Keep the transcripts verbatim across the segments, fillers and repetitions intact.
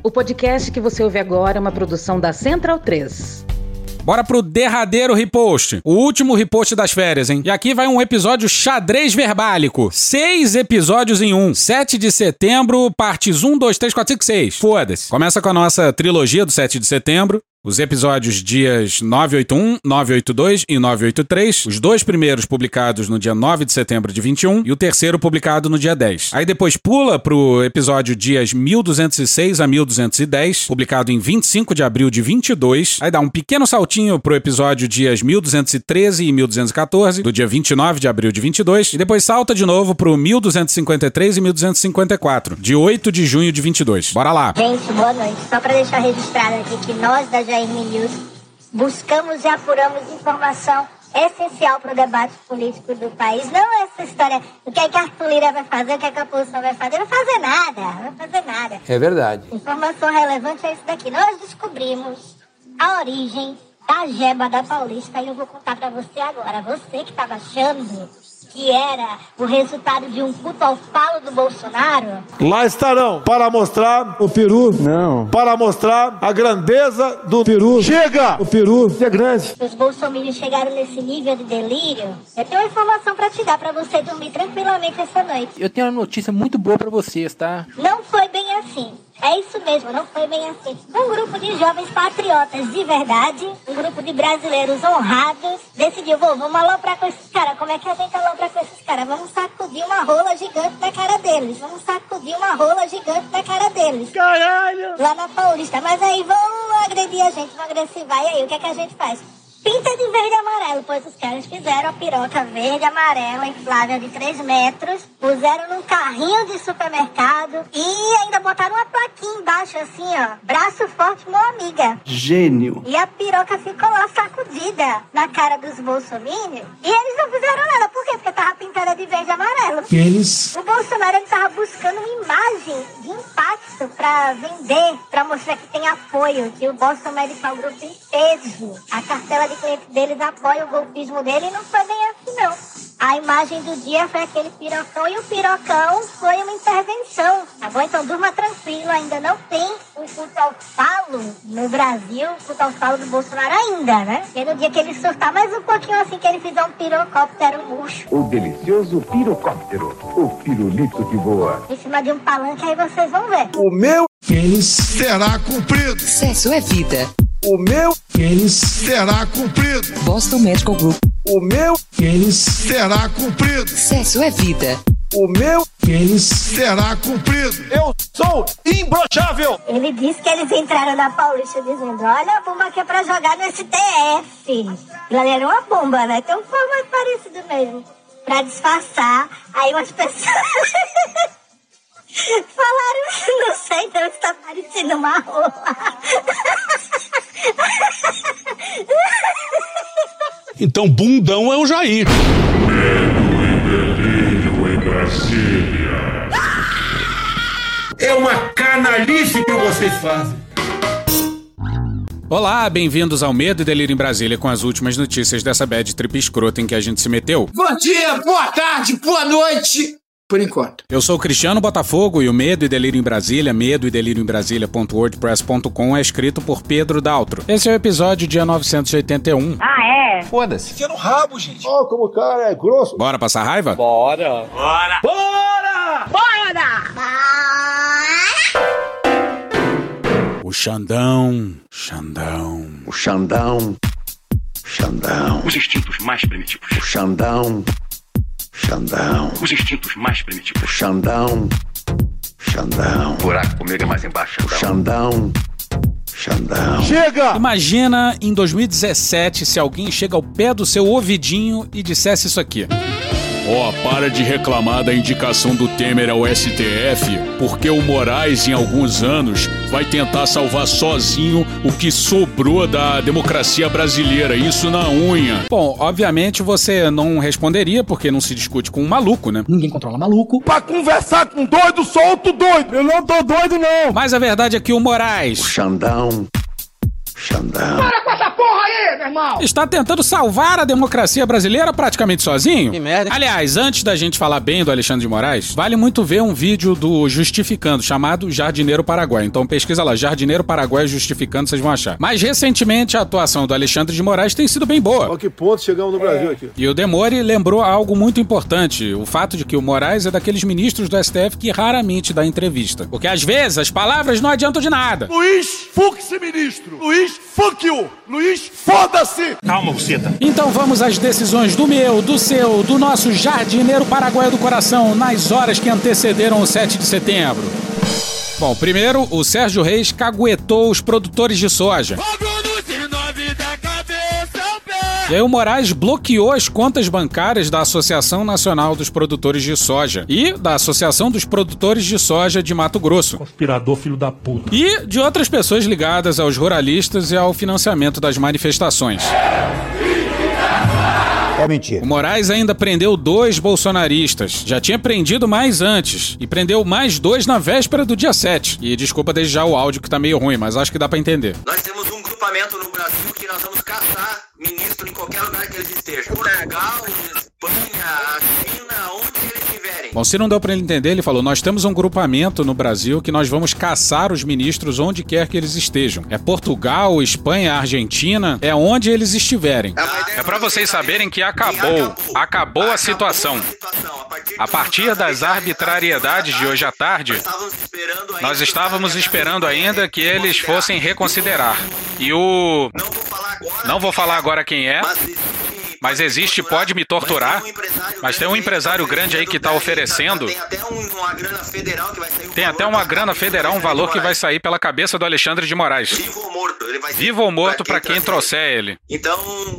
O podcast que você ouve agora é uma produção da Central três. Bora pro derradeiro repost. O último repost das férias, hein? E aqui vai um episódio xadrez verbálico. Seis episódios em um. sete de setembro, partes um, dois, três, quatro, cinco, seis. Foda-se. Começa com a nossa trilogia do sete de setembro. Os episódios dias nove oito um, nove oito dois e nove oito três, os dois primeiros publicados no dia nove de setembro de vinte e um e o terceiro publicado no dia dez. Aí depois pula pro episódio dias mil duzentos e seis a mil duzentos e dez, publicado em vinte e cinco de abril de vinte e dois. Aí dá um pequeno saltinho pro episódio dias mil duzentos e treze e mil duzentos e quatorze, do dia vinte e nove de abril de vinte e dois. E depois salta de novo pro mil duzentos e cinquenta e três e mil duzentos e cinquenta e quatro, de oito de junho de vinte e dois. Bora lá! Gente, boa noite. Só pra deixar registrado aqui que nós da J R News buscamos e apuramos informação essencial para o debate político do país. Não essa história do que, é que a Arthur Lira vai fazer, o que, é que a oposição vai fazer. Não vai fazer nada, não vai fazer nada. É verdade. Informação relevante é isso daqui. Nós descobrimos a origem da jeba da Paulista e eu vou contar para você agora. Você que estava achando que era o resultado de um culto ao falo do Bolsonaro. Lá estarão para mostrar o peru. Não. Para mostrar a grandeza do peru. Chega! O peru é grande. Os bolsominions chegaram nesse nível de delírio. Eu tenho uma informação para te dar, para você dormir tranquilamente essa noite. Eu tenho uma notícia muito boa para vocês, tá? Não foi bem assim. É isso mesmo, não foi bem assim. Um grupo de jovens patriotas de verdade, um grupo de brasileiros honrados, decidiu, vou, vamos aloprar com esses caras. Como é que a gente alopra com esses caras? Vamos sacudir uma rola gigante na cara deles. Vamos sacudir uma rola gigante na cara deles. Caralho! Lá na Paulista. Mas aí vão agredir a gente, vão agressivar. E aí, o que é que a gente faz? Pinta de verde e amarelo, pois os caras fizeram a piroca verde e amarela inflável de três metros, puseram num carrinho de supermercado e ainda botaram uma plaquinha embaixo assim, ó, braço forte, meu amiga. Gênio. E a piroca ficou lá sacudida na cara dos bolsominions e eles não fizeram nada. Por quê? Porque tava pintada de verde e amarelo. Eles... O Bolsonaro ele tava buscando uma imagem de impacto pra vender, pra mostrar que tem apoio, que o Boston Medical Group tem peso. A cartela de clientes deles apoia o golpismo dele e não foi bem assim, não. A imagem do dia foi aquele pirocão e o pirocão foi uma intervenção, tá bom? Então durma tranquilo, ainda não tem um culto ao falo no Brasil, culto ao falo do Bolsonaro ainda, né? E no dia que ele surtar mais um pouquinho assim, que ele fizer um pirocóptero murcho. O delicioso pirocóptero, o pirulito que voa. Em cima de um palanque, aí vocês vão ver. O meu pênis será cumprido. Sexo é vida. O meu pênis será cumprido. Boston Medical Group. O meu pênis será cumprido. Sexo é vida. O meu pênis será cumprido. Eu sou imbrochável. Ele disse que eles entraram na Paulista dizendo, olha a bomba que é pra jogar no S T F. Aquilo ali era uma bomba, né? Então foi mais parecido mesmo. Pra disfarçar, aí umas pessoas... falaram, não sei, então está parecendo uma rola. Então bundão é o Jair. Medo e delírio em Brasília. É uma canalice que vocês fazem. Olá, bem-vindos ao Medo e Delírio em Brasília com as últimas notícias dessa bad trip escrota em que a gente se meteu. Bom dia, boa tarde, boa noite. Por enquanto. Eu sou o Cristiano Botafogo e o Medo e Delírio em Brasília, medo e delírio em Brasília ponto wordpress ponto com é escrito por Pedro Daltro. Esse é o episódio dia novecentos e oitenta e um. Ah, é? Foda-se. Enfia no rabo, gente. Ó, oh, como o cara é grosso. Bora passar raiva? Bora. Bora! Bora! Bora! O Xandão, Xandão. O Xandão, Xandão. Os instintos mais primitivos. O Xandão, Xandão. Os instintos mais primitivos. O Xandão, Xandão. O buraco comigo é mais embaixo. O Xandão, Xandão. Chega! Imagina em dois mil e dezessete se alguém chega ao pé do seu ouvidinho e dissesse isso aqui. Ó, oh, para de reclamar da indicação do Temer ao S T F, porque o Moraes, em alguns anos, vai tentar salvar sozinho o que sobrou da democracia brasileira, isso na unha. Bom, obviamente você não responderia, porque não se discute com um maluco, né? Ninguém controla maluco. Pra conversar com doido, solto doido. Eu não tô doido, não. Mas a verdade é que o Moraes... O Xandão, Xandão. Para com essa porra aí, meu irmão! Está tentando salvar a democracia brasileira praticamente sozinho? Que merda. Aliás, antes da gente falar bem do Alexandre de Moraes, vale muito ver um vídeo do Justificando, chamado Jardineiro Paraguai. Então pesquisa lá, Jardineiro Paraguai Justificando, vocês vão achar. Mas recentemente a atuação do Alexandre de Moraes tem sido bem boa. A que ponto chegamos no Brasil aqui? E o Demore lembrou algo muito importante, o fato de que o Moraes é daqueles ministros do S T F que raramente dá entrevista. Porque às vezes as palavras não adiantam de nada. Luiz, fuck-se, ministro! Luiz, fuck you! Luiz, foda-se! Calma, buceta. Então vamos às decisões do meu, do seu, do nosso jardineiro paraguaio do coração nas horas que antecederam o sete de setembro. Bom, primeiro, o Sérgio Reis caguetou os produtores de soja. E aí o Moraes bloqueou as contas bancárias da Associação Nacional dos Produtores de Soja e da Associação dos Produtores de Soja de Mato Grosso. Conspirador, filho da puta. E de outras pessoas ligadas aos ruralistas e ao financiamento das manifestações. É mentira. O Moraes ainda prendeu dois bolsonaristas. Já tinha prendido mais antes. E prendeu mais dois na véspera do dia sete. E desculpa desde já o áudio que tá meio ruim, mas acho que dá pra entender. Nós temos um grupamento no Brasil que nós vamos caçar ministro em qualquer lugar que eles estejam. Portugal, Espanha, China, onde eles estiverem. Bom, se não deu pra ele entender, ele falou: nós temos um grupamento no Brasil que nós vamos caçar os ministros onde quer que eles estejam. É Portugal, Espanha, Argentina, é onde eles estiverem. É pra vocês saberem que acabou. Acabou a situação. A partir das arbitrariedades de hoje à tarde, nós estávamos esperando ainda que eles fossem reconsiderar. E o... Não vou falar agora quem é, mas existe, pode me torturar, mas tem um empresário grande aí que está oferecendo. Tem até uma grana federal, um valor que vai sair pela cabeça do Alexandre de Moraes. Vivo ou morto. Ele vai ser Vivo ou morto para quem trouxer ele. Então,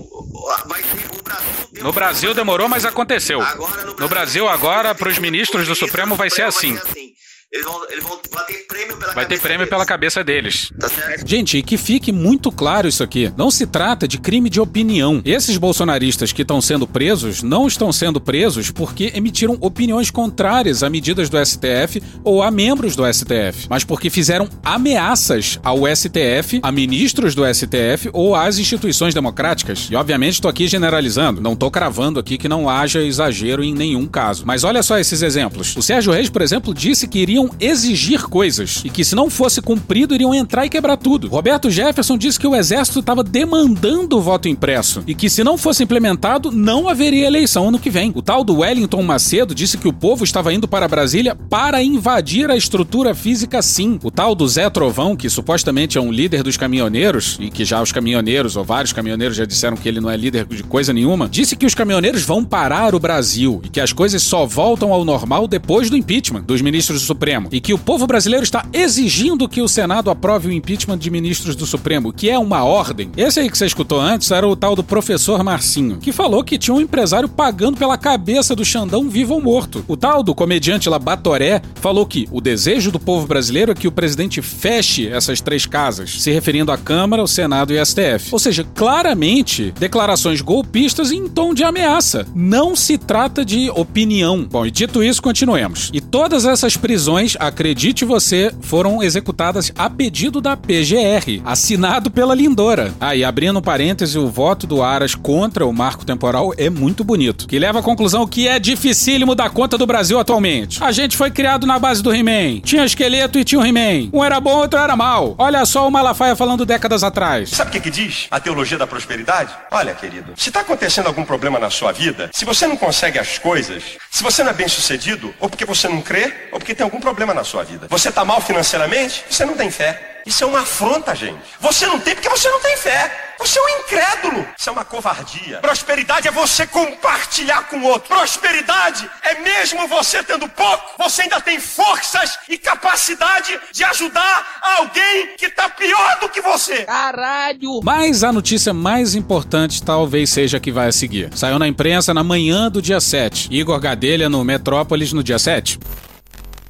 vai ser o Brasil. No Brasil demorou, mas aconteceu. No Brasil agora, para os ministros do Supremo vai ser assim. Eles vão, eles vão ter prêmio pela Vai ter prêmio deles. pela cabeça deles. Tá certo? Gente, e que fique muito claro isso aqui. Não se trata de crime de opinião. Esses bolsonaristas que estão sendo presos não estão sendo presos porque emitiram opiniões contrárias a medidas do S T F ou a membros do S T F, mas porque fizeram ameaças ao S T F, a ministros do S T F ou às instituições democráticas. E obviamente estou aqui generalizando. Não estou cravando aqui que não haja exagero em nenhum caso. Mas olha só esses exemplos. O Sérgio Reis, por exemplo, disse que iriam exigir coisas e que se não fosse cumprido iriam entrar e quebrar tudo. Roberto Jefferson disse que o exército estava demandando o voto impresso e que se não fosse implementado não haveria eleição ano que vem. O tal do Wellington Macedo disse que o povo estava indo para Brasília para invadir a estrutura física sim. O tal do Zé Trovão, que supostamente é um líder dos caminhoneiros e que já os caminhoneiros ou vários caminhoneiros já disseram que ele não é líder de coisa nenhuma, disse que os caminhoneiros vão parar o Brasil e que as coisas só voltam ao normal depois do impeachment dos ministros do Supremo. E que o povo brasileiro está exigindo que o Senado aprove o impeachment de ministros do Supremo, que é uma ordem. Esse aí que você escutou antes era o tal do professor Marcinho, que falou que tinha um empresário pagando pela cabeça do Xandão vivo ou morto. O tal do comediante lá Batoré falou que o desejo do povo brasileiro é que o presidente feche essas três casas, se referindo à Câmara, o Senado e o S T F. Ou seja, claramente, declarações golpistas em tom de ameaça. Não se trata de opinião. Bom, e dito isso, continuemos. E todas essas prisões, acredite você, foram executadas a pedido da P G R, assinado pela Lindora. Ah, e abrindo um parêntese, o voto do Aras contra o marco temporal é muito bonito, que leva à conclusão que é dificílimo dar conta do Brasil atualmente. A gente foi criado na base do He-Man. Tinha esqueleto e tinha o He-Man. Um era bom, outro era mal. Olha só o Malafaia falando décadas atrás. Sabe o que que diz a teologia da prosperidade? Olha, querido, se tá acontecendo algum problema na sua vida, se você não consegue as coisas, se você não é bem sucedido, ou porque você não crê, ou porque tem algum problema problema na sua vida. Você tá mal financeiramente? Você não tem fé. Isso é uma afronta, gente. Você não tem porque você não tem fé. Você é um incrédulo. Isso é uma covardia. Prosperidade é você compartilhar com o outro. Prosperidade é mesmo você tendo pouco, você ainda tem forças e capacidade de ajudar alguém que tá pior do que você. Caralho! Mas a notícia mais importante talvez seja a que vai a seguir. Saiu na imprensa na manhã do dia sete. Igor Gadelha no Metrópolis no dia sete.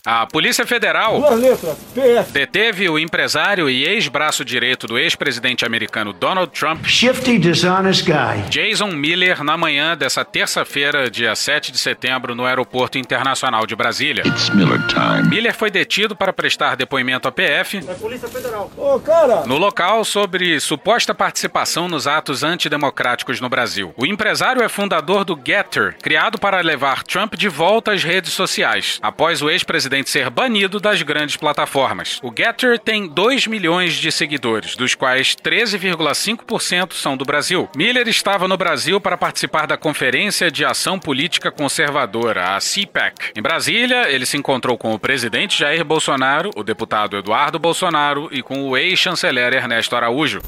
A Polícia Federal Duas letras, P F. deteve o empresário e ex-braço direito do ex-presidente americano Donald Trump, Shifty, dishonest guy, Jason Miller, na manhã dessa terça-feira, dia sete de setembro, no Aeroporto Internacional de Brasília. It's Miller time. Miller foi detido para prestar depoimento à P F É Polícia Federal. Ô, cara! no local sobre suposta participação nos atos antidemocráticos no Brasil. O empresário é fundador do Getter, criado para levar Trump de volta às redes sociais, após o ex-presidente ser banido das grandes plataformas. O Getter tem dois milhões de seguidores, dos quais treze vírgula cinco por cento são do Brasil. Miller estava no Brasil para participar da Conferência de Ação Política Conservadora, a C PAC. Em Brasília, ele se encontrou com o presidente Jair Bolsonaro, o deputado Eduardo Bolsonaro e com o ex-chanceler Ernesto Araújo.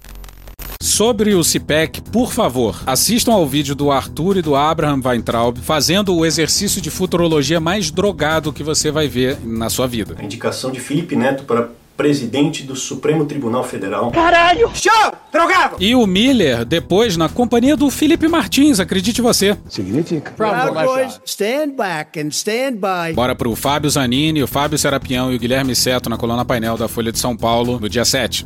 Sobre o C PAC, por favor, assistam ao vídeo do Arthur e do Abraham Weintraub fazendo o exercício de futurologia mais drogado que você vai ver na sua vida. A indicação de Felipe Neto para presidente do Supremo Tribunal Federal. Caralho! Show! Drogado! E o Miller, depois, na companhia do Felipe Martins, acredite você. Significa. Proud boys, stand back and stand by. Bora pro Fábio Zanini, o Fábio Serapião e o Guilherme Seto na coluna painel da Folha de São Paulo, no dia sete.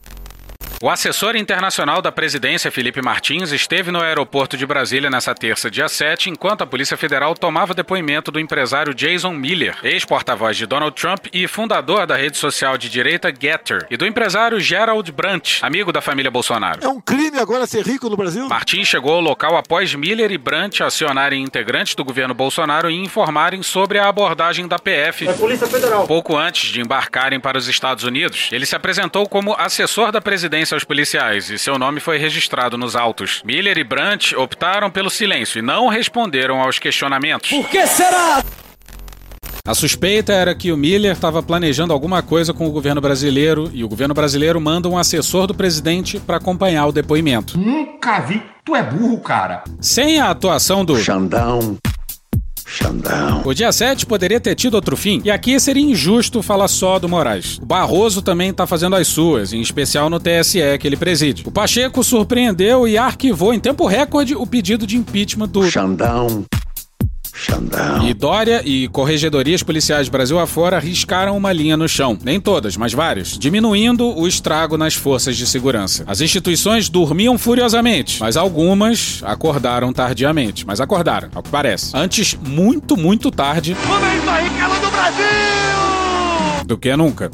O assessor internacional da presidência, Felipe Martins, esteve no aeroporto de Brasília nessa terça, dia sete, enquanto a Polícia Federal tomava depoimento do empresário Jason Miller, ex-porta-voz de Donald Trump e fundador da rede social de direita Getter, e do empresário Gerald Brandt, amigo da família Bolsonaro. É um crime agora ser rico no Brasil? Martins chegou ao local após Miller e Brandt acionarem integrantes do governo Bolsonaro e informarem sobre a abordagem da P F É Polícia Federal. pouco antes de embarcarem para os Estados Unidos. Ele se apresentou como assessor da presidência aos policiais e seu nome foi registrado nos autos. Miller e Brandt optaram pelo silêncio e não responderam aos questionamentos. Por que será? A suspeita era que o Miller estava planejando alguma coisa com o governo brasileiro e o governo brasileiro manda um assessor do presidente para acompanhar o depoimento. Nunca vi. Tu é burro, cara. Sem a atuação do Xandão. Xandão. O dia sete poderia ter tido outro fim, e aqui seria injusto falar só do Moraes. O Barroso também tá fazendo as suas, em especial no T S E que ele preside. O Pacheco surpreendeu e arquivou em tempo recorde o pedido de impeachment do Xandão. Xandão. E Dória e corregedorias policiais Brasil afora riscaram uma linha no chão. Nem todas, mas várias. Diminuindo o estrago nas forças de segurança. As instituições dormiam furiosamente, mas algumas acordaram tardiamente. Mas acordaram, ao que parece. Antes, muito, muito tarde... Manda isso aí, cara do Brasil! Do que nunca.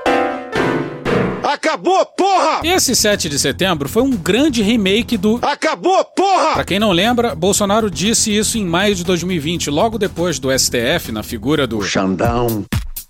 Acabou, porra! Esse sete de setembro foi um grande remake do... Acabou, porra! Pra quem não lembra, Bolsonaro disse isso em maio de dois mil e vinte, logo depois do S T F, na figura do... Xandão.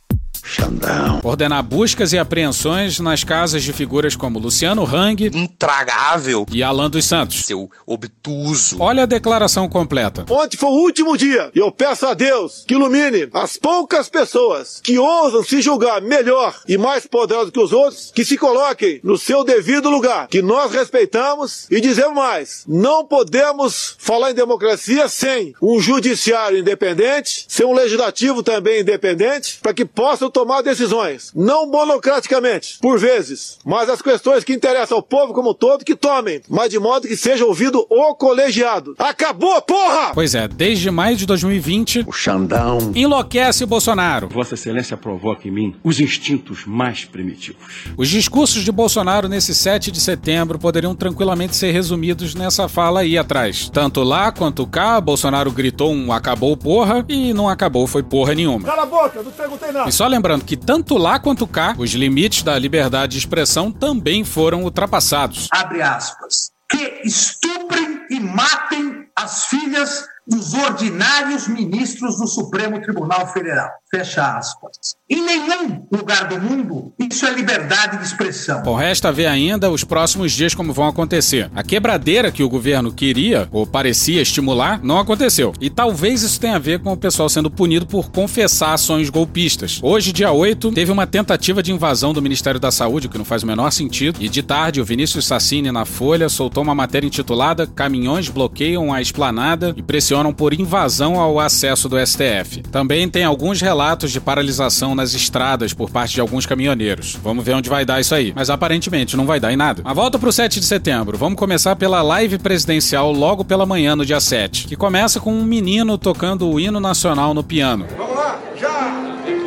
Xandão. ordenar buscas e apreensões nas casas de figuras como Luciano Hang, intragável, e Alan dos Santos, seu obtuso. Olha a declaração completa. Ontem foi o último dia e eu peço a Deus que ilumine as poucas pessoas que ousam se julgar melhor e mais poderosos que os outros, que se coloquem no seu devido lugar, que nós respeitamos e dizemos mais, não podemos falar em democracia sem um judiciário independente, sem um legislativo também independente, para que possam tomar decisões, não monocraticamente, por vezes, mas as questões que interessam ao povo como um todo, que tomem, mas de modo que seja ouvido o colegiado. Acabou, porra! Pois é, desde maio de dois mil e vinte, o Xandão enlouquece Bolsonaro. Vossa Excelência provoca em mim os instintos mais primitivos. Os discursos de Bolsonaro nesse sete de setembro poderiam tranquilamente ser resumidos nessa fala aí atrás. Tanto lá quanto cá, Bolsonaro gritou um acabou porra e não acabou foi porra nenhuma. Cala a boca, não perguntei nada. E só lembrando que tanto lá quanto cá, os limites da liberdade de expressão também foram ultrapassados. Abre aspas. Que estuprem e matem as filhas dos ordinários ministros do Supremo Tribunal Federal. Fecha aspas. Em nenhum lugar do mundo isso é liberdade de expressão. Bom, resta ver ainda os próximos dias como vão acontecer. A quebradeira que o governo queria, ou parecia estimular, não aconteceu. E talvez isso tenha a ver com o pessoal sendo punido por confessar ações golpistas. Hoje, dia oito, teve uma tentativa de invasão do Ministério da Saúde, o que não faz o menor sentido. E de tarde, o Vinícius Sassini, na Folha, soltou uma matéria intitulada Caminhões bloqueiam a esplanada e pressionam por invasão ao acesso do S T F. Também tem alguns relatos de paralisação nas estradas por parte de alguns caminhoneiros. Vamos ver onde vai dar isso aí. Mas aparentemente não vai dar em nada. Mas volta pro sete de setembro. Vamos começar pela live presidencial logo pela manhã no dia sete, que começa com um menino tocando o hino nacional no piano. Vamos lá, já!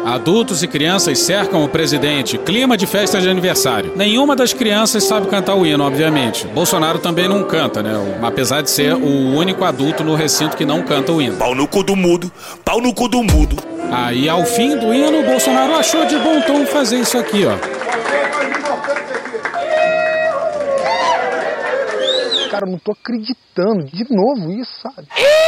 Adultos e crianças cercam o presidente. Clima de festa de aniversário. Nenhuma das crianças sabe cantar o hino, obviamente. Bolsonaro também não canta, né? Apesar de ser o único adulto no recinto que não canta o hino. Pau no cu do mudo, pau no cu do mudo. Aí, ao fim do hino, o Bolsonaro achou de bom tom fazer isso aqui, ó. Cara, eu não tô acreditando. De novo isso, sabe?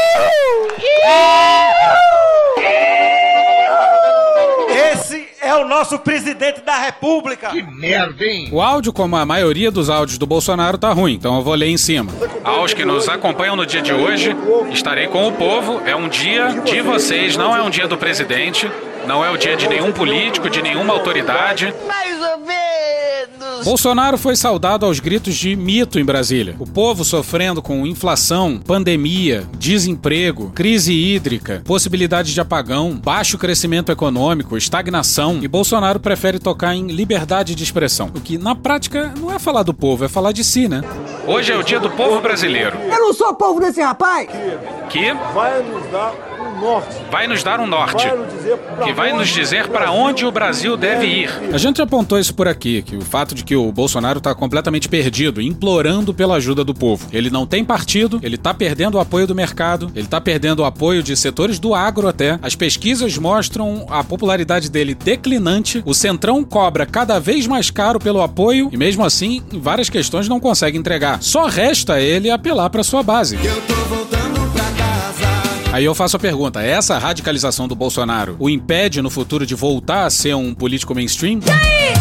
Esse é o nosso presidente da República. Que merda, hein? O áudio, como a maioria dos áudios do Bolsonaro, tá ruim, então eu vou ler em cima. Aos que nos acompanham no dia de hoje, estarei com o povo. É um dia de vocês, não é um dia do presidente. Não é o dia de nenhum político, de nenhuma autoridade. Mais ou menos. Bolsonaro foi saudado aos gritos de mito em Brasília. O povo sofrendo com inflação, pandemia, desemprego, crise hídrica, possibilidade de apagão, baixo crescimento econômico, estagnação. E Bolsonaro prefere tocar em liberdade de expressão. O que, na prática, não é falar do povo, é falar de si, né? Hoje é o dia do povo brasileiro. Eu não sou povo desse rapaz. Que vai nos dar um norte. Vai nos dar um norte. Que vai nos dizer para onde o Brasil deve ir. A gente já apontou isso por aqui, que o fato de que o Bolsonaro está completamente perdido, implorando pela ajuda do povo. Ele não tem partido, ele está perdendo o apoio do mercado, ele está perdendo o apoio de setores do agro até. As pesquisas mostram a popularidade dele declinante, o Centrão cobra cada vez mais caro pelo apoio e mesmo assim, em várias questões não consegue entregar. Só resta ele apelar para sua base. Eu tô voltando pra casa. Aí eu faço a pergunta, essa radicalização do Bolsonaro o impede no futuro de voltar a ser um político mainstream? E aí?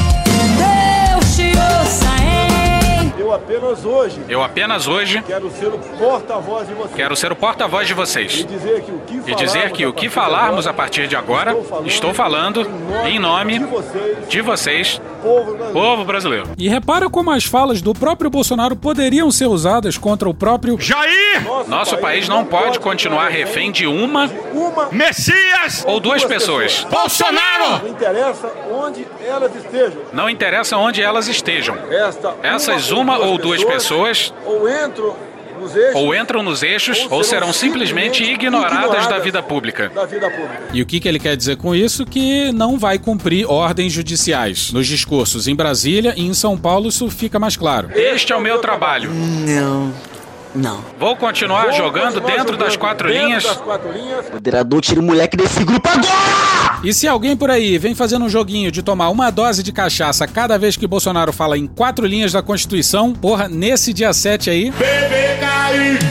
Deus te ouça, hein? Eu apenas hoje... Eu apenas hoje... Quero ser o porta-voz de vocês. Quero ser o porta-voz de vocês. E dizer que o que e dizer que o que falarmos a partir de agora, estou falando em nome de vocês, povo brasileiro. povo brasileiro. E repara como as falas do próprio Bolsonaro poderiam ser usadas contra o próprio Jair! Nosso, Nosso país não pode continuar refém de uma, uma Messias ou duas pessoas. Bolsonaro! Não interessa onde elas estejam. Não interessa onde elas estejam. Esta Essas uma ou duas pessoas ou entram nos eixos, ou entram nos eixos ou, ou serão simplesmente ignoradas, ignoradas da vida pública. Da vida pública. E o que, que ele quer dizer com isso? Que não vai cumprir ordens judiciais. Nos discursos em Brasília e em São Paulo isso fica mais claro. Este é o meu trabalho. Não. Não. Vou continuar Vou jogando continuar dentro, jogando das, quatro dentro linhas. das quatro linhas. Moderador, tira o moleque desse grupo agora! E se alguém por aí vem fazendo um joguinho de tomar uma dose de cachaça cada vez que Bolsonaro fala em quatro linhas da Constituição, porra, nesse dia sete aí... Bebê cair!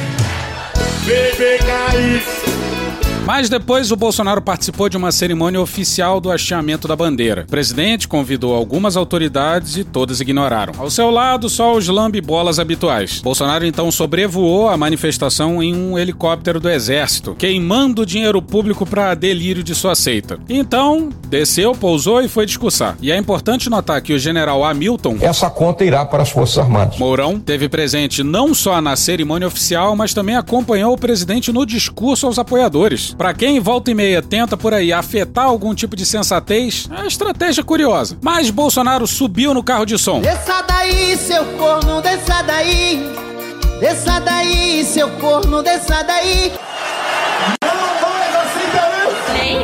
Bebê cair! Mas depois o Bolsonaro participou de uma cerimônia oficial do hasteamento da bandeira. O presidente convidou algumas autoridades e todas ignoraram. Ao seu lado, só os lambe-bolas habituais. Bolsonaro então sobrevoou a manifestação em um helicóptero do exército, queimando dinheiro público para delírio de sua seita. Então, desceu, pousou e foi discursar. E é importante notar que o general Hamilton... Essa conta irá para as Forças Armadas. Mourão teve presente não só na cerimônia oficial, mas também acompanhou o presidente no discurso aos apoiadores. Pra quem volta e meia tenta por aí afetar algum tipo de sensatez, é uma estratégia curiosa. Mas Bolsonaro subiu no carro de som. Desça daí, seu corno, desça daí. Desça daí, seu corno, desça daí. Não mais assim,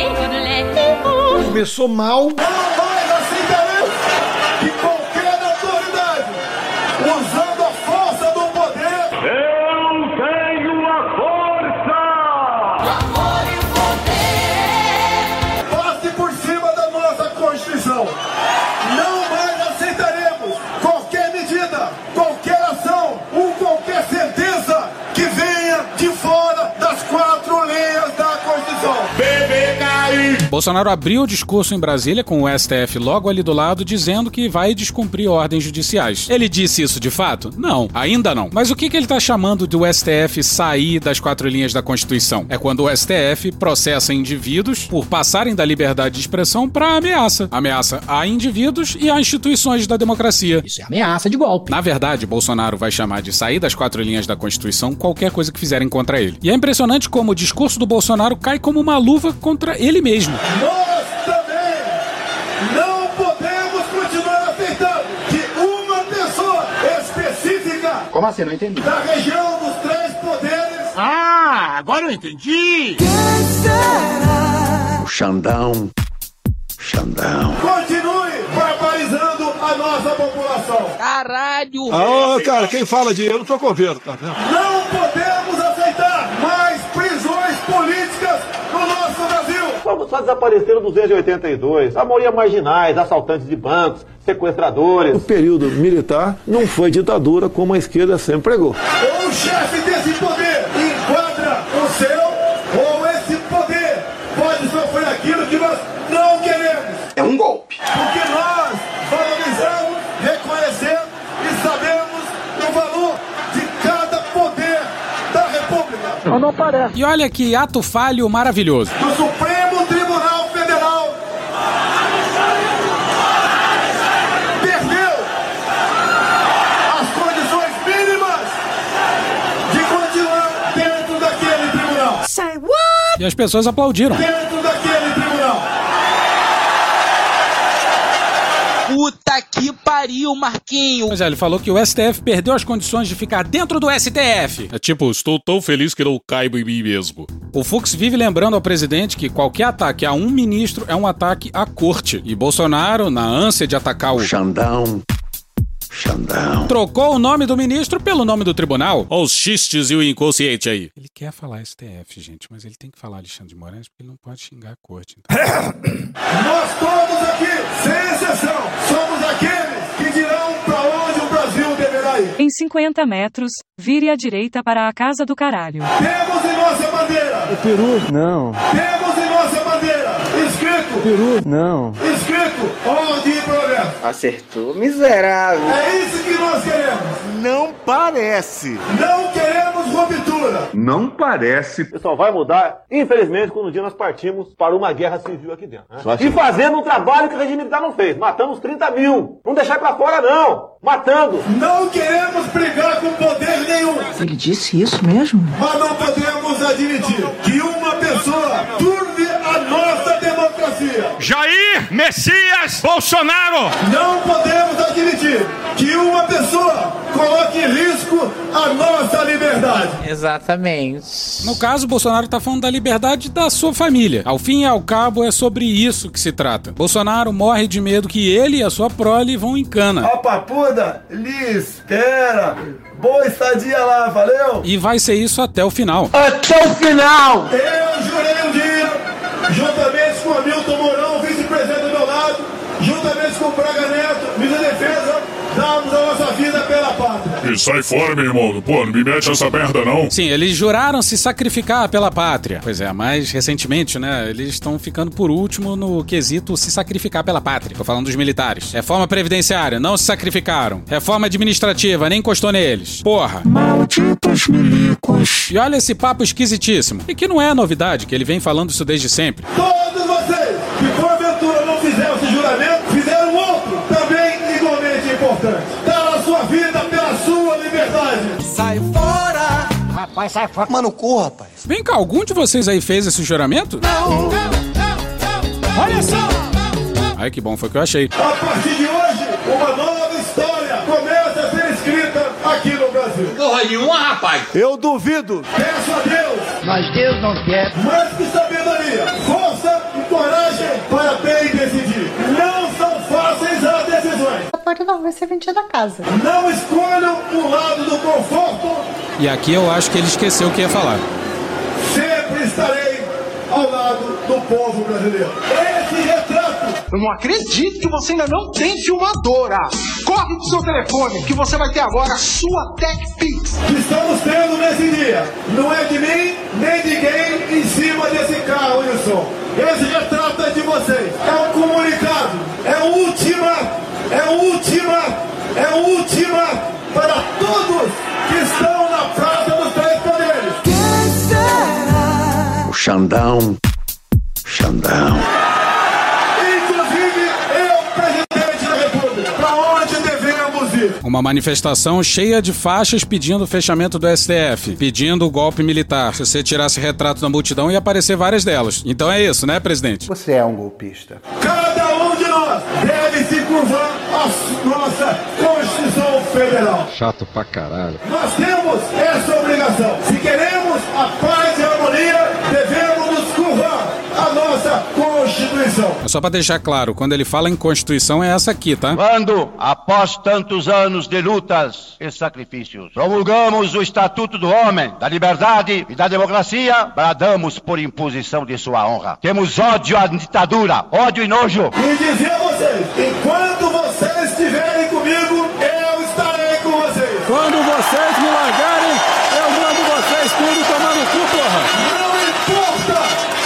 Pelé! Começou mal. Não mais assim, Pelé! Que qualquer autoridade, usando a força do poder... Eu tenho a força! Passe por cima da nossa Constituição. Não mais aceitaremos qualquer medida, qualquer ação ou qualquer sentença que venha de fora das quatro linhas da Constituição. Bebê cair! Bolsonaro abriu o discurso em Brasília com o S T F logo ali do lado, dizendo que vai descumprir ordens judiciais. Ele disse isso de fato? Não, ainda não. Mas o que, que ele está chamando do S T F sair das quatro linhas da Constituição? É quando o S T F processa indivíduos por passarem da liberdade de expressão para ameaça. Ameaça a indivíduos e a instituições da democracia. Isso é ameaça de golpe. Na verdade, Bolsonaro vai chamar de sair das quatro linhas da Constituição qualquer coisa que fizerem contra ele. E é impressionante como o discurso do Bolsonaro cai como uma luva contra ele mesmo. Nós também não podemos continuar aceitando que uma pessoa específica... Como assim? Não entendi. Da região dos três poderes... Ah, agora eu entendi! Quem será? O Xandão. Xandão. Continue barbarizando a nossa população. Caralho! Ah, cara, quem fala de eu não sou governo, tá vendo? Não podemos aceitar mais prisões políticas no nosso Brasil. Como só desapareceram duzentos e oitenta e dois? A maioria marginais, assaltantes de bancos, sequestradores. O período militar não foi ditadura como a esquerda sempre pregou. Ou o chefe desse poder enquadra o seu, ou esse poder pode sofrer aquilo que nós não queremos. É um golpe. Porque nós valorizamos, reconhecemos e sabemos o valor de cada poder da República. Não, não parece. E olha que ato falho maravilhoso. Do Supremo Tribunal Federal perdeu as condições mínimas de continuar dentro daquele tribunal. Say what? E as pessoas aplaudiram. Dentro daquele tribunal. Puta que pariu, Marquinho! Pois é, ele falou que o S T F perdeu as condições de ficar dentro do S T F. É tipo, estou tão feliz que não caibo em mim mesmo. O Fux vive lembrando ao presidente que qualquer ataque a um ministro é um ataque à corte. E Bolsonaro, na ânsia de atacar o Xandão, Xandão, trocou o nome do ministro pelo nome do tribunal. Olha os xistes e o inconsciente aí. Ele quer falar S T F, gente, mas ele tem que falar Alexandre de Moraes porque ele não pode xingar a corte. Então. Nós todos aqui, sem exceção, somos aqueles que dirão pra onde o Brasil deverá ir. Em cinquenta metros, vire à direita para a casa do caralho. Temos em nossa bandeira O Peru, não. Temos em nossa bandeira escrito Peru, não. Escrito ordem e progresso. Acertou, miserável. É isso que nós queremos. Não parece. Não queremos ruptura. Não parece. Isso só vai mudar, infelizmente, quando um dia nós partimos para uma guerra civil aqui dentro. Né? E fazendo um trabalho que o regime militar não fez. Matando os trinta mil. Não deixar pra fora, não. Matando. Não queremos brigar com poder nenhum. Ele disse isso mesmo? Mas não podemos admitir que uma pessoa turve a nossa democracia. Jair Messias Bolsonaro. Não podemos admitir que uma pessoa coloque em risco a nossa liberdade. Exatamente. No caso, Bolsonaro tá falando da liberdade da sua família. Ao fim e ao cabo, é sobre isso que se trata. Bolsonaro morre de medo que ele e a sua prole vão em cana. A papuda lhe espera. Boa estadia lá, valeu? E vai ser isso até o final. Até o final! Eu jurei um dia, juntamente com Hamilton Mourão, vice-presidente do meu lado, juntamente com o Braga Neto, ministro da Defesa, damos a nossa vida pela pátria. E sai fora, meu irmão. Pô, não me mete essa merda, não. Sim, eles juraram se sacrificar pela pátria. Pois é, mas recentemente, né, eles estão ficando por último no quesito se sacrificar pela pátria. Tô falando dos militares. Reforma previdenciária, não se sacrificaram. Reforma administrativa, nem encostou neles. Porra. Malditos milicos. E olha esse papo esquisitíssimo. E que não é novidade, que ele vem falando isso desde sempre. Todos vocês que porventura não fizeram esse juramento, fizeram outro, também igualmente importante. Dar a sua vida pela sua liberdade. Sai fora! Rapaz, sai fora. Mano, corra, rapaz. Vem cá, algum de vocês aí fez esse juramento? Não, não, não, não. Olha só! Ai, que bom, foi o que eu achei. A partir de hoje, uma nova história começa a ser escrita aqui no Brasil. Porra nenhuma, rapaz. Eu duvido. Peço a Deus. Mas Deus não quer. Mais que sabedoria, força e coragem para bem decidir. Não são fáceis as decisões. A porta não vai ser vendida a casa. Não escolham o lado do conforto. E aqui eu acho que ele esqueceu o que ia falar. Sempre estarei ao lado do povo brasileiro. Esse retrato. Eu não acredito que você ainda não tem filmadora. Corre pro seu telefone, que você vai ter agora a sua TechPix. Que estamos tendo nesse dia. Não é de mim, nem de ninguém em cima desse carro de som. Esse retrato é de vocês. É um comunicado. É um ultimato. É um ultimato. É um ultimato para todos que estão na Praça dos Três Poderes. Quem será? O Xandão. Xandão. Inclusive, eu, presidente da República, para onde devemos ir? Uma manifestação cheia de faixas pedindo o fechamento do S T F, pedindo o golpe militar. Se você tirasse retrato da multidão, ia aparecer várias delas. Então é isso, né, presidente? Você é um golpista. Cada um de nós deve se curvar à nossa Constituição Federal. Chato pra caralho. Nós temos essa obrigação. Se queremos a paz e a harmonia, devemos nos curvar à nossa Constituição Constituição. É só pra deixar claro, quando ele fala em Constituição é essa aqui, tá? Quando, após tantos anos de lutas e sacrifícios, promulgamos o Estatuto do Homem, da Liberdade e da Democracia, bradamos por imposição de sua honra. Temos ódio à ditadura, ódio e nojo. E dizer a vocês, enquanto vocês estiverem comigo, eu estarei com vocês. Quando vocês me largarem, eu mando vocês tudo tomar no cu, porra. Não importa,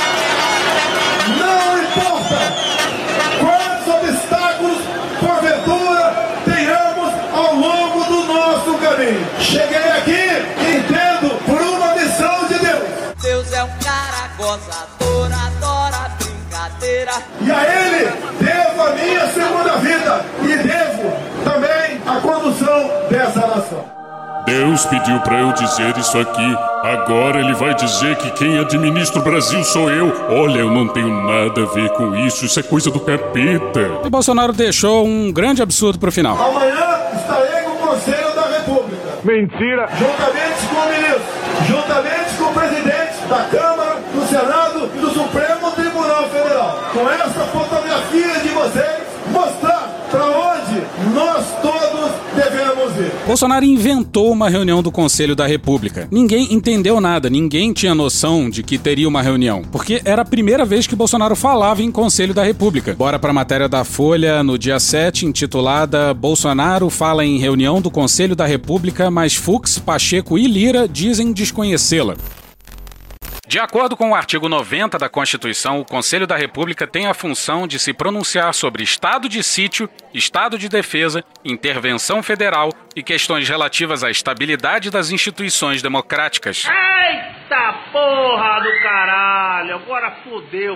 não importa quantos obstáculos, porventura, tenhamos ao longo do nosso caminho. Cheguei aqui, entendo, por uma missão de Deus. Deus é um cara gozador, adora brincadeira. E a Ele devo a minha segunda vida e devo também a condução dessa nação. Deus pediu pra eu dizer isso aqui. Agora ele vai dizer que quem administra o Brasil sou eu. Olha, eu não tenho nada a ver com isso. Isso é coisa do capeta. E Bolsonaro deixou um grande absurdo pro final. Amanhã estarei com o Conselho da República. Mentira. Juntamente com o ministro, juntamente com o presidente da Câmara, do Senado e do Supremo Tribunal Federal. Com essa fotografia de vocês, mostrar para onde nós todos devemos ir. Bolsonaro inventou uma reunião do Conselho da República. Ninguém entendeu nada, ninguém tinha noção de que teria uma reunião, porque era a primeira vez que Bolsonaro falava em Conselho da República. Bora pra matéria da Folha no dia sete, intitulada Bolsonaro fala em reunião do Conselho da República, mas Fux, Pacheco e Lira dizem desconhecê-la. De acordo com o artigo noventa da Constituição, o Conselho da República tem a função de se pronunciar sobre estado de sítio, estado de defesa, intervenção federal e questões relativas à estabilidade das instituições democráticas. Eita porra do caralho, agora fodeu.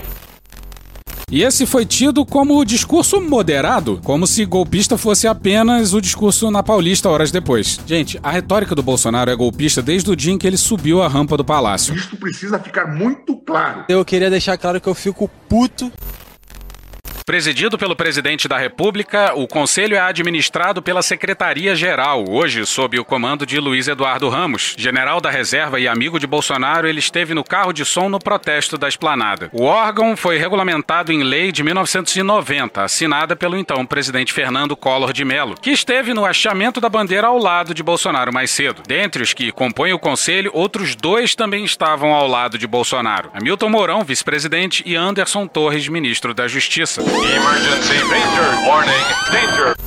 E esse foi tido como discurso moderado, como se golpista fosse apenas o discurso na Paulista horas depois. Gente, a retórica do Bolsonaro é golpista desde o dia em que ele subiu a rampa do palácio. Isto precisa ficar muito claro. Eu queria deixar claro que eu fico puto. Presidido pelo presidente da República, o Conselho é administrado pela Secretaria-Geral, hoje sob o comando de Luiz Eduardo Ramos. General da Reserva e amigo de Bolsonaro, ele esteve no carro de som no protesto da Esplanada. O órgão foi regulamentado em lei de mil novecentos e noventa, assinada pelo então presidente Fernando Collor de Mello, que esteve no hasteamento da bandeira ao lado de Bolsonaro mais cedo. Dentre os que compõem o Conselho, outros dois também estavam ao lado de Bolsonaro: Hamilton Mourão, vice-presidente, e Anderson Torres, ministro da Justiça. Emergency danger, warning, danger.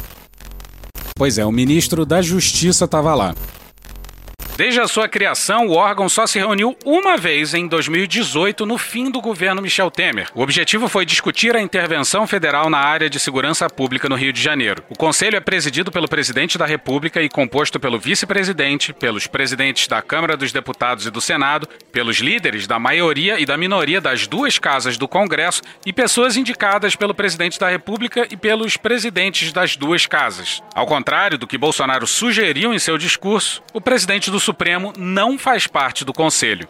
Pois é, o ministro da Justiça estava lá. Desde a sua criação, o órgão só se reuniu uma vez em dois mil e dezoito, no fim do governo Michel Temer. O objetivo foi discutir a intervenção federal na área de segurança pública no Rio de Janeiro. O conselho é presidido pelo presidente da República e composto pelo vice-presidente, pelos presidentes da Câmara dos Deputados e do Senado, pelos líderes da maioria e da minoria das duas casas do Congresso e pessoas indicadas pelo presidente da República e pelos presidentes das duas casas. Ao contrário do que Bolsonaro sugeriu em seu discurso, o presidente do Supremo não faz parte do Conselho.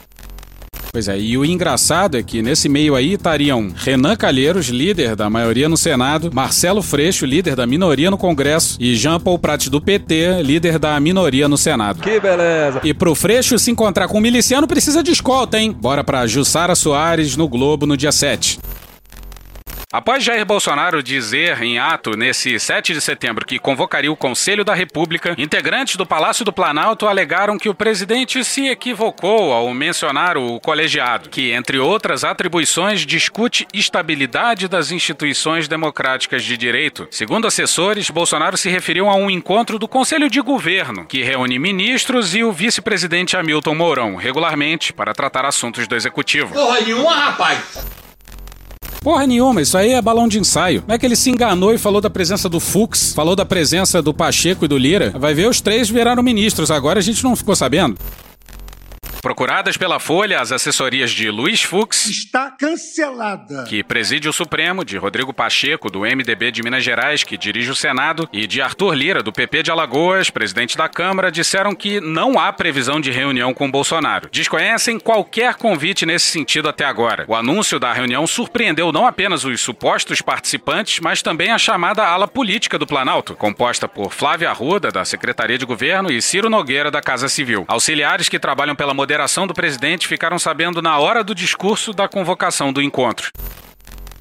Pois é, e o engraçado é que nesse meio aí estariam Renan Calheiros, líder da maioria no Senado, Marcelo Freixo, líder da minoria no Congresso, e Jean Paul Prats do P T, líder da minoria no Senado. Que beleza! E pro Freixo se encontrar com um miliciano precisa de escolta, hein? Bora pra Jussara Soares no Globo no dia sete. Após Jair Bolsonaro dizer em ato nesse sete de setembro que convocaria o Conselho da República, integrantes do Palácio do Planalto alegaram que o presidente se equivocou ao mencionar o colegiado, que, entre outras atribuições, discute estabilidade das instituições democráticas de direito. Segundo assessores, Bolsonaro se referiu a um encontro do Conselho de Governo, que reúne ministros e o vice-presidente Hamilton Mourão, regularmente, para tratar assuntos do Executivo. Porra nenhuma, rapaz! Porra nenhuma, isso aí é balão de ensaio. Como é que ele se enganou e falou da presença do Fux, falou da presença do Pacheco e do Lira? Vai ver, os três viraram ministros, agora a gente não ficou sabendo. Procuradas pela Folha, as assessorias de Luiz Fux, está cancelada, que preside o Supremo, de Rodrigo Pacheco, do M D B de Minas Gerais, que dirige o Senado, e de Arthur Lira, do P P de Alagoas, presidente da Câmara, disseram que não há previsão de reunião com Bolsonaro. Desconhecem qualquer convite nesse sentido até agora. O anúncio da reunião surpreendeu não apenas os supostos participantes, mas também a chamada ala política do Planalto, composta por Flávia Arruda, da Secretaria de Governo, e Ciro Nogueira, da Casa Civil. Auxiliares que trabalham pela moderação do presidente ficaram sabendo na hora do discurso da convocação do encontro.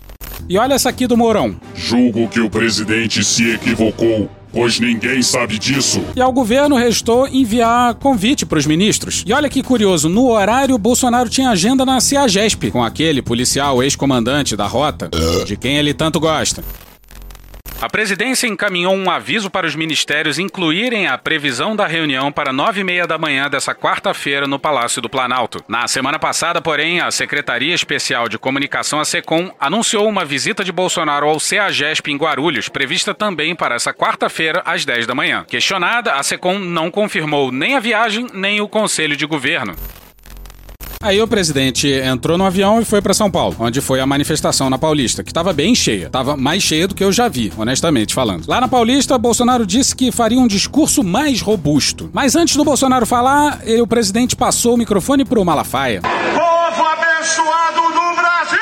E olha essa aqui do Mourão. Julgo que o presidente se equivocou, pois ninguém sabe disso. E ao governo restou enviar convite para os ministros. E olha que curioso, no horário, Bolsonaro tinha agenda na CEAGESP, com aquele policial ex-comandante da rota, de quem ele tanto gosta. A presidência encaminhou um aviso para os ministérios incluírem a previsão da reunião para nove e meia da manhã dessa quarta-feira no Palácio do Planalto. Na semana passada, porém, a Secretaria Especial de Comunicação, a SECOM, anunciou uma visita de Bolsonaro ao CEAGESP em Guarulhos, prevista também para essa quarta-feira às dez da manhã. Questionada, a SECOM não confirmou nem a viagem, nem o Conselho de Governo. Aí o presidente entrou no avião e foi para São Paulo, onde foi a manifestação na Paulista, que estava bem cheia. Estava mais cheia do que eu já vi, honestamente falando. Lá na Paulista, Bolsonaro disse que faria um discurso mais robusto. Mas antes do Bolsonaro falar, ele, o presidente passou o microfone pro Malafaia. Povo abençoado do Brasil!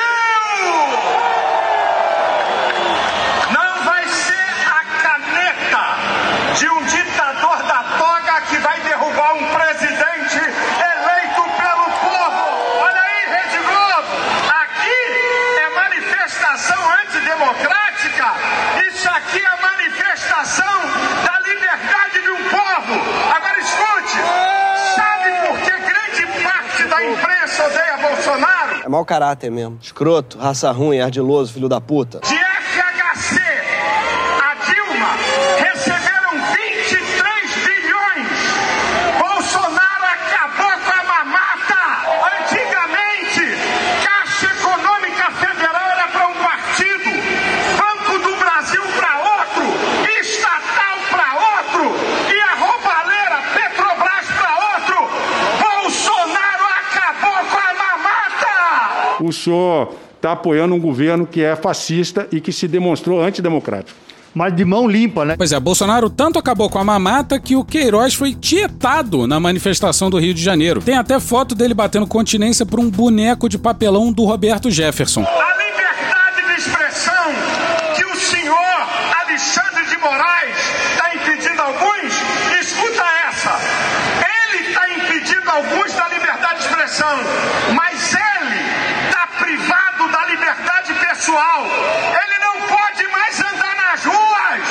Não vai ser a caneta de um ditador da toga que vai derrubar um presidente eleito pelo povo. Olha aí, Rede Globo. Aqui é manifestação antidemocrática. Isso aqui é manifestação da liberdade de um povo. Agora escute. Sabe por que grande parte da imprensa odeia Bolsonaro? É mau caráter mesmo. Escroto, raça ruim, ardiloso, filho da puta. De F H C a Dilma receberam vinte e três bilhões. Bolsonaro acabou com a mamata. Antigamente, Caixa Econômica Federal era para um partido, Banco do Brasil para outro, estatal para outro e a roubalheira Petrobras para outro. Bolsonaro acabou com a mamata. O senhor está apoiando um governo que é fascista e que se demonstrou antidemocrático. Mas de mão limpa, né? Pois é, Bolsonaro tanto acabou com a mamata que o Queiroz foi tietado na manifestação do Rio de Janeiro. Tem até foto dele batendo continência por um boneco de papelão do Roberto Jefferson. A liberdade de expressão que o senhor Alexandre de Moraes está impedindo alguns, escuta essa. Ele está impedindo alguns da liberdade de expressão, mas ele está privado da liberdade pessoal. Ele não pode mais andar nas ruas.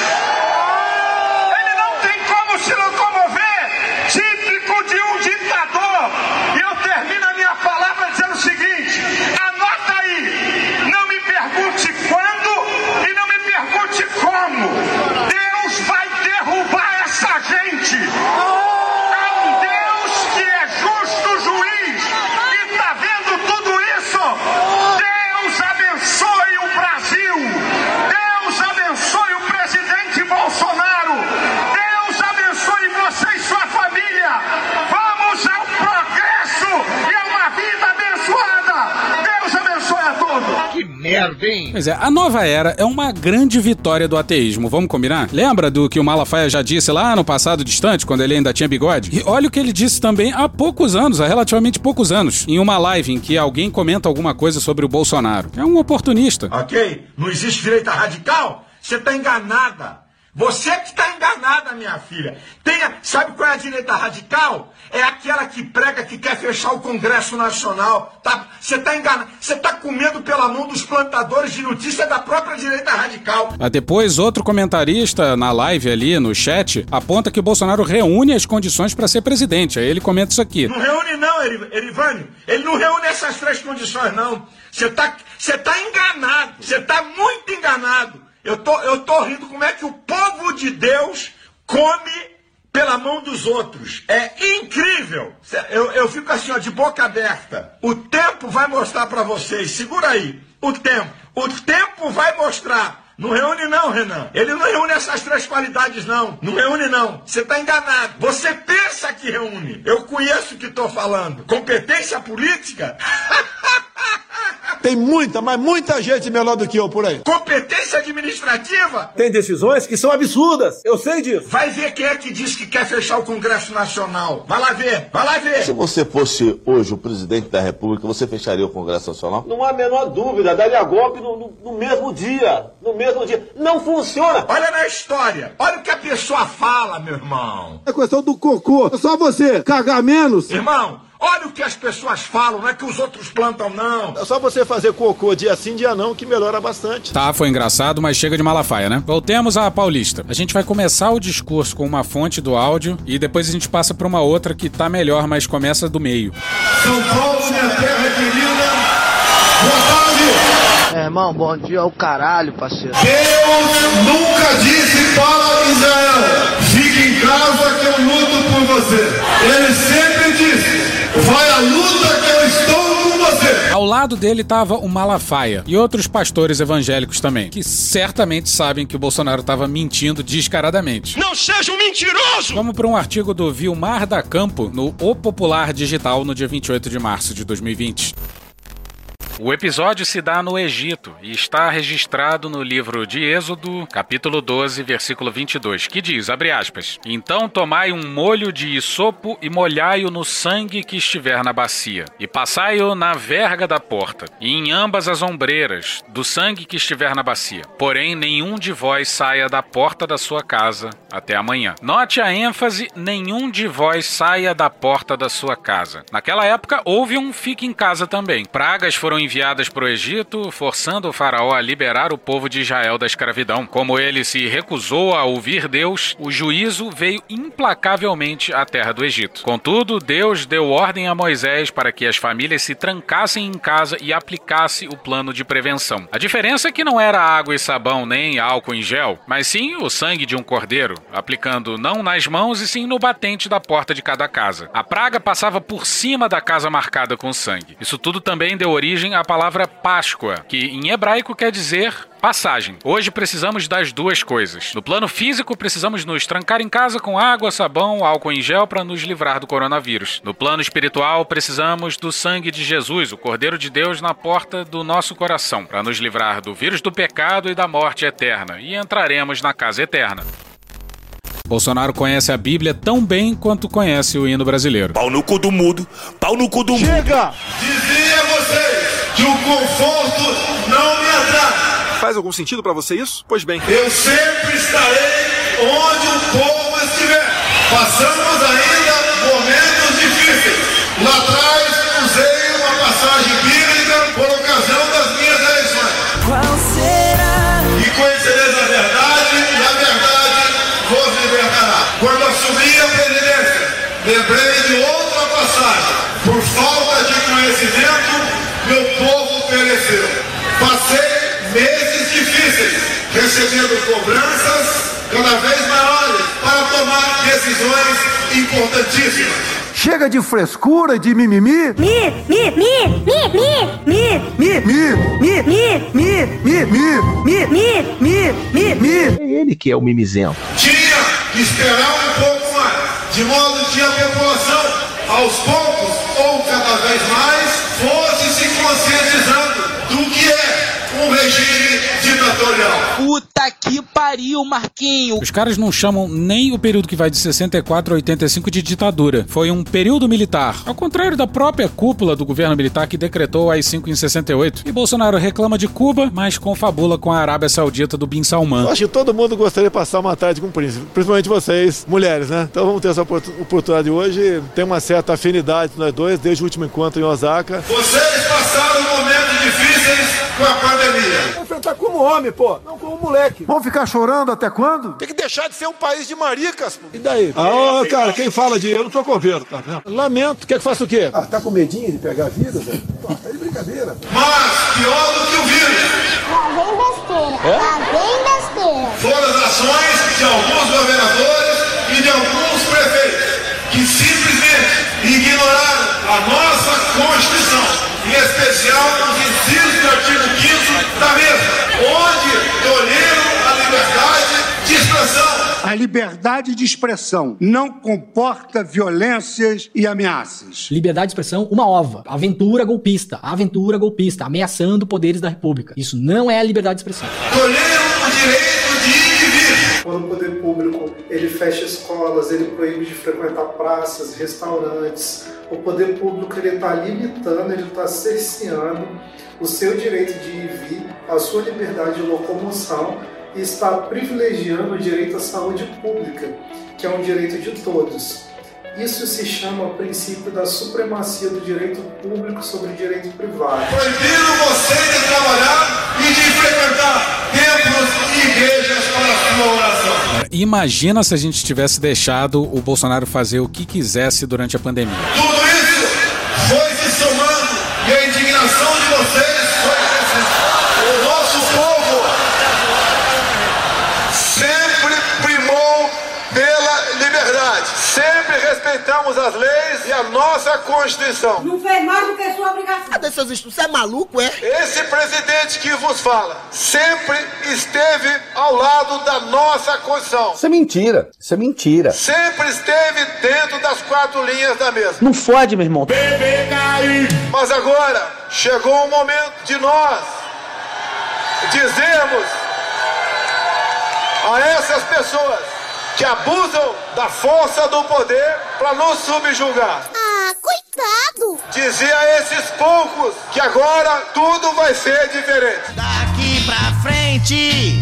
Ele não tem como se locomover, típico de um ditador. E eu termino a minha palavra dizendo o seguinte: anota aí, não me pergunte quando e não me pergunte como. Deus vai derrubar essa gente. É um Deus que é justo juiz e está vendo tudo isso. Deus abençoe o Brasil. Deus abençoe o presidente Bolsonaro. Deus abençoe você e sua família. Vamos ao progresso e a uma vida abençoada. Deus abençoe a todos. Que merda, hein? Pois é, a nova era é uma grande vitória do ateísmo, vamos combinar? Lembra do que o Malafaia já disse lá no passado distante, quando ele ainda tinha bigode? E olha o que ele disse também há poucos anos, há relativamente poucos anos, em uma live em que alguém comenta alguma coisa sobre o Bolsonaro. É um oportunista. Ok? Não existe direita radical? Você está enganada. Você que está enganada, minha filha. Tenha, sabe qual é a direita radical? É aquela que prega que quer fechar o Congresso Nacional. Tá? Você está enganado. Você está comendo pela mão dos plantadores de notícia da própria direita radical. Ah, depois, outro comentarista na live ali, no chat, aponta que o Bolsonaro reúne as condições para ser presidente. Aí ele comenta isso aqui. Não reúne não, Erivânio. Ele não reúne essas três condições, não. Você está você tá enganado. Você está muito enganado. Eu tô, eu tô rindo como é que o povo de Deus come pela mão dos outros. É incrível. Eu, eu fico assim, ó, de boca aberta. O tempo vai mostrar pra vocês. Segura aí. O tempo. O tempo vai mostrar. Não reúne não, Renan. Ele não reúne essas três qualidades, não. Não reúne, não. Você tá enganado. Você pensa que reúne. Eu conheço o que tô falando. Competência política? Tem muita, mas muita gente melhor do que eu por aí. Competência administrativa? Tem decisões que são absurdas. Eu sei disso. Vai ver quem é que diz que quer fechar o Congresso Nacional. Vai lá ver, vai lá ver. Se você fosse hoje o presidente da República, você fecharia o Congresso Nacional? Não há a menor dúvida. Daria golpe no, no, no mesmo dia. No mesmo dia. Não funciona. Olha na história. Olha o que a pessoa fala, meu irmão. É questão do cocô. É só você cagar menos. Irmão, Olha o que as pessoas falam, não é que os outros plantam, não. É só você fazer cocô dia sim, dia não, que melhora bastante. Tá, foi engraçado, mas chega de Malafaia, né? Voltemos à Paulista. A gente vai começar o discurso com uma fonte do áudio e depois a gente passa pra uma outra que tá melhor, mas começa do meio. São Paulo, minha terra querida, boa tarde. É, irmão, bom dia ao caralho, parceiro. Deus nunca disse para Israel, fique em casa que eu luto por você. Ele sempre disse, vai à luta que eu estou com você. Ao lado dele tava o Malafaia e outros pastores evangélicos também, que certamente sabem que o Bolsonaro tava mentindo descaradamente. Não seja um mentiroso! Vamos para um artigo do Vilmar da Campo no O Popular Digital no dia vinte e oito de março de dois mil e vinte. O episódio se dá no Egito e está registrado no livro de Êxodo, capítulo doze, versículo vinte e dois, que diz, abre aspas, então tomai um molho de isopo e molhai-o no sangue que estiver na bacia, e passai-o na verga da porta, e em ambas as ombreiras do sangue que estiver na bacia. Porém, nenhum de vós saia da porta da sua casa até amanhã. Note a ênfase, nenhum de vós saia da porta da sua casa. Naquela época, houve um fique em casa também. Pragas foram enviadas para o Egito, forçando o faraó a liberar o povo de Israel da escravidão. Como ele se recusou a ouvir Deus, o juízo veio implacavelmente à terra do Egito. Contudo, Deus deu ordem a Moisés para que as famílias se trancassem em casa e aplicasse o plano de prevenção. A diferença é que não era água e sabão nem álcool em gel, mas sim o sangue de um cordeiro, aplicando não nas mãos e sim no batente da porta de cada casa. A praga passava por cima da casa marcada com sangue. Isso tudo também deu origem à palavra Páscoa, que em hebraico quer dizer passagem. Hoje precisamos das duas coisas. No plano físico, precisamos nos trancar em casa com água, sabão, álcool em gel para nos livrar do coronavírus. No plano espiritual, precisamos do sangue de Jesus, o Cordeiro de Deus, na porta do nosso coração, para nos livrar do vírus do pecado e da morte eterna, e entraremos na casa eterna. Bolsonaro conhece a Bíblia tão bem quanto conhece o hino brasileiro. Pau no cu do mudo, pau no cu do mudo. Chega! Dizia a vocês que o conforto não me atrai. Faz algum sentido pra você isso? Pois bem. Eu sempre estarei onde o povo estiver. Passamos ainda momentos difíceis. Lá atrás usei uma passagem bíblica por ocasião das minhas eleições. Qual será? E conhecereis a verdade, e a verdade vos libertará. Quando assumi a presidência, lembrei de outra passagem. Por falta de conhecimento, meu povo pereceu. Passei meses difíceis, recebendo cobranças cada vez maiores para tomar decisões importantíssimas. Chega de frescura e de mimimi. Mi, mi, mi, mi, mi, mi, mi, Mi, mi, mi, mi, mi, mi, mi, mi, mi, mi, mi. É ele que é o mimizento. Tinha que esperar um pouco mais, de modo que a população, aos poucos ou cada vez mais, fosse se conscientizando do que é um regime ditatorial. Puta que pariu, Marquinho. Os caras não chamam nem o período que vai de sessenta e quatro a oitenta e cinco de ditadura. Foi um período militar. Ao contrário da própria cúpula do governo militar que decretou o A I cinco em sessenta e oito. E Bolsonaro reclama de Cuba, mas confabula com a Arábia Saudita do Bin Salman. Eu acho que todo mundo gostaria de passar uma tarde com o príncipe. Principalmente vocês, mulheres, né? Então vamos ter essa oportunidade hoje. Tem uma certa afinidade nós dois, desde o último encontro em Osaka. Vocês passaram momentos difíceis com a pandemia. Vamos enfrentar como homem, pô, não como moleque. Vão ficar chorando até quando? Tem que deixar de ser um país de maricas, pô. E daí? Ah, cara, quem fala de eu não sou governo, tá vendo? Lamento. Quer que faça o quê? Ah, tá com medinho de pegar a vida, velho? Pô, tá de brincadeira. Mas, pior do que o vírus, Lá vem besteira, lá vem besteira. foram as ações de alguns governadores e de alguns prefeitos que simplesmente ignoraram a nossa Constituição, em especial os incisos do artigo quinto da mesma, onde toleram a liberdade de expressão. A liberdade de expressão não comporta violências e ameaças. Liberdade de expressão, uma ova. Aventura golpista. Aventura golpista. Ameaçando poderes da República. Isso não é a liberdade de expressão. Toleram o direito de indivíduo. Quando o poder público ele fecha escolas, ele proíbe de frequentar praças, restaurantes, o poder público ele está limitando, ele está cerceando o seu direito de ir e vir, a sua liberdade de locomoção, e está privilegiando o direito à saúde pública, que é um direito de todos. Isso se chama princípio da supremacia do direito público sobre o direito privado. Proibiram você de trabalhar e de frequentar templos e igrejas para a sua oração. Imagina se a gente tivesse deixado o Bolsonaro fazer o que quisesse durante a pandemia. Tudo isso foi se somando e a indignação de vocês foi crescendo. O nosso povo sempre primou pela liberdade. Sempre respeitamos as leis e a nossa Constituição. Não fez mais do que sua obrigação. Cadê seus estudos? Você é maluco, é? Esse presidente que vos fala sempre esteve ao lado da nossa Constituição. Isso é mentira. Isso é mentira. Sempre esteve dentro das quatro linhas da mesma. Não fode, meu irmão. Mas agora chegou o momento de nós dizermos a essas pessoas que abusam da força do poder para nos subjugar. Ah, coitado! Dizer a esses poucos que agora tudo vai ser diferente. Daqui pra frente,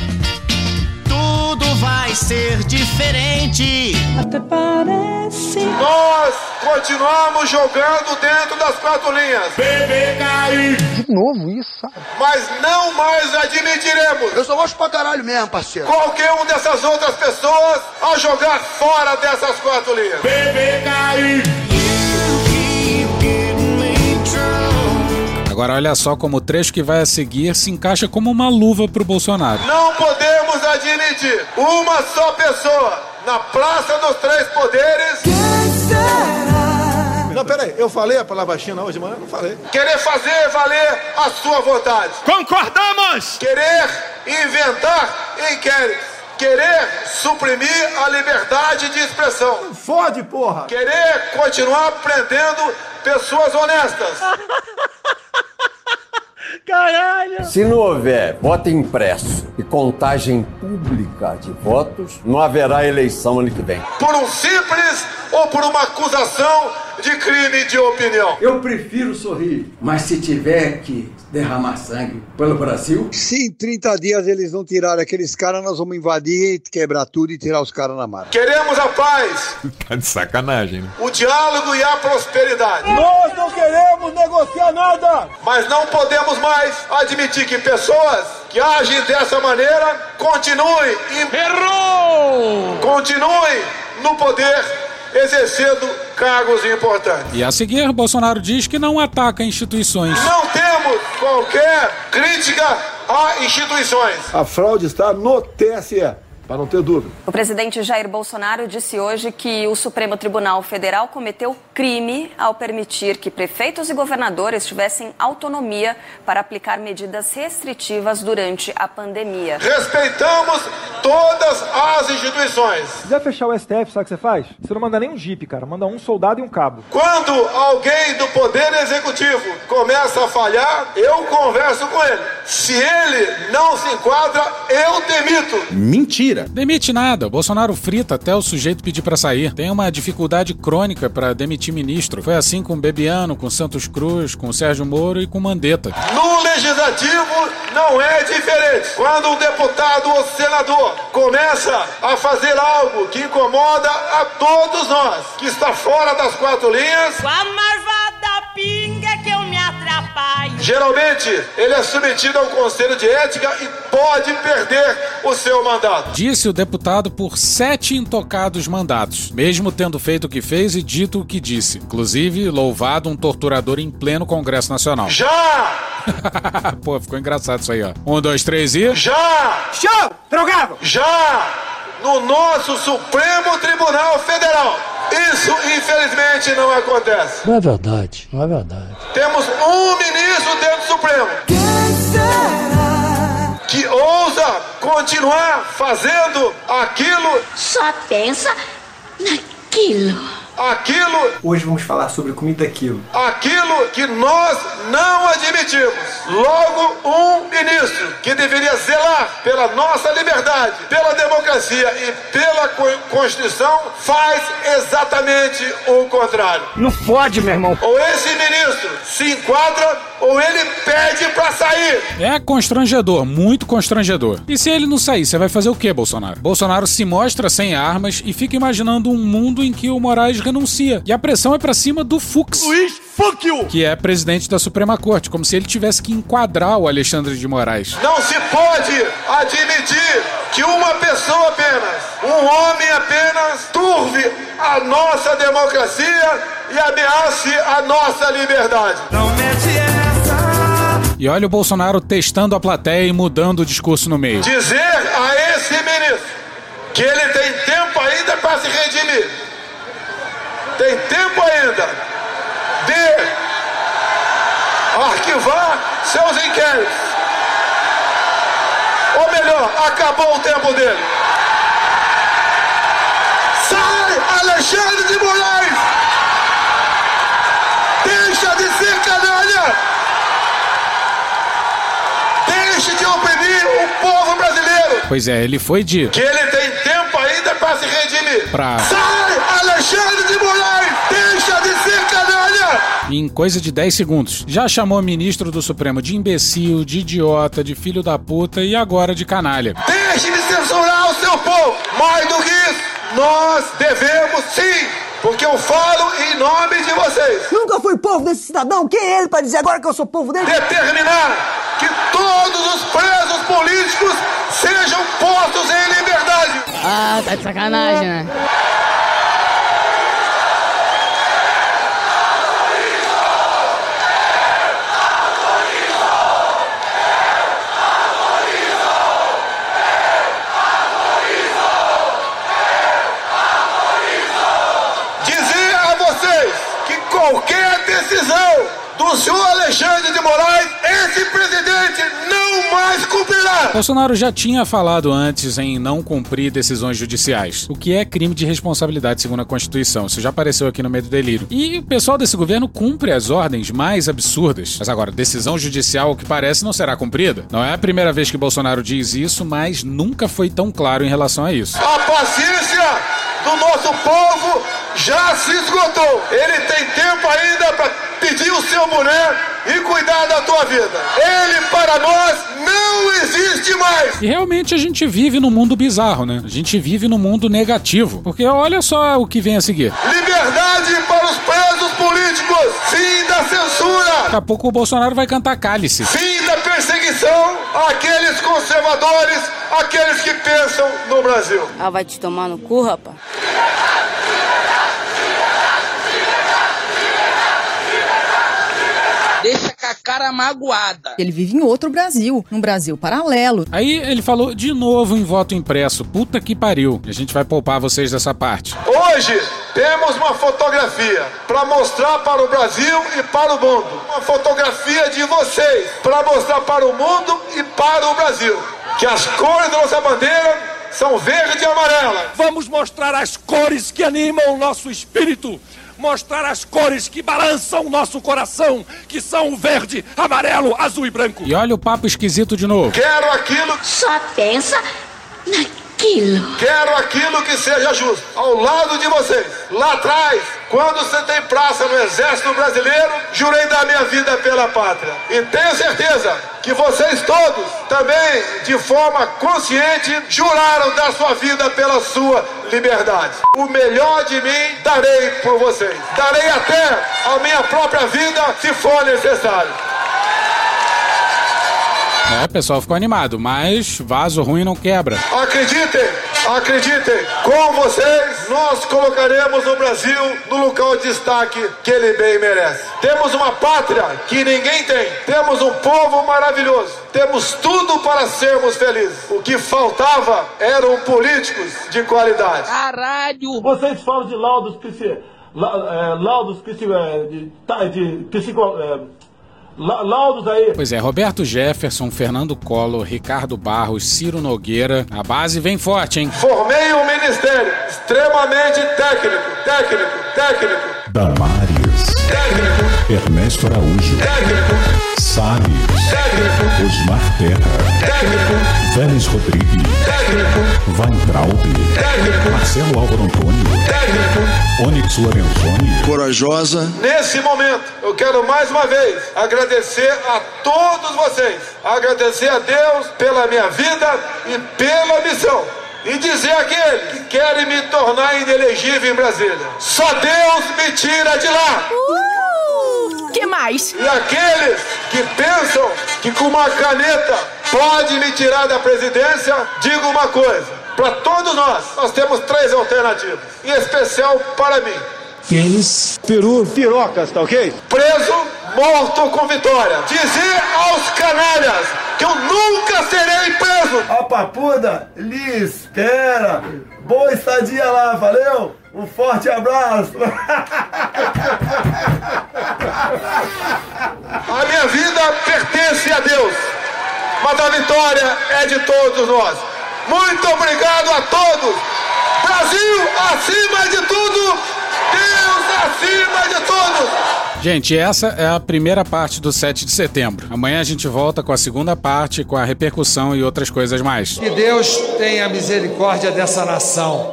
tudo vai ser diferente. Até parece. Nós continuamos jogando dentro das quatro linhas. De novo isso, sabe? Mas não mais admitiremos. Eu só gosto pra caralho mesmo, parceiro. Qualquer um dessas outras pessoas a jogar fora dessas quatro linhas. Agora olha só como o trecho que vai a seguir se encaixa como uma luva pro Bolsonaro. Não podemos admitir uma só pessoa na Praça dos Três Poderes. Não, peraí, eu falei a palavra China hoje de manhã? Não falei. Querer fazer valer a sua vontade. Concordamos! Querer inventar inquéritos. Querer suprimir a liberdade de expressão. Fode, porra! Querer continuar prendendo pessoas honestas. Caralho! Se não houver voto impresso e contagem pública de votos, não haverá eleição ano que vem. Por um simples ou por uma acusação de crime de opinião. Eu prefiro sorrir, mas se tiver que derramar sangue pelo Brasil... Se em trinta dias eles não tirarem aqueles caras, nós vamos invadir, quebrar tudo e tirar os caras na mata. Queremos a paz. Tá de sacanagem, né? O diálogo e a prosperidade. Nós não queremos negociar nada. Mas não podemos mais admitir que pessoas que agem dessa maneira continuem... Errou! Continuem no poder, exercendo cargos importantes. E a seguir, Bolsonaro diz que não ataca instituições. Não temos qualquer crítica a instituições. A fraude está no T S E, para não ter dúvida. O presidente Jair Bolsonaro disse hoje que o Supremo Tribunal Federal cometeu crime ao permitir que prefeitos e governadores tivessem autonomia para aplicar medidas restritivas durante a pandemia. Respeitamos todas as instituições. Se quiser fechar o S T F, sabe o que você faz? Você não manda nem um jipe, cara. Manda um soldado e um cabo. Quando alguém do Poder Executivo começa a falhar, eu converso com ele. Se ele não se enquadra, eu demito. Mentira. Demite nada. O Bolsonaro frita até o sujeito pedir pra sair. Tem uma dificuldade crônica pra demitir ministro. Foi assim com Bebiano, com Santos Cruz, com Sérgio Moro e com Mandetta. No Legislativo não é diferente. Quando um deputado ou senador começa a fazer algo que incomoda a todos nós, que está fora das quatro linhas... Com a marvada pinga que eu me atrapalho. Geralmente, ele é submetido ao Conselho de Ética e pode perder o seu mandato. Disse o deputado por sete intocados mandatos, mesmo tendo feito o que fez e dito o que disse. Inclusive, louvado um torturador em pleno Congresso Nacional. Já! Pô, ficou engraçado isso aí, ó. Um, dois, três e... Já! Show! Drogado! Já! No nosso Supremo Tribunal Federal. Isso, infelizmente, não acontece. Não é verdade, não é verdade. Temos um ministro dentro do Supremo que ousa continuar fazendo aquilo... Só pensa naquilo. Aquilo... Hoje vamos falar sobre comida quilo. Aquilo que nós não admitimos. Logo, um ministro que deveria zelar pela nossa liberdade, pela democracia e pela Constituição, faz exatamente o contrário. Não pode, meu irmão. Ou esse ministro se enquadra, ou ele pede pra sair. É constrangedor, muito constrangedor. E se ele não sair, você vai fazer o quê, Bolsonaro? Bolsonaro se mostra sem armas e fica imaginando um mundo em que o Moraes renuncia. E a pressão é pra cima do Fux. Luiz, fuck you! Que é presidente da Suprema Corte, como se ele tivesse que enquadrar o Alexandre de Moraes. Não se pode admitir que uma pessoa apenas, um homem apenas, turve a nossa democracia e ameace a nossa liberdade. Não mete essa. E olha o Bolsonaro testando a plateia e mudando o discurso no meio. Dizer a esse ministro que ele tem tempo ainda para se redimir. Tem tempo ainda de arquivar seus inquéritos. Ou melhor, acabou o tempo dele. Sai, Alexandre de Moraes! Deixa de ser canalha! Deixe de oprimir o povo brasileiro! Pois é, ele foi de... Que ele tem tempo ainda para se redimir. Pra... Sai, Alexandre de Moraes! Deixa de ser canalha! Em coisa de dez segundos. Já chamou o ministro do Supremo de imbecil, de idiota, de filho da puta e agora de canalha. Deixe de censurar o seu povo! Mais do que isso, nós devemos sim, porque eu falo em nome de vocês. Nunca fui povo desse cidadão, quem é ele para dizer agora que eu sou povo dele? Determinar que todos os presos políticos sejam postos em liberdade. Ah, tá de sacanagem, né? Qualquer decisão do senhor Alexandre de Moraes, esse presidente não mais cumprirá. Bolsonaro já tinha falado antes em não cumprir decisões judiciais, o que é crime de responsabilidade segundo a Constituição. Isso já apareceu aqui no meio do delírio. E o pessoal desse governo cumpre as ordens mais absurdas. Mas agora, decisão judicial, o que parece, não será cumprida. Não é a primeira vez que Bolsonaro diz isso, mas nunca foi tão claro em relação a isso. A paciência do nosso povo já se esgotou. Ele tem tempo ainda para pedir o seu boné e cuidar da tua vida. Ele, para nós, não existe mais. E realmente a gente vive num mundo bizarro, né? A gente vive num mundo negativo. Porque olha só o que vem a seguir. Liberdade para os presos políticos. Fim da censura. Daqui a pouco o Bolsonaro vai cantar Cálice. Fim da perseguição àqueles conservadores, àqueles que pensam no Brasil. Ah, vai te tomar no cu, rapaz. Deixa com a cara magoada. Ele vive em outro Brasil, num Brasil paralelo. Aí ele falou de novo em voto impresso. Puta que pariu. A gente vai poupar vocês dessa parte. Hoje temos uma fotografia para mostrar para o Brasil e para o mundo. Uma fotografia de vocês para mostrar para o mundo e para o Brasil. Que as cores da nossa bandeira são verde e amarela. Vamos mostrar as cores que animam o nosso espírito. Mostrar as cores que balançam o nosso coração, que são o verde, amarelo, azul e branco. E olha o papo esquisito de novo. Quero aquilo... Só pensa naquilo. Quero aquilo que seja justo. Ao lado de vocês. Lá atrás, quando você tem praça no Exército Brasileiro, jurei dar minha vida pela pátria. E tenho certeza que vocês todos, também, de forma consciente, juraram dar sua vida pela sua liberdade. O melhor de mim darei por vocês. Darei até a minha própria vida, se for necessário. É, o pessoal ficou animado, mas vaso ruim não quebra. Acreditem, acreditem, com vocês nós colocaremos o Brasil no local de destaque que ele bem merece. Temos uma pátria que ninguém tem, temos um povo maravilhoso, temos tudo para sermos felizes. O que faltava eram políticos de qualidade. Caralho! Vocês falam de laudos psi... La, é, laudos psi... de, de psico... É, laudos aí. Pois é, Roberto Jefferson, Fernando Collor, Ricardo Barros, Ciro Nogueira. A base vem forte, hein? Formei um ministério extremamente técnico, técnico, técnico. Damares. Técnico. Ernesto Araújo. Técnico. Salles. Técnico. Osmar Terra. Técnico. Vélez Rodrigues. Técnico. Weintraub. Técnico. Marcelo Álvaro Antônio. Técnico. Onyx Lorenzoni. Corajosa. Nesse momento, eu quero mais uma vez agradecer a todos vocês. Agradecer a Deus pela minha vida e pela missão. e dizer àqueles que querem me tornar inelegível em Brasília: só Deus me tira de lá. Uh, que mais? E aqueles que pensam que com uma caneta pode me tirar da presidência, digo uma coisa: para todos nós, nós temos três alternativas, em especial para mim: pênis, peru, pirocas, tá ok? Preso, morto com vitória. Dizer aos canalhas que eu nunca serei preso. A papuda lhe espera. Boa estadia lá, valeu? Um forte abraço. A minha vida pertence a Deus, mas a vitória é de todos nós. Muito obrigado a todos. Brasil acima de tudo. Deus acima de todos! Gente, essa é a primeira parte do sete de setembro. Amanhã a gente volta com a segunda parte, com a repercussão e outras coisas mais. Que Deus tenha misericórdia dessa nação.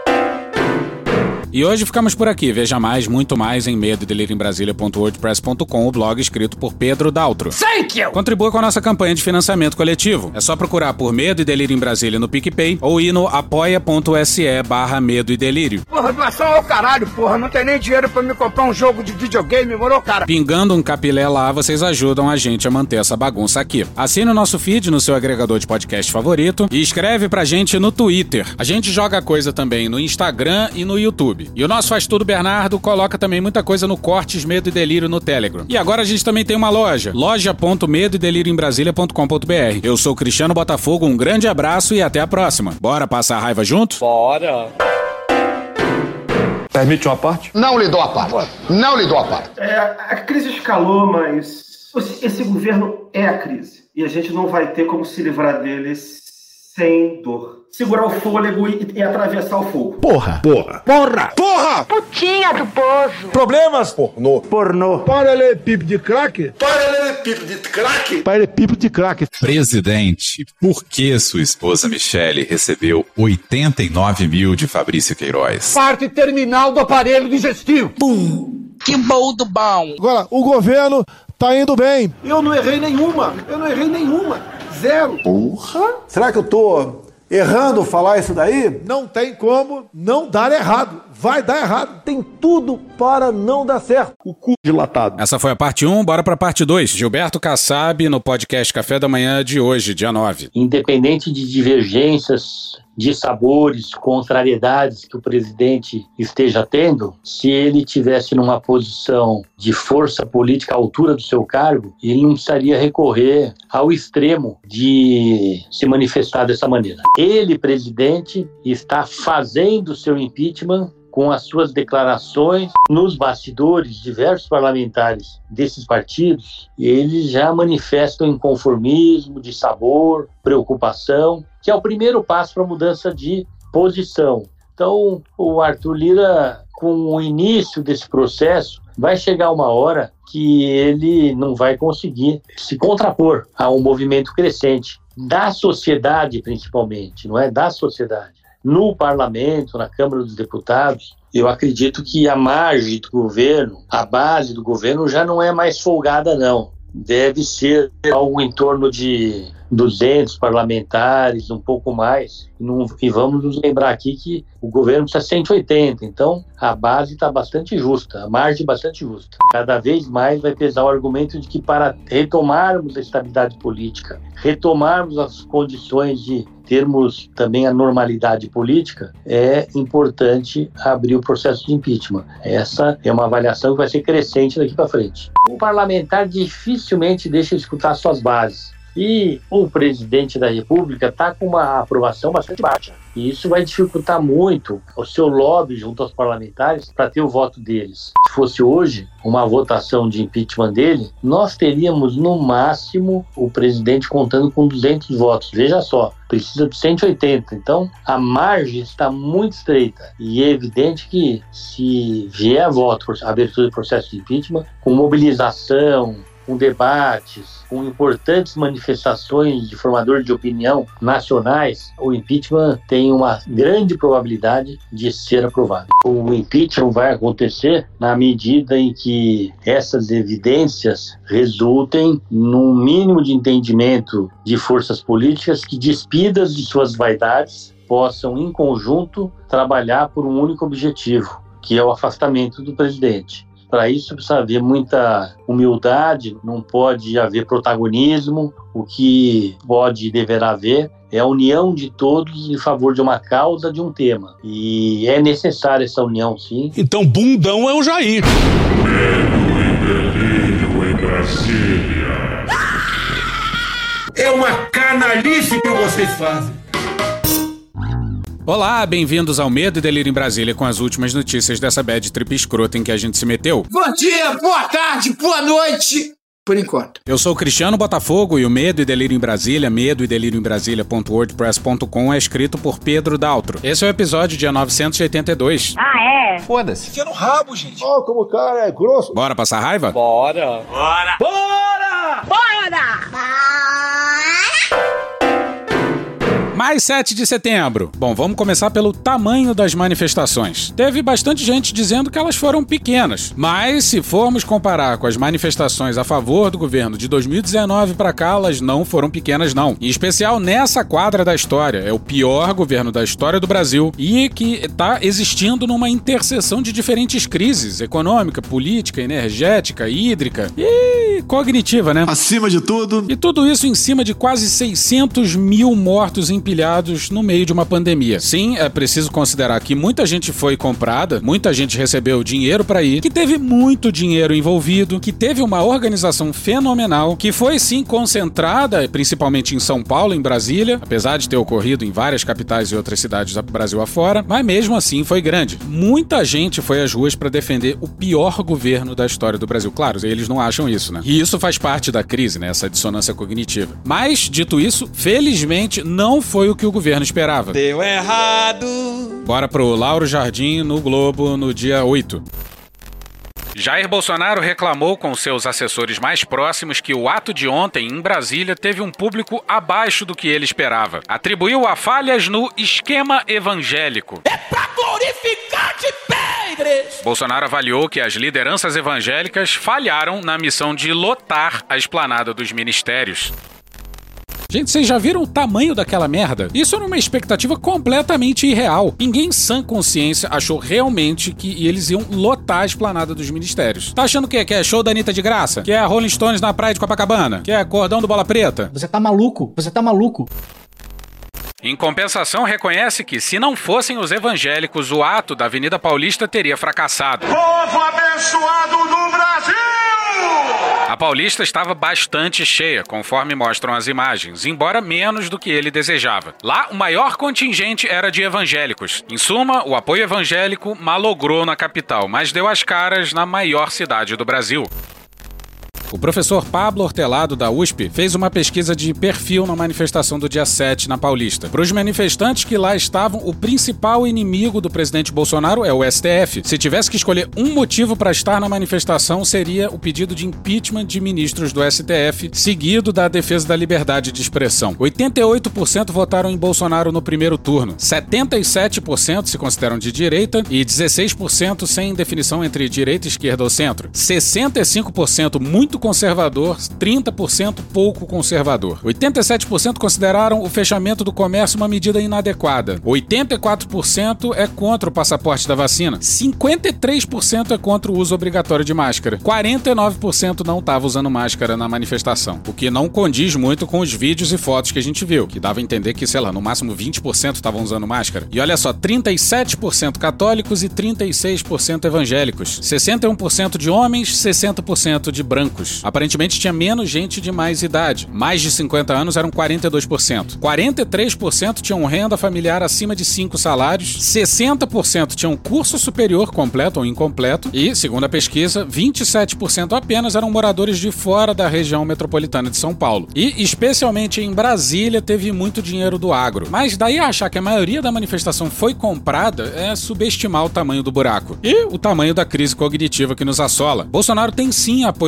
E hoje ficamos por aqui. Veja mais, muito mais em medo e delírio em brasília ponto wordpress ponto com, o blog escrito por Pedro Daltro. Thank you! Contribua com a nossa campanha de financiamento coletivo. É só procurar por Medo e Delírio em Brasília no PicPay ou ir no apoia.se barra Medo e Delírio. Porra, doação ao caralho, porra. Não tem nem dinheiro pra me comprar um jogo de videogame, morou, cara? Pingando um capilé lá, vocês ajudam a gente a manter essa bagunça aqui. Assine o nosso feed no seu agregador de podcast favorito e escreve pra gente no Twitter. A gente joga coisa também no Instagram e no YouTube. E o nosso Faz Tudo Bernardo coloca também muita coisa no Cortes Medo e Delírio no Telegram. E agora a gente também tem uma loja, loja ponto medo e delírio em brasília ponto com ponto br. Eu sou Cristiano Botafogo, um grande abraço e até a próxima. Bora passar a raiva junto? Bora! Permite uma parte? Não lhe dou a parte. Não lhe dou a parte. É, a crise escalou, mas esse governo é a crise. E a gente não vai ter como se livrar dele sem dor. Segurar o fôlego e, e atravessar o fogo. Porra! Porra! Porra! Porra! Putinha do poço. Problemas? Pornô. Pornô. Paralelepípedo de crack? Paralelepípedo de crack? Paralelepípedo de crack. Presidente, por que sua esposa Michele recebeu oitenta e nove mil de Fabrício Queiroz? Parte terminal do aparelho digestivo. Pum! Que bom do bom! Agora, o governo tá indo bem. Eu não errei nenhuma. Eu não errei nenhuma. Zero. Porra! Será que eu tô errando falar isso daí? Não tem como não dar errado. Vai dar errado. Tem tudo para não dar certo. O cu dilatado. Essa foi a parte um, bora pra parte dois. Gilberto Kassab no podcast Café da Manhã de hoje, dia nove. Independente de divergências de sabores, contrariedades que o presidente esteja tendo, se ele tivesse numa posição de força política à altura do seu cargo, ele não precisaria recorrer ao extremo de se manifestar dessa maneira. Ele, presidente, está fazendo seu impeachment com as suas declarações nos bastidores. Diversos parlamentares desses partidos, eles já manifestam inconformismo, dissabor, preocupação, que é o primeiro passo para a mudança de posição. Então, o Arthur Lira, com o início desse processo, vai chegar uma hora que ele não vai conseguir se contrapor a um movimento crescente da sociedade, principalmente, não é? Da sociedade. No parlamento, na Câmara dos Deputados, eu acredito que a margem do governo, a base do governo já não é mais folgada, não. Deve ser algo em torno de duzentos parlamentares, um pouco mais. E vamos nos lembrar aqui que o governo precisa de cento e oitenta, então a base está bastante justa, a margem bastante justa. Cada vez mais vai pesar o argumento de que para retomarmos a estabilidade política, retomarmos as condições de termos também a normalidade política, é importante abrir o processo de impeachment. Essa é uma avaliação que vai ser crescente daqui para frente. O parlamentar dificilmente deixa de escutar suas bases. E o presidente da República está com uma aprovação bastante baixa. E isso vai dificultar muito o seu lobby junto aos parlamentares para ter o voto deles. Se fosse hoje uma votação de impeachment dele, nós teríamos no máximo o presidente contando com duzentos votos. Veja só, precisa de cento e oitenta. Então a margem está muito estreita. E é evidente que se vier a voto por abertura do processo de impeachment, com mobilização, com debates, com importantes manifestações de formadores de opinião nacionais, o impeachment tem uma grande probabilidade de ser aprovado. O impeachment vai acontecer na medida em que essas evidências resultem num mínimo de entendimento de forças políticas que, despidas de suas vaidades, possam, em conjunto, trabalhar por um único objetivo, que é o afastamento do presidente. Para isso precisa haver muita humildade, não pode haver protagonismo. O que pode e deverá haver é a união de todos em favor de uma causa, de um tema. E é necessária essa união, sim. Então, bundão é o Jair. Medo e delírio em Brasília. É uma canalice que vocês fazem. Olá, bem-vindos ao Medo e Delírio em Brasília com as últimas notícias dessa bad trip escrota em que a gente se meteu. Bom dia, boa tarde, boa noite, por enquanto. Eu sou o Cristiano Botafogo e o Medo e Delírio em Brasília, medo e delírio em Brasília ponto wordpress ponto com é escrito por Pedro Daltro. Esse é o episódio dia novecentos e oitenta e dois. Ah, é? Foda-se. Enfia no rabo, gente. Ó, oh, como o cara é grosso. Bora passar raiva? Bora. Bora. Bora. Bora! Mais sete de setembro. Bom, vamos começar pelo tamanho das manifestações. Teve bastante gente dizendo que elas foram pequenas, mas se formos comparar com as manifestações a favor do governo de dois mil e dezenove pra cá, elas não foram pequenas não. Em especial nessa quadra da história. É o pior governo da história do Brasil e que tá existindo numa interseção de diferentes crises: econômica, política, energética, hídrica e cognitiva, né? Acima de tudo. E tudo isso em cima de quase seiscentos mil mortos em empilhados no meio de uma pandemia. Sim, é preciso considerar que muita gente foi comprada, muita gente recebeu dinheiro pra ir, que teve muito dinheiro envolvido, que teve uma organização fenomenal, que foi sim concentrada, principalmente em São Paulo, em Brasília, apesar de ter ocorrido em várias capitais e outras cidades do Brasil afora, mas mesmo assim foi grande. Muita gente foi às ruas pra defender o pior governo da história do Brasil. Claro, eles não acham isso, né? E isso faz parte da crise, né? Essa dissonância cognitiva. Mas, dito isso, felizmente não foi Foi o que o governo esperava. Deu errado. Bora pro Lauro Jardim no Globo no dia oito. Jair Bolsonaro reclamou com seus assessores mais próximos que o ato de ontem em Brasília teve um público abaixo do que ele esperava. Atribuiu a falhas no esquema evangélico. É pra glorificar de pedres! Bolsonaro avaliou que as lideranças evangélicas falharam na missão de lotar a esplanada dos ministérios. Gente, vocês já viram o tamanho daquela merda? Isso era uma expectativa completamente irreal. Ninguém em sã consciência achou realmente que eles iam lotar a esplanada dos ministérios. Tá achando o quê? Que é show da Anitta de graça? Que é Rolling Stones na praia de Copacabana? Que é cordão do Bola Preta? Você tá maluco? Você tá maluco? Em compensação, reconhece que, se não fossem os evangélicos, o ato da Avenida Paulista teria fracassado. Povo abençoado do Brasil! A Paulista estava bastante cheia, conforme mostram as imagens, embora menos do que ele desejava. Lá, o maior contingente era de evangélicos. Em suma, o apoio evangélico malogrou na capital, mas deu as caras na maior cidade do Brasil. O professor Pablo Hortelado, da U S P, fez uma pesquisa de perfil na manifestação do dia sete na Paulista. Para os manifestantes que lá estavam, o principal inimigo do presidente Bolsonaro é o S T F. Se tivesse que escolher um motivo para estar na manifestação, seria o pedido de impeachment de ministros do S T F, seguido da defesa da liberdade de expressão. oitenta e oito por cento votaram em Bolsonaro no primeiro turno, setenta e sete por cento se consideram de direita e dezesseis por cento sem definição entre direita, esquerda ou centro. sessenta e cinco por cento muito conservador, trinta por cento pouco conservador. oitenta e sete por cento consideraram o fechamento do comércio uma medida inadequada. oitenta e quatro por cento é contra o passaporte da vacina. cinquenta e três por cento é contra o uso obrigatório de máscara. quarenta e nove por cento não estava usando máscara na manifestação, o que não condiz muito com os vídeos e fotos que a gente viu, que dava a entender que, sei lá, no máximo vinte por cento estavam usando máscara. E olha só, trinta e sete por cento católicos e trinta e seis por cento evangélicos. sessenta e um por cento de homens, sessenta por cento de brancos. Aparentemente tinha menos gente de mais idade. Mais de cinquenta anos eram quarenta e dois por cento. quarenta e três por cento tinham renda familiar acima de cinco salários. sessenta por cento tinham curso superior completo ou incompleto. E, segundo a pesquisa, vinte e sete por cento apenas eram moradores de fora da região metropolitana de São Paulo. E, especialmente em Brasília, teve muito dinheiro do agro. Mas daí a achar que a maioria da manifestação foi comprada é subestimar o tamanho do buraco. E o tamanho da crise cognitiva que nos assola. Bolsonaro tem sim apoio popular.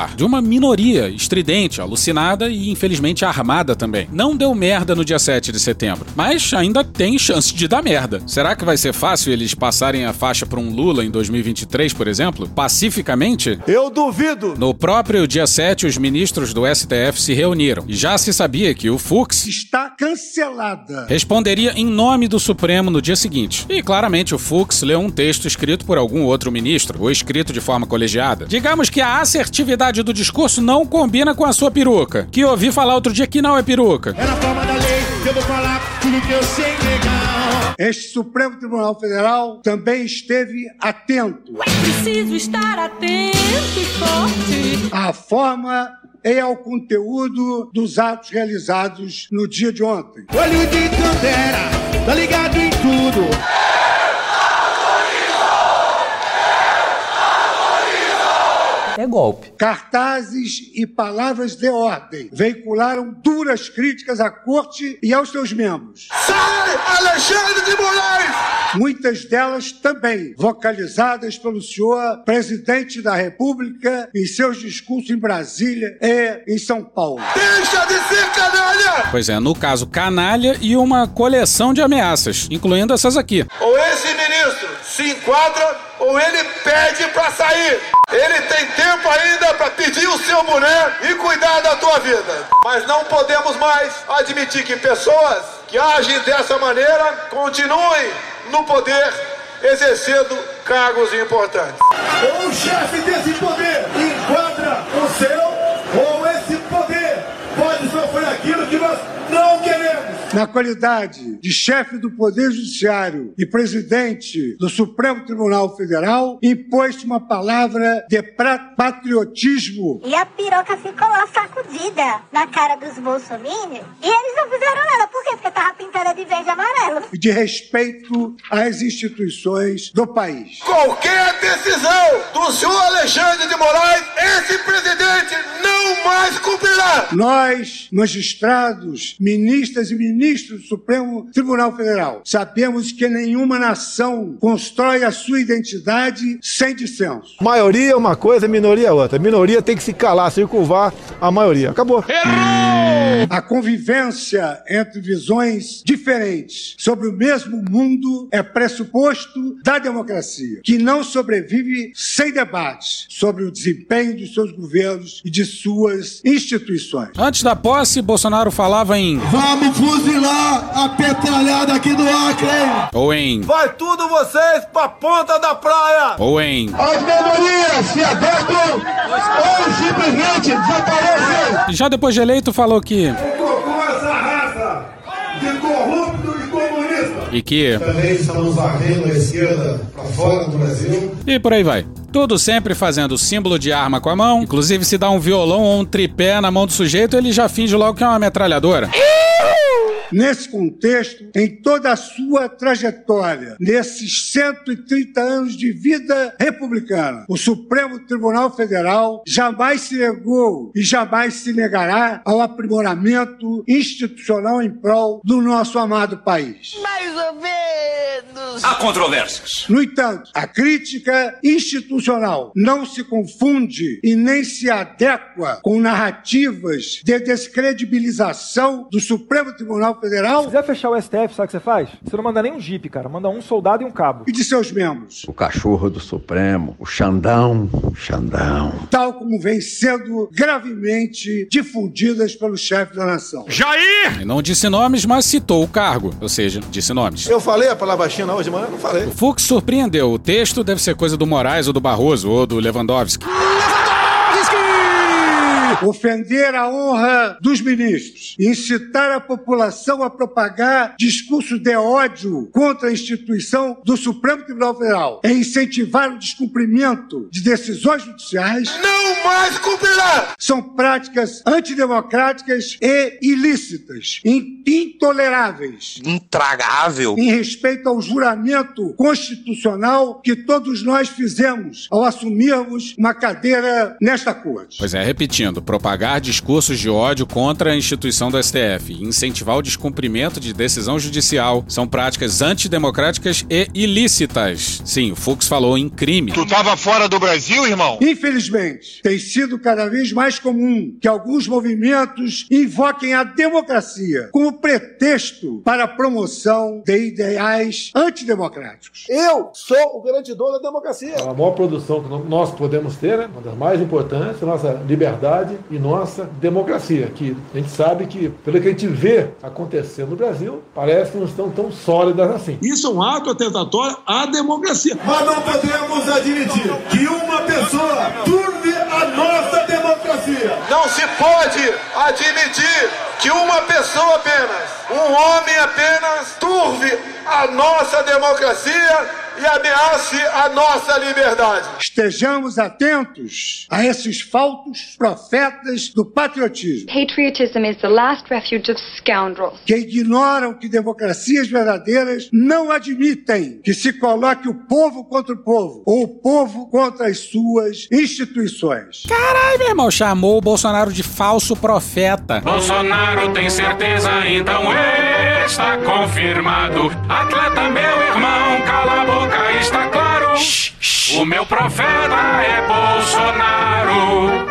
peculiar, de uma minoria estridente, alucinada e infelizmente armada também. Não deu merda no dia sete de setembro, mas ainda tem chance de dar merda. Será que vai ser fácil eles passarem a faixa para um Lula em dois mil e vinte e três, por exemplo? Pacificamente? Eu duvido! No próprio dia sete, os ministros do S T F se reuniram e já se sabia que o Fux está cancelada. Responderia em nome do Supremo no dia seguinte. E claramente o Fux leu um texto escrito por algum outro ministro, ou escrito de forma colegiada. Digamos que a assertividade do discurso não combina com a sua peruca, que eu ouvi falar outro dia que não é peruca. É na forma da lei que eu vou falar tudo que eu sei legal. Este Supremo Tribunal Federal também esteve atento. Preciso estar atento e forte. À forma e ao conteúdo dos atos realizados no dia de ontem. Olho de Tandera, tá ligado em tudo. É golpe. Cartazes e palavras de ordem veicularam duras críticas à corte e aos seus membros. Sai, Alexandre de Moraes! Muitas delas também vocalizadas pelo senhor presidente da República em seus discursos em Brasília e em São Paulo. Deixa de ser canalha! Pois é, no caso canalha e uma coleção de ameaças, incluindo essas aqui. Ou esse ministro se enquadra ou ele pede pra sair. Ele tem tempo ainda pra pedir o seu boné e cuidar da tua vida. Mas não podemos mais admitir que pessoas que agem dessa maneira continuem no poder, exercendo cargos importantes. Ou o chefe desse poder enquadra o seu, ou esse poder pode sofrer aquilo que nós não queremos. Na qualidade de chefe do Poder Judiciário e presidente do Supremo Tribunal Federal, impôs uma palavra de patriotismo. E a piroca ficou lá sacudida na cara dos bolsominions e eles não fizeram nada. Por quê? Porque tava pintada de verde e amarelo. E de respeito às instituições do país. Qualquer decisão do senhor Alexandre de Moraes, esse presidente não mais cumprirá. Nós, magistrados, ministras e ministros do Supremo Tribunal Federal, sabemos que nenhuma nação constrói a sua identidade sem dissenso. Maioria é uma coisa, minoria é outra. Minoria tem que se calar, circunvar a maioria. Acabou. Errou! A convivência entre visões diferentes sobre o mesmo mundo é pressuposto da democracia, que não sobrevive sem debate sobre o desempenho de seus governos e de suas instituições. Antes da posse, Bolsonaro falava em vamos fuzilar a petralhada aqui do Acre, hein? Ou em vai tudo vocês pra ponta da praia! Ou em as memorias se adequam ou simplesmente desaparecem! Já depois de eleito falou que com essa raça de corrupto e comunista e que também estamos varrendo a esquerda pra fora do Brasil e por aí vai. Tudo sempre fazendo o símbolo de arma com a mão. Inclusive, se dá um violão ou um tripé na mão do sujeito, ele já finge logo que é uma metralhadora. Nesse contexto, em toda a sua trajetória, nesses cento e trinta anos de vida republicana, o Supremo Tribunal Federal jamais se negou e jamais se negará ao aprimoramento institucional em prol do nosso amado país. Mais ou menos. Há controvérsias. No entanto, a crítica institucional não se confunde e nem se adequa com narrativas de descredibilização do Supremo Tribunal Federal. Se quiser fechar o S T F, sabe o que você faz? Você não manda nem um jipe, cara. Manda um soldado e um cabo. E de seus membros. O cachorro do Supremo, o Xandão, Xandão. Tal como vem sendo gravemente difundidas pelo chefe da nação. Jair! E não disse nomes, mas citou o cargo. Ou seja, disse nomes. Eu falei a palavra China hoje de manhã? Não falei. O Fux surpreendeu. O texto deve ser coisa do Moraes ou do Barroso ou do Lewandowski. Ofender a honra dos ministros, incitar a população a propagar discurso de ódio contra a instituição do Supremo Tribunal Federal, é incentivar o descumprimento de decisões judiciais, não mais cumprirá! São práticas antidemocráticas e ilícitas, intoleráveis, intragável, em respeito ao juramento constitucional que todos nós fizemos ao assumirmos uma cadeira nesta corte. Pois é, repetindo. propagar discursos de ódio contra a instituição do S T F e incentivar o descumprimento de decisão judicial são práticas antidemocráticas e ilícitas. Sim, o Fux falou em crime. Tu tava fora do Brasil, irmão? Infelizmente, tem sido cada vez mais comum que alguns movimentos invoquem a democracia como pretexto para a promoção de ideais antidemocráticos. Eu sou o garantidor da democracia. A maior produção que nós podemos ter, né, uma das mais importantes, é a nossa liberdade e nossa democracia, que a gente sabe que, pelo que a gente vê acontecer no Brasil, parece que não estão tão sólidas assim. Isso é um ato atentatório à democracia. Mas não podemos admitir que uma pessoa turve a nossa democracia. Não se pode admitir que uma pessoa apenas, um homem apenas, turve a nossa democracia e ameace a nossa liberdade. Estejamos atentos a esses falsos profetas do patriotismo. Patriotism is the last refuge of scoundrels. Que ignoram que democracias verdadeiras não admitem que se coloque o povo contra o povo ou o povo contra as suas instituições. Caralho, meu irmão, chamou o Bolsonaro de falso profeta. Bolsonaro tem certeza, então está confirmado. Atleta, meu irmão, cala a boca. Está claro, shh, shh. O meu profeta é Bolsonaro.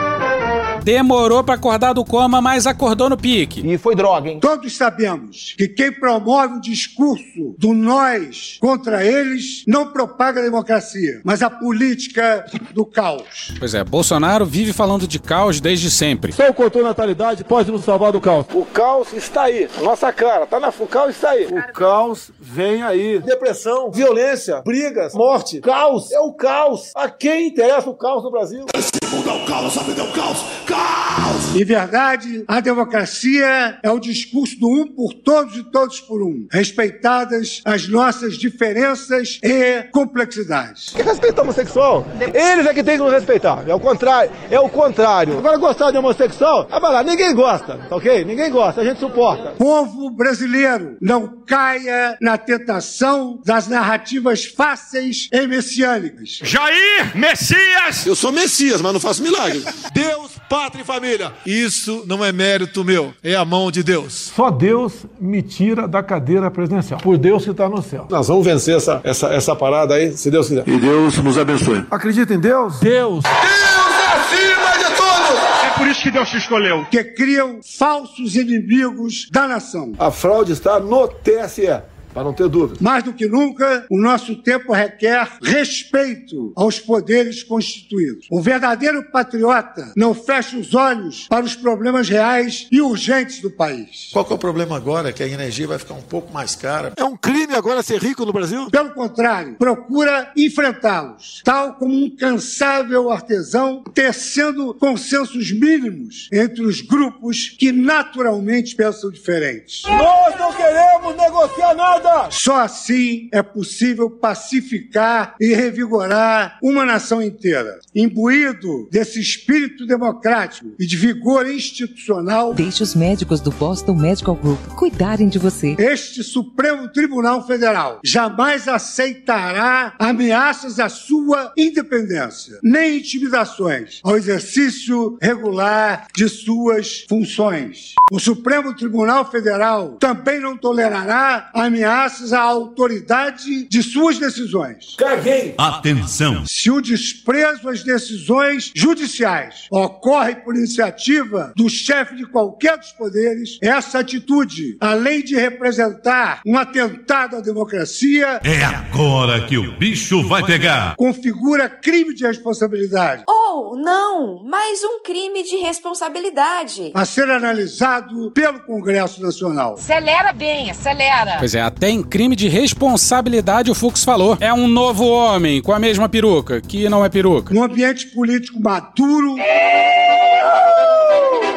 Demorou pra acordar do coma, mas acordou no pique. E foi droga, hein? Todos sabemos que quem promove o discurso do nós contra eles não propaga a democracia, mas a política do caos. Pois é, Bolsonaro vive falando de caos desde sempre. Só o controle da natalidade pode nos salvar do caos. O caos está aí, nossa cara, tá na... o caos está aí. O caos vem aí. Depressão, violência, brigas, morte, caos. É o caos. A quem interessa o caos no Brasil? Esse mundo é o caos, sabe? É o caos. Caos! Em verdade, a democracia é o discurso do um por todos e todos por um, respeitadas as nossas diferenças e complexidades. Respeita o homossexual. Eles é que tem que nos respeitar. É o contrário. É o contrário. Agora, gostar de homossexual, ah, vai lá, ninguém gosta, tá ok? Ninguém gosta, a gente suporta. Povo brasileiro, não caia na tentação das narrativas fáceis e messiânicas. Jair Messias! Eu sou Messias, mas não faço milagre. Deus, pátria e família. Isso não é mérito meu, é a mão de Deus. Só Deus me tira da cadeira presidencial. Por Deus que está no céu. Nós vamos vencer essa, essa, essa parada aí, se Deus quiser. E Deus nos abençoe. Acredita em Deus? Deus. Deus acima de todos! É por isso que Deus te escolheu. Que criam falsos inimigos da nação. A fraude está no T S E. Para não ter dúvida. Mais do que nunca, o nosso tempo requer respeito aos poderes constituídos. O verdadeiro patriota não fecha os olhos para os problemas reais e urgentes do país. Qual que é o problema agora? Que a energia vai ficar um pouco mais cara. É um crime agora ser rico no Brasil? Pelo contrário, procura enfrentá-los, tal como um incansável artesão tecendo consensos mínimos entre os grupos que naturalmente pensam diferentes. Nós não queremos negociar nada! Só assim é possível pacificar e revigorar uma nação inteira. Imbuído desse espírito democrático e de vigor institucional, deixe os médicos do Boston Medical Group cuidarem de você. Este Supremo Tribunal Federal jamais aceitará ameaças à sua independência, nem intimidações ao exercício regular de suas funções. O Supremo Tribunal Federal também não tolerará ameaças à autoridade de suas decisões. Caguei! Atenção! Se o desprezo às decisões judiciais ocorre por iniciativa do chefe de qualquer dos poderes, essa atitude, além de representar um atentado à democracia, é agora que o bicho vai pegar. Configura crime de responsabilidade. Ou, não, mais um crime de responsabilidade. A ser analisado pelo Congresso Nacional. Acelera bem, acelera. Pois é, até em crime de responsabilidade o Fux falou. É um novo homem com a mesma peruca, que não é peruca. Um ambiente político maduro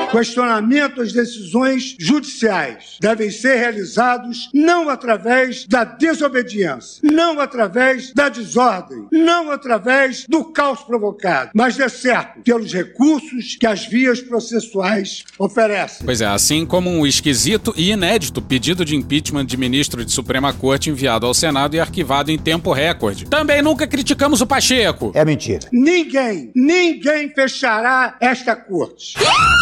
Questionamento às decisões judiciais devem ser realizados não através da desobediência, não através da desordem, não através do caos provocado, mas, de certo, pelos recursos que as vias processuais oferecem. Pois é, assim como um esquisito e inédito pedido de impeachment de ministro de Suprema Corte enviado ao Senado e arquivado em tempo recorde. Também nunca criticamos o Pacheco. É mentira. Ninguém, ninguém fechará esta corte.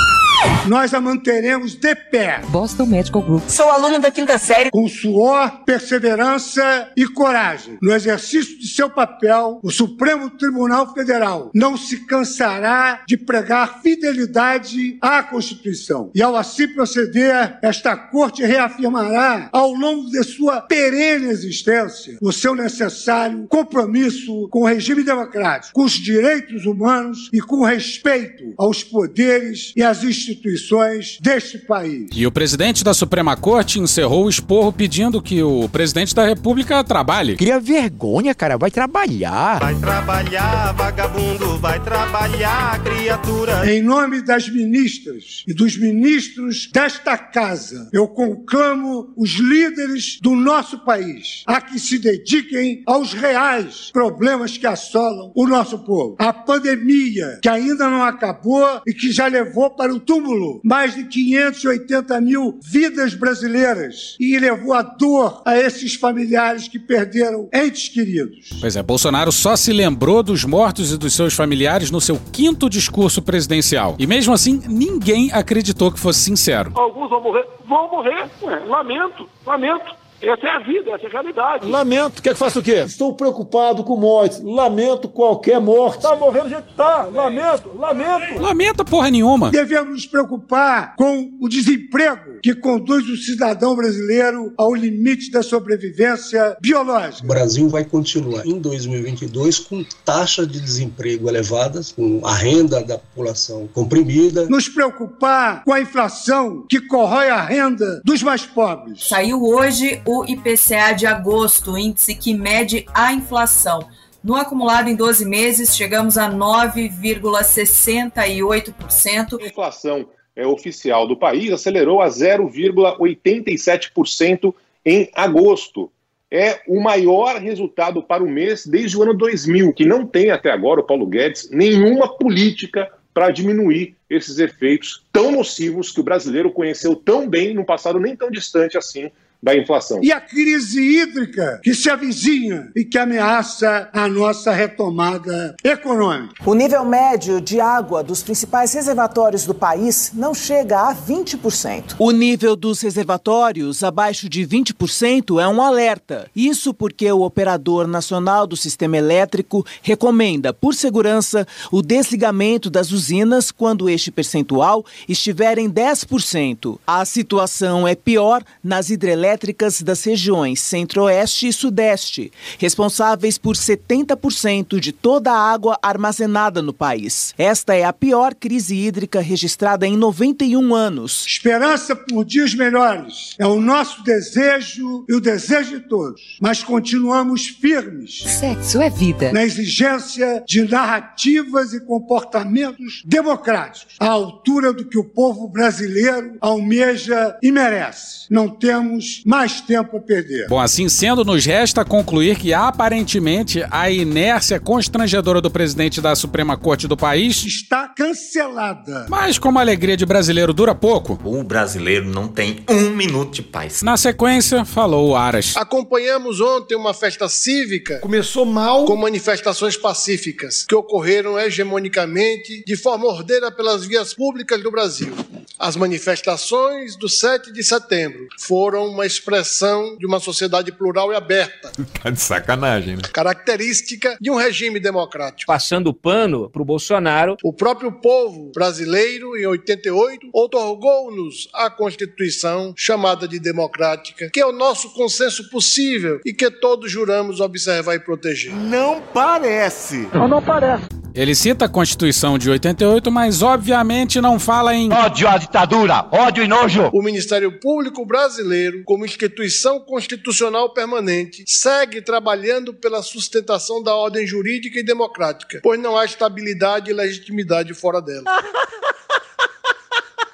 Nós a manteremos de pé. Boston Medical Group. Sou aluno da quinta série. Com suor, perseverança e coragem. No exercício de seu papel, o Supremo Tribunal Federal não se cansará de pregar fidelidade à Constituição. E ao assim proceder, esta Corte reafirmará, ao longo de sua perene existência, o seu necessário compromisso com o regime democrático, com os direitos humanos e com o respeito aos poderes e às instituições instituições deste país. E o presidente da Suprema Corte encerrou o esporro pedindo que o presidente da República trabalhe. Cria vergonha, cara. Vai trabalhar. Vai trabalhar, vagabundo. Vai trabalhar, criatura. Em nome das ministras e dos ministros desta casa, eu conclamo os líderes do nosso país a que se dediquem aos reais problemas que assolam o nosso povo. A pandemia, que ainda não acabou e que já levou para o túmulo mais de quinhentas e oitenta mil vidas brasileiras e levou a dor a esses familiares que perderam entes queridos. Pois é, Bolsonaro só se lembrou dos mortos e dos seus familiares no seu quinto discurso presidencial. E mesmo assim, ninguém acreditou que fosse sincero. Alguns vão morrer, vão morrer. Ué, lamento, lamento. Essa é a vida, essa é a realidade. Lamento. Quer que faça o quê? Estou preocupado com mortes. Lamento qualquer morte. Tá morrendo, gente. Tá. Lamento. Lamento. Lamento porra nenhuma. Devemos nos preocupar com o desemprego que conduz o cidadão brasileiro ao limite da sobrevivência biológica. O Brasil vai continuar em dois mil e vinte e dois com taxas de desemprego elevadas, com a renda da população comprimida. Nos preocupar com a inflação que corrói a renda dos mais pobres. Saiu hoje o I P C A de agosto, índice que mede a inflação. No acumulado em doze meses, chegamos a nove vírgula sessenta e oito por cento. A inflação é, oficial do país acelerou a zero vírgula oitenta e sete por cento em agosto. É o maior resultado para o mês desde o ano dois mil, que não tem até agora, o Paulo Guedes, nenhuma política para diminuir esses efeitos tão nocivos que o brasileiro conheceu tão bem no passado nem tão distante assim da inflação. E a crise hídrica que se avizinha e que ameaça a nossa retomada econômica. O nível médio de água dos principais reservatórios do país não chega a vinte por cento. O nível dos reservatórios abaixo de vinte por cento é um alerta. Isso porque o Operador Nacional do Sistema Elétrico recomenda, por segurança, o desligamento das usinas quando este percentual estiver em dez por cento. A situação é pior nas hidrelétricas elétricas das regiões Centro-Oeste e Sudeste, responsáveis por setenta por cento de toda a água armazenada no país. Esta é a pior crise hídrica registrada em noventa e um anos. Esperança por dias melhores é o nosso desejo e o desejo de todos, mas continuamos firmes. Sexo é vida. Na exigência de narrativas e comportamentos democráticos, à altura do que o povo brasileiro almeja e merece. Não temos mais tempo a perder. Bom, assim sendo, nos resta concluir que, aparentemente, a inércia constrangedora do presidente da Suprema Corte do país está cancelada. Mas como a alegria de brasileiro dura pouco, o brasileiro não tem um minuto de paz. Na sequência, falou o Aras. Acompanhamos ontem uma festa cívica. Começou mal com manifestações pacíficas que ocorreram hegemonicamente de forma ordeira pelas vias públicas do Brasil. As manifestações do sete de setembro foram uma expressão de uma sociedade plural e aberta. Tá de sacanagem, né? Característica de um regime democrático. Passando pano pro Bolsonaro. O próprio povo brasileiro, em oitenta e oito, outorgou-nos a Constituição, chamada de democrática, que é o nosso consenso possível e que todos juramos observar e proteger. Não parece. Não, não parece. Ele cita a Constituição de oitenta e oito, mas obviamente não fala em ódio à ditadura, ódio e nojo. O Ministério Público Brasileiro, como instituição constitucional permanente, segue trabalhando pela sustentação da ordem jurídica e democrática, pois não há estabilidade e legitimidade fora dela.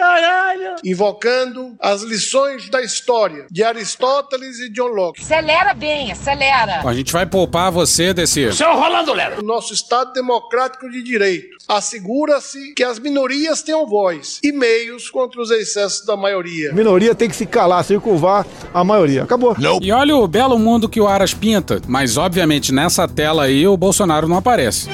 caralho! Invocando as lições da história de Aristóteles e John Locke. Acelera bem, acelera! Bom, a gente vai poupar você desse... Seu Rolando Lero! O nosso Estado Democrático de Direito assegura-se que as minorias tenham voz e meios contra os excessos da maioria. A minoria tem que se calar, circunvar a maioria. Acabou. E olha o belo mundo que o Aras pinta, mas obviamente nessa tela aí o Bolsonaro não aparece.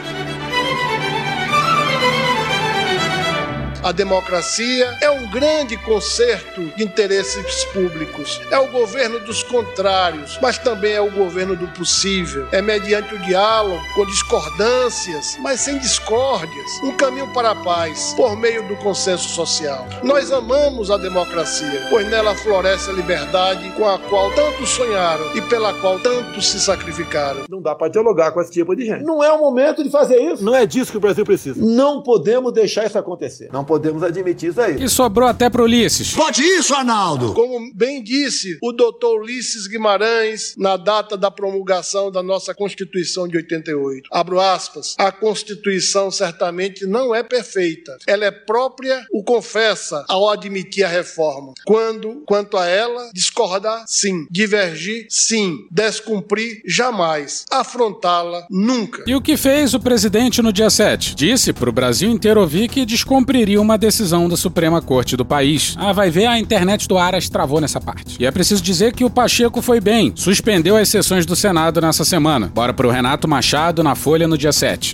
A democracia é um grande concerto de interesses públicos. É o governo dos contrários, mas também é o governo do possível. É mediante o diálogo, com discordâncias, mas sem discórdias. Um caminho para a paz, por meio do consenso social. Nós amamos a democracia, pois nela floresce a liberdade com a qual tantos sonharam e pela qual tantos se sacrificaram. Não dá para dialogar com esse tipo de gente. Não é o momento de fazer isso. Não é disso que o Brasil precisa. Não podemos deixar isso acontecer. Não podemos Podemos admitir isso aí. E sobrou até pro Ulisses. Pode isso, Arnaldo! Como bem disse o doutor Ulisses Guimarães na data da promulgação da nossa Constituição de oitenta e oito. Abro aspas. A Constituição certamente não é perfeita. Ela é própria, o confessa, ao admitir a reforma. Quando, quanto a ela, discordar, sim. Divergir, sim. Descumprir, jamais. Afrontá-la, nunca. E o que fez o presidente no dia sete? Disse pro Brasil inteiro ouvir que descumpriria uma decisão da Suprema Corte do país. Ah, vai ver, a internet do Aras travou nessa parte. E é preciso dizer que o Pacheco foi bem. Suspendeu as sessões do Senado nessa semana. Bora pro Renato Machado na Folha no dia sete.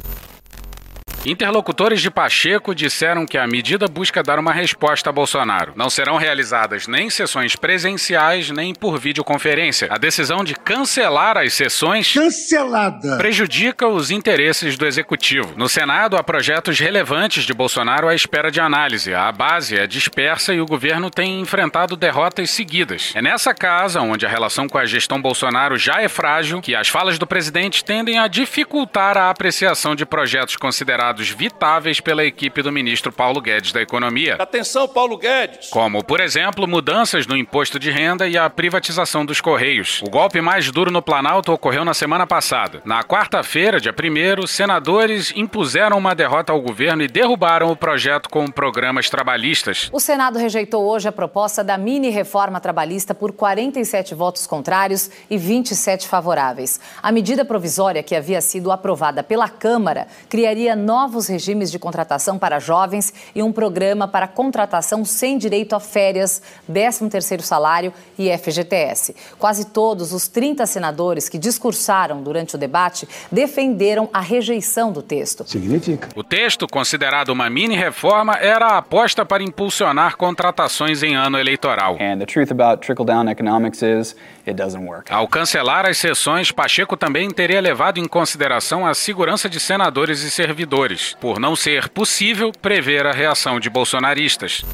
Interlocutores de Pacheco disseram que a medida busca dar uma resposta a Bolsonaro. Não serão realizadas nem sessões presenciais, nem por videoconferência. A decisão de cancelar as sessões cancelada prejudica os interesses do Executivo. No Senado, há projetos relevantes de Bolsonaro à espera de análise. A base é dispersa e o governo tem enfrentado derrotas seguidas. É nessa casa, onde a relação com a gestão Bolsonaro já é frágil, que as falas do presidente tendem a dificultar a apreciação de projetos considerados vitáveis pela equipe do ministro Paulo Guedes da Economia. Atenção, Paulo Guedes! Como, por exemplo, mudanças no imposto de renda e a privatização dos Correios. O golpe mais duro no Planalto ocorreu na semana passada. Na quarta-feira, dia primeiro, senadores impuseram uma derrota ao governo e derrubaram o projeto com programas trabalhistas. O Senado rejeitou hoje a proposta da mini-reforma trabalhista por quarenta e sete votos contrários e vinte e sete favoráveis. A medida provisória, que havia sido aprovada pela Câmara, criaria novos novos regimes de contratação para jovens e um programa para contratação sem direito a férias, décimo terceiro salário e F G T S. Quase todos os trinta senadores que discursaram durante o debate defenderam a rejeição do texto. Significa. O texto, considerado uma mini-reforma, era a aposta para impulsionar contratações em ano eleitoral. And the truth about trickle-down economics is it doesn't work. Ao cancelar as sessões, Pacheco também teria levado em consideração a segurança de senadores e servidores, por não ser possível prever a reação de bolsonaristas.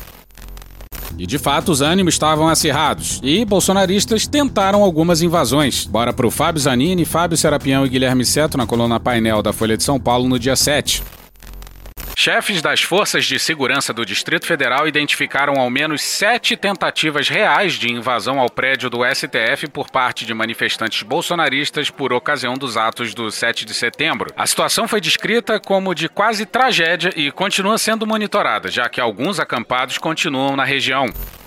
E de fato os ânimos estavam acirrados, e bolsonaristas tentaram algumas invasões. Bora pro Fábio Zanini, Fábio Serapião e Guilherme Seto na coluna Painel da Folha de São Paulo no dia sete. Chefes das forças de segurança do Distrito Federal identificaram ao menos sete tentativas reais de invasão ao prédio do S T F por parte de manifestantes bolsonaristas por ocasião dos atos do sete de setembro. A situação foi descrita como de quase tragédia e continua sendo monitorada, já que alguns acampados continuam na região.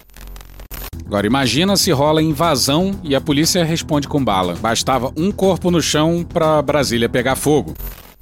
Agora imagina se rola invasão e a polícia responde com bala. Bastava um corpo no chão para Brasília pegar fogo.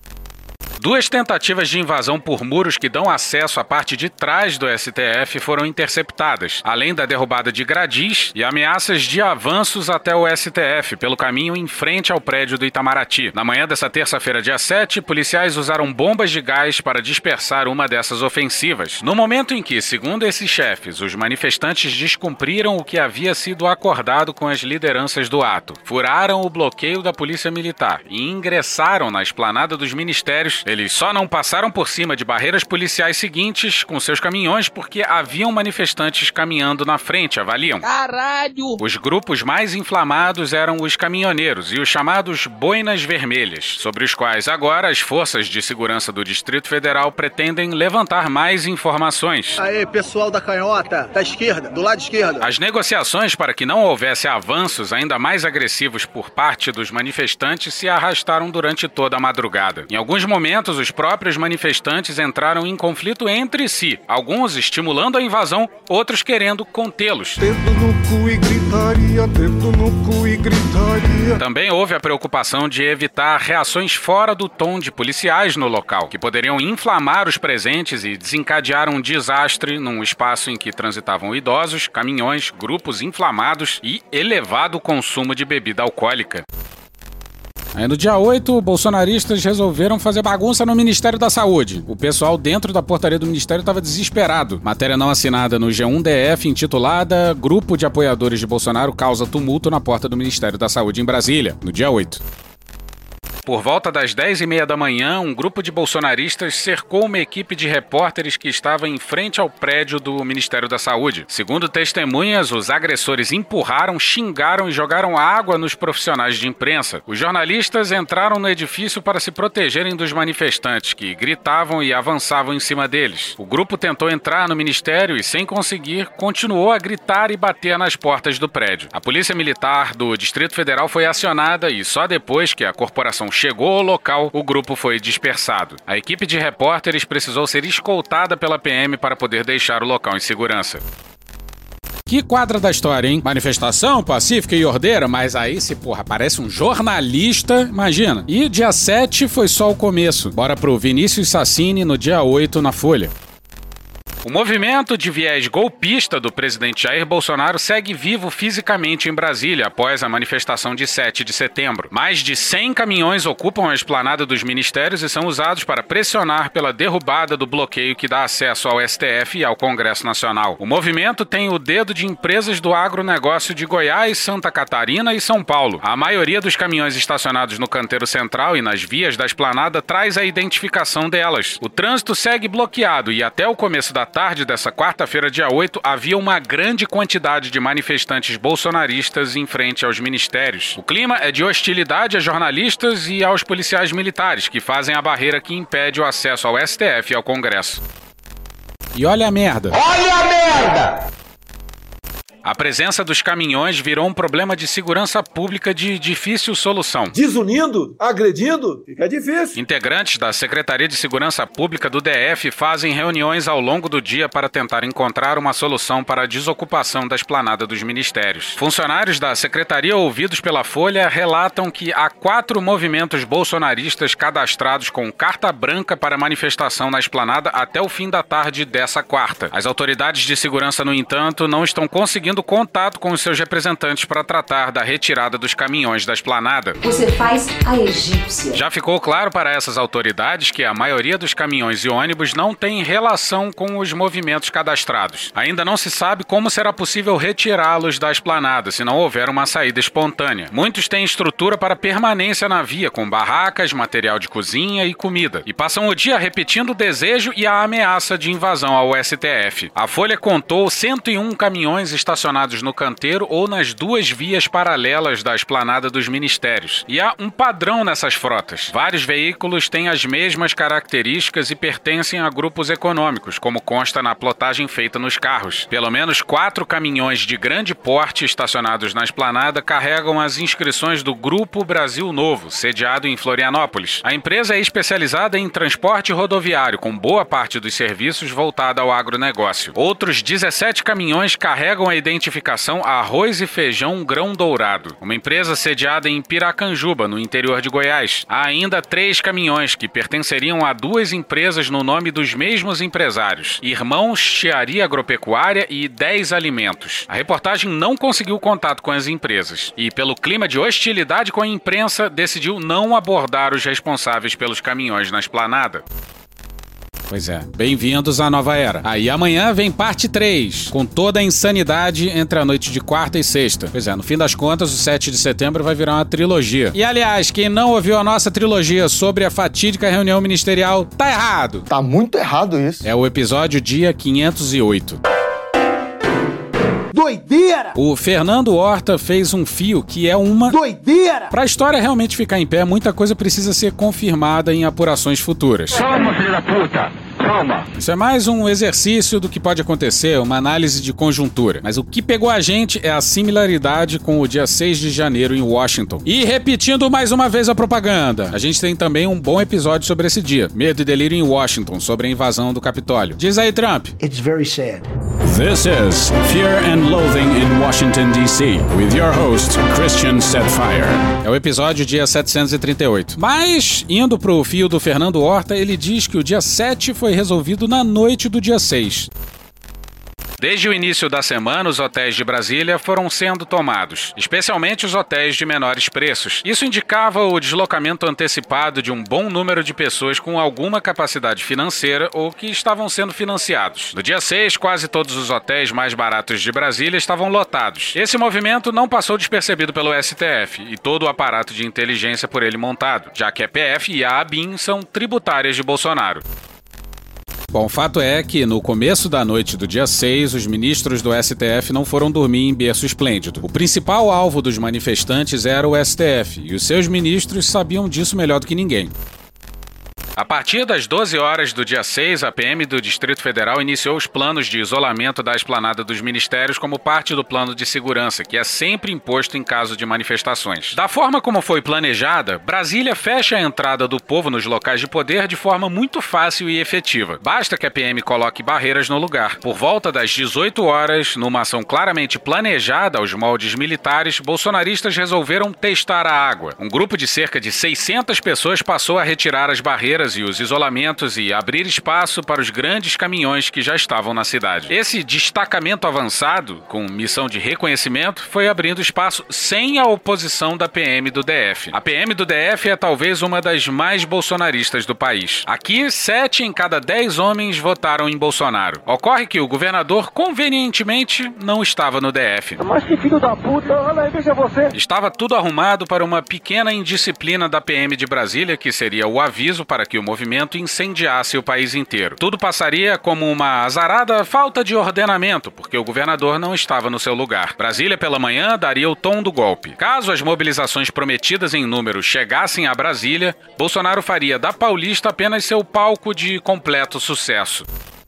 Duas tentativas de invasão por muros que dão acesso à parte de trás do S T F foram interceptadas, além da derrubada de gradis e ameaças de avanços até o S T F pelo caminho em frente ao prédio do Itamaraty. Na manhã dessa terça-feira, dia sete, policiais usaram bombas de gás para dispersar uma dessas ofensivas. No momento em que, segundo esses chefes, os manifestantes descumpriram o que havia sido acordado com as lideranças do ato, furaram o bloqueio da Polícia Militar e ingressaram na esplanada dos ministérios. Eles só não passaram por cima de barreiras policiais seguintes com seus caminhões porque haviam manifestantes caminhando na frente, avaliam. Caralho! Os grupos mais inflamados eram os caminhoneiros e os chamados boinas vermelhas, sobre os quais agora as forças de segurança do Distrito Federal pretendem levantar mais informações. Aê, pessoal da canhota, da esquerda, do lado esquerdo. As negociações para que não houvesse avanços ainda mais agressivos por parte dos manifestantes se arrastaram durante toda a madrugada. Em alguns momentos, momentos, os próprios manifestantes entraram em conflito entre si, alguns estimulando a invasão, outros querendo contê-los. Dedo no cu e gritaria, dedo no cu e gritaria. Também houve a preocupação de evitar reações fora do tom de policiais no local, que poderiam inflamar os presentes e desencadear um desastre num espaço em que transitavam idosos, caminhões, grupos inflamados e elevado consumo de bebida alcoólica. Aí no dia oito, bolsonaristas resolveram fazer bagunça no Ministério da Saúde. O pessoal dentro da portaria do Ministério estava desesperado. Matéria não assinada no G um D F intitulada Grupo de Apoiadores de Bolsonaro causa tumulto na porta do Ministério da Saúde em Brasília, no dia oito. Por volta das dez e meia da manhã, um grupo de bolsonaristas cercou uma equipe de repórteres que estava em frente ao prédio do Ministério da Saúde. Segundo testemunhas, os agressores empurraram, xingaram e jogaram água nos profissionais de imprensa. Os jornalistas entraram no edifício para se protegerem dos manifestantes, que gritavam e avançavam em cima deles. O grupo tentou entrar no ministério e, sem conseguir, continuou a gritar e bater nas portas do prédio. A Polícia Militar do Distrito Federal foi acionada e só depois que a corporação chegou ao local, o grupo foi dispersado. A equipe de repórteres precisou ser escoltada pela P M para poder deixar o local em segurança. Que quadra da história, hein? Manifestação pacífica e ordeira, mas aí se, porra, parece um jornalista, imagina. E dia sete foi só o começo. Bora pro Vinícius Sassini no dia oito na Folha. O movimento de viés golpista do presidente Jair Bolsonaro segue vivo fisicamente em Brasília após a manifestação de sete de setembro. Mais de cem caminhões ocupam a esplanada dos ministérios e são usados para pressionar pela derrubada do bloqueio que dá acesso ao S T F e ao Congresso Nacional. O movimento tem o dedo de empresas do agronegócio de Goiás, Santa Catarina e São Paulo. A maioria dos caminhões estacionados no canteiro central e nas vias da esplanada traz a identificação delas. O trânsito segue bloqueado e até o começo da tarde dessa quarta-feira, dia oito, havia uma grande quantidade de manifestantes bolsonaristas em frente aos ministérios. O clima é de hostilidade a jornalistas e aos policiais militares, que fazem a barreira que impede o acesso ao S T F e ao Congresso. E olha a merda! Olha a merda! A presença dos caminhões virou um problema de segurança pública de difícil solução. Desunindo? Agredindo? Fica difícil. Integrantes da Secretaria de Segurança Pública do D F fazem reuniões ao longo do dia para tentar encontrar uma solução para a desocupação da esplanada dos ministérios. Funcionários da Secretaria ouvidos pela Folha relatam que há quatro movimentos bolsonaristas cadastrados com carta branca para manifestação na esplanada até o fim da tarde dessa quarta. As autoridades de segurança, no entanto, não estão conseguindo contato com os seus representantes para tratar da retirada dos caminhões da esplanada. Você faz a egípcia. Já ficou claro para essas autoridades que a maioria dos caminhões e ônibus não tem relação com os movimentos cadastrados. Ainda não se sabe como será possível retirá-los da esplanada se não houver uma saída espontânea. Muitos têm estrutura para permanência na via, com barracas, material de cozinha e comida, e passam o dia repetindo o desejo e a ameaça de invasão ao S T F. A Folha contou cento e um caminhões estacionados no canteiro ou nas duas vias paralelas da esplanada dos ministérios. E há um padrão nessas frotas. Vários veículos têm as mesmas características e pertencem a grupos econômicos, como consta na plotagem feita nos carros. Pelo menos quatro caminhões de grande porte estacionados na esplanada carregam as inscrições do Grupo Brasil Novo, sediado em Florianópolis. A empresa é especializada em transporte rodoviário, com boa parte dos serviços voltada ao agronegócio. Outros dezessete caminhões carregam a identificação Arroz e Feijão Grão Dourado, uma empresa sediada em Piracanjuba, no interior de Goiás. Há ainda três caminhões que pertenceriam a duas empresas no nome dos mesmos empresários, Irmãos Chiaria Agropecuária e dez Alimentos. A reportagem não conseguiu contato com as empresas e, pelo clima de hostilidade com a imprensa, decidiu não abordar os responsáveis pelos caminhões na esplanada. Pois é, bem-vindos à nova era. Aí amanhã vem parte três, com toda a insanidade entre a noite de quarta e sexta. Pois é, no fim das contas, o sete de setembro vai virar uma trilogia. E aliás, quem não ouviu a nossa trilogia sobre a fatídica reunião ministerial, tá errado. Tá muito errado isso. É o episódio dia quinhentos e oito. Doideira! O Fernando Horta fez um fio que é uma... Doideira! Pra história realmente ficar em pé, muita coisa precisa ser confirmada em apurações futuras. Toma, filho da puta! calma. Isso é mais um exercício do que pode acontecer, uma análise de conjuntura. Mas o que pegou a gente é a similaridade com o dia seis de janeiro em Washington. E repetindo mais uma vez a propaganda, a gente tem também um bom episódio sobre esse dia, Medo e Delírio em Washington, sobre a invasão do Capitólio. Diz aí, Trump. It's very sad. This is Fear and Loathing in Washington, D C, with your host, Christian Setfire. É o episódio dia setecentos e trinta e oito. Mas, indo pro fio do Fernando Horta, ele diz que o dia sete foi resolvido na noite do dia seis. Desde o início da semana, os hotéis de Brasília foram sendo tomados, especialmente os hotéis de menores preços. Isso indicava o deslocamento antecipado de um bom número de pessoas com alguma capacidade financeira ou que estavam sendo financiados. No dia seis, quase todos os hotéis mais baratos de Brasília estavam lotados. Esse movimento não passou despercebido pelo S T F e todo o aparato de inteligência por ele montado, já que a E P F e a ABIN são tributárias de Bolsonaro. Bom, o fato é que, no começo da noite do dia seis, os ministros do S T F não foram dormir em berço esplêndido. O principal alvo dos manifestantes era o S T F, e os seus ministros sabiam disso melhor do que ninguém. A partir das doze horas do dia seis, a P M do Distrito Federal iniciou os planos de isolamento da esplanada dos ministérios como parte do plano de segurança, que é sempre imposto em caso de manifestações. Da forma como foi planejada, Brasília fecha a entrada do povo nos locais de poder de forma muito fácil e efetiva. Basta que a P M coloque barreiras no lugar. Por volta das dezoito horas, numa ação claramente planejada aos moldes militares, bolsonaristas resolveram testar a água. Um grupo de cerca de seiscentas pessoas passou a retirar as barreiras e os isolamentos e abrir espaço para os grandes caminhões que já estavam na cidade. Esse destacamento avançado, com missão de reconhecimento, foi abrindo espaço sem a oposição da P M do D F. A P M do D F é talvez uma das mais bolsonaristas do país. Aqui, sete em cada dez homens votaram em Bolsonaro. Ocorre que o governador, convenientemente, não estava no D F. Mas que filho da puta, olha aí, veja você. Estava tudo arrumado para uma pequena indisciplina da P M de Brasília, que seria o aviso para que o movimento incendiasse o país inteiro. Tudo passaria como uma azarada falta de ordenamento, porque o governador não estava no seu lugar. Brasília, pela manhã, daria o tom do golpe. Caso as mobilizações prometidas em número chegassem a Brasília, Bolsonaro faria da Paulista apenas seu palco de completo sucesso.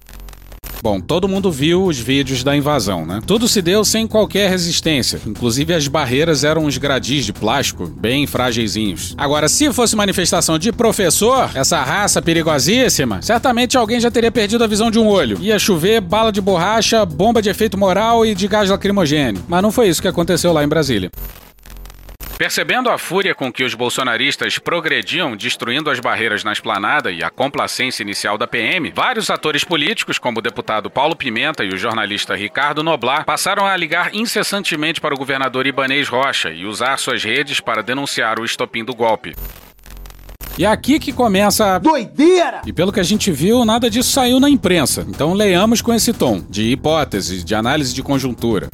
Bom, todo mundo viu os vídeos da invasão, né? Tudo se deu sem qualquer resistência. Inclusive as barreiras eram uns gradis de plástico, bem frágeizinhos. Agora, se fosse manifestação de professor, essa raça perigosíssima, certamente alguém já teria perdido a visão de um olho. Ia chover bala de borracha, bomba de efeito moral e de gás lacrimogêneo. Mas não foi isso que aconteceu lá em Brasília. Percebendo a fúria com que os bolsonaristas progrediam, destruindo as barreiras na esplanada e a complacência inicial da P M, vários atores políticos, como o deputado Paulo Pimenta e o jornalista Ricardo Noblar, passaram a ligar incessantemente para o governador Ibanez Rocha e usar suas redes para denunciar o estopim do golpe. E é aqui que começa a doideira! E pelo que a gente viu, nada disso saiu na imprensa. Então leiamos com esse tom, de hipótese, de análise de conjuntura.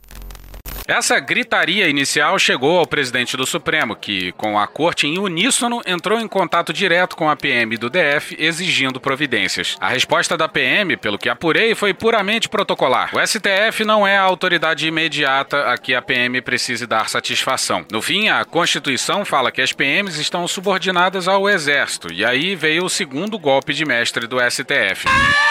Essa gritaria inicial chegou ao presidente do Supremo, que, com a corte em uníssono, entrou em contato direto com a P M do D F, exigindo providências. A resposta da P M, pelo que apurei, foi puramente protocolar. O S T F não é a autoridade imediata a que a P M precise dar satisfação. No fim, a Constituição fala que as P Ms estão subordinadas ao Exército, e aí veio o segundo golpe de mestre do S T F.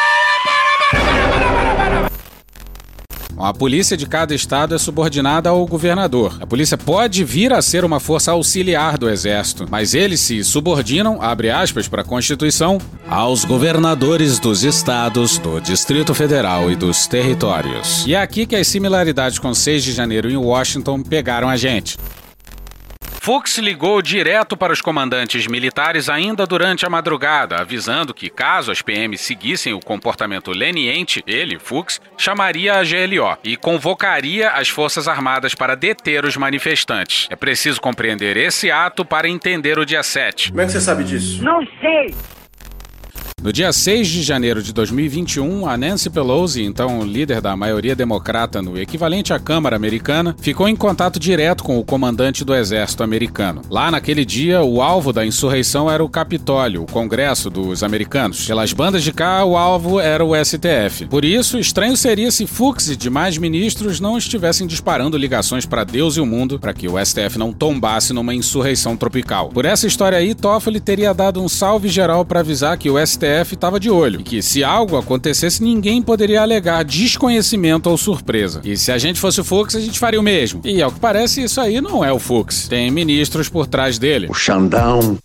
A polícia de cada estado é subordinada ao governador. A polícia pode vir a ser uma força auxiliar do exército, mas eles se subordinam, abre aspas para a Constituição, aos governadores dos estados, do Distrito Federal e dos territórios. E é aqui que as similaridades com seis de janeiro em Washington pegaram a gente. Fux ligou direto para os comandantes militares ainda durante a madrugada, avisando que, caso as P Ms seguissem o comportamento leniente, ele, Fux, chamaria a G L O e convocaria as Forças Armadas para deter os manifestantes. É preciso compreender esse ato para entender o dia sete. Como é que você sabe disso? Não sei! No dia seis de janeiro de dois mil e vinte e um, a Nancy Pelosi, então líder da maioria democrata no equivalente à Câmara Americana, ficou em contato direto com o comandante do Exército americano. Lá naquele dia, o alvo da insurreição era o Capitólio, o Congresso dos americanos. Pelas bandas de cá, o alvo era o S T F. Por isso, estranho seria se Fux e demais ministros não estivessem disparando ligações para Deus e o mundo para que o S T F não tombasse numa insurreição tropical. Por essa história aí, Toffoli teria dado um salve geral para avisar que o S T F estava de olho, e que se algo acontecesse, ninguém poderia alegar desconhecimento ou surpresa. E se a gente fosse o Fux, a gente faria o mesmo. E ao que parece, isso aí não é o Fux. Tem ministros por trás dele. O Xandão.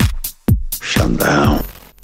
Xandão.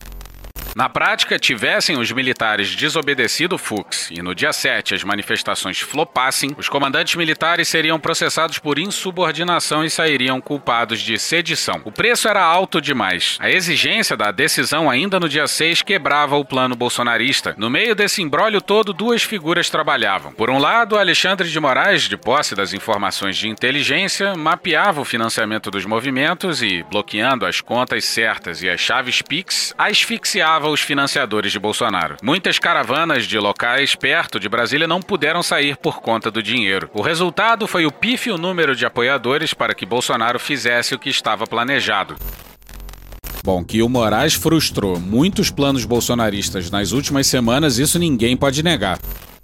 Na prática, tivessem os militares desobedecido o Fux e no dia sete as manifestações flopassem, os comandantes militares seriam processados por insubordinação e sairiam culpados de sedição. O preço era alto demais. A exigência da decisão ainda no dia seis quebrava o plano bolsonarista. No meio desse imbróglio todo, duas figuras trabalhavam. Por um lado, Alexandre de Moraes, de posse das informações de inteligência, mapeava o financiamento dos movimentos e, bloqueando as contas certas e as chaves Pix, asfixiava os financiadores de Bolsonaro. Muitas caravanas de locais perto de Brasília não puderam sair por conta do dinheiro. O resultado foi o pífio número de apoiadores para que Bolsonaro fizesse o que estava planejado. Bom, que o Moraes frustrou muitos planos bolsonaristas nas últimas semanas, isso ninguém pode negar.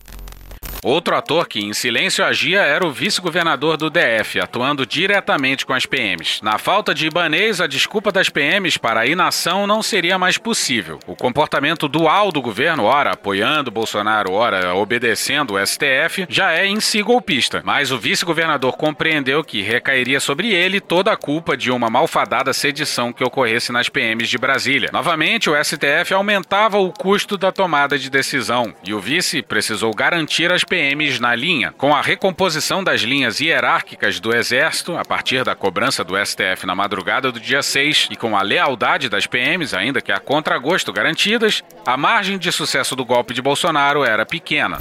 Outro ator que em silêncio agia era o vice-governador do D F, atuando diretamente com as P Ms. Na falta de Ibanez, a desculpa das P Ms para a inação não seria mais possível. O comportamento dual do governo, ora apoiando Bolsonaro, ora obedecendo o S T F, já é em si golpista. Mas o vice-governador compreendeu que recairia sobre ele toda a culpa de uma malfadada sedição que ocorresse nas P Ms de Brasília. Novamente, o S T F aumentava o custo da tomada de decisão, e o vice precisou garantir as P Ms na linha. Com a recomposição das linhas hierárquicas do Exército, a partir da cobrança do S T F na madrugada do dia seis, e com a lealdade das P Ms, ainda que a contragosto garantidas, a margem de sucesso do golpe de Bolsonaro era pequena.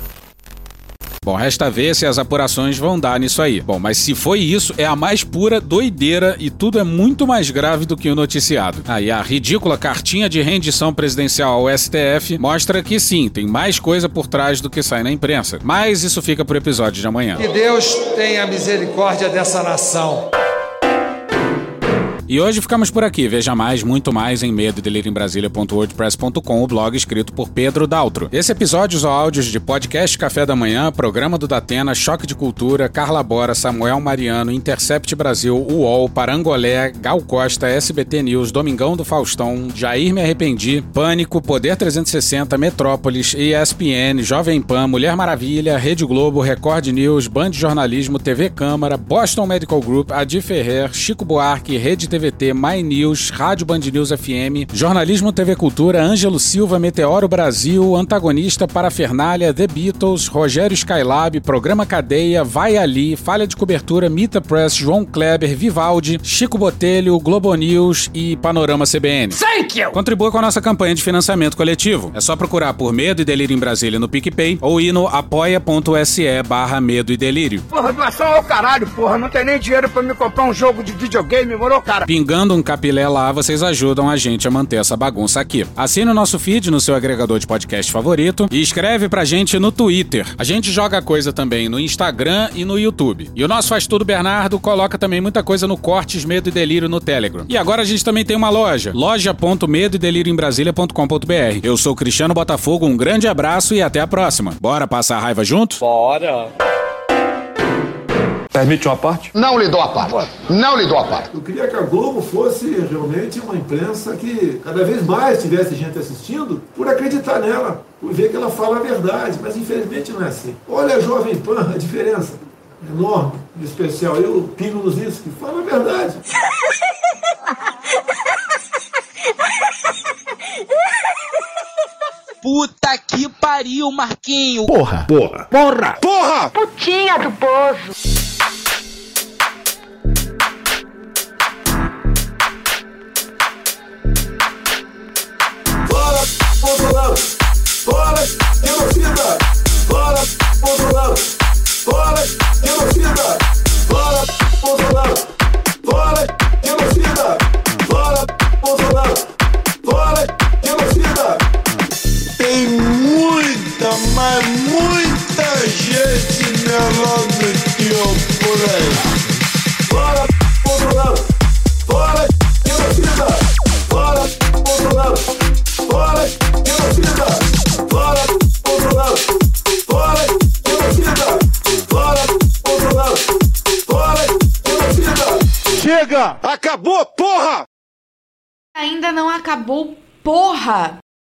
Bom, resta ver se as apurações vão dar nisso aí. Bom, mas se foi isso, é a mais pura doideira e tudo é muito mais grave do que o noticiado. Aí ah, a ridícula cartinha de rendição presidencial ao S T F mostra que sim, tem mais coisa por trás do que sai na imprensa. Mas isso fica pro episódio de amanhã. Que Deus tenha misericórdia dessa nação. E hoje ficamos por aqui. Veja mais, muito mais em medo e delírio em brasília ponto wordpress ponto com, o blog escrito por Pedro Daltro. Esse episódio usou áudios de podcast Café da Manhã, Programa do Datena, Choque de Cultura, Carla Bora, Samuel Mariano, Intercept Brasil, U O L, Parangolé, Gal Costa, S B T News, Domingão do Faustão, Jair Me Arrependi, Pânico, Poder trezentos e sessenta, Metrópolis, E S P N, Jovem Pan, Mulher Maravilha, Rede Globo, Record News, Band Jornalismo, T V Câmara, Boston Medical Group, Adi Ferrer, Chico Buarque, Rede T V T, My News, Rádio Band News F M, Jornalismo T V Cultura, Ângelo Silva, Meteoro Brasil, Antagonista, Parafernália, The Beatles, Rogério Skylab, Programa Cadeia, Vai Ali, Falha de Cobertura, Mita Press, João Kleber, Vivaldi, Chico Botelho, Globo News e Panorama C B N. Thank you! Contribua com a nossa campanha de financiamento coletivo. É só procurar por Medo e Delírio em Brasília no PicPay ou ir no apoia.se barra Medo e Delírio. Porra, doação ao caralho, porra. Não tem nem dinheiro pra me comprar um jogo de videogame, morou, cara? Pingando um capilé lá, vocês ajudam a gente a manter essa bagunça aqui. Assine o nosso feed no seu agregador de podcast favorito e escreve pra gente no Twitter. A gente joga coisa também no Instagram e no YouTube. E o nosso Faz Tudo Bernardo coloca também muita coisa no Cortes Medo e Delírio no Telegram. E agora a gente também tem uma loja, loja ponto medo e delírio em brasília ponto com ponto br. Eu sou Cristiano Botafogo, um grande abraço e até a próxima. Bora passar a raiva junto? Bora! Permite uma parte? Não lhe dou a parte. Não lhe dou a parte. Eu queria que a Globo fosse realmente uma imprensa que cada vez mais tivesse gente assistindo por acreditar nela, por ver que ela fala a verdade, mas infelizmente não é assim. Olha a Jovem Pan, a diferença enorme, de especial. Eu pingo nos isso, que fala a verdade. Puta que pariu, Marquinho. Porra, porra, porra, porra! Putinha do poço. Fora Bolsonaro! Fora genocida! Fora Bolsonaro! Fora genocida! Fora Bolsonaro! Fora genocida! Fora Bolsonaro! Fora genocida! Tem muita, mas muita gente melhor do que eu por aí. Fora Bolsonaro! Fora genocida! Fora Bolsonaro! Fora genocida! Fora Bolsonaro! Fora genocida! Fora Bolsonaro! Fora genocida! Chega! Acabou, porra! Ainda não acabou, porra!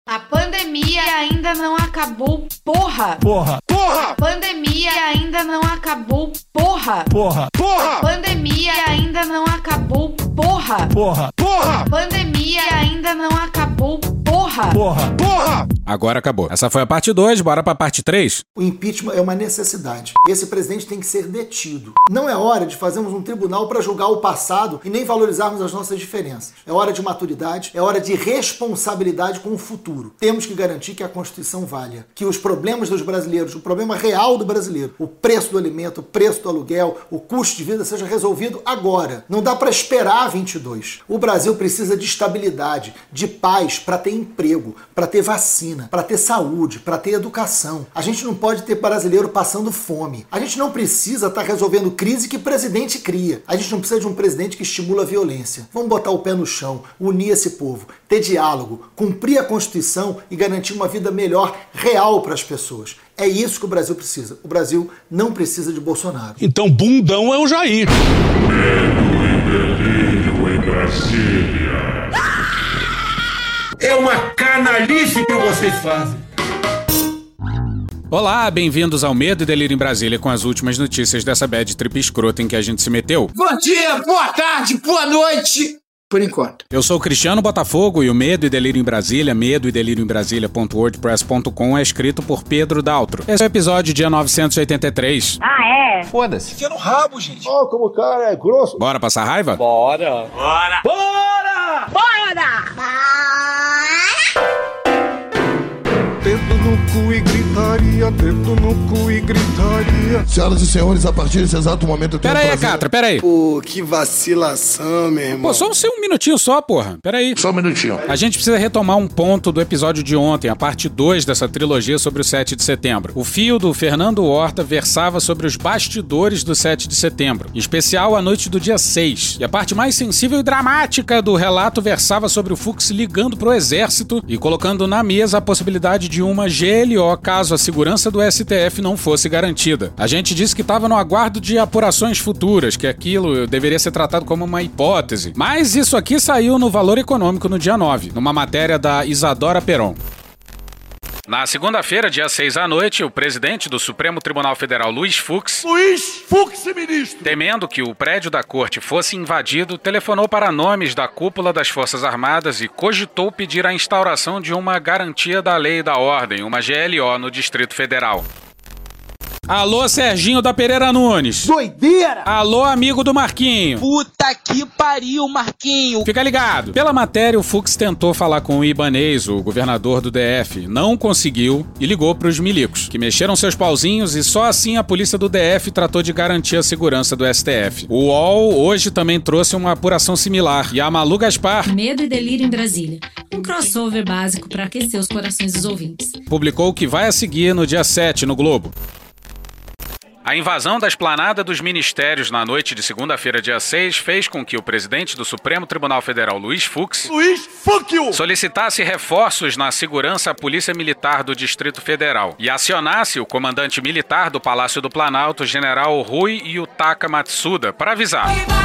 A pandemia ainda não acabou, porra! Porra! Porra! A pandemia ainda não acabou, porra! Porra! Porra! A pandemia ainda não acabou, porra! Porra! Porra! A pandemia ainda não acabou, porra! Porra! Porra! Agora acabou. Essa foi a parte dois, bora pra parte três. O impeachment é uma necessidade. Esse presidente tem que ser detido. Não é hora de fazermos um tribunal para julgar o passado e nem valorizarmos as nossas diferenças. É hora de maturidade, é hora de responsabilidade com o futuro. Temos que garantir que a Constituição valha, que os problemas dos brasileiros, o problema real do brasileiro, o preço do alimento, o preço do aluguel, o custo de vida seja resolvido agora. Não dá para esperar vinte e dois. O Brasil precisa de estabilidade, de paz para ter emprego, para ter vacina, para ter saúde, para ter educação. A gente não pode ter brasileiro passando fome. A gente não precisa estar resolvendo crise que presidente cria. A gente não precisa de um presidente que estimula a violência. Vamos botar o pé no chão, unir esse povo, ter diálogo, cumprir a Constituição e garantir uma vida melhor, real para as pessoas. É isso que o Brasil precisa. O Brasil não precisa de Bolsonaro. Então bundão é o Jair. Medo e delírio em Brasília. É uma canalice que vocês fazem. Olá, bem-vindos ao Medo e Delírio em Brasília com as últimas notícias dessa bad trip escrota em que a gente se meteu. Bom dia, boa tarde, boa noite. Por enquanto. Eu sou o Cristiano Botafogo e o Medo e Delírio em Brasília, medo e delírio em Brasília ponto wordpress ponto com é escrito por Pedro Daltro. Esse é o episódio dia novecentos e oitenta e três. Ah, é? Foda-se. Enfia no rabo, gente. Ó, oh, como o cara é grosso. Bora passar raiva? Bora. Bora. Bora. Bora! Dedo no cu e gritaria, dedo no cu e gritaria. Senhoras e senhores, a partir desse exato momento eu tenho Pera aí, prazer... Catra, pera aí. Pô, que vacilação, meu irmão. Pô, só um, um minutinho só, porra. Pera aí. Só um minutinho. A gente precisa retomar um ponto do episódio de ontem, a parte dois dessa trilogia sobre o sete de setembro. O fio do Fernando Horta versava sobre os bastidores do sete de setembro, em especial a noite do dia seis. E a parte mais sensível e dramática do relato versava sobre o Fux ligando pro exército e colocando na mesa a possibilidade de uma G L O caso a segurança do S T F não fosse garantida. A gente disse que estava no aguardo de apurações futuras, que aquilo deveria ser tratado como uma hipótese. Mas isso aqui saiu no Valor Econômico no dia nove, numa matéria da Isadora Peron. Na segunda-feira, dia seis à noite, o presidente do Supremo Tribunal Federal, Luiz Fux, Luiz Fux, ministro, temendo que o prédio da corte fosse invadido, telefonou para nomes da cúpula das Forças Armadas e cogitou pedir a instauração de uma garantia da lei e da ordem, uma G L O, no Distrito Federal. Alô, Serginho da Pereira Nunes. Doideira! Alô, amigo do Marquinho. Puta que pariu, Marquinho. Fica ligado. Pela matéria, o Fux tentou falar com o Ibanez, o governador do D F. Não conseguiu e ligou pros milicos, que mexeram seus pauzinhos e só assim a polícia do D F tratou de garantir a segurança do S T F. O U O L hoje também trouxe uma apuração similar. E a Malu Gaspar, Medo e Delírio em Brasília, um crossover básico para aquecer os corações dos ouvintes, publicou o que vai a seguir no dia sete no Globo. A invasão da esplanada dos ministérios na noite de segunda-feira, dia seis, fez com que o presidente do Supremo Tribunal Federal, Luiz Fux, Luiz Fuck you, solicitasse reforços na segurança à Polícia Militar do Distrito Federal e acionasse o comandante militar do Palácio do Planalto, general Rui Yutaka Matsuda, para avisar.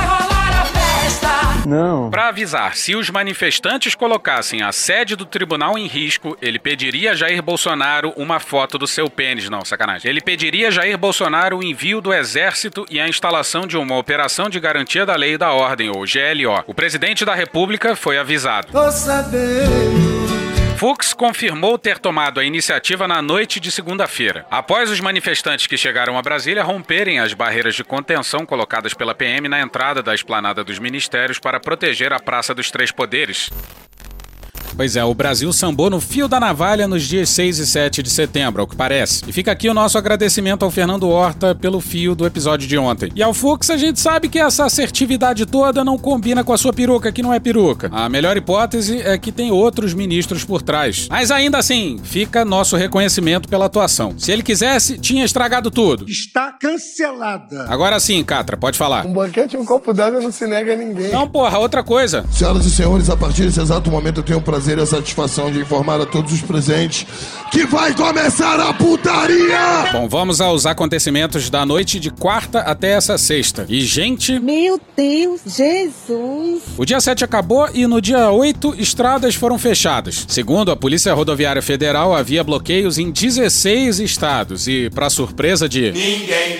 Não. Para avisar, se os manifestantes colocassem a sede do tribunal em risco, ele pediria a Jair Bolsonaro uma foto do seu pênis. Não, sacanagem. Ele pediria a Jair Bolsonaro o envio do exército e a instalação de uma operação de garantia da lei e da ordem, ou G L O. O presidente da República foi avisado. Tô sabendo. Fux confirmou ter tomado a iniciativa na noite de segunda-feira, após os manifestantes que chegaram a Brasília romperem as barreiras de contenção colocadas pela P M na entrada da esplanada dos ministérios para proteger a Praça dos Três Poderes. Pois é, o Brasil sambou no fio da navalha nos dias seis e sete de setembro, ao que parece. E fica aqui o nosso agradecimento ao Fernando Horta pelo fio do episódio de ontem. E ao Fux, a gente sabe que essa assertividade toda não combina com a sua peruca, que não é peruca. A melhor hipótese é que tem outros ministros por trás. Mas ainda assim, fica nosso reconhecimento pela atuação. Se ele quisesse, tinha estragado tudo. Está cancelada. Agora sim, Catra, pode falar. Um banquete e um copo d'água não se nega a ninguém. Não, porra, outra coisa. Senhoras e senhores, a partir desse exato momento eu tenho o prazer prazer e a satisfação de informar a todos os presentes que vai começar a putaria! Bom, vamos aos acontecimentos da noite de quarta até essa sexta. E, gente... Meu Deus, Jesus! O dia sete acabou e no dia oito, estradas foram fechadas. Segundo a Polícia Rodoviária Federal, havia bloqueios em dezesseis estados e, para surpresa de... ninguém...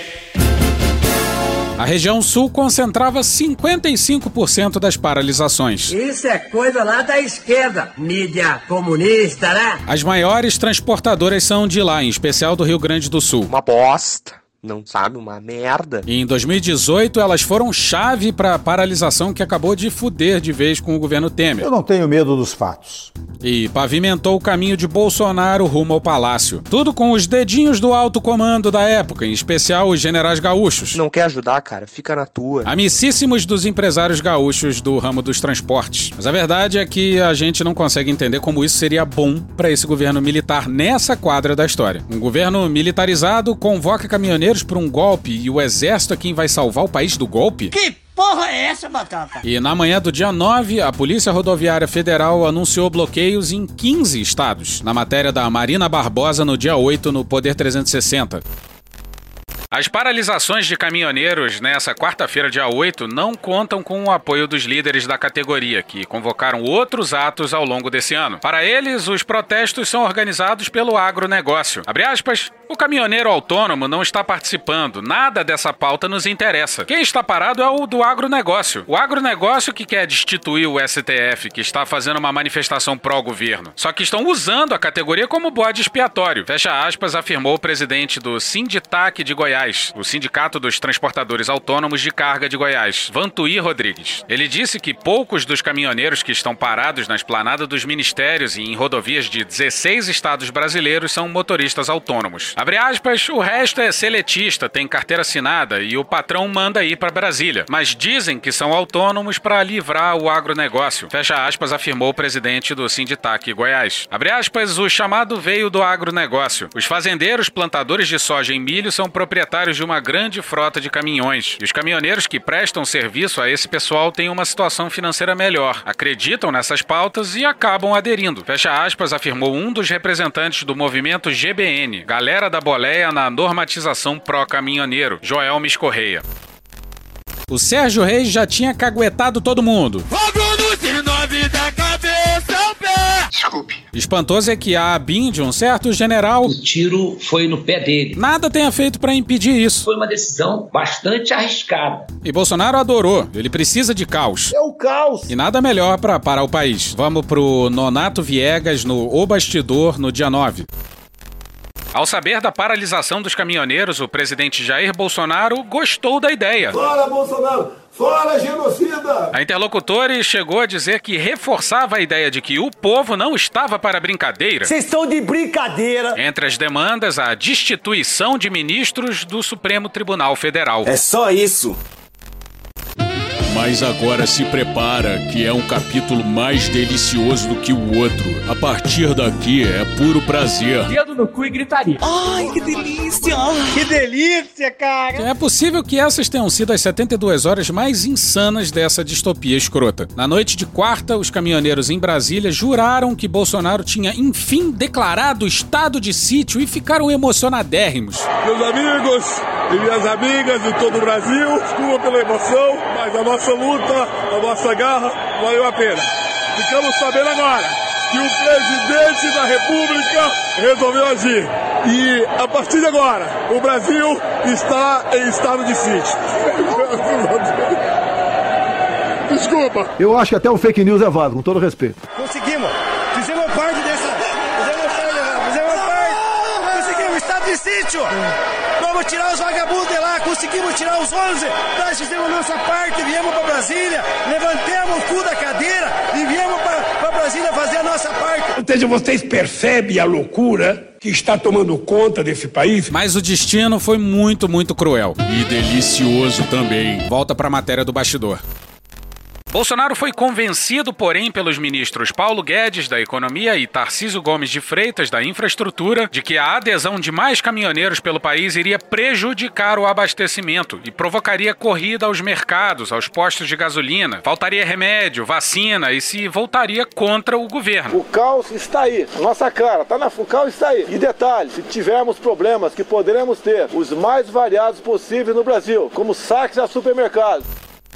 a região sul concentrava cinquenta e cinco por cento das paralisações. Isso é coisa lá da esquerda, mídia comunista, né? As maiores transportadoras são de lá, em especial do Rio Grande do Sul. Uma bosta. Não sabe, uma merda. E em dois mil e dezoito, elas foram chave para a paralisação que acabou de fuder de vez com o governo Temer. Eu não tenho medo dos fatos. E pavimentou o caminho de Bolsonaro rumo ao palácio. Tudo com os dedinhos do alto comando da época, em especial os generais gaúchos. Não quer ajudar, cara? Fica na tua. Amicíssimos dos empresários gaúchos do ramo dos transportes. Mas a verdade é que a gente não consegue entender como isso seria bom para esse governo militar nessa quadra da história. Um governo militarizado convoca caminhoneiros por um golpe e o exército é quem vai salvar o país do golpe? Que porra é essa, batata? E na manhã do dia nove, a Polícia Rodoviária Federal anunciou bloqueios em quinze estados. Na matéria da Marina Barbosa no dia oito, no Poder trezentos e sessenta. As paralisações de caminhoneiros nessa quarta-feira, dia oito, não contam com o apoio dos líderes da categoria, que convocaram outros atos ao longo desse ano. Para eles, os protestos são organizados pelo agronegócio. Abre aspas, o caminhoneiro autônomo não está participando, nada dessa pauta nos interessa. Quem está parado é o do agronegócio. O agronegócio que quer destituir o S T F, que está fazendo uma manifestação pró-governo. Só que estão usando a categoria como bode expiatório. Fecha aspas, afirmou o presidente do Sinditac de Goiás, o Sindicato dos Transportadores Autônomos de Carga de Goiás, Vantuí Rodrigues. Ele disse que poucos dos caminhoneiros que estão parados na esplanada dos ministérios e em rodovias de dezesseis estados brasileiros são motoristas autônomos. Abre aspas, o resto é seletista, tem carteira assinada e o patrão manda ir para Brasília. Mas dizem que são autônomos para livrar o agronegócio. Fecha aspas, afirmou o presidente do Sinditac Goiás. Abre aspas, o chamado veio do agronegócio. Os fazendeiros, plantadores de soja e milho são proprietários de uma grande frota de caminhões. E os caminhoneiros que prestam serviço a esse pessoal têm uma situação financeira melhor, acreditam nessas pautas e acabam aderindo. Fecha aspas, afirmou um dos representantes do movimento G B N, Galera da Boleia na normatização pró-caminhoneiro, Joelmes Correia. O Sérgio Reis já tinha caguetado todo mundo. Desculpe. Espantoso é que a ABIN de um certo general... O tiro foi no pé dele. Nada tenha feito para impedir isso. Foi uma decisão bastante arriscada. E Bolsonaro adorou. Ele precisa de caos. É o caos. E nada melhor para parar o país. Vamos pro Nonato Viegas no O Bastidor no dia nove. Ao saber da paralisação dos caminhoneiros, o presidente Jair Bolsonaro gostou da ideia. Fora Bolsonaro! Fora genocida! A interlocutora chegou a dizer que reforçava a ideia de que o povo não estava para brincadeira. Vocês estão de brincadeira! Entre as demandas, a destituição de ministros do Supremo Tribunal Federal. É só isso. Mas agora se prepara, que é um capítulo mais delicioso do que o outro. A partir daqui é puro prazer. Dedo no cu e gritaria. Ai, que delícia! Que delícia, cara! É possível que essas tenham sido as setenta e duas horas mais insanas dessa distopia escrota. Na noite de quarta, os caminhoneiros em Brasília juraram que Bolsonaro tinha, enfim, declarado estado de sítio e ficaram emocionadérrimos. Meus amigos e minhas amigas de todo o Brasil, desculpa pela emoção, mas a nossa luta, a nossa garra, valeu a pena. Ficamos sabendo agora que o presidente da República resolveu agir. E, a partir de agora, o Brasil está em estado de sítio. Desculpa. Eu acho que até um fake news é válido, com todo respeito. Conseguimos. Fizemos parte dessa... Fizemos parte, fizemos parte. Conseguimos, estado de sítio. Vamos tirar os vagabundos de lá, conseguimos tirar os onze, nós fizemos nossa parte, viemos para Brasília, levantemos o cu da cadeira e viemos para Brasília fazer a nossa parte. Ou seja, vocês percebem a loucura que está tomando conta desse país? Mas o destino foi muito, muito cruel. E delicioso também. Volta para a matéria do bastidor. Bolsonaro foi convencido, porém, pelos ministros Paulo Guedes, da Economia, e Tarcísio Gomes de Freitas, da Infraestrutura, de que a adesão de mais caminhoneiros pelo país iria prejudicar o abastecimento e provocaria corrida aos mercados, aos postos de gasolina, faltaria remédio, vacina e se voltaria contra o governo. O caos está aí, nossa cara, tá na, o caos está aí. E detalhe, se tivermos problemas que poderemos ter, os mais variados possíveis no Brasil, como saques a supermercados.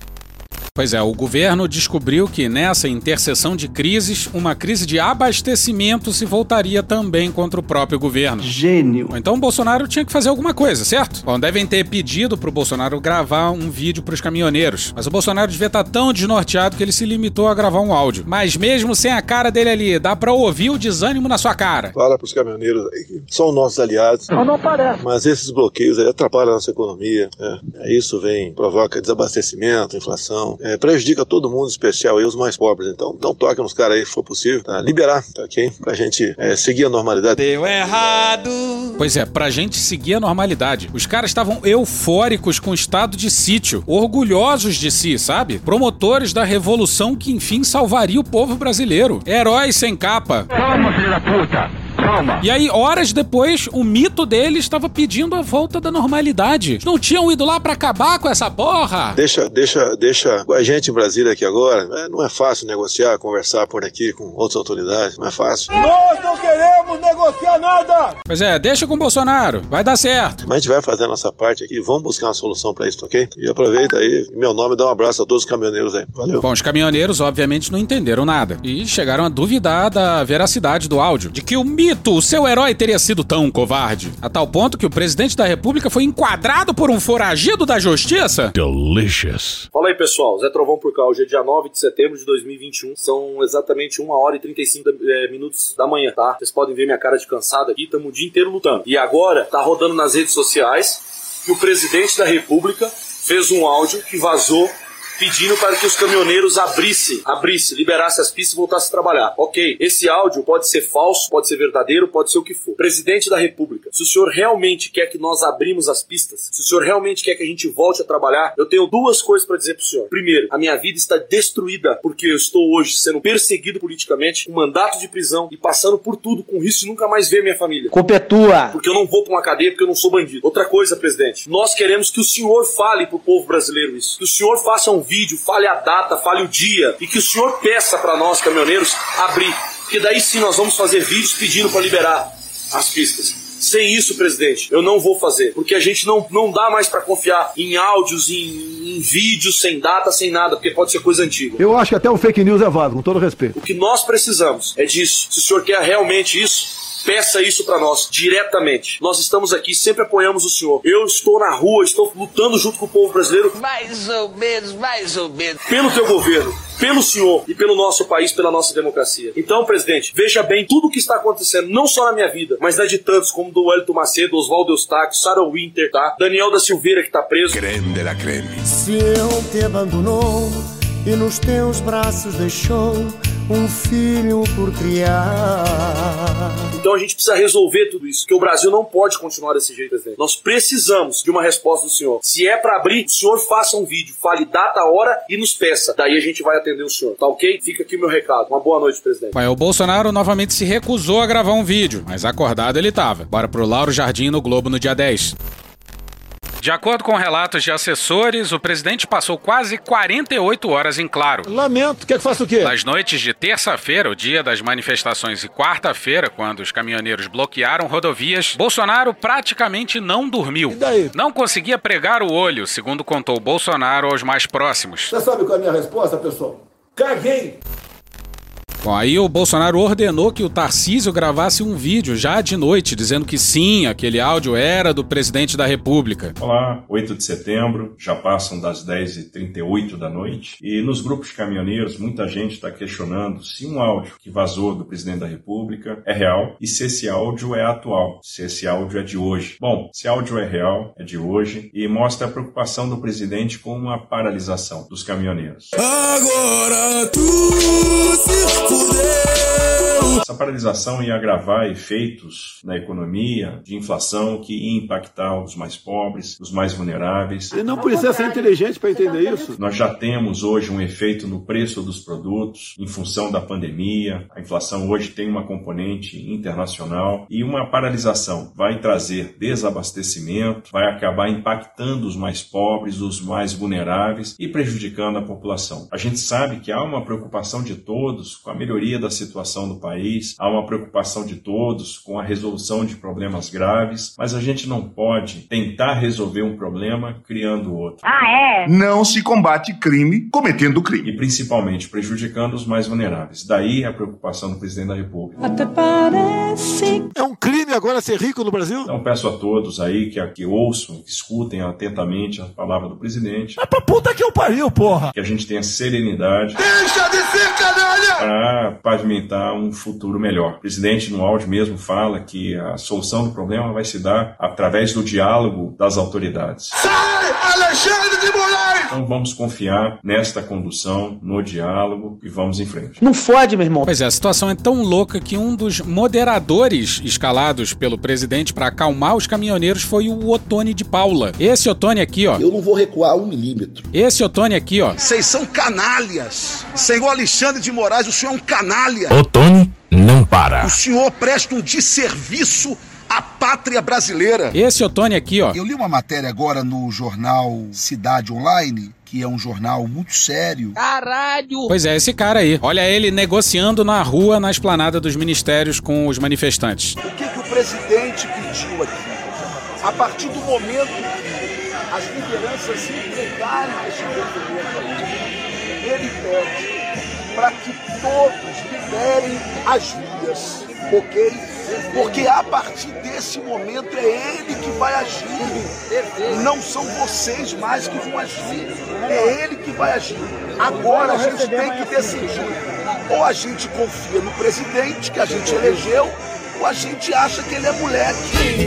Pois é, o governo descobriu que nessa interseção de crises, uma crise de abastecimento se voltaria também contra o próprio governo. Gênio. Então o Bolsonaro tinha que fazer alguma coisa, certo? Bom, devem ter pedido pro Bolsonaro gravar um vídeo pros caminhoneiros, mas o Bolsonaro devia estar tão desnorteado que ele se limitou a gravar um áudio. Mas mesmo sem a cara dele ali, dá pra ouvir o desânimo na sua cara. Fala pros caminhoneiros aí que são nossos aliados. Não, não parece. Mas esses bloqueios aí atrapalham a nossa economia. É. Isso vem, provoca desabastecimento, inflação. É, prejudica todo mundo, em especial aí os mais pobres. Então, então toque nos caras aí, se for possível, tá? Liberar, tá, ok? Pra gente é, seguir a normalidade. Deu errado. Pois é, pra gente seguir a normalidade. Os caras estavam eufóricos com o estado de sítio, orgulhosos de si, sabe? Promotores da revolução que enfim salvaria o povo brasileiro. Heróis sem capa. Calma, filho da puta! Calma. E aí, horas depois, o mito dele estava pedindo a volta da normalidade. Não tinham ido lá pra acabar com essa porra? Deixa, deixa, deixa a gente em Brasília aqui agora. É, não é fácil negociar, conversar por aqui com outras autoridades. Não é fácil. Nós não queremos negociar nada! Pois é, deixa com o Bolsonaro. Vai dar certo. Mas a gente vai fazer a nossa parte aqui. Vamos buscar uma solução pra isso, ok? E aproveita aí, em meu nome, dá um abraço a todos os caminhoneiros aí. Valeu. Bom, os caminhoneiros, obviamente, não entenderam nada. E chegaram a duvidar da veracidade do áudio. De que o mito, o seu herói, teria sido tão covarde. A tal ponto que o presidente da República foi enquadrado por um foragido da justiça. Delicious. Fala aí, pessoal. Zé Trovão por cá. Hoje é dia nove de setembro de dois mil e vinte e um. São exatamente uma hora e trinta e cinco é, minutos da manhã, tá? Vocês podem ver minha cara de cansado aqui. Estamos o dia inteiro lutando. E agora tá rodando nas redes sociais que o presidente da República fez um áudio que vazou pedindo para que os caminhoneiros abrissem, abrissem, liberassem as pistas e voltassem a trabalhar. Ok, esse áudio pode ser falso, pode ser verdadeiro, pode ser o que for. Presidente da República, se o senhor realmente quer que nós abrimos as pistas, se o senhor realmente quer que a gente volte a trabalhar, eu tenho duas coisas para dizer para o senhor. Primeiro, a minha vida está destruída porque eu estou hoje sendo perseguido politicamente, com mandato de prisão e passando por tudo com risco de nunca mais ver minha família. Culpa é tua. Porque eu não vou para uma cadeia, porque eu não sou bandido. Outra coisa, presidente, nós queremos que o senhor fale para o povo brasileiro isso. Que o senhor faça um vídeo, fale a data, fale o dia e que o senhor peça para nós, caminhoneiros, abrir. Porque daí sim nós vamos fazer vídeos pedindo para liberar as pistas. Sem isso, presidente, eu não vou fazer. Porque a gente não, não dá mais para confiar em áudios, em, em vídeos, sem data, sem nada, porque pode ser coisa antiga. Eu acho que até o fake news é válido, com todo respeito. O que nós precisamos é disso. Se o senhor quer realmente isso, peça isso pra nós, diretamente. Nós estamos aqui, sempre apoiamos o senhor. Eu estou na rua, estou lutando junto com o povo brasileiro. Mais ou menos, mais ou menos. Pelo teu governo, pelo senhor e pelo nosso país, pela nossa democracia. Então, presidente, veja bem tudo o que está acontecendo, não só na minha vida, mas na de tantos, como do Wellington Macedo, Oswaldo Eustáquio, Sarah Winter, tá? Daniel da Silveira, que tá preso. Creme de la creme. Se eu te abandonou e nos teus braços deixou um filho por criar. Então a gente precisa resolver tudo isso, porque o Brasil não pode continuar desse jeito, presidente. Nós precisamos de uma resposta do senhor. Se é pra abrir, o senhor faça um vídeo, fale data, hora e nos peça. Daí a gente vai atender o senhor, tá ok? Fica aqui o meu recado. Uma boa noite, presidente. Pai, o Bolsonaro novamente se recusou a gravar um vídeo, mas acordado ele tava. Bora pro Lauro Jardim no Globo no dia dez. De acordo com relatos de assessores, o presidente passou quase quarenta e oito horas em claro. Lamento, quer que faça o quê? Nas noites de terça-feira, o dia das manifestações, e quarta-feira, quando os caminhoneiros bloquearam rodovias, Bolsonaro praticamente não dormiu. E daí? Não conseguia pregar o olho, segundo contou Bolsonaro aos mais próximos. Você sabe qual é a minha resposta, pessoal? Caguei! Bom, aí o Bolsonaro ordenou que o Tarcísio gravasse um vídeo já de noite, dizendo que sim, aquele áudio era do presidente da República. Olá, oito de setembro, já passam das dez e trinta e oito da noite, e nos grupos de caminhoneiros muita gente está questionando se um áudio que vazou do presidente da República é real e se esse áudio é atual, se esse áudio é de hoje. Bom, esse áudio é real, é de hoje, e mostra a preocupação do presidente com a paralisação dos caminhoneiros. Agora tu se fudeu. Essa paralisação ia agravar efeitos na economia de inflação que ia impactar os mais pobres, os mais vulneráveis. E não precisa ser inteligente para entender isso. Nós já temos hoje um efeito no preço dos produtos em função da pandemia. A inflação hoje tem uma componente internacional e uma paralisação vai trazer desabastecimento, vai acabar impactando os mais pobres, os mais vulneráveis e prejudicando a população. A gente sabe que há uma preocupação de todos com a melhoria da situação do país, há uma preocupação de todos com a resolução de problemas graves, mas a gente não pode tentar resolver um problema criando outro. Ah, é? Não se combate crime cometendo crime. E principalmente prejudicando os mais vulneráveis. Daí a preocupação do presidente da República. Até parece. É um crime agora ser rico no Brasil? Então peço a todos aí que, que ouçam, que escutem atentamente a palavra do presidente. Mas pra puta que eu pariu, porra! Que a gente tenha serenidade. Deixa de ser canalha! Para pavimentar um futuro melhor. O presidente no áudio mesmo fala que a solução do problema vai se dar através do diálogo das autoridades. Sai, Alexandre de Moraes! Então vamos confiar nesta condução, no diálogo e vamos em frente. Não fode, meu irmão. Pois é, a situação é tão louca que um dos moderadores escalados pelo presidente para acalmar os caminhoneiros foi o Ottoni de Paula. Esse Ottoni aqui, ó. Eu não vou recuar um milímetro. Esse Ottoni aqui, ó. Vocês são canalhas. Senhor Alexandre de Moraes, o senhor é um canalha. Ottoni não para. O senhor presta um desserviço à pátria brasileira. Esse Ottoni aqui, ó. Eu li uma matéria agora no jornal Cidade Online, que é um jornal muito sério. Caralho! Pois é, esse cara aí. Olha ele negociando na rua, na esplanada dos ministérios com os manifestantes. O que, que o presidente pediu aqui? A partir do momento que as lideranças entregarem esse documento aí, ele pede para que todos liberem as vias, ok? Porque a partir desse momento é ele que vai agir. Não são vocês mais que vão agir. É ele que vai agir. Agora a gente tem que decidir. Ou a gente confia no presidente que a gente elegeu, ou a gente acha que ele é moleque.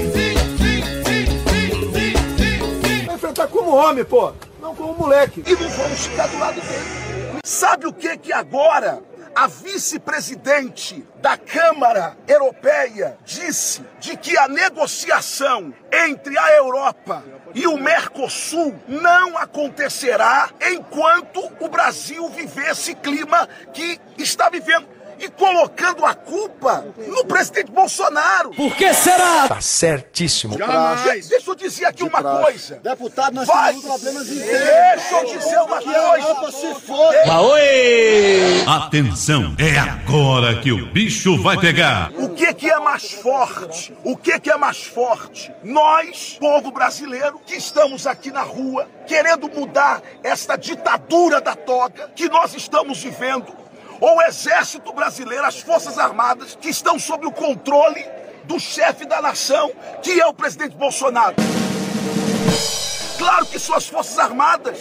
Vai enfrentar como homem, pô. Não como moleque. E não vamos ficar do lado dele. Sabe o que que agora a vice-presidente da Câmara Europeia disse? De que a negociação entre a Europa e o Mercosul não acontecerá enquanto o Brasil viver esse clima que está vivendo. E colocando a culpa no presidente Bolsonaro. Por que será? Tá certíssimo. De deixa eu dizer aqui uma coisa. Deputado, nós Vai. temos problemas internos. Deixa eu dizer uma coisa. Se foda. Oi! Atenção, é agora que o bicho vai pegar. O que que é mais forte? O que que é mais forte? Nós, povo brasileiro, que estamos aqui na rua, querendo mudar esta ditadura da toga que nós estamos vivendo, ou o exército brasileiro, as forças armadas, que estão sob o controle do chefe da nação, que é o presidente Bolsonaro. Claro que são as forças armadas.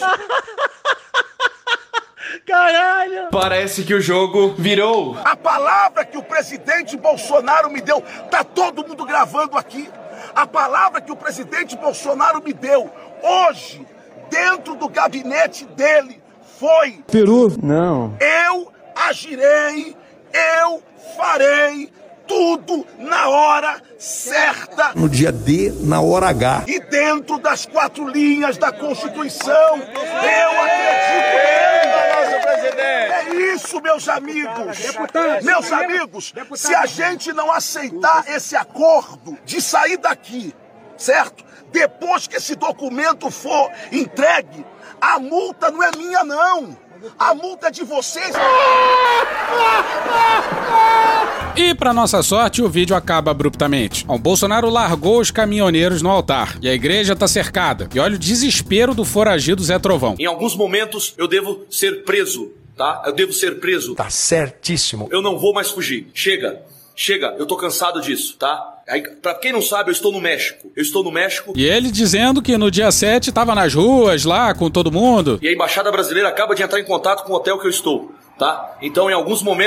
Caralho! Parece que o jogo virou. A palavra que o presidente Bolsonaro me deu, tá todo mundo gravando aqui. A palavra que o presidente Bolsonaro me deu hoje, dentro do gabinete dele, foi... Peru? Não. Eu agirei, eu farei tudo na hora certa. No dia D, na hora H. E dentro das quatro linhas da Constituição. Eu acredito nele. É isso, meus amigos. Deputado, meus amigos, deputado, se a gente não aceitar esse acordo de sair daqui, certo? Depois que esse documento for entregue, a multa não é minha, não. A multa é de vocês. E pra nossa sorte, o vídeo acaba abruptamente. O Bolsonaro largou os caminhoneiros no altar e a igreja tá cercada. E olha o desespero do foragido Zé Trovão. Em alguns momentos eu devo ser preso, tá? Eu devo ser preso. Tá certíssimo. Eu não vou mais fugir. Chega. Chega, eu tô cansado disso, tá? Aí, pra quem não sabe, eu estou no México. Eu estou no México. E ele dizendo que no dia sete tava nas ruas lá com todo mundo. E a Embaixada Brasileira acaba de entrar em contato com o hotel que eu estou, tá? Então, em alguns momentos,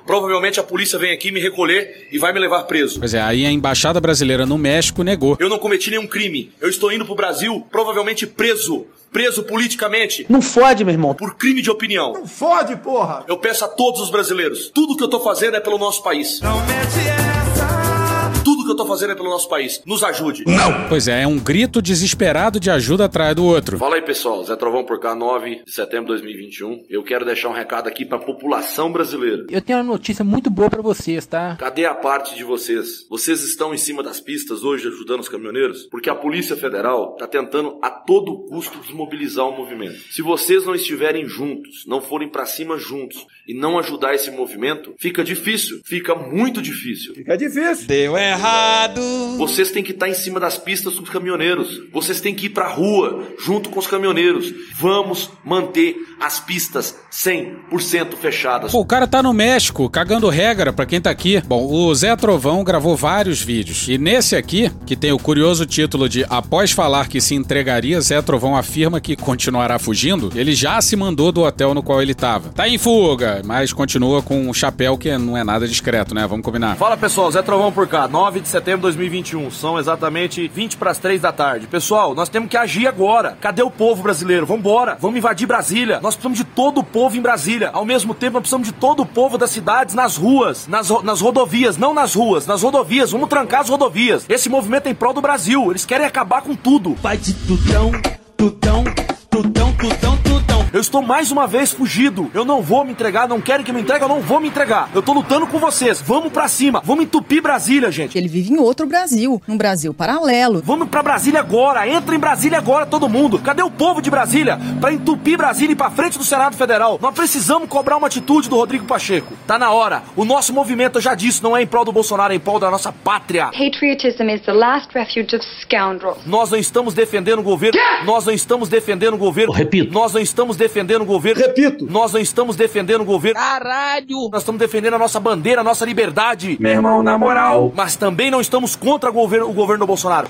provavelmente a polícia vem aqui me recolher e vai me levar preso. Pois é, aí a embaixada brasileira no México negou. Eu não cometi nenhum crime. Eu estou indo pro Brasil, provavelmente preso. Preso politicamente. Não fode, meu irmão. Por crime de opinião. Não fode, porra. Eu peço a todos os brasileiros, tudo que eu tô fazendo é pelo nosso país. Não mete essa. Tudo que eu tô fazendo é pelo nosso país. Nos ajude. Não. Pois é, é um grito desesperado de ajuda atrás do outro. Fala aí, pessoal. Zé Trovão por cá, nove de setembro de dois mil e vinte e um. Eu quero deixar um recado aqui pra população brasileira. Eu tenho uma notícia muito boa pra vocês, tá? Cadê a parte de vocês? Vocês estão em cima das pistas hoje ajudando os caminhoneiros? Porque a Polícia Federal tá tentando a todo custo desmobilizar o movimento. Se vocês não estiverem juntos, não forem pra cima juntos e não ajudar esse movimento, fica difícil. Fica muito difícil. Fica difícil. Deu errado. Vocês têm que estar em cima das pistas com os caminhoneiros. Vocês têm que ir pra rua junto com os caminhoneiros. Vamos manter as pistas cem por cento fechadas. Pô, o cara tá no México, cagando regra pra quem tá aqui. Bom, o Zé Trovão gravou vários vídeos. E nesse aqui, que tem o curioso título de Após falar que se entregaria, Zé Trovão afirma que continuará fugindo. Ele já se mandou do hotel no qual ele tava. Tá em fuga, mas continua com um chapéu que não é nada discreto, né? Vamos combinar. Fala, pessoal, Zé Trovão por cá, nove de setembro de dois mil e vinte e um. São exatamente vinte para as três da tarde. Pessoal, nós temos que agir agora. Cadê o povo brasileiro? Vambora. Vamos invadir Brasília. Nós precisamos de todo o povo em Brasília. Ao mesmo tempo, nós precisamos de todo o povo das cidades nas ruas, nas, nas rodovias, não nas ruas, nas rodovias. Vamos trancar as rodovias. Esse movimento é em prol do Brasil. Eles querem acabar com tudo. Vai de tudão, tudão, tudão, tudão, tudão. Eu estou mais uma vez fugido. Eu não vou me entregar, não querem que eu me entregue, eu não vou me entregar. Eu tô lutando com vocês. Vamos pra cima. Vamos entupir Brasília, gente. Ele vive em outro Brasil, num Brasil paralelo. Vamos pra Brasília agora. Entra em Brasília agora, todo mundo. Cadê o povo de Brasília pra entupir Brasília e ir pra frente do Senado Federal? Nós precisamos cobrar uma atitude do Rodrigo Pacheco. Tá na hora. O nosso movimento, eu já disse, não é em prol do Bolsonaro, é em prol da nossa pátria. Patriotism is the last refuge of scoundrels. Nós não estamos defendendo o governo. Yeah! Nós não estamos defendendo o governo. Eu repito. Nós não estamos defendendo o governo. Repito. Nós não estamos defendendo o governo. Caralho. Nós estamos defendendo a nossa bandeira, a nossa liberdade. Meu irmão, na moral. Mas também não estamos contra o governo, o governo do Bolsonaro.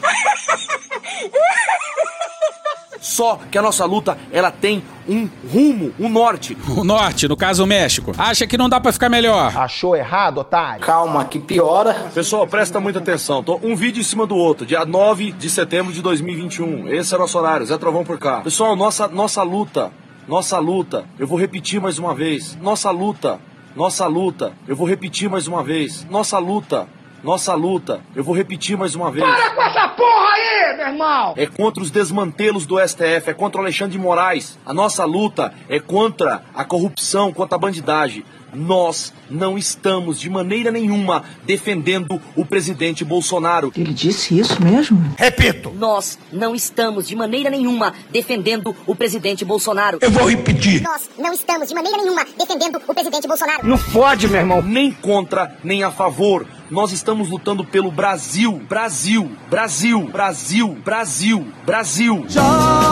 Só que a nossa luta, ela tem um rumo, um norte. O norte, no caso o México. Acha que não dá pra ficar melhor. Achou errado, otário? Calma, que piora. Pessoal, presta muita atenção. Tô um vídeo em cima do outro. Dia nove de setembro de dois mil e vinte e um. Esse é o nosso horário. Zé Trovão por cá. Pessoal, nossa, nossa luta. Nossa luta. Eu vou repetir mais uma vez. Nossa luta. Nossa luta. Eu vou repetir mais uma vez. Nossa luta. Nossa luta, eu vou repetir mais uma vez. Para com essa porra aí, meu irmão! É contra os desmantelos do S T F, é contra o Alexandre de Moraes. A nossa luta é contra a corrupção, contra a bandidagem. Nós não estamos de maneira nenhuma defendendo o presidente Bolsonaro. Ele disse isso mesmo? Repito. Nós não estamos de maneira nenhuma defendendo o presidente Bolsonaro. Eu vou repetir. Nós não estamos de maneira nenhuma defendendo o presidente Bolsonaro. Não fode, meu irmão. Nem contra, nem a favor. Nós estamos lutando pelo Brasil. Brasil, Brasil, Brasil, Brasil, Brasil. Já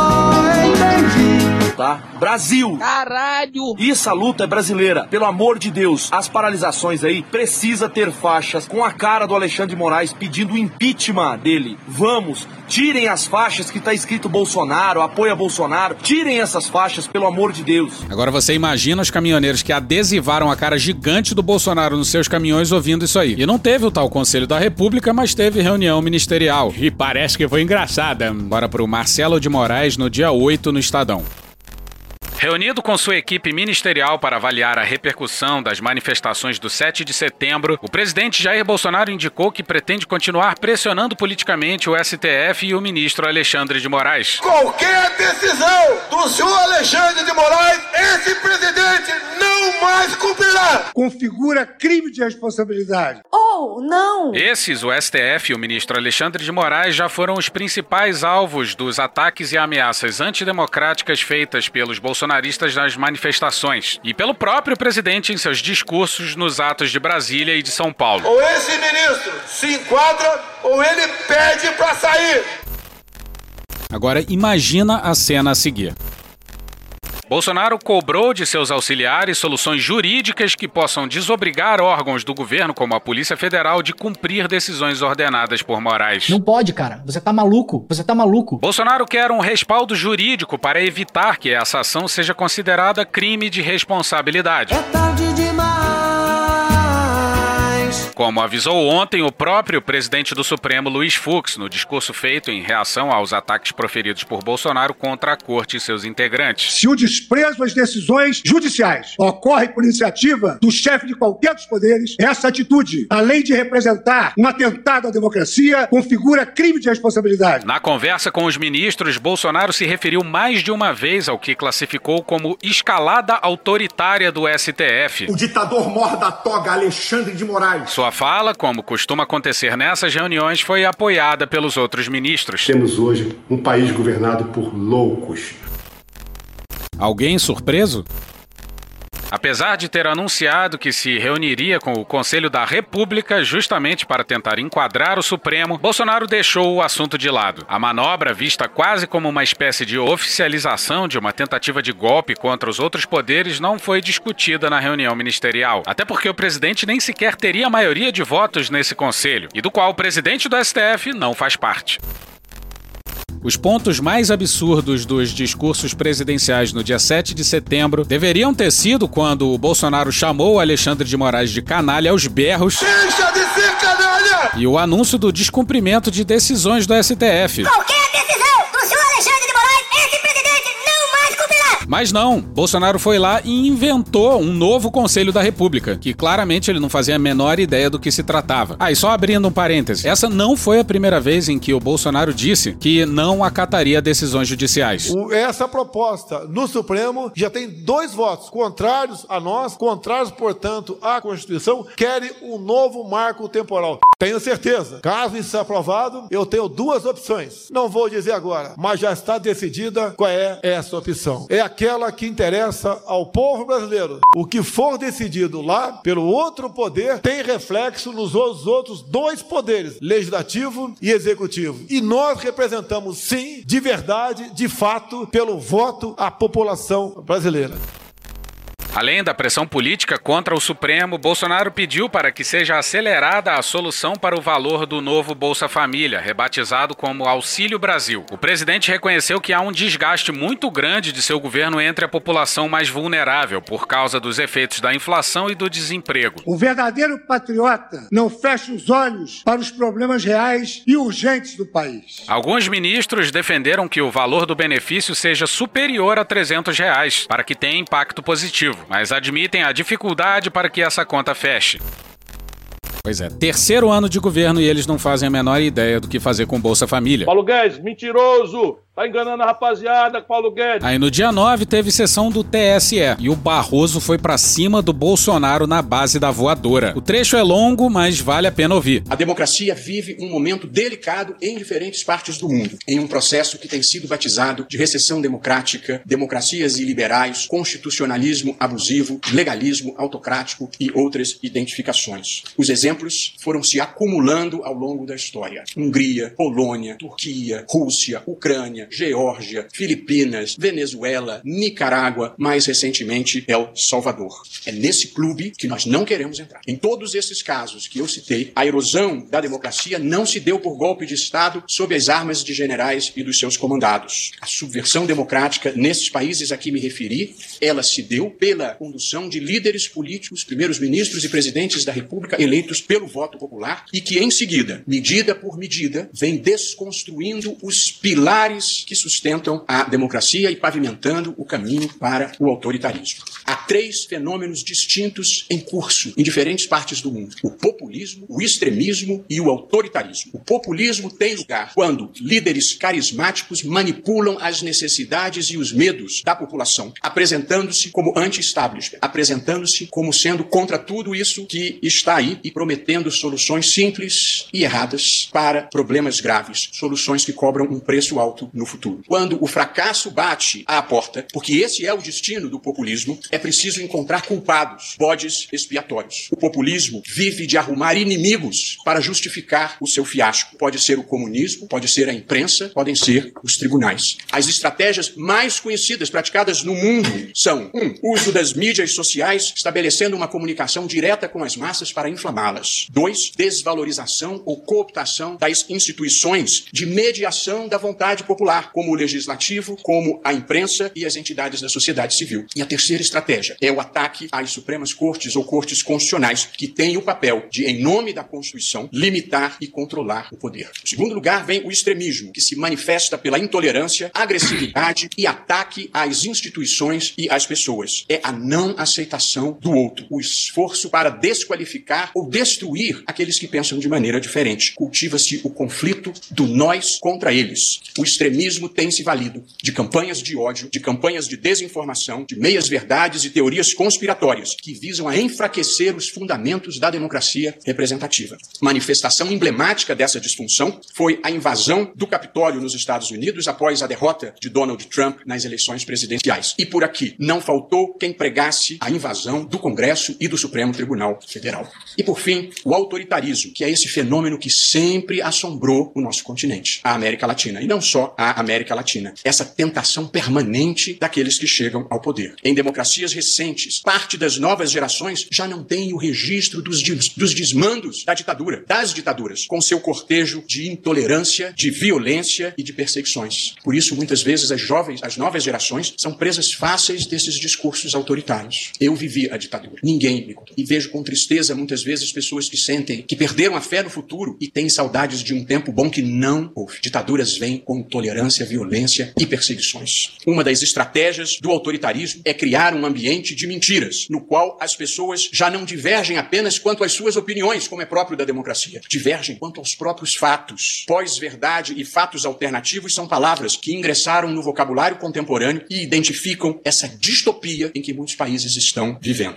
entendi. Tá? Brasil. Caralho. E essa luta é brasileira. Pelo amor de Deus, as paralisações aí precisa ter faixas com a cara do Alexandre de Moraes pedindo o impeachment dele. Vamos, tirem as faixas que tá escrito Bolsonaro, apoia Bolsonaro. Tirem essas faixas, pelo amor de Deus. Agora você imagina os caminhoneiros que adesivaram a cara gigante do Bolsonaro nos seus caminhões ouvindo isso aí. E não teve o tal Conselho da República, mas teve reunião ministerial. E parece que foi engraçada. Bora pro Marcelo de Moraes no dia oito no Estadão. Reunido com sua equipe ministerial para avaliar a repercussão das manifestações do sete de setembro, o presidente Jair Bolsonaro indicou que pretende continuar pressionando politicamente o S T F e o ministro Alexandre de Moraes. Qualquer decisão do senhor Alexandre de Moraes, esse presidente não mais cumprirá. Configura crime de responsabilidade. Oh, não! Esses, o S T F e o ministro Alexandre de Moraes, já foram os principais alvos dos ataques e ameaças antidemocráticas feitas pelos bolsonaristas nas manifestações e pelo próprio presidente em seus discursos nos atos de Brasília e de São Paulo. Ou esse ministro se enquadra ou ele pede para sair. Agora imagina a cena a seguir. Bolsonaro cobrou de seus auxiliares soluções jurídicas que possam desobrigar órgãos do governo, como a Polícia Federal, de cumprir decisões ordenadas por Moraes. Não pode, cara. Você tá maluco. Você tá maluco. Bolsonaro quer um respaldo jurídico para evitar que essa ação seja considerada crime de responsabilidade. É tarde demais. como avisou ontem o próprio presidente do Supremo, Luiz Fux, no discurso feito em reação aos ataques proferidos por Bolsonaro contra a corte e seus integrantes. Se o desprezo às decisões judiciais ocorre por iniciativa do chefe de qualquer dos poderes, essa atitude, além de representar um atentado à democracia, configura crime de responsabilidade. Na conversa com os ministros, Bolsonaro se referiu mais de uma vez ao que classificou como escalada autoritária do S T F. O ditador mor da toga Alexandre de Moraes. Sua fala, como costuma acontecer nessas reuniões, foi apoiada pelos outros ministros. Temos hoje um país governado por loucos. Alguém surpreso? Apesar de ter anunciado que se reuniria com o Conselho da República justamente para tentar enquadrar o Supremo, Bolsonaro deixou o assunto de lado. A manobra, vista quase como uma espécie de oficialização de uma tentativa de golpe contra os outros poderes, não foi discutida na reunião ministerial. Até porque o presidente nem sequer teria maioria de votos nesse conselho, e do qual o presidente do S T F não faz parte. Os pontos mais absurdos dos discursos presidenciais no dia sete de setembro deveriam ter sido quando o Bolsonaro chamou o Alexandre de Moraes de canalha aos berros. Deixa de ser canalha! E o anúncio do descumprimento de decisões do S T F. Qualquer decisão do senhor Alexandre de Moraes, esse presidente não mais cumprirá! Mas não, Bolsonaro foi lá e inventou um novo Conselho da República, que claramente ele não fazia a menor ideia do que se tratava. Ah, e só abrindo um parêntese, essa não foi a primeira vez em que o Bolsonaro disse que não acataria decisões judiciais. O, essa proposta no Supremo já tem dois votos contrários a nós, contrários, portanto, à Constituição, querem um novo marco temporal. Tenho certeza, caso isso seja aprovado, eu tenho duas opções. Não vou dizer agora, mas já está decidida qual é essa opção. É aquela que interessa ao povo brasileiro. O que for decidido lá pelo outro poder tem reflexo nos outros dois poderes, legislativo e executivo. E nós representamos, sim, de verdade, de fato, pelo voto à população brasileira. Além da pressão política contra o Supremo, Bolsonaro pediu para que seja acelerada a solução para o valor do novo Bolsa Família, rebatizado como Auxílio Brasil. O presidente reconheceu que há um desgaste muito grande de seu governo entre a população mais vulnerável, por causa dos efeitos da inflação e do desemprego. O verdadeiro patriota não fecha os olhos para os problemas reais e urgentes do país. Alguns ministros defenderam que o valor do benefício seja superior a trezentos reais, para que tenha impacto positivo, mas admitem a dificuldade para que essa conta feche. Pois é, terceiro ano de governo e eles não fazem a menor ideia do que fazer com Bolsa Família. Paulo Guedes, mentiroso! Tá enganando a rapaziada, Paulo Guedes. Aí no dia nove teve sessão do T S E e o Barroso foi pra cima do Bolsonaro na base da voadora. O trecho é longo, mas vale a pena ouvir. A democracia vive um momento delicado em diferentes partes do mundo, em um processo que tem sido batizado de recessão democrática, democracias iliberais, constitucionalismo abusivo, legalismo autocrático e outras identificações. Os exemplos foram se acumulando ao longo da história. Hungria, Polônia, Turquia, Rússia, Ucrânia, Geórgia, Filipinas, Venezuela, Nicarágua, mais recentemente El Salvador. É nesse clube que nós não queremos entrar. Em todos esses casos que eu citei, a erosão da democracia não se deu por golpe de Estado sob as armas de generais e dos seus comandados. A subversão democrática nesses países a que me referi, ela se deu pela condução de líderes políticos, primeiros ministros e presidentes da República eleitos pelo voto popular e que, em seguida, medida por medida, vem desconstruindo os pilares que sustentam a democracia e pavimentando o caminho para o autoritarismo. Há três fenômenos distintos em curso em diferentes partes do mundo: o populismo, o extremismo e o autoritarismo. O populismo tem lugar quando líderes carismáticos manipulam as necessidades e os medos da população, apresentando-se como anti-establishment, apresentando-se como sendo contra tudo isso que está aí e prometendo soluções simples e erradas para problemas graves, soluções que cobram um preço alto no futuro. Quando o fracasso bate à porta, porque esse é o destino do populismo, é preciso encontrar culpados, bodes expiatórios. O populismo vive de arrumar inimigos para justificar o seu fiasco. Pode ser o comunismo, pode ser a imprensa, podem ser os tribunais. As estratégias mais conhecidas praticadas no mundo são: um, uso das mídias sociais, estabelecendo uma comunicação direta com as massas para inflamá-las. Dois, desvalorização ou cooptação das instituições de mediação da vontade popular, como o legislativo, como a imprensa e as entidades da sociedade civil. E a terceira estratégia estratégia. É o ataque às Supremas Cortes ou Cortes Constitucionais, que têm o papel de, em nome da Constituição, limitar e controlar o poder. Em segundo lugar, vem o extremismo, que se manifesta pela intolerância, agressividade e ataque às instituições e às pessoas. É a não aceitação do outro, o esforço para desqualificar ou destruir aqueles que pensam de maneira diferente. Cultiva-se o conflito do nós contra eles. O extremismo tem se valido de campanhas de ódio, de campanhas de desinformação, de meias-verdades e teorias conspiratórias que visam a enfraquecer os fundamentos da democracia representativa. Manifestação emblemática dessa disfunção foi a invasão do Capitólio nos Estados Unidos após a derrota de Donald Trump nas eleições presidenciais. E por aqui, não faltou quem pregasse a invasão do Congresso e do Supremo Tribunal Federal. E por fim, o autoritarismo, que é esse fenômeno que sempre assombrou o nosso continente, a América Latina, e não só a América Latina. Essa tentação permanente daqueles que chegam ao poder. Em democracias recentes, parte das novas gerações já não tem o registro dos, dos desmandos da ditadura, das ditaduras, com seu cortejo de intolerância, de violência e de perseguições. Por isso, muitas vezes, as jovens, as novas gerações são presas fáceis desses discursos autoritários. Eu vivi a ditadura. Ninguém me contou. E vejo com tristeza, muitas vezes, pessoas que sentem que perderam a fé no futuro e têm saudades de um tempo bom que não houve. Ditaduras vêm com intolerância, violência e perseguições. Uma das estratégias do autoritarismo é criar um ambiente de mentiras, no qual as pessoas já não divergem apenas quanto às suas opiniões, como é próprio da democracia. Divergem quanto aos próprios fatos. Pós-verdade e fatos alternativos são palavras que ingressaram no vocabulário contemporâneo e identificam essa distopia em que muitos países estão vivendo.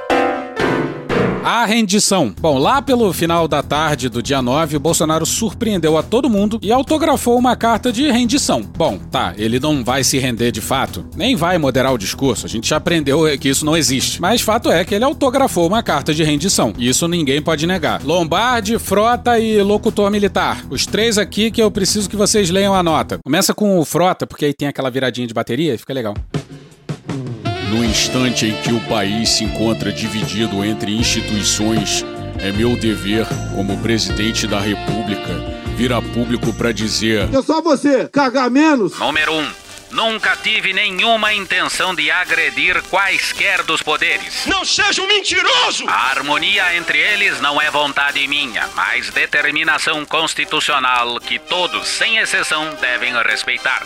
A rendição. Bom, lá pelo final da tarde do dia nove, o Bolsonaro surpreendeu a todo mundo e autografou uma carta de rendição. Bom, tá, ele não vai se render de fato, nem vai moderar o discurso, a gente já aprendeu que isso não existe. Mas fato é que ele autografou uma carta de rendição, e isso ninguém pode negar. Lombardi, Frota e locutor militar. Os três aqui que eu preciso que vocês leiam a nota. Começa com o Frota, porque aí tem aquela viradinha de bateria e fica legal. No instante em que o país se encontra dividido entre instituições, é meu dever, como presidente da República, vir a público para dizer: é só você cagar menos. Número um. Nunca tive nenhuma intenção de agredir quaisquer dos poderes. Não seja um mentiroso! A harmonia entre eles não é vontade minha, mas determinação constitucional que todos, sem exceção, devem respeitar.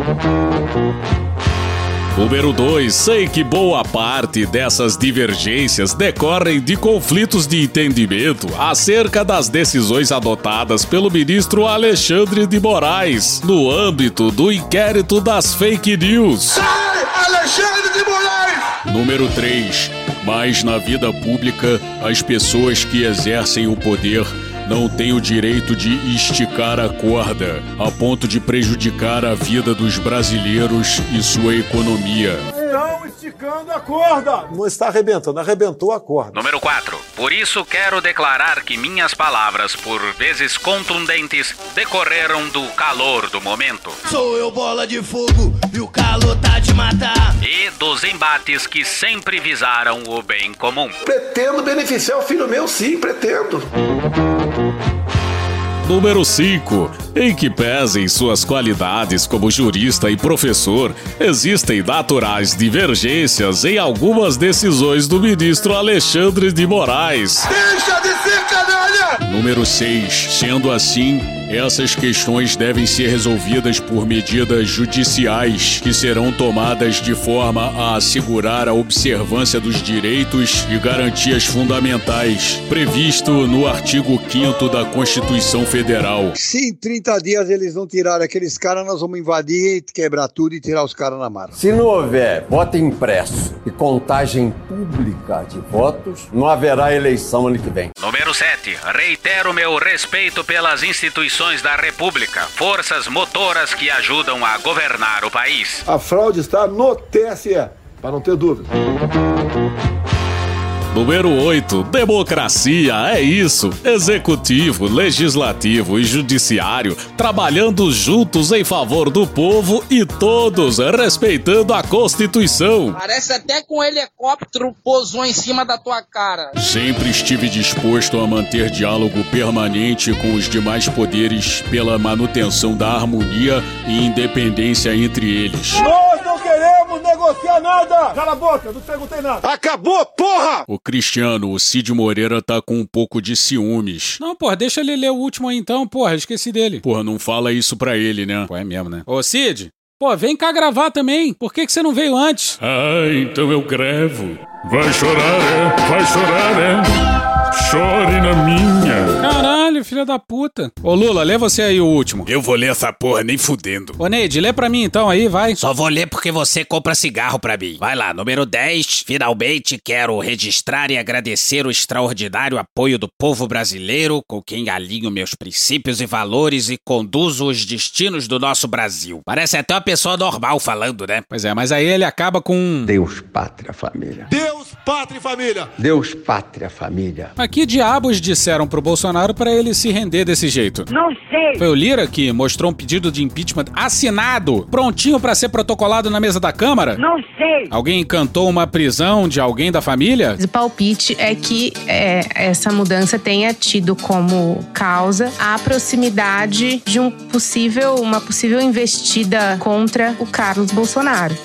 Número dois. Sei que boa parte dessas divergências decorrem de conflitos de entendimento acerca das decisões adotadas pelo ministro Alexandre de Moraes no âmbito do inquérito das fake news. Sai, Alexandre de Moraes! Número três. Mas na vida pública, as pessoas que exercem o poder não têm o direito de esticar a corda, a ponto de prejudicar a vida dos brasileiros e sua economia. Estão esticando a corda! Não está arrebentando, arrebentou a corda. Número quatro. Por isso quero declarar que minhas palavras, por vezes contundentes, decorreram do calor do momento. Sou eu bola de fogo e o calor tá de matar. E dos embates que sempre visaram o bem comum. Pretendo beneficiar o filho meu, sim, pretendo. Número cinco. Em que pesem suas qualidades como jurista e professor, existem naturais divergências em algumas decisões do ministro Alexandre de Moraes. Deixa de ser canalha! Número seis. Sendo assim, essas questões devem ser resolvidas por medidas judiciais que serão tomadas de forma a assegurar a observância dos direitos e garantias fundamentais, previsto no artigo quinto da Constituição Federal. Se em trinta dias eles não tirarem aqueles caras, nós vamos invadir, quebrar tudo e tirar os caras na mara. Se não houver voto impresso e contagem pública de votos, não haverá eleição ano que vem. Número sete. Reitero meu respeito pelas instituições da República, forças motoras que ajudam a governar o país. A fraude está no T S E, para não ter dúvida. Número oito. Democracia é isso. Executivo, legislativo e judiciário trabalhando juntos em favor do povo e todos respeitando a Constituição. Parece até que um helicóptero pousou em cima da tua cara. Sempre estive disposto a manter diálogo permanente com os demais poderes pela manutenção da harmonia e independência entre eles. Nós não queremos vamos negociar nada! Cala a boca, não perguntei nada. Acabou, porra! Ô Cristiano, o Cid Moreira tá com um pouco de ciúmes. Não, porra, deixa ele ler o último aí então, porra, esqueci dele. Porra, não fala isso pra ele, né? Pô, é mesmo, né? Ô, Cid, pô, vem cá gravar também. Por que que você não veio antes? Ah, então eu grevo. Vai chorar, é? Vai chorar, é? Chore na minha. Caralho, filha da puta. Ô, Lula, lê você aí o último. Eu vou ler essa porra nem fudendo. Ô, Neide, lê pra mim então aí, vai. Só vou ler porque você compra cigarro pra mim. Vai lá, número dez. Finalmente quero registrar e agradecer o extraordinário apoio do povo brasileiro, com quem alinho meus princípios e valores e conduzo os destinos do nosso Brasil. Parece até uma pessoa normal falando, né? Pois é, mas aí ele acaba com... Deus, pátria, família. Deus, pátria e família. Deus, pátria, família. Mas que diabos disseram pro Bolsonaro pra ele se render desse jeito? Não sei. Foi o Lira que mostrou um pedido de impeachment assinado, prontinho pra ser protocolado na mesa da Câmara? Não sei. Alguém encantou uma prisão de alguém da família? O palpite é que é, essa mudança tenha tido como causa a proximidade de um possível, uma possível investida contra o Carlos Bolsonaro.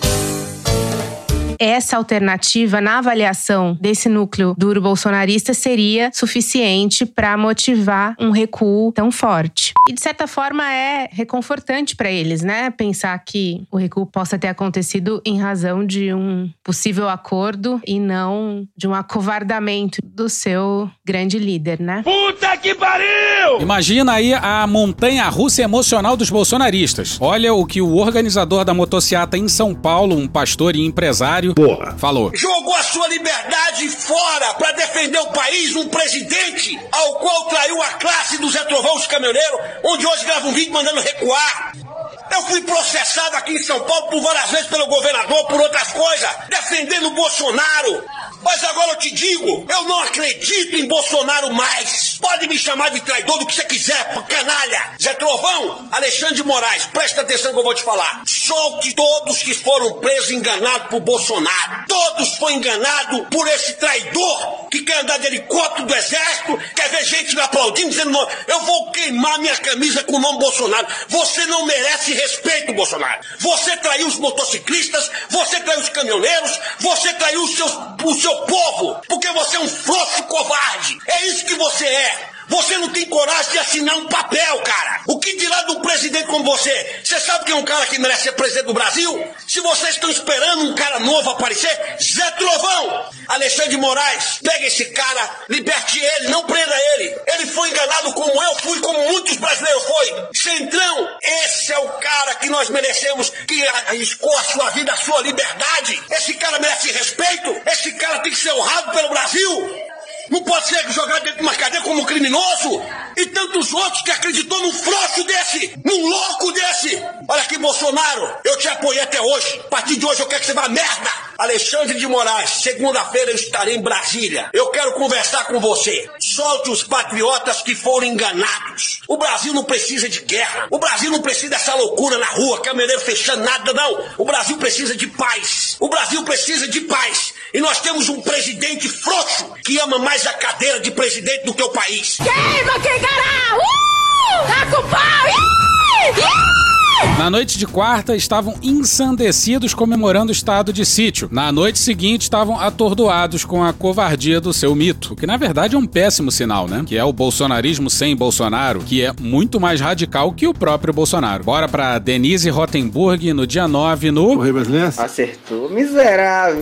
Essa alternativa, na avaliação desse núcleo duro bolsonarista, seria suficiente para motivar um recuo tão forte. E, de certa forma, é reconfortante para eles, né? Pensar que o recuo possa ter acontecido em razão de um possível acordo e não de um acovardamento do seu grande líder, né? Puta que pariu! Imagina aí a montanha-russa emocional dos bolsonaristas. Olha o que o organizador da motociata em São Paulo, um pastor e empresário, Porra. falou. Jogou a sua liberdade fora pra defender o país, um presidente ao qual traiu a classe do Zé Trovão, os caminhoneiros, onde hoje grava um vídeo mandando recuar. Eu fui processado aqui em São Paulo por várias vezes pelo governador, por outras coisas, defendendo o Bolsonaro. Mas agora eu te digo, eu não acredito em Bolsonaro mais. Pode me chamar de traidor do que você quiser, canalha. Zé Trovão, Alexandre de Moraes, presta atenção que eu vou te falar. Solte todos que foram presos e enganados por Bolsonaro. Todos foram enganados por esse traidor que quer andar de helicóptero do exército, quer ver gente me aplaudindo, dizendo, eu vou queimar minha camisa com o nome Bolsonaro. Você não merece respeito, Bolsonaro. Você traiu os motociclistas, você traiu os caminhoneiros, você traiu os seus, o seu povo, porque você é um frouxo covarde. É isso que você é. Você não tem coragem de assinar um papel, cara. O que dirá de um presidente como você? Você sabe que é um cara que merece ser presidente do Brasil? Se vocês estão esperando um cara novo aparecer, Zé Trovão, Alexandre de Moraes, pega esse cara, liberte ele, não prenda ele. Ele foi enganado como eu fui, como muitos brasileiros foi. Centrão, esse é o cara que nós merecemos, que arriscou a sua vida, a sua liberdade. Esse cara merece respeito. Esse cara tem que ser honrado pelo Brasil. Não pode ser jogado dentro de uma cadeia como um criminoso. E tantos outros que acreditou num frouxo desse, num louco desse. Olha aqui, Bolsonaro, eu te apoiei até hoje. A partir de hoje eu quero que você vá à merda. Alexandre de Moraes, segunda-feira eu estarei em Brasília. Eu quero conversar com você. Solte os patriotas que foram enganados. O Brasil não precisa de guerra. O Brasil não precisa dessa loucura na rua, caminhoneiro fechando nada, não. O Brasil precisa de paz. O Brasil precisa de paz. E nós temos um presidente frouxo que ama mais a cadeira de presidente do que o país. Queima quem gará! Uh! Tá com pau! Uh! Uh! Na noite de quarta, estavam ensandecidos comemorando o estado de sítio. Na noite seguinte, estavam atordoados com a covardia do seu mito, o que na verdade é um péssimo sinal, né? Que é o bolsonarismo sem Bolsonaro, que é muito mais radical que o próprio Bolsonaro. Bora pra Denise Rotenburg no dia nove no... Correio Brasileiro? Acertou, miserável.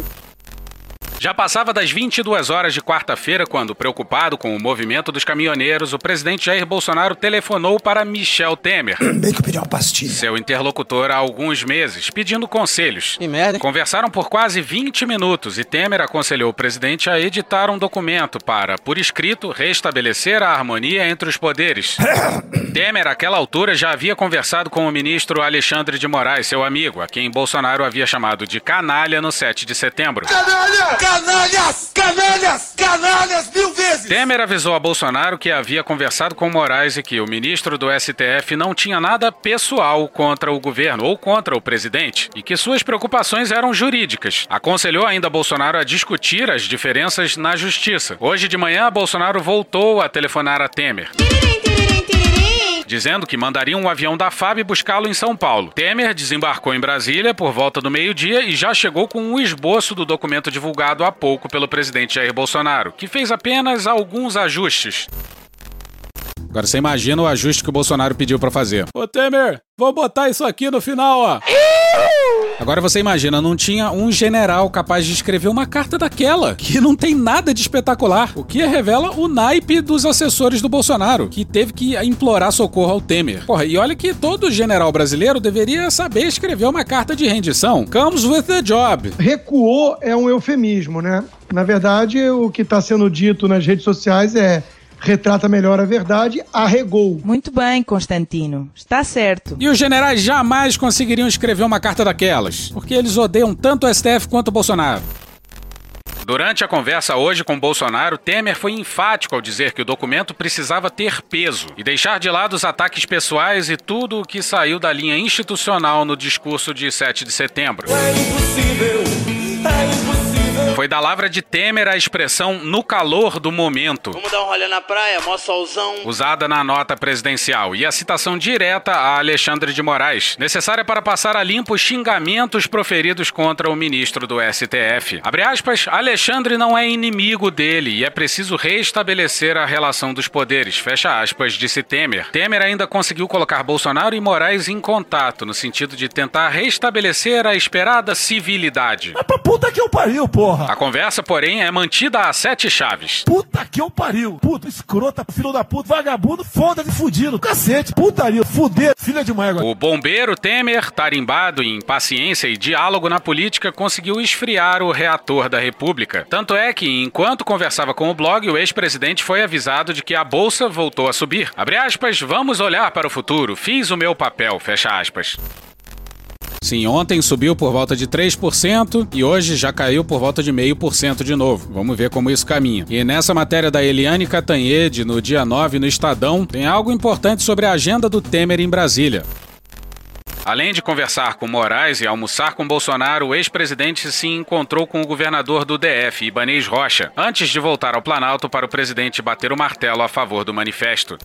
Já passava das vinte e duas horas de quarta-feira quando, preocupado com o movimento dos caminhoneiros, o presidente Jair Bolsonaro telefonou para Michel Temer, bem que eu pedi uma pastilha, seu interlocutor há alguns meses, pedindo conselhos. Que merda. Conversaram por quase vinte minutos e Temer aconselhou o presidente a editar um documento para, por escrito, restabelecer a harmonia entre os poderes. Temer, àquela altura, já havia conversado com o ministro Alexandre de Moraes, seu amigo, a quem Bolsonaro havia chamado de canalha no sete de setembro. Canalha! Canalhas! Canalhas! Canalhas mil vezes! Temer avisou a Bolsonaro que havia conversado com Moraes e que o ministro do S T F não tinha nada pessoal contra o governo ou contra o presidente e que suas preocupações eram jurídicas. Aconselhou ainda Bolsonaro a discutir as diferenças na justiça. Hoje de manhã, Bolsonaro voltou a telefonar a Temer. Tiririm, tiririm, tiririm. mãe! Dizendo que mandaria um avião da F A B buscá-lo em São Paulo. Temer desembarcou em Brasília por volta do meio-dia e já chegou com um esboço do documento divulgado há pouco pelo presidente Jair Bolsonaro, que fez apenas alguns ajustes. Agora você imagina o ajuste que o Bolsonaro pediu pra fazer. Ô Temer, vou botar isso aqui no final, ó. Agora você imagina, não tinha um general capaz de escrever uma carta daquela, que não tem nada de espetacular, o que revela o naipe dos assessores do Bolsonaro, que teve que implorar socorro ao Temer. Porra, e olha que todo general brasileiro deveria saber escrever uma carta de rendição. Comes with the job. Recuou é um eufemismo, né? Na verdade, o que está sendo dito nas redes sociais é: retrata melhor a verdade, arregou. Muito bem, Constantino. Está certo. E os generais jamais conseguiriam escrever uma carta daquelas, porque eles odeiam tanto o S T F quanto o Bolsonaro. Durante a conversa hoje com Bolsonaro, Temer foi enfático ao dizer que o documento precisava ter peso e deixar de lado os ataques pessoais e tudo o que saiu da linha institucional no discurso de sete de setembro. É impossível, é impossível. Foi da lavra de Temer a expressão "no calor do momento", Vamos dar um rolê na praia, mó solzão. usada na nota presidencial, e a citação direta a Alexandre de Moraes, necessária para passar a limpo os xingamentos proferidos contra o ministro do S T F. Abre aspas, Alexandre não é inimigo dele e é preciso restabelecer a relação dos poderes. Fecha aspas, disse Temer. Temer ainda conseguiu colocar Bolsonaro e Moraes em contato, no sentido de tentar restabelecer a esperada civilidade. Mas pra puta que eu pariu, porra! A conversa, porém, é mantida a sete chaves. Puta que eu pariu! Puta, escrota, filho da puta, vagabundo, foda-se, fudido, cacete, putaria, fuder, filha de uma égua. O bombeiro Temer, tarimbado em paciência e diálogo na política, conseguiu esfriar o reator da República. Tanto é que, enquanto conversava com o blog, o ex-presidente foi avisado de que a bolsa voltou a subir. Abre aspas, vamos olhar para o futuro, fiz o meu papel, fecha aspas. Sim, ontem subiu por volta de três por cento e hoje já caiu por volta de zero vírgula cinco por cento de novo. Vamos ver como isso caminha. E nessa matéria da Eliane Catanhede, no dia nove, no Estadão, tem algo importante sobre a agenda do Temer em Brasília. Além de conversar com Moraes e almoçar com Bolsonaro, o ex-presidente se encontrou com o governador do D F, Ibanez Rocha, antes de voltar ao Planalto para o presidente bater o martelo a favor do manifesto.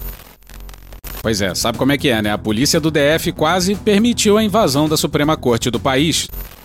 Pois é, sabe como é que é, né? A polícia do D F quase permitiu a invasão da Suprema Corte do país.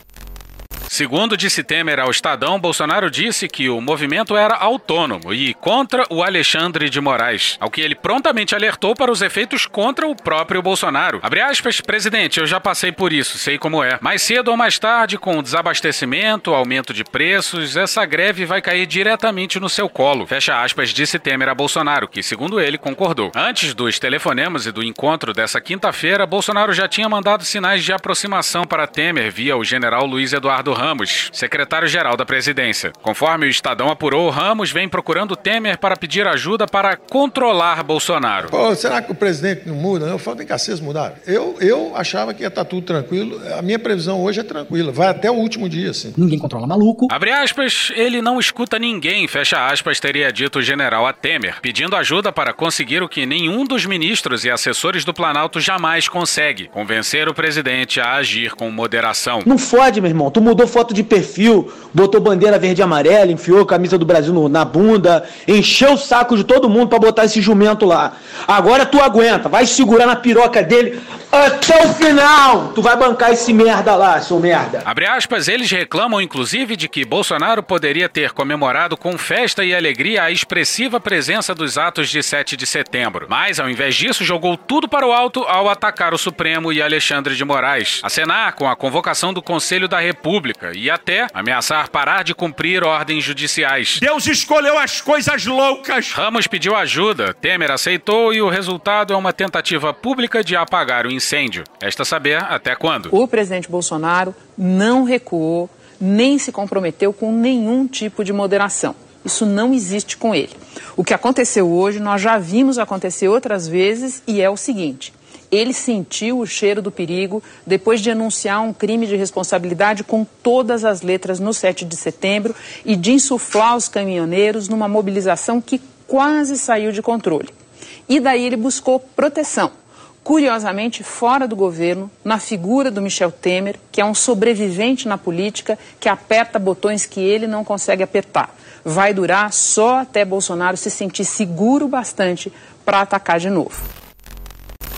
Segundo disse Temer ao Estadão, Bolsonaro disse que o movimento era autônomo e contra o Alexandre de Moraes, ao que ele prontamente alertou para os efeitos contra o próprio Bolsonaro. Abre aspas, presidente, eu já passei por isso, sei como é. Mais cedo ou mais tarde, com o desabastecimento, aumento de preços, essa greve vai cair diretamente no seu colo. Fecha aspas, disse Temer a Bolsonaro, que, segundo ele, concordou. Antes dos telefonemas e do encontro dessa quinta-feira, Bolsonaro já tinha mandado sinais de aproximação para Temer via o general Luiz Eduardo Ramos, Ramos, secretário-geral da presidência. Conforme o Estadão apurou, Ramos vem procurando Temer para pedir ajuda para controlar Bolsonaro. Pô, será que o presidente não muda? Eu falo, vem cá, vocês mudaram. Eu, eu achava que ia estar tudo tranquilo. A minha previsão hoje é tranquila. Vai até o último dia, assim. Ninguém controla maluco. Abre aspas, ele não escuta ninguém, fecha aspas, teria dito o general a Temer, pedindo ajuda para conseguir o que nenhum dos ministros e assessores do Planalto jamais consegue, convencer o presidente a agir com moderação. Não fode, meu irmão. Tu mudou foto de perfil, botou bandeira verde e amarela, enfiou a camisa do Brasil no, na bunda, encheu o saco de todo mundo pra botar esse jumento lá. Agora tu aguenta, vai segurar na piroca dele até o final. Tu vai bancar esse merda lá, seu merda. Abre aspas, eles reclamam inclusive de que Bolsonaro poderia ter comemorado com festa e alegria a expressiva presença dos atos de sete de setembro. Mas, ao invés disso, jogou tudo para o alto ao atacar o Supremo e Alexandre de Moraes, acenar com a convocação do Conselho da República e até ameaçar parar de cumprir ordens judiciais. Deus escolheu as coisas loucas. Ramos pediu ajuda, Temer aceitou e o resultado é uma tentativa pública de apagar o incêndio. Resta saber até quando. O presidente Bolsonaro não recuou, nem se comprometeu com nenhum tipo de moderação. Isso não existe com ele. O que aconteceu hoje, nós já vimos acontecer outras vezes e é o seguinte: ele sentiu o cheiro do perigo depois de anunciar um crime de responsabilidade com todas as letras no sete de setembro e de insuflar os caminhoneiros numa mobilização que quase saiu de controle. E daí ele buscou proteção, curiosamente fora do governo, na figura do Michel Temer, que é um sobrevivente na política, que aperta botões que ele não consegue apertar. Vai durar só até Bolsonaro se sentir seguro bastante para atacar de novo.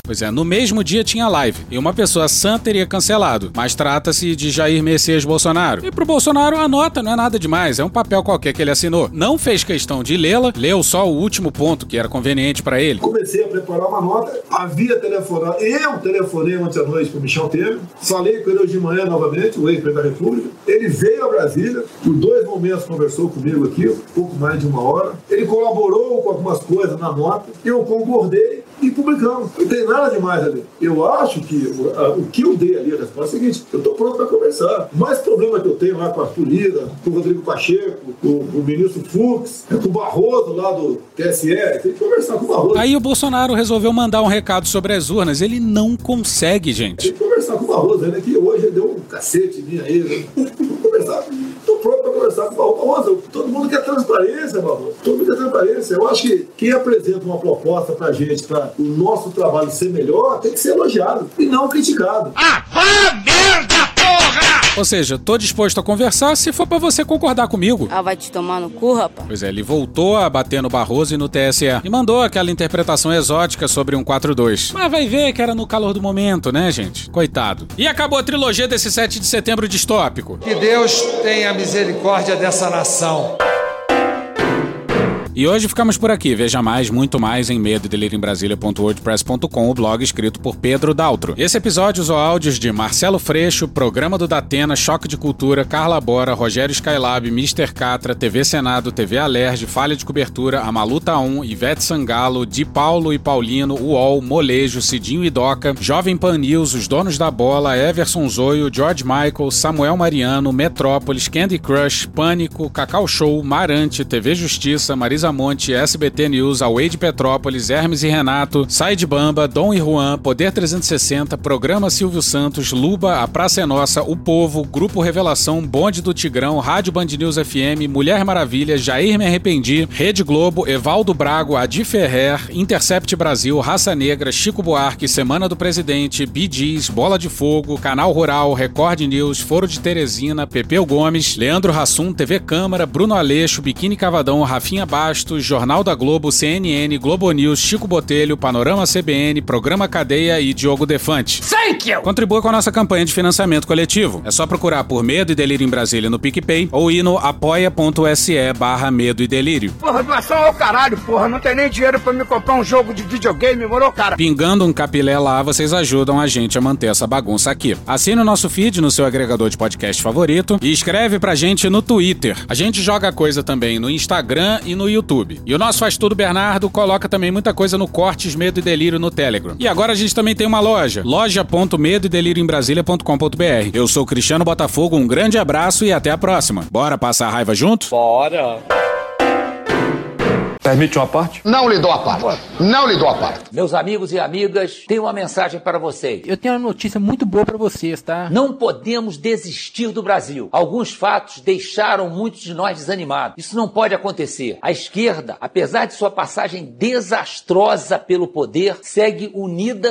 Pois é, no mesmo dia tinha live, e uma pessoa sã teria cancelado, mas trata-se de Jair Messias Bolsonaro. E pro Bolsonaro a nota não é nada demais, é um papel qualquer que ele assinou. Não fez questão de lê-la, leu só o último ponto que era conveniente para ele. Comecei a preparar uma nota, havia telefonado, eu telefonei ontem à noite pro Michel Temer, falei com ele hoje de manhã novamente, o ex-presidente da República, ele veio a Brasília, por dois momentos conversou comigo aqui, um pouco mais de uma hora, ele colaborou com algumas coisas na nota, eu concordei e publicamos. Não tem nada demais ali. Eu acho que o, a, o que eu dei ali, a resposta é a seguinte, eu estou pronto para conversar. O mais problema que eu tenho lá com a Arthur Lira, com o Rodrigo Pacheco, com o ministro Fux, com o Barroso lá do T S E, tem que conversar com o Barroso. Aí o Bolsonaro resolveu mandar um recado sobre as urnas. Ele não consegue, gente. Tem que conversar com o Barroso, né? Que hoje ele deu um cacete em mim aí, né? Vamos conversar. Estou pronto para conversar com o Barroso. Todo mundo quer transparência, Barroso. Todo mundo quer transparência. Eu acho que quem apresenta uma proposta para a gente, para o nosso trabalho ser melhor, tem que ser elogiado e não criticado. Ah, vá merda, porra! Ou seja, tô disposto a conversar se for pra você concordar comigo. Ah, vai te tomar no cu, rapaz? Pois é, ele voltou a bater no Barroso e no T S E. E mandou aquela interpretação exótica sobre um quatro dois. Mas vai ver que era no calor do momento, né, gente? Coitado. E acabou a trilogia desse sete de setembro distópico. Que Deus tenha misericórdia dessa nação. E hoje ficamos por aqui. Veja mais, muito mais em medo e delírio em brasília ponto wordpress ponto com, o blog escrito por Pedro Daltro. Esse episódio usou áudios de Marcelo Freixo, Programa do Datena, Choque de Cultura, Carla Bora, Rogério Skylab, mister Catra, T V Senado, T V Alerj, Falha de Cobertura, Amaluta um, Ivete Sangalo, Di Paulo e Paulino, U O L, Molejo, Cidinho e Doca, Jovem Pan News, Os Donos da Bola, Everson Zoio, George Michael, Samuel Mariano, Metrópolis, Candy Crush, Pânico, Cacau Show, Marante, T V Justiça, Marisa Monte, S B T News, Away de Petrópolis, Hermes e Renato, Side Bamba, Dom e Juan, Poder trezentos e sessenta, Programa Silvio Santos, Luba, A Praça é Nossa, O Povo, Grupo Revelação, Bonde do Tigrão, Rádio Band News F M, Mulher Maravilha, Jair Me Arrependi, Rede Globo, Evaldo Brago, Adi Ferrer, Intercept Brasil, Raça Negra, Chico Buarque, Semana do Presidente, Bee Gees, Bola de Fogo, Canal Rural, Record News, Foro de Teresina, Pepeu Gomes, Leandro Hassum, T V Câmara, Bruno Aleixo, Biquíni Cavadão, Rafinha Bastos, Jornal da Globo, C N N, Globo News, Chico Botelho, Panorama C B N, Programa Cadeia e Diogo Defante. Thank you! Contribua com a nossa campanha de financiamento coletivo. É só procurar por Medo e Delírio em Brasília no PicPay ou ir no apoia.se barra Medo e Delírio. Porra, doação ao caralho, porra. Não tem nem dinheiro pra me comprar um jogo de videogame, moro, cara? Pingando um capilé lá, vocês ajudam a gente a manter essa bagunça aqui. Assine o nosso feed no seu agregador de podcast favorito e escreve pra gente no Twitter. A gente joga coisa também no Instagram e no YouTube. E o nosso Faz Tudo Bernardo coloca também muita coisa no Cortes Medo e Delírio no Telegram. E agora a gente também tem uma loja, loja ponto medo e delírio em brasília ponto com ponto br. Eu sou Cristiano Botafogo, um grande abraço e até a próxima. Bora passar a raiva junto? Bora! Permite uma parte? Não lhe dou a parte. Não lhe dou a parte. Meus amigos e amigas, tenho uma mensagem para vocês. Eu tenho uma notícia muito boa para vocês, tá? Não podemos desistir do Brasil. Alguns fatos deixaram muitos de nós desanimados. Isso não pode acontecer. A esquerda, apesar de sua passagem desastrosa pelo poder, segue unida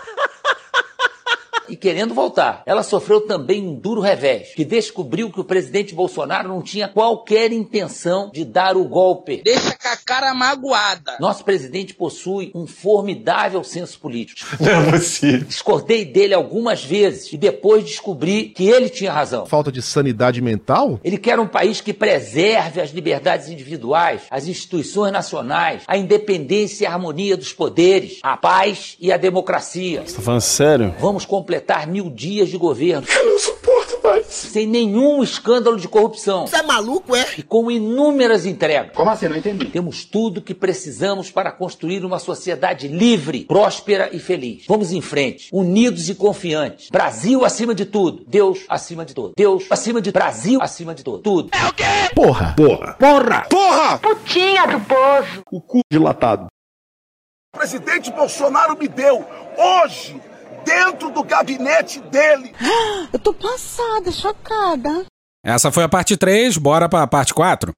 e querendo voltar. Ela sofreu também um duro revés, que descobriu que o presidente Bolsonaro não tinha qualquer intenção de dar o golpe. Deixa com a cara magoada. Nosso presidente possui um formidável senso político. Não é possível. Discordei dele algumas vezes e depois descobri que ele tinha razão. Falta de sanidade mental? Ele quer um país que preserve as liberdades individuais, as instituições nacionais, a independência e a harmonia dos poderes, a paz e a democracia. Você tá falando sério? Vamos completar mil dias de governo. Eu não suporto mais. Sem nenhum escândalo de corrupção. Você é maluco, é? E com inúmeras entregas. Como assim? Não entendi. Temos tudo que precisamos para construir uma sociedade livre, próspera e feliz. Vamos em frente, unidos e confiantes. Brasil acima de tudo. Deus acima de tudo. Deus acima de Brasil acima de tudo. Tudo. É o quê? Porra! Porra! Porra! Porra! Putinha do poço. O cu dilatado. O presidente Bolsonaro me deu hoje, dentro do gabinete dele. Eu tô passada, chocada. Essa foi a parte três, bora pra parte quatro.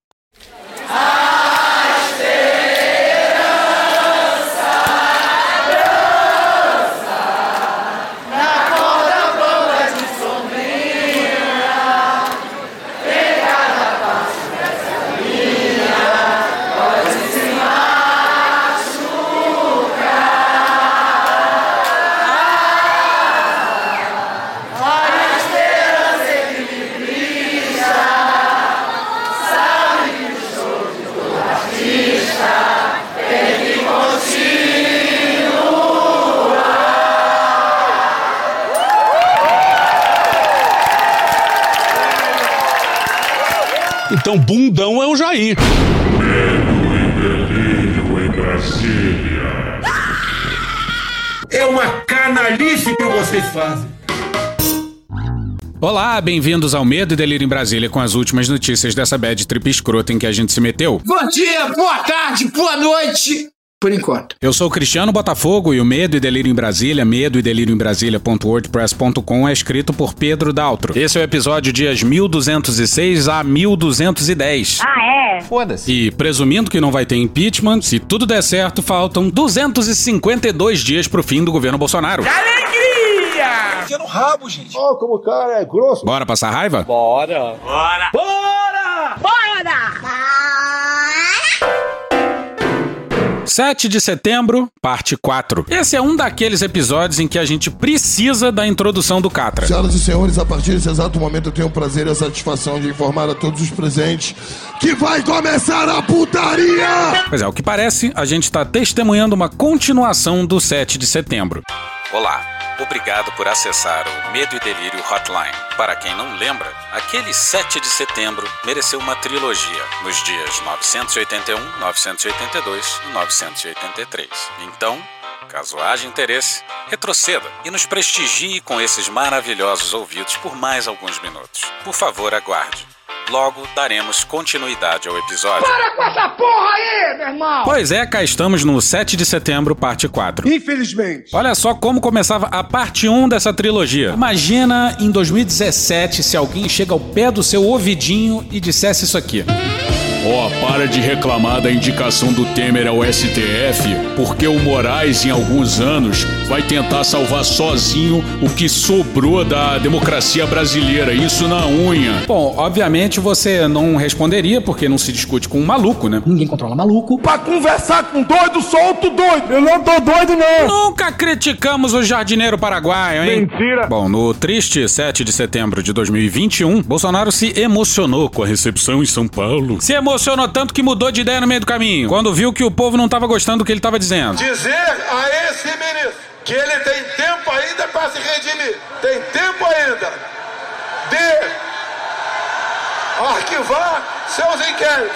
Então bundão é o Jair. Medo e delírio em Brasília. É uma canalice que vocês fazem. Olá, bem-vindos ao Medo e Delírio em Brasília com as últimas notícias dessa bad trip escrota em que a gente se meteu. Bom dia, boa tarde, boa noite. Por enquanto. Eu sou o Cristiano Botafogo e o Medo e Delírio em Brasília, medo e delírio em Brasília ponto wordpress ponto com é escrito por Pedro Daltro. Esse é o episódio dias mil duzentos e seis a mil duzentos e dez. Ah, é? Foda-se. E presumindo que não vai ter impeachment, se tudo der certo, faltam duzentos e cinquenta e dois dias pro fim do governo Bolsonaro. Alegria! Enfia no rabo, gente. Ó, oh, como o cara é grosso. Bora passar raiva? Bora! Bora! Bora! Bora! sete de setembro, parte quatro. Esse é um daqueles episódios em que a gente precisa da introdução do Catra. Senhoras e senhores, a partir desse exato momento eu tenho o prazer e a satisfação de informar a todos os presentes que vai começar a putaria! Pois é, o que parece, a gente está testemunhando uma continuação do sete de setembro. Olá, obrigado por acessar o Medo e Delírio Hotline. Para quem não lembra, aquele sete de setembro mereceu uma trilogia, nos dias novecentos e oitenta e um, novecentos e oitenta e dois e novecentos e oitenta e três. Então, caso haja interesse, retroceda e nos prestigie com esses maravilhosos ouvidos por mais alguns minutos. Por favor, aguarde. Logo daremos continuidade ao episódio. Para com essa porra aí, meu irmão! Pois é, cá estamos no sete de setembro, parte quatro. Infelizmente. Olha só como começava a parte um dessa trilogia. Imagina em dois mil e dezessete se alguém chega ao pé do seu ouvidinho e dissesse isso aqui. Ó, oh, para de reclamar da indicação do Temer ao S T F, porque o Moraes, em alguns anos, vai tentar salvar sozinho o que sobrou da democracia brasileira, isso na unha. Bom, obviamente você não responderia, porque não se discute com um maluco, né? Ninguém controla maluco. Pra conversar com doido, solto doido. Eu não tô doido, não. Nunca criticamos o jardineiro paraguaio, hein? Mentira. Bom, no triste sete de setembro de dois mil e vinte e um, Bolsonaro se emocionou com a recepção em São Paulo. Se emocionou emocionou tanto que mudou de ideia no meio do caminho, quando viu que o povo não estava gostando do que ele estava dizendo. Dizer a esse ministro que ele tem tempo ainda para se redimir. Tem tempo ainda de arquivar seus inquéritos.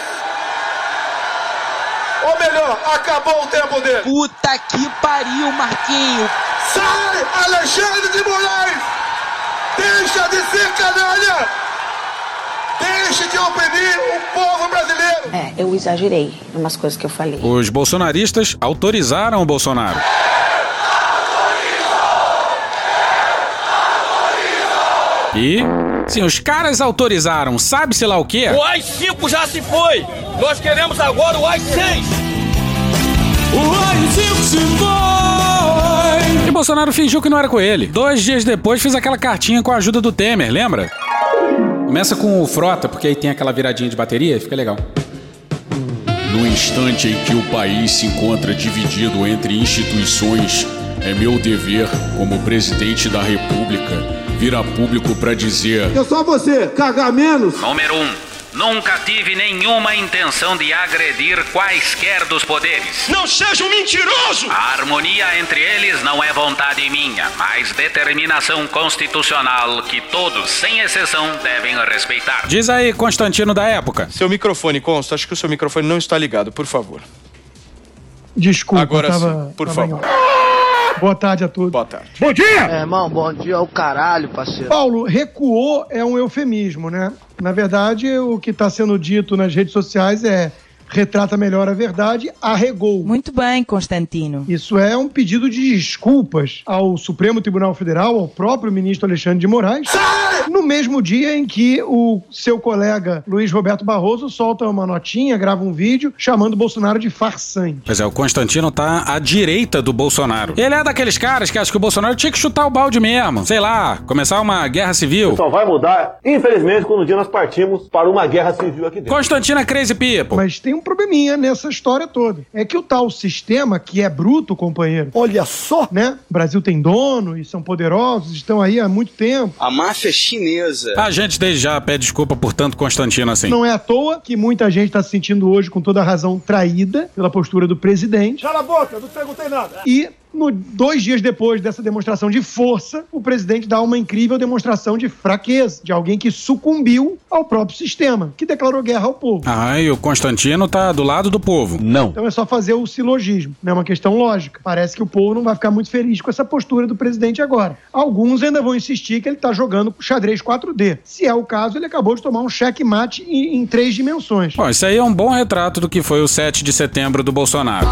Ou melhor, acabou o tempo dele. Puta que pariu, Marquinho. Sai, Alexandre de Moraes! Deixa de ser canalha! Deixe de oprimir o povo brasileiro! É, eu exagerei em umas coisas que eu falei. Os bolsonaristas autorizaram o Bolsonaro. E, sim, os caras autorizaram, sabe-se lá o quê? O A I cinco já se foi! Nós queremos agora o A I seis! O A I cinco se foi! E Bolsonaro fingiu que não era com ele. Dois dias depois fez aquela cartinha com a ajuda do Temer, lembra? Começa com o Frota, porque aí tem aquela viradinha de bateria, fica legal. No instante em que o país se encontra dividido entre instituições, é meu dever, como presidente da República, vir a público para dizer... É só você cagar menos. Número um. Nunca tive nenhuma intenção de agredir quaisquer dos poderes. Não seja um mentiroso! A harmonia entre eles não é vontade minha, mas determinação constitucional que todos, sem exceção, devem respeitar. Diz aí, Constantino da época. Seu microfone, Consta, acho que o seu microfone não está ligado, por favor. Desculpa, agora tava, sim, por tava favor. Boa tarde a todos. Boa tarde. Bom dia! É, irmão, bom dia ao caralho, parceiro. Paulo, recuou é um eufemismo, né? Na verdade, o que está sendo dito nas redes sociais é retrata melhor a verdade, arregou. Muito bem, Constantino. Isso é um pedido de desculpas ao Supremo Tribunal Federal, ao próprio ministro Alexandre de Moraes, no mesmo dia em que o seu colega Luiz Roberto Barroso solta uma notinha, grava um vídeo, chamando o Bolsonaro de farsante. Pois é, o Constantino tá à direita do Bolsonaro. Ele é daqueles caras que acham que o Bolsonaro tinha que chutar o balde mesmo. Sei lá, começar uma guerra civil. Só vai mudar, infelizmente, quando um dia nós partimos para uma guerra civil aqui dentro. Constantino é crazy people. Mas tem um probleminha nessa história toda. É que o tal sistema, que é bruto, companheiro. Olha só! Né? O Brasil tem dono e são poderosos, estão aí há muito tempo. A máfia chinesa. A gente desde já pede desculpa por tanto Constantino assim. Não é à toa que muita gente está se sentindo hoje, com toda a razão, traída pela postura do presidente. Cala a boca, não perguntei nada. E no, dois dias depois dessa demonstração de força, o presidente dá uma incrível demonstração de fraqueza, de alguém que sucumbiu ao próprio sistema, que declarou guerra ao povo. Ah, e o Constantino tá do lado do povo. Não. Então é só fazer o silogismo, né? É uma questão lógica. Parece que o povo não vai ficar muito feliz com essa postura do presidente agora. Alguns ainda vão insistir que ele tá jogando xadrez quatro D. Se é o caso, ele acabou de tomar um checkmate em, em três dimensões. Bom, isso aí é um bom retrato do que foi o sete de setembro do Bolsonaro.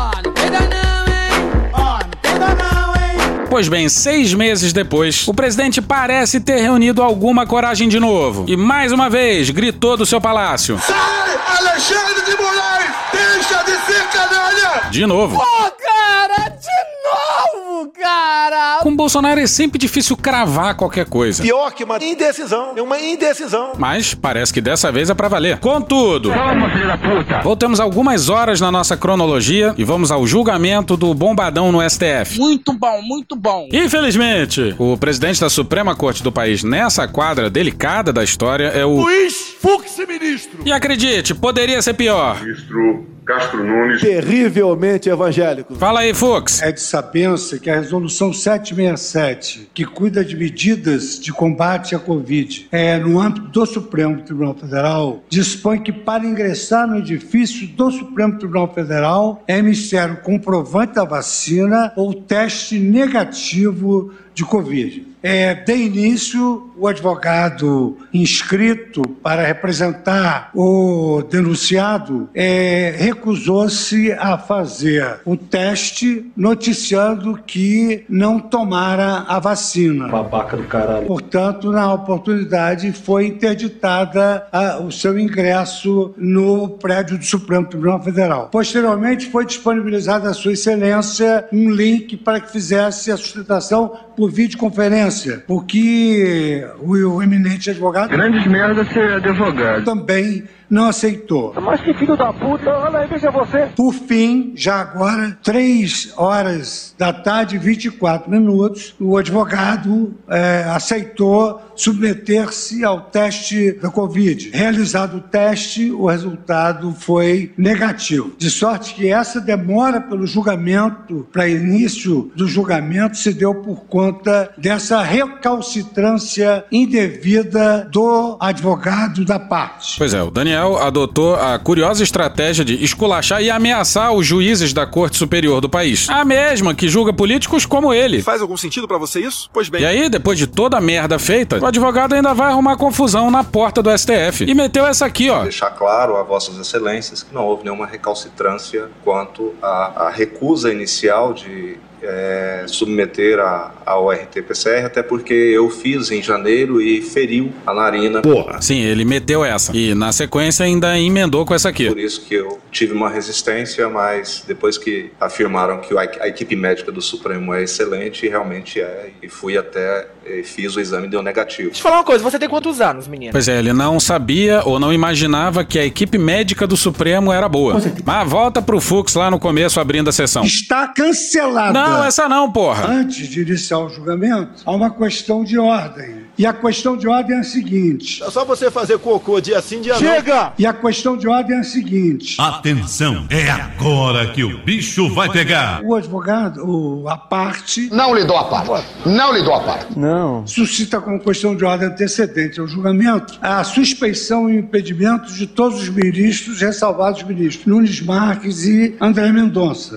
Pois bem, seis meses depois, o presidente parece ter reunido alguma coragem de novo. E mais uma vez, gritou do seu palácio: Sai, Alexandre de Moraes! Deixa de ser canalha! De novo. Pô, cara, de novo, cara! Com Bolsonaro é sempre difícil cravar qualquer coisa. Pior que uma indecisão. É uma indecisão. Mas parece que dessa vez é pra valer. Contudo, Toma, filho da puta! voltamos algumas horas na nossa cronologia e vamos ao julgamento do bombadão no S T F. Muito bom, muito bom. Infelizmente, o presidente da Suprema Corte do país nessa quadra delicada da história é o Luiz Fux, ministro! E acredite, poderia ser pior. Ministro Castro Nunes. Terrivelmente evangélico. Fala aí, Fux. É de saber-se que a resolução setecentos e sessenta e sete, que cuida de medidas de combate à Covid, é, no âmbito do Supremo Tribunal Federal, dispõe que para ingressar no edifício do Supremo Tribunal Federal é necessário comprovante da vacina ou teste negativo de Covid. É, de início, o advogado inscrito para representar o denunciado é, recusou-se a fazer o teste, noticiando que não tomara a vacina. Babaca do caralho. Portanto, na oportunidade, foi interditada a, o seu ingresso no prédio do Supremo Tribunal Federal. Posteriormente, foi disponibilizado à Sua Excelência um link para que fizesse a sustentação por videoconferência, porque o, o eminente advogado... Grandes merda ser advogado. ...também não aceitou. Mas que filho da puta, olha aí, veja você. Por fim, já agora, três horas da tarde, vinte e quatro minutos, o advogado é, aceitou submeter-se ao teste da Covid. Realizado o teste, o resultado foi negativo. De sorte que essa demora pelo julgamento, para início do julgamento, se deu por conta dessa recalcitrância indevida do advogado da parte. Pois é, o Daniel adotou a curiosa estratégia de esculachar e ameaçar os juízes da Corte Superior do país. A mesma que julga políticos como ele. Faz algum sentido pra você isso? Pois bem. E aí, depois de toda a merda feita, o advogado ainda vai arrumar confusão na porta do S T F. E meteu essa aqui, ó. Deixar claro a vossas excelências que não houve nenhuma recalcitrância quanto à, à recusa inicial de É, submeter a, ao R T P C R, até porque eu fiz em janeiro e feriu a narina. Porra. Sim, ele meteu essa. E na sequência ainda emendou com essa aqui. Por isso que eu tive uma resistência, mas depois que afirmaram que a equipe médica do Supremo é excelente, realmente é. E fui até, e fiz o exame e deu negativo. Deixa eu falar uma coisa, você tem quantos anos, menino? Pois é, ele não sabia ou não imaginava que a equipe médica do Supremo era boa. Mas volta pro Fux lá no começo, abrindo a sessão. Está cancelada. Não, essa não, porra. Antes de iniciar o julgamento, há uma questão de ordem. E a questão de ordem é a seguinte... É só você fazer cocô dia sim, dia não. Chega! E a questão de ordem é a seguinte... Atenção, é agora que o bicho vai pegar. O advogado, o, a parte... Não lhe dou a parte. Não lhe dou a parte. Não. Suscita como questão de ordem antecedente ao julgamento a suspeição e impedimento de todos os ministros, ressalvados os ministros Nunes Marques e André Mendonça.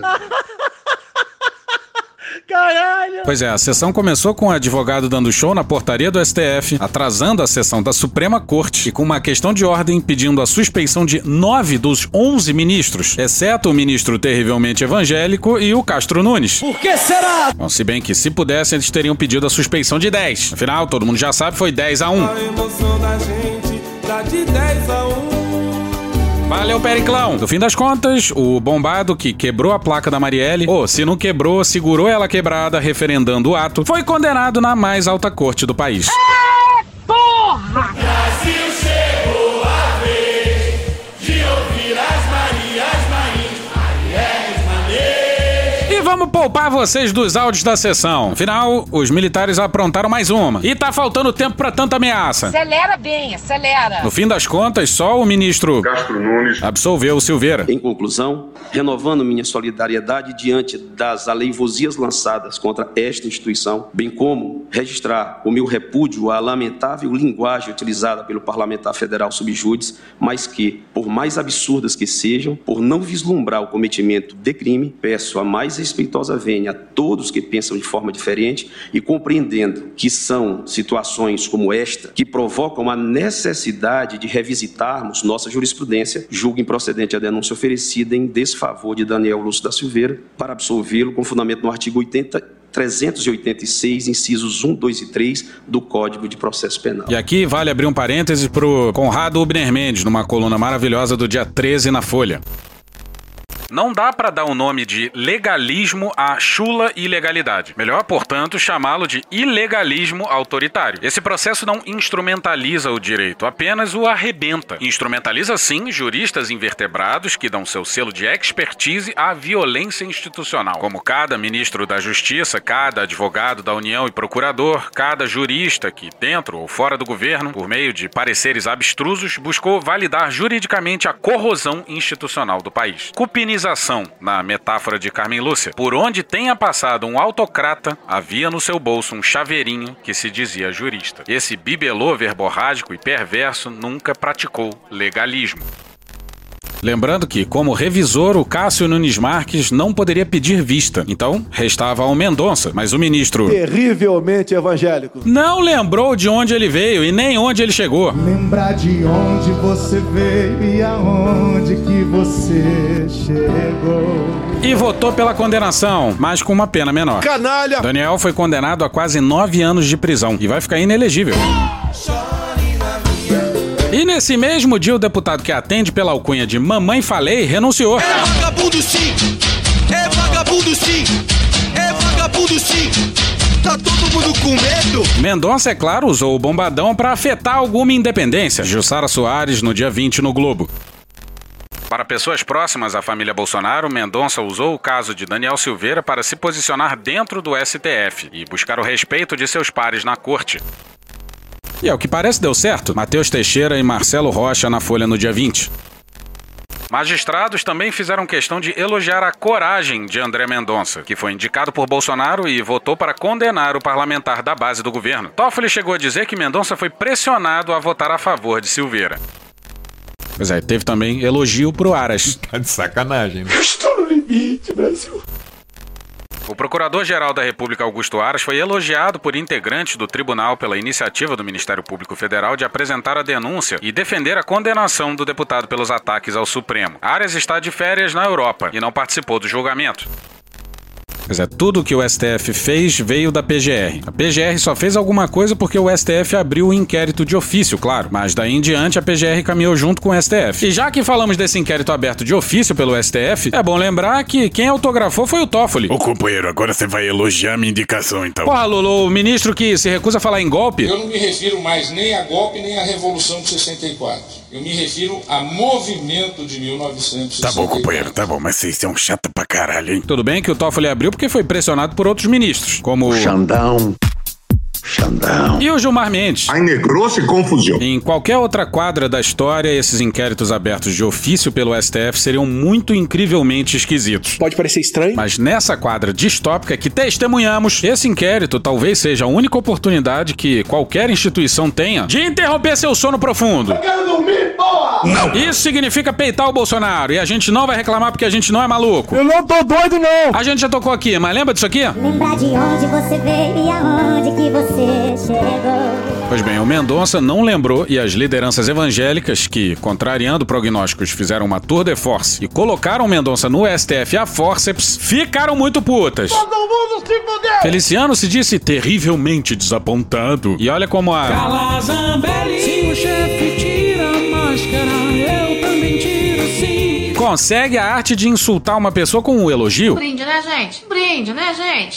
Caralho! Pois é, a sessão começou com o advogado dando show na portaria do S T F, atrasando a sessão da Suprema Corte e com uma questão de ordem pedindo a suspeição de nove dos onze ministros, exceto o ministro terrivelmente evangélico e o Castro Nunes. Por que será? Bom, se bem que se pudessem, eles teriam pedido a suspeição de dez. Afinal, todo mundo já sabe, foi dez a um. A emoção da gente tá de dez a um. Valeu, Periclão! No fim das contas, o bombado que quebrou a placa da Marielle, ou se não quebrou, segurou ela quebrada, referendando o ato, foi condenado na mais alta corte do país. É, porra! Brasil chegou a vez de ouvir as Marias Mains, Marielles Manês. E vamos vamos poupar vocês dos áudios da sessão. Afinal, os militares aprontaram mais uma. E tá faltando tempo pra tanta ameaça. Acelera bem, acelera. No fim das contas, só o ministro Castro Nunes absolveu o Silveira. Em conclusão, renovando minha solidariedade diante das aleivosias lançadas contra esta instituição, bem como registrar o meu repúdio à lamentável linguagem utilizada pelo parlamentar federal subjúdice, mas que, por mais absurdas que sejam, por não vislumbrar o cometimento de crime, peço a mais respeitosa vênia a todos que pensam de forma diferente e compreendendo que são situações como esta que provocam a necessidade de revisitarmos nossa jurisprudência, julgo improcedente a denúncia oferecida em desfavor de Daniel Lúcio da Silveira para absolvê-lo com fundamento no artigo trezentos e oitenta e seis, incisos um, dois e três do Código de Processo Penal. E aqui vale abrir um parêntese pro Conrado Ubner Mendes, numa coluna maravilhosa do dia treze na Folha. Não dá para dar o nome de legalismo à chula ilegalidade. Melhor, portanto, chamá-lo de ilegalismo autoritário. Esse processo não instrumentaliza o direito, apenas o arrebenta. Instrumentaliza, sim, juristas invertebrados que dão seu selo de expertise à violência institucional. Como cada ministro da Justiça, cada advogado da União e procurador, cada jurista que, dentro ou fora do governo, por meio de pareceres abstrusos, buscou validar juridicamente a corrosão institucional do país. Cupinização, na metáfora de Carmen Lúcia. Por onde tenha passado um autocrata, havia no seu bolso um chaveirinho que se dizia jurista. Esse bibelô verborrágico e perverso nunca praticou legalismo. Lembrando que, como revisor, o Cássio Nunes Marques não poderia pedir vista. Então, restava ao Mendonça, mas o ministro... terrivelmente evangélico. Não lembrou de onde ele veio e nem onde ele chegou. Lembrar de onde você veio e aonde que você chegou. E votou pela condenação, mas com uma pena menor. Canalha! Daniel foi condenado a quase nove anos de prisão e vai ficar inelegível. E nesse mesmo dia, o deputado que atende pela alcunha de Mamãe Falei renunciou. É vagabundo sim! É vagabundo sim! É vagabundo sim! Tá todo mundo com medo? Mendonça, é claro, usou o bombadão para afetar alguma independência. Jussara Soares, no dia vinte, no Globo. Para pessoas próximas à família Bolsonaro, Mendonça usou o caso de Daniel Silveira para se posicionar dentro do S T F e buscar o respeito de seus pares na corte. E ao que parece deu certo. Matheus Teixeira e Marcelo Rocha na Folha no dia vinte. Magistrados também fizeram questão de elogiar a coragem de André Mendonça, que foi indicado por Bolsonaro e votou para condenar o parlamentar da base do governo. Toffoli chegou a dizer que Mendonça foi pressionado a votar a favor de Silveira. Pois é, teve também elogio pro Aras. Tá de sacanagem, né? Estou no limite, Brasil. O Procurador-Geral da República, Augusto Aras, foi elogiado por integrantes do tribunal pela iniciativa do Ministério Público Federal de apresentar a denúncia e defender a condenação do deputado pelos ataques ao Supremo. Aras está de férias na Europa e não participou do julgamento. Pois é, tudo que o S T F fez veio da P G R. A P G R só fez alguma coisa porque o S T F abriu o inquérito de ofício, claro. Mas daí em diante a P G R caminhou junto com o S T F. E já que falamos desse inquérito aberto de ofício pelo S T F, é bom lembrar que quem autografou foi o Toffoli. Ô companheiro, agora você vai elogiar a minha indicação então. Porra, Lulu, o ministro que se recusa a falar em golpe... Eu não me refiro mais nem a golpe nem a Revolução de sessenta e quatro. Eu me refiro a movimento de mil novecentos e sessenta e quatro. Tá bom, companheiro, tá bom, mas vocês são chato pra caralho, hein? Tudo bem que o Toffoli abriu porque foi pressionado por outros ministros, como... Xandão. Xandão. E o Gilmar Mendes. Ai, negrou-se confusão. Em qualquer outra quadra da história, esses inquéritos abertos de ofício pelo S T F seriam muito incrivelmente esquisitos. Pode parecer estranho. Mas nessa quadra distópica que testemunhamos, esse inquérito talvez seja a única oportunidade que qualquer instituição tenha de interromper seu sono profundo. Eu quero dormir, porra! Não! Isso significa peitar o Bolsonaro, e a gente não vai reclamar porque a gente não é maluco. Eu não tô doido, não! A gente já tocou aqui, mas lembra disso aqui? Lembrar de onde você veio e aonde que você chegou. Pois bem, o Mendonça não lembrou e as lideranças evangélicas que, contrariando prognósticos, fizeram uma tour de force e colocaram o Mendonça no S T F a forceps, ficaram muito putas. Todo mundo se fudeu! Feliciano se disse terrivelmente desapontado. E olha como a... Calazambelli, se o chefe tira a máscara, eu também tiro sim. Consegue a arte de insultar uma pessoa com um elogio? Brinde, né, gente? Brinde, né, gente?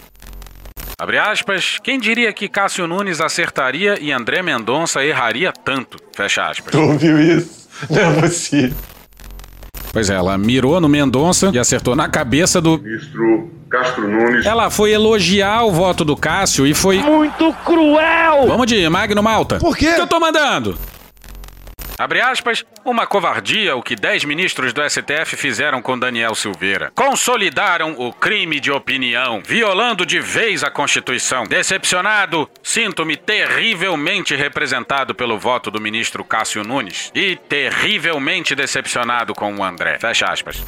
Abre aspas, quem diria que Cássio Nunes acertaria e André Mendonça erraria tanto? Fecha aspas. Tu ouviu isso? Não é possível. Pois é, ela mirou no Mendonça e acertou na cabeça do... Ministro Castro Nunes. Ela foi elogiar o voto do Cássio e foi... muito cruel! Vamos de Magno Malta. Por quê? Que eu tô mandando. Abre aspas, uma covardia o que dez ministros do S T F fizeram com Daniel Silveira. Consolidaram o crime de opinião, violando de vez a Constituição. Decepcionado, sinto-me terrivelmente representado pelo voto do ministro Cássio Nunes e terrivelmente decepcionado com o André. Fecha aspas.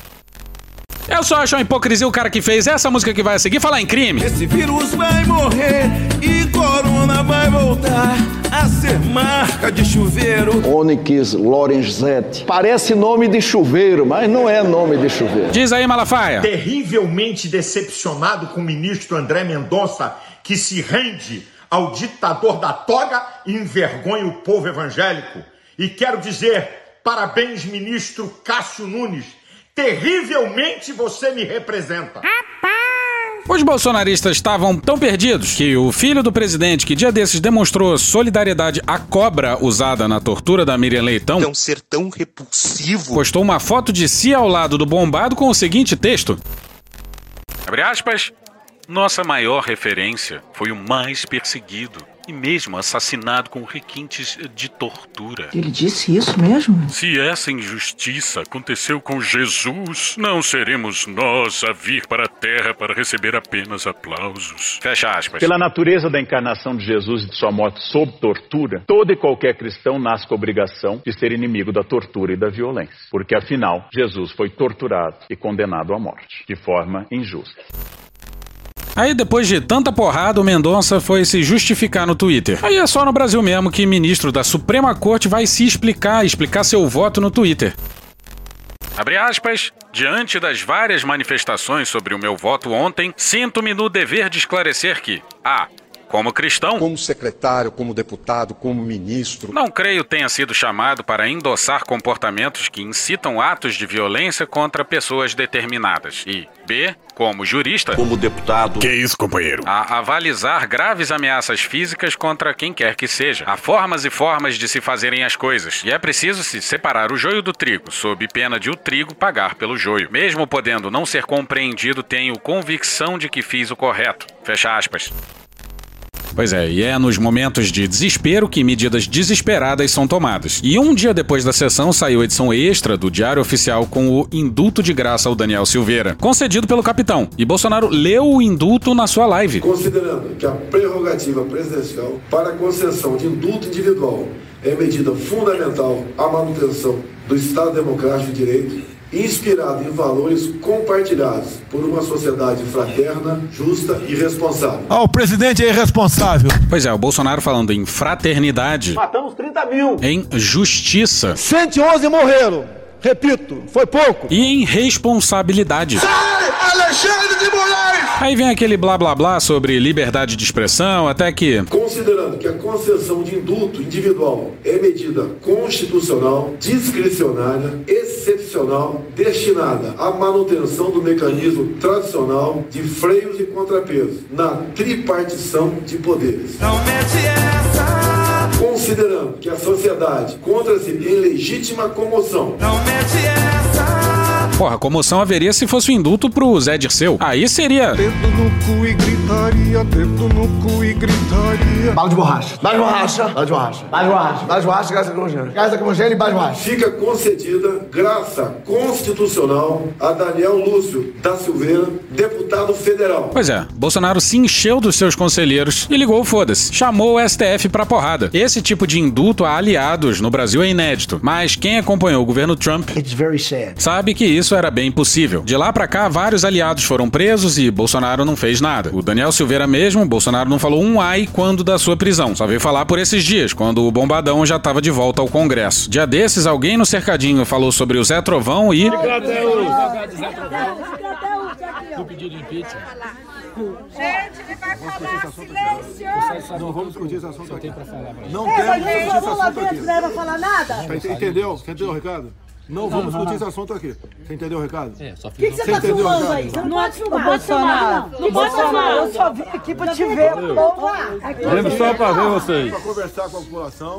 Eu só acho uma hipocrisia o cara que fez essa música que vai a seguir falar em crime. Esse vírus vai morrer e corona vai voltar a ser marca de chuveiro. Onyx Lorenzetti. Parece nome de chuveiro, mas não é nome de chuveiro. Diz aí, Malafaia. Terrivelmente decepcionado com o ministro André Mendonça, que se rende ao ditador da toga e envergonha o povo evangélico. E quero dizer, parabéns, ministro Cássio Nunes. Terrivelmente você me representa. Os bolsonaristas estavam tão perdidos que o filho do presidente, que dia desses demonstrou solidariedade à cobra usada na tortura da Miriam Leitão, é um ser tão repulsivo, postou uma foto de si ao lado do bombado com o seguinte texto. Abre aspas. Nossa maior referência foi o mais perseguido e mesmo assassinado com requintes de tortura. Ele disse isso mesmo? Se essa injustiça aconteceu com Jesus, não seremos nós a vir para a terra para receber apenas aplausos. Fecha aspas. Pela natureza da encarnação de Jesus e de sua morte sob tortura, todo e qualquer cristão nasce com a obrigação de ser inimigo da tortura e da violência. Porque afinal, Jesus foi torturado e condenado à morte, de forma injusta. Aí, depois de tanta porrada, o Mendonça foi se justificar no Twitter. Aí é só no Brasil mesmo que ministro da Suprema Corte vai se explicar, explicar seu voto no Twitter. Abre aspas. Diante das várias manifestações sobre o meu voto ontem, sinto-me no dever de esclarecer que A. Como cristão, como secretário, como deputado, como ministro, não creio tenha sido chamado para endossar comportamentos que incitam atos de violência contra pessoas determinadas. E B, como jurista, como deputado, que isso, companheiro? A avalizar graves ameaças físicas contra quem quer que seja. Há formas e formas de se fazerem as coisas, e é preciso se separar o joio do trigo, sob pena de o trigo pagar pelo joio. Mesmo podendo não ser compreendido, tenho convicção de que fiz o correto. Fecha aspas. Pois é, e é nos momentos de desespero que medidas desesperadas são tomadas. E um dia depois da sessão saiu a edição extra do Diário Oficial com o indulto de graça ao Daniel Silveira, concedido pelo capitão. E Bolsonaro leu o indulto na sua live. Considerando que a prerrogativa presidencial para a concessão de indulto individual é medida fundamental à manutenção do Estado Democrático de Direito, inspirado em valores compartilhados por uma sociedade fraterna, justa e responsável. Ah, o presidente é irresponsável. Pois é, o Bolsonaro falando em fraternidade. Matamos trinta mil. Em justiça. cento e onze morreram. Repito, foi pouco. E em responsabilidade. Sai, Alexandre de Moraes! Aí vem aquele blá blá blá sobre liberdade de expressão, até que... Considerando que a concessão de indulto individual é medida constitucional, discricionária, excepcional, destinada à manutenção do mecanismo tradicional de freios e contrapesos na tripartição de poderes. Não mete essa! Considerando que a sociedade encontra-se em legítima comoção. Não mete essa! Porra, comoção haveria se fosse o indulto pro Zé Dirceu. Aí seria... Dedo no cu e gritaria, dedo no cu e gritaria. Bala de borracha. Bala de borracha. Bala de borracha. Bala de borracha. Bala de borracha, gás lacrimogêneo. Gás lacrimogêneo e bala de borracha. Fica concedida graça constitucional a Daniel Lúcio da Silveira, deputado federal. Pois é, Bolsonaro se encheu dos seus conselheiros e ligou o foda-se. Chamou o S T F pra porrada. Esse tipo de indulto a aliados no Brasil é inédito. Mas quem acompanhou o governo Trump sabe que isso era bem possível. De lá pra cá, vários aliados foram presos e Bolsonaro não fez nada. O Daniel Silveira mesmo, Bolsonaro não falou um ai quando da sua prisão. Só veio falar por esses dias, quando o bombadão já tava de volta ao Congresso. Dia desses, alguém no cercadinho falou sobre o Zé Trovão e... Do pedido de impeachment. Gente, ele vai falar, silêncio! Não vamos discutir esse assunto aqui. Não é, mas nem só vou lá dentro, não vai falar nada? Entendeu? Entendeu, Ricardo? Não vamos discutir esse assunto aqui. Você entendeu, Ricardo? É, só fiz. O que, que você tá filmando aí? Você não pode filmar. Bolsonaro. Não pode filmar. Eu só vim aqui pra te ver, porra. Vamos só pra ver vocês. Pra conversar com a população.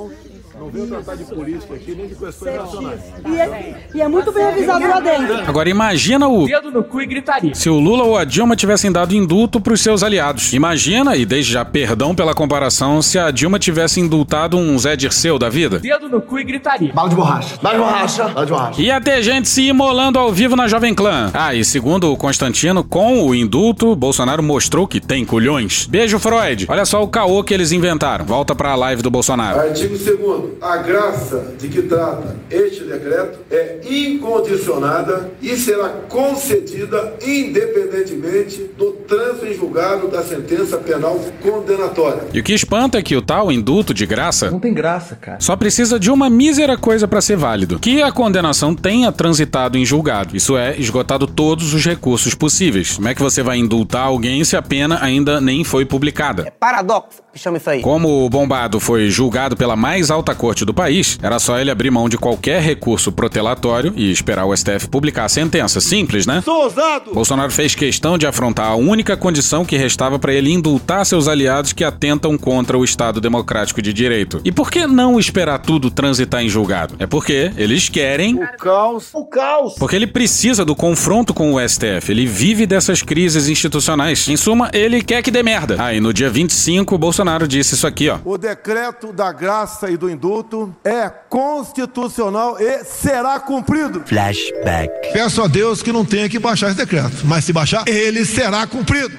Não veio tratar de política aqui, nem de questões nacionais. E é, e é muito bem avisado lá dentro. Agora imagina o... Dedo no cu e gritaria. Se o Lula ou a Dilma tivessem dado indulto pros seus aliados. Imagina, e desde já perdão pela comparação, se a Dilma tivesse indultado um Zé Dirceu da vida. Dedo no cu e gritaria. Bala de borracha. Bala de borracha. Bala de borracha. Ia ter gente se imolando ao vivo na Jovem Clã. Ah, e segundo o Constantino, com o indulto, Bolsonaro mostrou que tem culhões. Beijo, Freud. Olha só o caô que eles inventaram. Volta pra live do Bolsonaro. Artigo segundo. A graça de que trata este decreto é incondicionada e será concedida independentemente do trânsito em julgado da sentença penal condenatória. E o que espanta é que o tal indulto de graça... Não tem graça, cara. Só precisa de uma mísera coisa pra ser válido. Que a condenação tenha transitado em julgado. Isso é, esgotado todos os recursos possíveis. Como é que você vai indultar alguém se a pena ainda nem foi publicada? É paradoxo que chama isso aí. Como o bombado foi julgado pela mais alta corte do país, era só ele abrir mão de qualquer recurso protelatório e esperar o S T F publicar a sentença. Simples, né? Sou ousado! Bolsonaro fez questão de afrontar a única condição que restava para ele indultar seus aliados que atentam contra o Estado Democrático de Direito. E por que não esperar tudo transitar em julgado? É porque eles querem... O caos. O caos. Porque ele precisa do confronto com o S T F. Ele vive dessas crises institucionais. Em suma, ele quer que dê merda. Ah, e no dia vinte e cinco, Bolsonaro disse isso aqui, ó. O decreto da graça e do indulto é constitucional e será cumprido. Flashback. Peço a Deus que não tenha que baixar esse decreto, mas se baixar, ele será cumprido.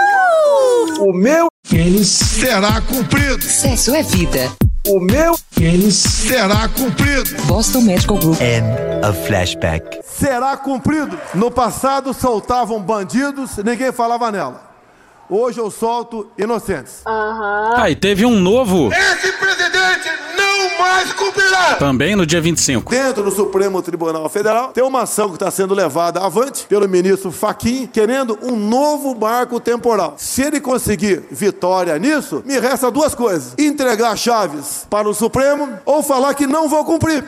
Uh! O meu pênis será cumprido. Sexo é vida. O meu pênis será cumprido. Boston Medical Group. End of flashback. Será cumprido. No passado soltavam bandidos, ninguém falava nela. Hoje eu solto inocentes. Aham. Ah, e teve um novo... Esse presidente não mais cumprirá! Também no dia vinte e cinco. Dentro do Supremo Tribunal Federal, tem uma ação que está sendo levada avante pelo ministro Fachin, querendo um novo marco temporal. Se ele conseguir vitória nisso, me resta duas coisas. Entregar chaves para o Supremo ou falar que não vou cumprir.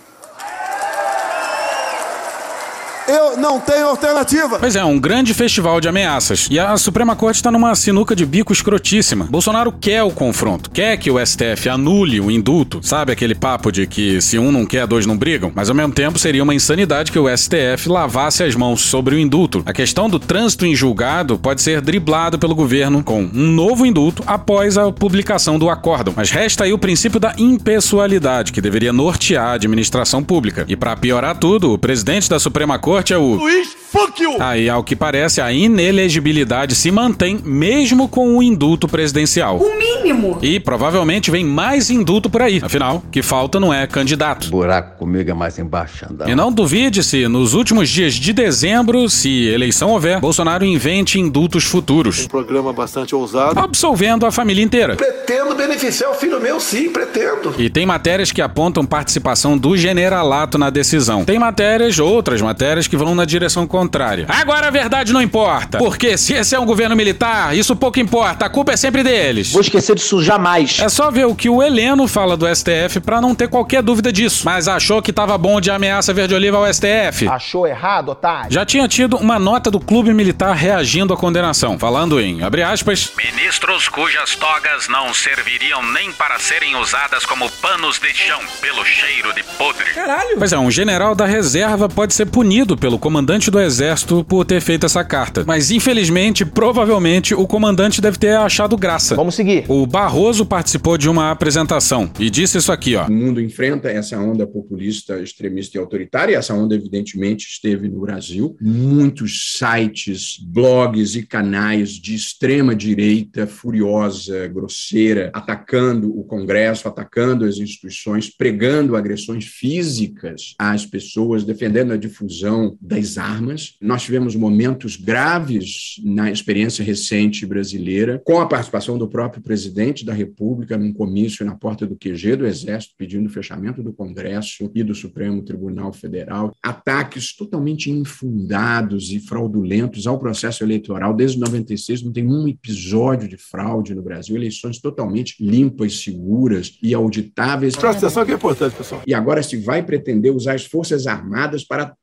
Eu não tenho alternativa. Pois é, um grande festival de ameaças. E a Suprema Corte está numa sinuca de bico escrotíssima. Bolsonaro quer o confronto. Quer que o S T F anule o indulto. Sabe aquele papo de que se um não quer, dois não brigam? Mas ao mesmo tempo seria uma insanidade que o S T F lavasse as mãos sobre o indulto. A questão do trânsito em julgado pode ser driblado pelo governo com um novo indulto após a publicação do acórdão. Mas resta aí o princípio da impessoalidade, que deveria nortear a administração pública. E para piorar tudo, o presidente da Suprema Corte é o Luiz Fuck you! Aí, ao que parece, a inelegibilidade se mantém mesmo com o indulto presidencial. O mínimo! E provavelmente vem mais indulto por aí. Afinal, o que falta não é candidato. Buraco comigo é mais embaixo, Xandão. E não duvide se, nos últimos dias de dezembro, se eleição houver, Bolsonaro invente indultos futuros. Um programa bastante ousado. Absolvendo a família inteira. Pretendo beneficiar o filho meu, sim, pretendo. E tem matérias que apontam participação do generalato na decisão. Tem matérias, outras matérias, que vão na direção contrária. Agora a verdade não importa. Porque se esse é um governo militar, isso pouco importa. A culpa é sempre deles. Vou esquecer disso jamais. É só ver o que o Heleno fala do S T F pra não ter qualquer dúvida disso. Mas achou que tava bom de ameaça verde-oliva ao S T F? Achou errado, otário? Já tinha tido uma nota do Clube Militar reagindo à condenação, falando em, abre aspas, ministros cujas togas não serviriam nem para serem usadas como panos de chão pelo cheiro de podre. Caralho! Pois é, um general da reserva pode ser punido pelo comandante do exército por ter feito essa carta. Mas infelizmente, provavelmente, o comandante deve ter achado graça. Vamos seguir. O Barroso participou de uma apresentação e disse isso aqui, ó. O mundo enfrenta essa onda populista, extremista e autoritária, e essa onda evidentemente esteve no Brasil. Muitos sites, blogs e canais de extrema direita, furiosa, grosseira, atacando o Congresso, atacando as instituições, pregando agressões físicas às pessoas, defendendo a difusão das armas. Nós tivemos momentos graves na experiência recente brasileira, com a participação do próprio presidente da República num comício na porta do Q G do Exército, pedindo o fechamento do Congresso e do Supremo Tribunal Federal. Ataques totalmente infundados e fraudulentos ao processo eleitoral. Desde noventa e seis não tem um episódio de fraude no Brasil. Eleições totalmente limpas, seguras e auditáveis. Presta atenção que é importante, pessoal. E agora se vai pretender usar as Forças Armadas para atacar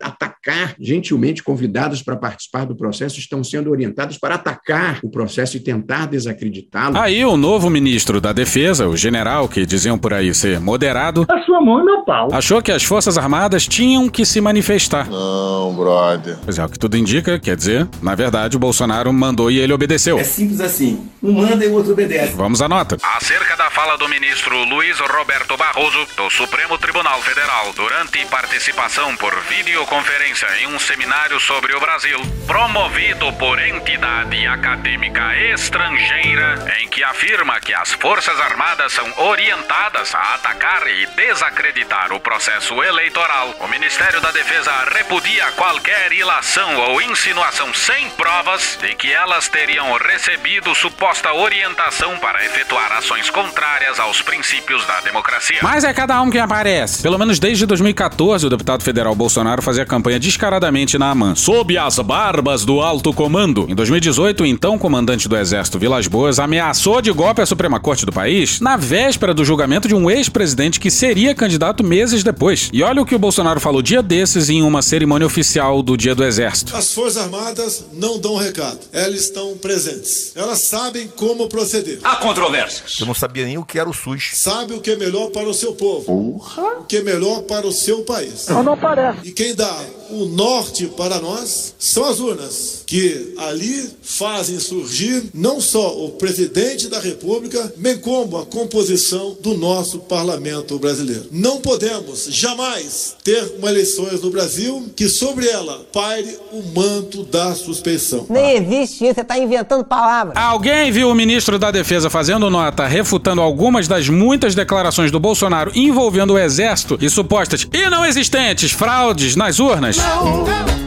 atacar, gentilmente convidadas para participar do processo, estão sendo orientadas para atacar o processo e tentar desacreditá-lo. Aí o novo ministro da Defesa, o general que diziam por aí ser moderado, a sua mão é meu pau, achou que as Forças Armadas tinham que se manifestar. Não, brother. Pois é, o que tudo indica, quer dizer, na verdade o Bolsonaro mandou e ele obedeceu. É simples assim, um manda e o outro obedece. Vamos à nota. Acerca da fala do ministro Luiz Roberto Barroso, do Supremo Tribunal Federal, durante participação por videoconferência em um seminário sobre o Brasil, promovido por entidade acadêmica estrangeira, em que afirma que as Forças Armadas são orientadas a atacar e desacreditar o processo eleitoral, o Ministério da Defesa repudia qualquer ilação ou insinuação sem provas de que elas teriam recebido suposta orientação para efetuar ações contrárias aos princípios da democracia. Mas é cada um que aparece. Pelo menos desde dois mil e catorze, o deputado federal Bolsonaro fazia campanha descaradamente na AMAN, sob as barbas do alto comando. Em dois mil e dezoito, o então comandante do Exército, Vilas Boas, ameaçou de golpe a Suprema Corte do país na véspera do julgamento de um ex-presidente que seria candidato meses depois. E olha o que o Bolsonaro falou dia desses em uma cerimônia oficial do Dia do Exército. As Forças Armadas não dão recado. Elas estão presentes. Elas sabem como proceder. Há controvérsias. Eu não sabia nem o que era o SUS. Sabe o que é melhor para o seu povo. Porra. O que é melhor para o seu país. Não, não parece. E quem dá o norte para nós são as urnas, que ali fazem surgir não só o presidente da República, bem como a composição do nosso parlamento brasileiro. Não podemos jamais ter uma eleições no Brasil que sobre ela paire o manto da suspeição. Nem existe isso, você está inventando palavras. Alguém viu o ministro da Defesa fazendo nota refutando algumas das muitas declarações do Bolsonaro envolvendo o Exército e supostas e não existentes fraudes nas urnas? Não, não, não,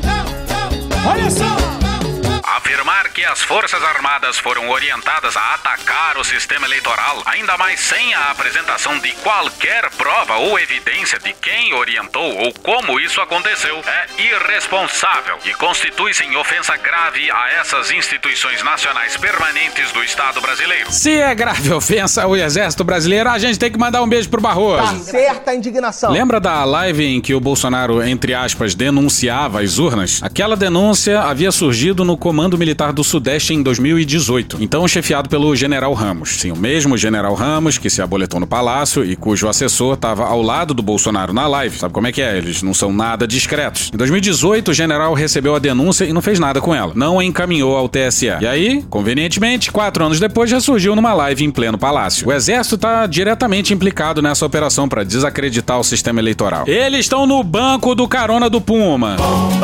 não. Olha só! Afirmar que as Forças Armadas foram orientadas a atacar o sistema eleitoral, ainda mais sem a apresentação de qualquer prova ou evidência de quem orientou ou como isso aconteceu, é irresponsável e constitui-se em ofensa grave a essas instituições nacionais permanentes do Estado brasileiro. Se é grave ofensa ao Exército Brasileiro, a gente tem que mandar um beijo pro Barroso. Tá certa a indignação. Lembra da live em que o Bolsonaro, entre aspas, denunciava as urnas? Aquela denúncia havia surgido no Comando Militar do Sudeste em dois mil e dezoito, então chefiado pelo General Ramos. Sim, o mesmo General Ramos que se aboletou no Palácio e cujo assessor estava ao lado do Bolsonaro na live. Sabe como é que é? Eles não são nada discretos. Em dois mil e dezoito, o general recebeu a denúncia e não fez nada com ela. Não a encaminhou ao T S E. E aí, convenientemente, quatro anos depois, já surgiu numa live em pleno Palácio. O Exército está diretamente implicado nessa operação para desacreditar o sistema eleitoral. Eles estão no banco do carona do Puma.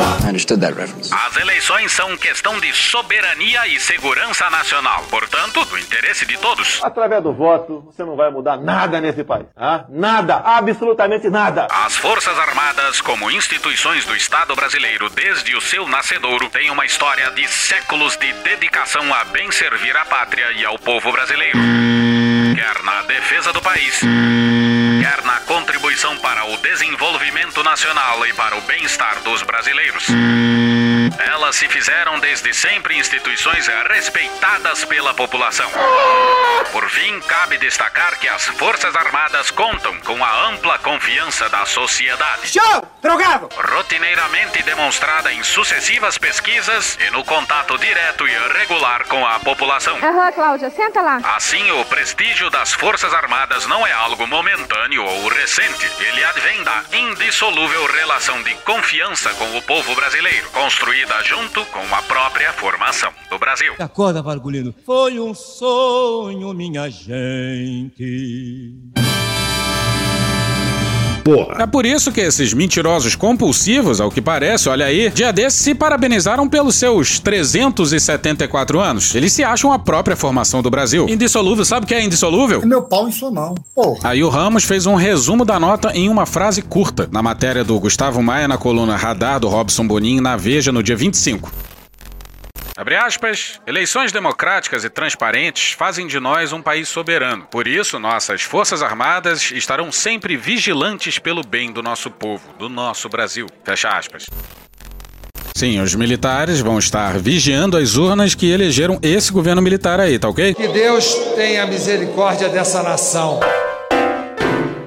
As eleições são questão de soberania e segurança nacional. Portanto, do interesse de todos. Através do voto, você não vai mudar nada nesse país. Ah? Nada, absolutamente nada. As Forças Armadas, como instituições do Estado brasileiro desde o seu nascedouro, têm uma história de séculos de dedicação a bem servir à pátria e ao povo brasileiro. Quer na defesa do país, quer na contribuição para o desenvolvimento nacional e para o bem-estar dos brasileiros. Elas se fizeram desde sempre instituições respeitadas pela população. Por fim, cabe destacar que as Forças Armadas contam com a ampla confiança da sociedade. Show! Drogado! Rotineiramente demonstrada em sucessivas pesquisas e no contato direto e regular com a população. Aham, Cláudia, senta lá. Assim, o prestígio das Forças Armadas não é algo momentâneo ou recente. Ele advém da indissolúvel relação de confiança com o povo brasileiro, construída junto com a própria formação do Brasil. Acorda, Vargulino. Foi um sonho, minha gente. Porra. É por isso que esses mentirosos compulsivos, ao que parece, olha aí, dia desses se parabenizaram pelos seus trezentos e setenta e quatro anos. Eles se acham a própria formação do Brasil. Indissolúvel, sabe o que é indissolúvel? É meu pau em sua mão. Porra. Aí o Ramos fez um resumo da nota em uma frase curta, na matéria do Gustavo Maia na coluna Radar do Robson Bonin na Veja no dia vinte e cinco. Abre aspas, eleições democráticas e transparentes fazem de nós um país soberano. Por isso, nossas Forças Armadas estarão sempre vigilantes pelo bem do nosso povo, do nosso Brasil. Fecha aspas. Sim, os militares vão estar vigiando as urnas que elegeram esse governo militar aí, tá ok? Que Deus tenha misericórdia dessa nação.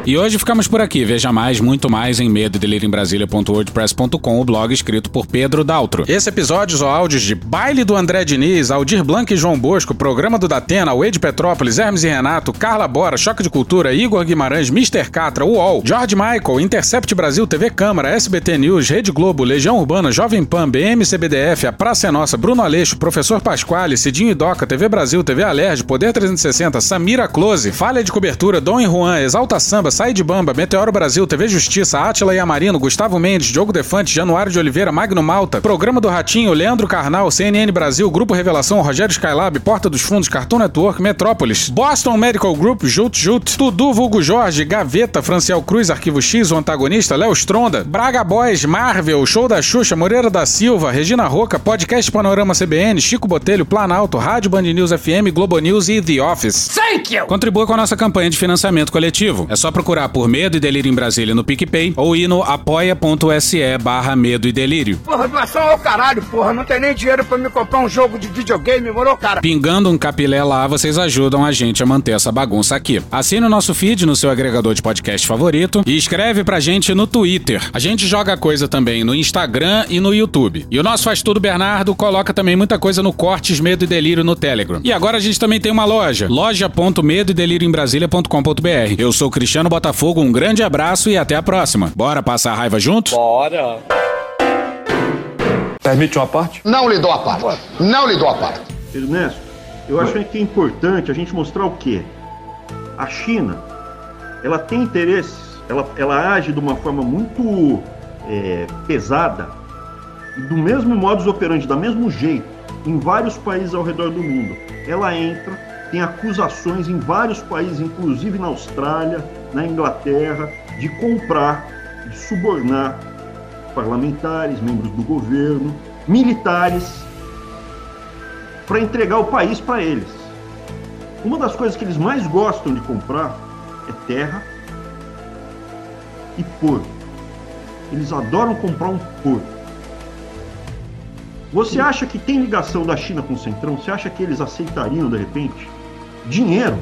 E hoje ficamos por aqui. Veja mais, muito mais em medo e delírio em brasília ponto wordpress ponto com, o blog escrito por Pedro Daltro. Esse episódio ou áudios de Baile do André Diniz, Aldir Blanc e João Bosco, Programa do Datena, Wade Petrópolis, Hermes e Renato, Carla Bora, Choque de Cultura, Igor Guimarães, mister Catra, U O L, George Michael, Intercept Brasil, T V Câmara, S B T News, Rede Globo, Legião Urbana, Jovem Pan, B M C B D F, A Praça é Nossa, Bruno Aleixo, Professor Pasquale, Cidinho e Doca, T V Brasil, T V Alerj, Poder trezentos e sessenta, Samira Close, Falha de Cobertura, Dom e Juan, Exalta Samba, Sai de Bamba, Meteoro Brasil, T V Justiça, Átila e Amarino, Gustavo Mendes, Diogo Defante, Januário de Oliveira, Magno Malta, Programa do Ratinho, Leandro Carnal, C N N Brasil, Grupo Revelação, Rogério Skylab, Porta dos Fundos, Cartoon Network, Metrópolis, Boston Medical Group, Jut Jut, Tudu Vulgo Jorge, Gaveta, Franciel Cruz, Arquivo X, o Antagonista, Léo Stronda, Braga Boys, Marvel, Show da Xuxa, Moreira da Silva, Regina Roca, Podcast Panorama C B N, Chico Botelho, Planalto, Rádio Band News F M, Globo News e The Office. Thank you! Contribua com a nossa campanha de financiamento coletivo. É só procurar por Medo e Delírio em Brasília no PicPay ou ir no apoia.se barra Medo e Delírio. Porra, doação ao caralho, porra. Não tem nem dinheiro pra me comprar um jogo de videogame, morou, cara? Pingando um capilé lá, vocês ajudam a gente a manter essa bagunça aqui. Assine o nosso feed no seu agregador de podcast favorito e escreve pra gente no Twitter. A gente joga coisa também no Instagram e no YouTube. E o nosso Faz Tudo Bernardo coloca também muita coisa no Cortes Medo e Delírio no Telegram. E agora a gente também tem uma loja, loja ponto medo e delírio em brasília ponto com ponto b r. Eu sou o Cristiano Botafogo, um grande abraço e até a próxima. Bora passar a raiva junto? Bora! Permite uma parte? Não lhe dou a parte. Não lhe dou a parte. Ernesto, eu acho que é importante a gente mostrar o quê? A China, ela tem interesses, ela, ela age de uma forma muito é, pesada e do mesmo modus operandi, do mesmo jeito, em vários países ao redor do mundo. Ela entra, tem acusações em vários países, inclusive na Austrália, na Inglaterra, de comprar, de subornar parlamentares, membros do governo, militares, para entregar o país para eles. Uma das coisas que eles mais gostam de comprar é terra e porco. Eles adoram comprar um porco. Você acha que tem ligação da China com o Centrão? Você acha que eles aceitariam, de repente, dinheiro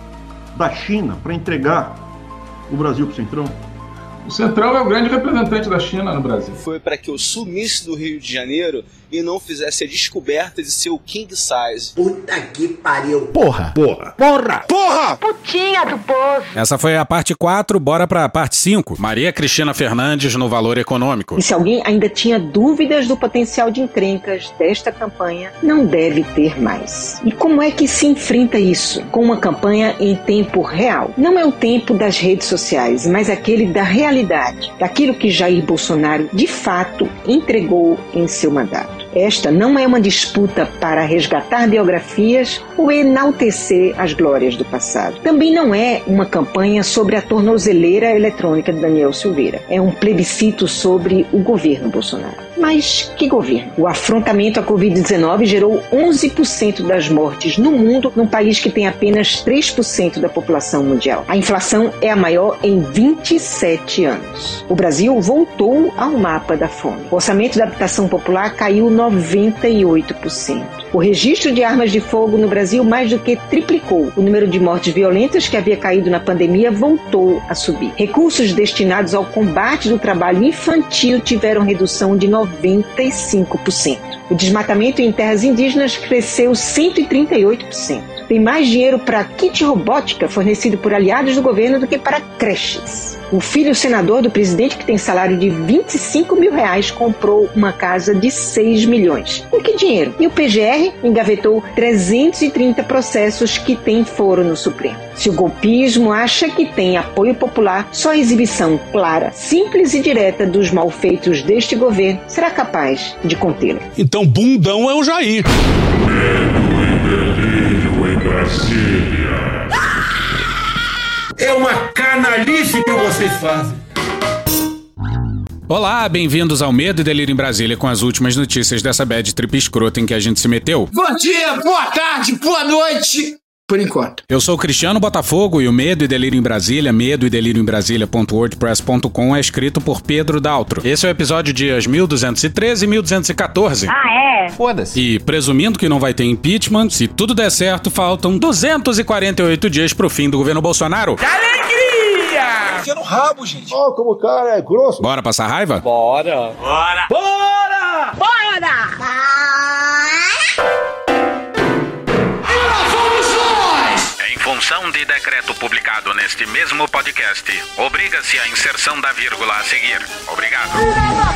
da China para entregar o Brasil para o Centrão? O Centrão é o grande representante da China no Brasil. Foi para que eu sumisse do Rio de Janeiro e não fizesse a descoberta de ser o king size. Puta que pariu. Porra! Porra! Porra! Porra! Putinha do poço. Essa foi a parte quatro, bora pra parte cinco. Maria Cristina Fernandes no Valor Econômico. E se alguém ainda tinha dúvidas do potencial de encrencas desta campanha, não deve ter mais. E como é que se enfrenta isso? Com uma campanha em tempo real. Não é o tempo das redes sociais, mas aquele da realidade, daquilo que Jair Bolsonaro de fato entregou em seu mandato. Esta não é uma disputa para resgatar biografias ou enaltecer as glórias do passado. Também não é uma campanha sobre a tornozeleira eletrônica de Daniel Silveira. É um plebiscito sobre o governo Bolsonaro. Mas que governo? O afrontamento à covid dezenove gerou onze por cento das mortes no mundo, num país que tem apenas três por cento da população mundial. A inflação é a maior em vinte e sete anos. O Brasil voltou ao mapa da fome. O orçamento da habitação popular caiu noventa e oito por cento. O registro de armas de fogo no Brasil mais do que triplicou. O número de mortes violentas que havia caído na pandemia voltou a subir. Recursos destinados ao combate do trabalho infantil tiveram redução de noventa e cinco por cento. O desmatamento em terras indígenas cresceu cento e trinta e oito por cento. Tem mais dinheiro para kit robótica fornecido por aliados do governo do que para creches. O filho senador do presidente, que tem salário de vinte e cinco mil reais, comprou uma casa de seis milhões. Com que dinheiro? E o P G R engavetou trezentos e trinta processos que têm foro no Supremo. Se o golpismo acha que tem apoio popular, só a exibição clara, simples e direta dos malfeitos deste governo será capaz de contê-lo. Então, bundão é o Jair. Medo e delírio em Brasília. É uma canalice que vocês fazem. Olá, bem-vindos ao Medo e Delírio em Brasília com as últimas notícias dessa bad trip escrota em que a gente se meteu. Bom dia, boa tarde, boa noite. Por enquanto. Eu sou o Cristiano Botafogo e o Medo e Delírio em Brasília, medo e delírio em brasília ponto wordpress ponto com, é escrito por Pedro Daltro. Esse é o episódio dias mil duzentos e treze e mil duzentos e catorze. Ah, é? Foda-se. E presumindo que não vai ter impeachment, se tudo der certo, faltam duzentos e quarenta e oito dias pro fim do governo Bolsonaro. Que alegria! Enfia no rabo, gente. Ó, oh, como o cara é grosso. Bora passar raiva? Bora. Bora. Bora. Bora. Em função de decreto publicado neste mesmo podcast, obriga-se a inserção da vírgula a seguir. Obrigado. Filha da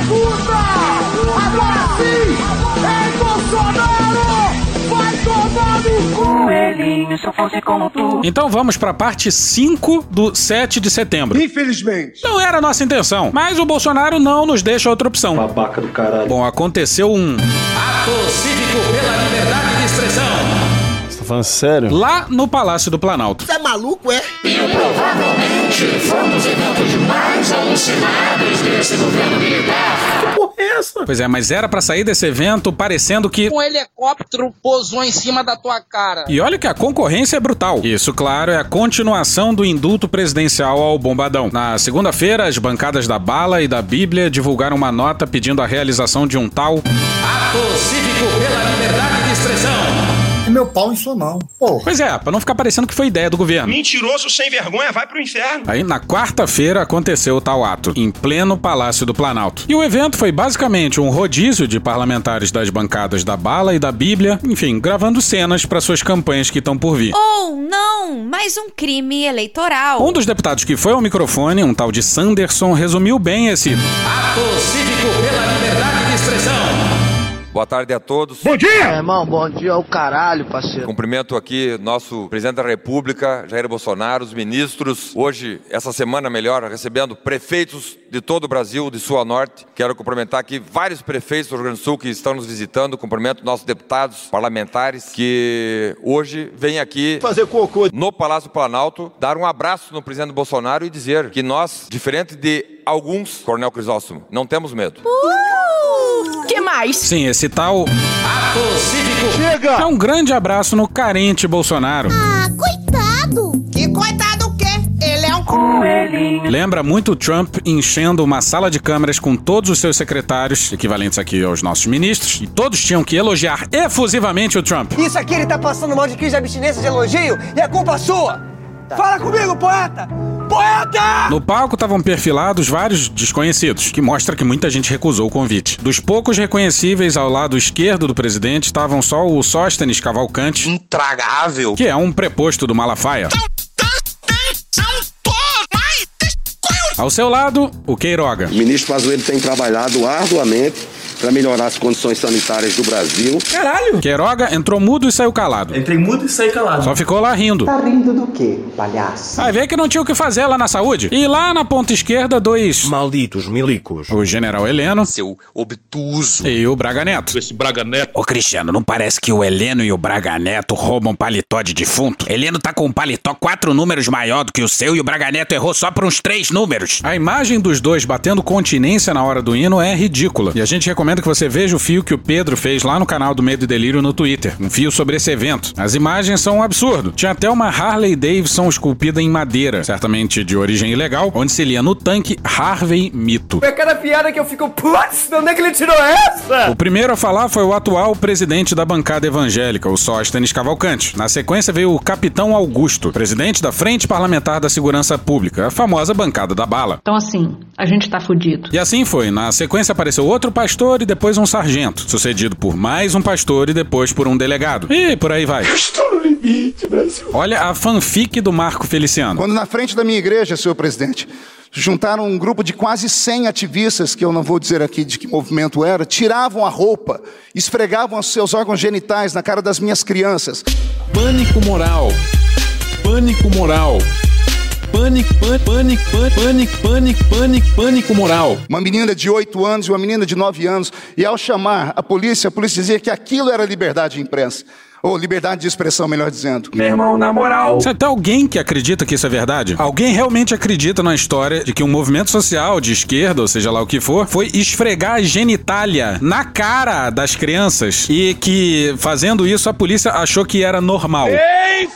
puta! Agora sim! É Bolsonaro! Vai tomar no cu! Coelhinho, se eu fosse como tu. Então vamos pra parte cinco do sete de setembro. Infelizmente. Não era a nossa intenção, mas o Bolsonaro não nos deixa outra opção. Babaca do caralho. Bom, aconteceu um ato cívico pela liberdade de expressão. Você tá falando sério? Lá no Palácio do Planalto. Você é maluco, é? E provavelmente foi um dos eventos mais alucinados desse governo militar. Que porra é essa? Pois é, mas era pra sair desse evento parecendo que um helicóptero pousou em cima da tua cara. E olha que a concorrência é brutal. Isso, claro, é a continuação do indulto presidencial ao Bombadão. Na segunda-feira, as bancadas da Bala e da Bíblia divulgaram uma nota pedindo a realização de um tal ato cívico pela liberdade de expressão. E meu pau em sua mão. Pô. Pois é, pra não ficar parecendo que foi ideia do governo. Mentiroso sem vergonha, vai pro inferno. Aí, na quarta-feira, aconteceu o tal ato, em pleno Palácio do Planalto. E o evento foi basicamente um rodízio de parlamentares das bancadas da Bala e da Bíblia, enfim, gravando cenas para suas campanhas que estão por vir. Ou não, mais um crime eleitoral. Um dos deputados que foi ao microfone, um tal de Sanderson, resumiu bem esse ato cívico pela liberdade de expressão. Boa tarde a todos. Bom dia! É, irmão, bom dia ao caralho, parceiro. Cumprimento aqui nosso presidente da República, Jair Bolsonaro, os ministros. Hoje, essa semana melhor, recebendo prefeitos de todo o Brasil, de sul a norte. Quero cumprimentar aqui vários prefeitos do Rio Grande do Sul que estão nos visitando. Cumprimento nossos deputados parlamentares que hoje vêm aqui fazer cocô no Palácio Planalto, dar um abraço no presidente Bolsonaro e dizer que nós, diferente de alguns, Coronel Crisóstomo, não temos medo. Uh! Que mais? Sim, esse tal ato cívico Chega! É um grande abraço no carente Bolsonaro. Ah, coitado! Que coitado o quê? Ele é um coelhinho. Lembra muito o Trump enchendo uma sala de câmeras com todos os seus secretários, equivalentes aqui aos nossos ministros, e todos tinham que elogiar efusivamente o Trump. Isso aqui ele tá passando mal de crise de abstinência de elogio e é culpa sua! Tá. Fala comigo, poeta! Poeta! No palco estavam perfilados vários desconhecidos, que mostra que muita gente recusou o convite. Dos poucos reconhecíveis ao lado esquerdo do presidente estavam só o Sóstenes Cavalcante, intragável, que é um preposto do Malafaia. Ao seu lado, o Queiroga. O ministro Pazuello tem trabalhado arduamente para melhorar as condições sanitárias do Brasil. Caralho! Queiroga entrou mudo e saiu calado. Entrei mudo e saí calado. Só ficou lá rindo. Tá rindo do quê, palhaço? Vai ver que não tinha o que fazer lá na saúde. E lá na ponta esquerda, dois... malditos milicos. O general Heleno. Seu obtuso. E o Braga Neto. Esse Braga Neto. Ô, Cristiano, não parece que o Heleno e o Braga Neto roubam paletó de defunto? Heleno tá com um paletó quatro números maior do que o seu e o Braga Neto errou só por uns três números. A imagem dos dois batendo continência na hora do hino é ridícula. E a gente recomenda que você veja o fio que o Pedro fez lá no canal do Medo e Delírio no Twitter. Um fio sobre esse evento. As imagens são um absurdo. Tinha até uma Harley Davidson esculpida em madeira, certamente de origem ilegal, onde se lia no tanque Harvey Mito. É cada piada que eu fico, putz, de onde é que ele tirou essa? O primeiro a falar foi o atual presidente da bancada evangélica, o Sóstenes Cavalcante. Na sequência veio o Capitão Augusto, presidente da Frente Parlamentar da Segurança Pública, a famosa bancada da bala. Então assim, a gente tá fudido. E assim foi. Na sequência apareceu outro pastor e depois um sargento, sucedido por mais um pastor e depois por um delegado. E por aí vai. Eu estou no limite, Brasil. Olha a fanfic do Marco Feliciano. Quando na frente da minha igreja, senhor presidente, juntaram um grupo de quase cem ativistas, que eu não vou dizer aqui de que movimento era, tiravam a roupa, esfregavam os seus órgãos genitais na cara das minhas crianças. Pânico moral. Pânico moral. Pânico, pânico, pânico, pânico, pânico, pânico, pânico moral. Uma menina de oito anos e uma menina de nove anos. E ao chamar a polícia, a polícia dizia que aquilo era liberdade de imprensa. Ou liberdade de expressão, melhor dizendo. Meu irmão, na moral. Você tem alguém que acredita que isso é verdade? Alguém realmente acredita na história de que um movimento social de esquerda, ou seja lá o que for, foi esfregar a genitália na cara das crianças e que, fazendo isso, a polícia achou que era normal? Ei,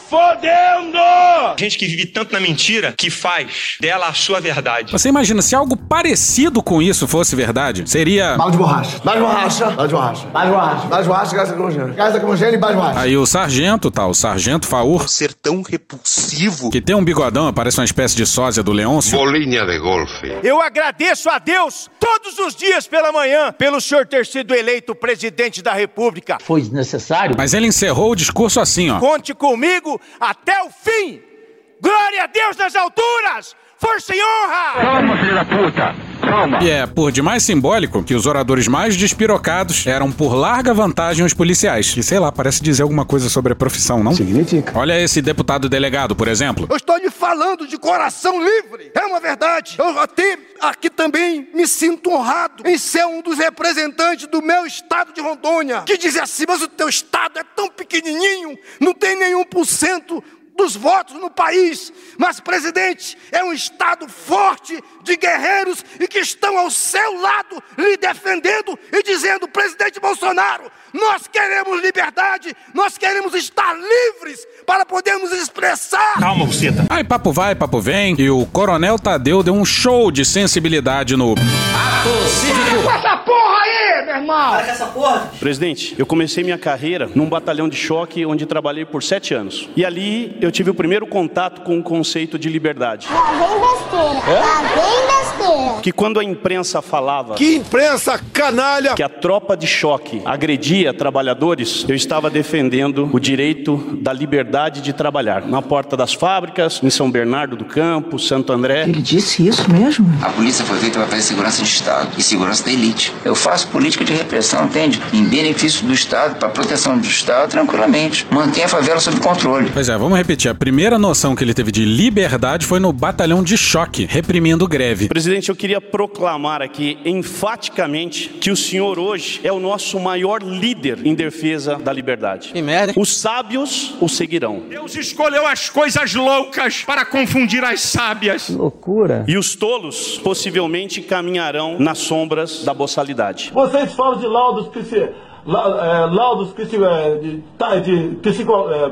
fodendo! Gente que vive tanto na mentira que faz dela a sua verdade. Você imagina, se algo parecido com isso fosse verdade, seria... Bala de borracha. Bala de borracha. Bala de borracha. Bala de borracha. Bala de borracha, gás lacrimogêneo. Gás lacrimogêneo e bala de borracha. Aí o sargento, tá, o sargento Faur... Ser tão repulsivo. Que tem um bigodão, parece uma espécie de sósia do Leôncio. Bolinha de golfe. Eu agradeço a Deus todos os dias pela manhã pelo senhor ter sido eleito presidente da República. Foi necessário? Mas ele encerrou o discurso assim, ó. Conte comigo até o fim. Glória a Deus nas alturas. Força e honra! Calma, filho da puta! Calma! E é por demais simbólico que os oradores mais despirocados eram por larga vantagem os policiais. Que, sei lá, parece dizer alguma coisa sobre a profissão, não? Significa. Olha esse deputado delegado, por exemplo. Eu estou lhe falando de coração livre. É uma verdade. Eu até aqui também me sinto honrado em ser um dos representantes do meu estado de Rondônia. Que diz assim, mas o teu estado é tão pequenininho, não tem nenhum por cento dos votos no país, mas, presidente, é um estado forte de guerreiros e que estão ao seu lado, lhe defendendo e dizendo, presidente Bolsonaro, nós queremos liberdade, nós queremos estar livres para podermos expressar... Calma, buceta. Aí papo vai, papo vem, e o Coronel Tadeu deu um show de sensibilidade no... Ato cívico! Com essa porra aí, meu irmão! Para com essa porra! Presidente, eu comecei minha carreira num batalhão de choque onde trabalhei por sete anos. E ali eu tive o primeiro contato com o conceito de liberdade. Lá vem besteira, lá vem besteira. Que quando a imprensa falava... Que imprensa canalha! Que a tropa de choque agredia trabalhadores, eu estava defendendo o direito da liberdade de trabalhar. Na porta das fábricas, em São Bernardo do Campo, Santo André. Ele disse isso mesmo? A polícia foi feita para fazer segurança de Estado e segurança da elite. Eu faço política de repressão, entende? Em benefício do Estado, para proteção do Estado, tranquilamente. Mantenha a favela sob controle. Pois é, vamos repetir. A primeira noção que ele teve de liberdade foi no batalhão de choque, reprimindo greve. Presidente, eu queria proclamar aqui, enfaticamente, que o senhor hoje é o nosso maior líder em defesa da liberdade. Que merda, hein? Os sábios o seguirão. Deus escolheu as coisas loucas para confundir as sábias. Que loucura. E os tolos possivelmente caminharão nas sombras da boçalidade. Vocês falam de laudos que se... La, é, laudos que se... É, de, tá, de, que se é,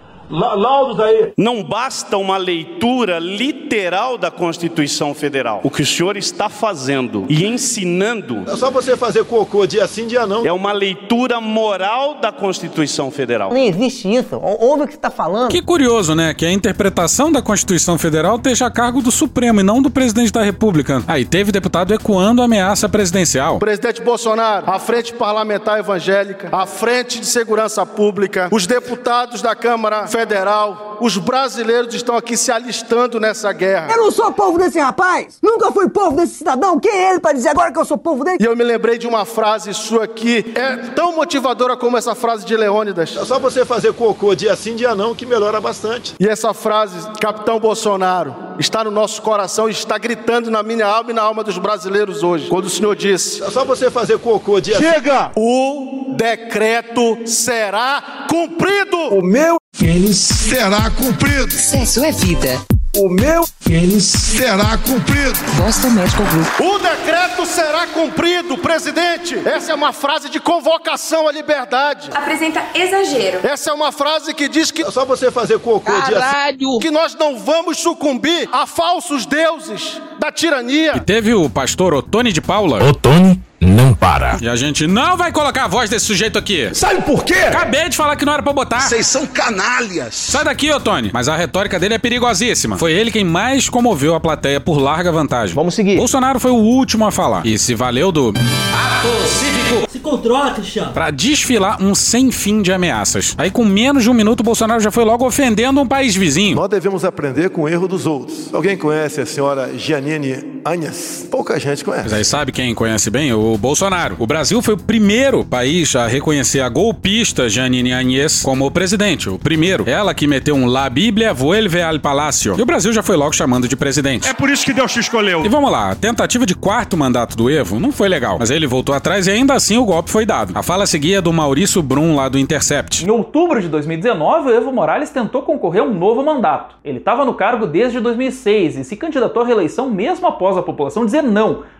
laudos aí. Não basta uma leitura literal da Constituição Federal. O que o senhor está fazendo e ensinando... É só você fazer cocô dia sim, dia não. É uma leitura moral da Constituição Federal. Não existe isso. Ouve o que você está falando. Que curioso, né? Que a interpretação da Constituição Federal esteja a cargo do Supremo e não do presidente da República. Aí teve deputado ecoando a ameaça presidencial. Presidente Bolsonaro, a Frente Parlamentar Evangélica, a Frente de Segurança Pública, os deputados da Câmara Federal, os brasileiros estão aqui se alistando nessa guerra. Eu não sou povo desse rapaz. Nunca fui povo desse cidadão. Quem é ele para dizer agora que eu sou povo dele? E eu me lembrei de uma frase sua aqui, é tão motivadora como essa frase de Leônidas. É só você fazer cocô dia sim, dia não, que melhora bastante. E essa frase, capitão Bolsonaro, está no nosso coração e está gritando na minha alma e na alma dos brasileiros hoje. Quando o senhor disse... É só você fazer cocô dia... Chega! O decreto será cumprido! O meu pênis será cumprido! Sexo é vida. O meu pênis será cumprido! Boston Medical Group. O decreto será cumprido, presidente! Essa é uma frase de convocação à liberdade. Apresenta exagero. Essa é uma frase que diz que... É só você fazer cocô dia... Caralho! Que nós não vamos sucumbir a falsos deuses da tirania. E teve o pastor Otoni de Paula. Otoni não para. E a gente não vai colocar a voz desse sujeito aqui. Sabe por quê? Acabei de falar que não era pra botar. Vocês são canalhas. Sai daqui, Otoni. Mas a retórica dele é perigosíssima. Foi ele quem mais comoveu a plateia por larga vantagem. Vamos seguir. Bolsonaro foi o último a falar. E se valeu do... Ato cívico. Se controla, Cristiano. Pra desfilar um sem fim de ameaças. Aí com menos de um minuto, o Bolsonaro já foi logo ofendendo um país vizinho. Nós devemos aprender com o erro dos outros. Alguém conhece a senhora Jeanine Áñez? Pouca gente conhece. Mas aí sabe quem conhece bem? O Bolsonaro. O Brasil foi o primeiro país a reconhecer a golpista Jeanine Áñez como presidente. O primeiro. Ela que meteu um La Bíblia vuelve al palácio. E o Brasil já foi logo chamando de presidente. É por isso que Deus te escolheu. E vamos lá. A tentativa de quarto mandato do Evo não foi legal. Mas ele voltou atrás e ainda assim o golpe foi dado. A fala seguia do Maurício Brum lá do Intercept. Em outubro de dois mil e dezenove, o Evo Morales tentou concorrer a um novo mandato. Ele estava no cargo desde dois mil e seis e se candidatou à reeleição mesmo após a população dizer não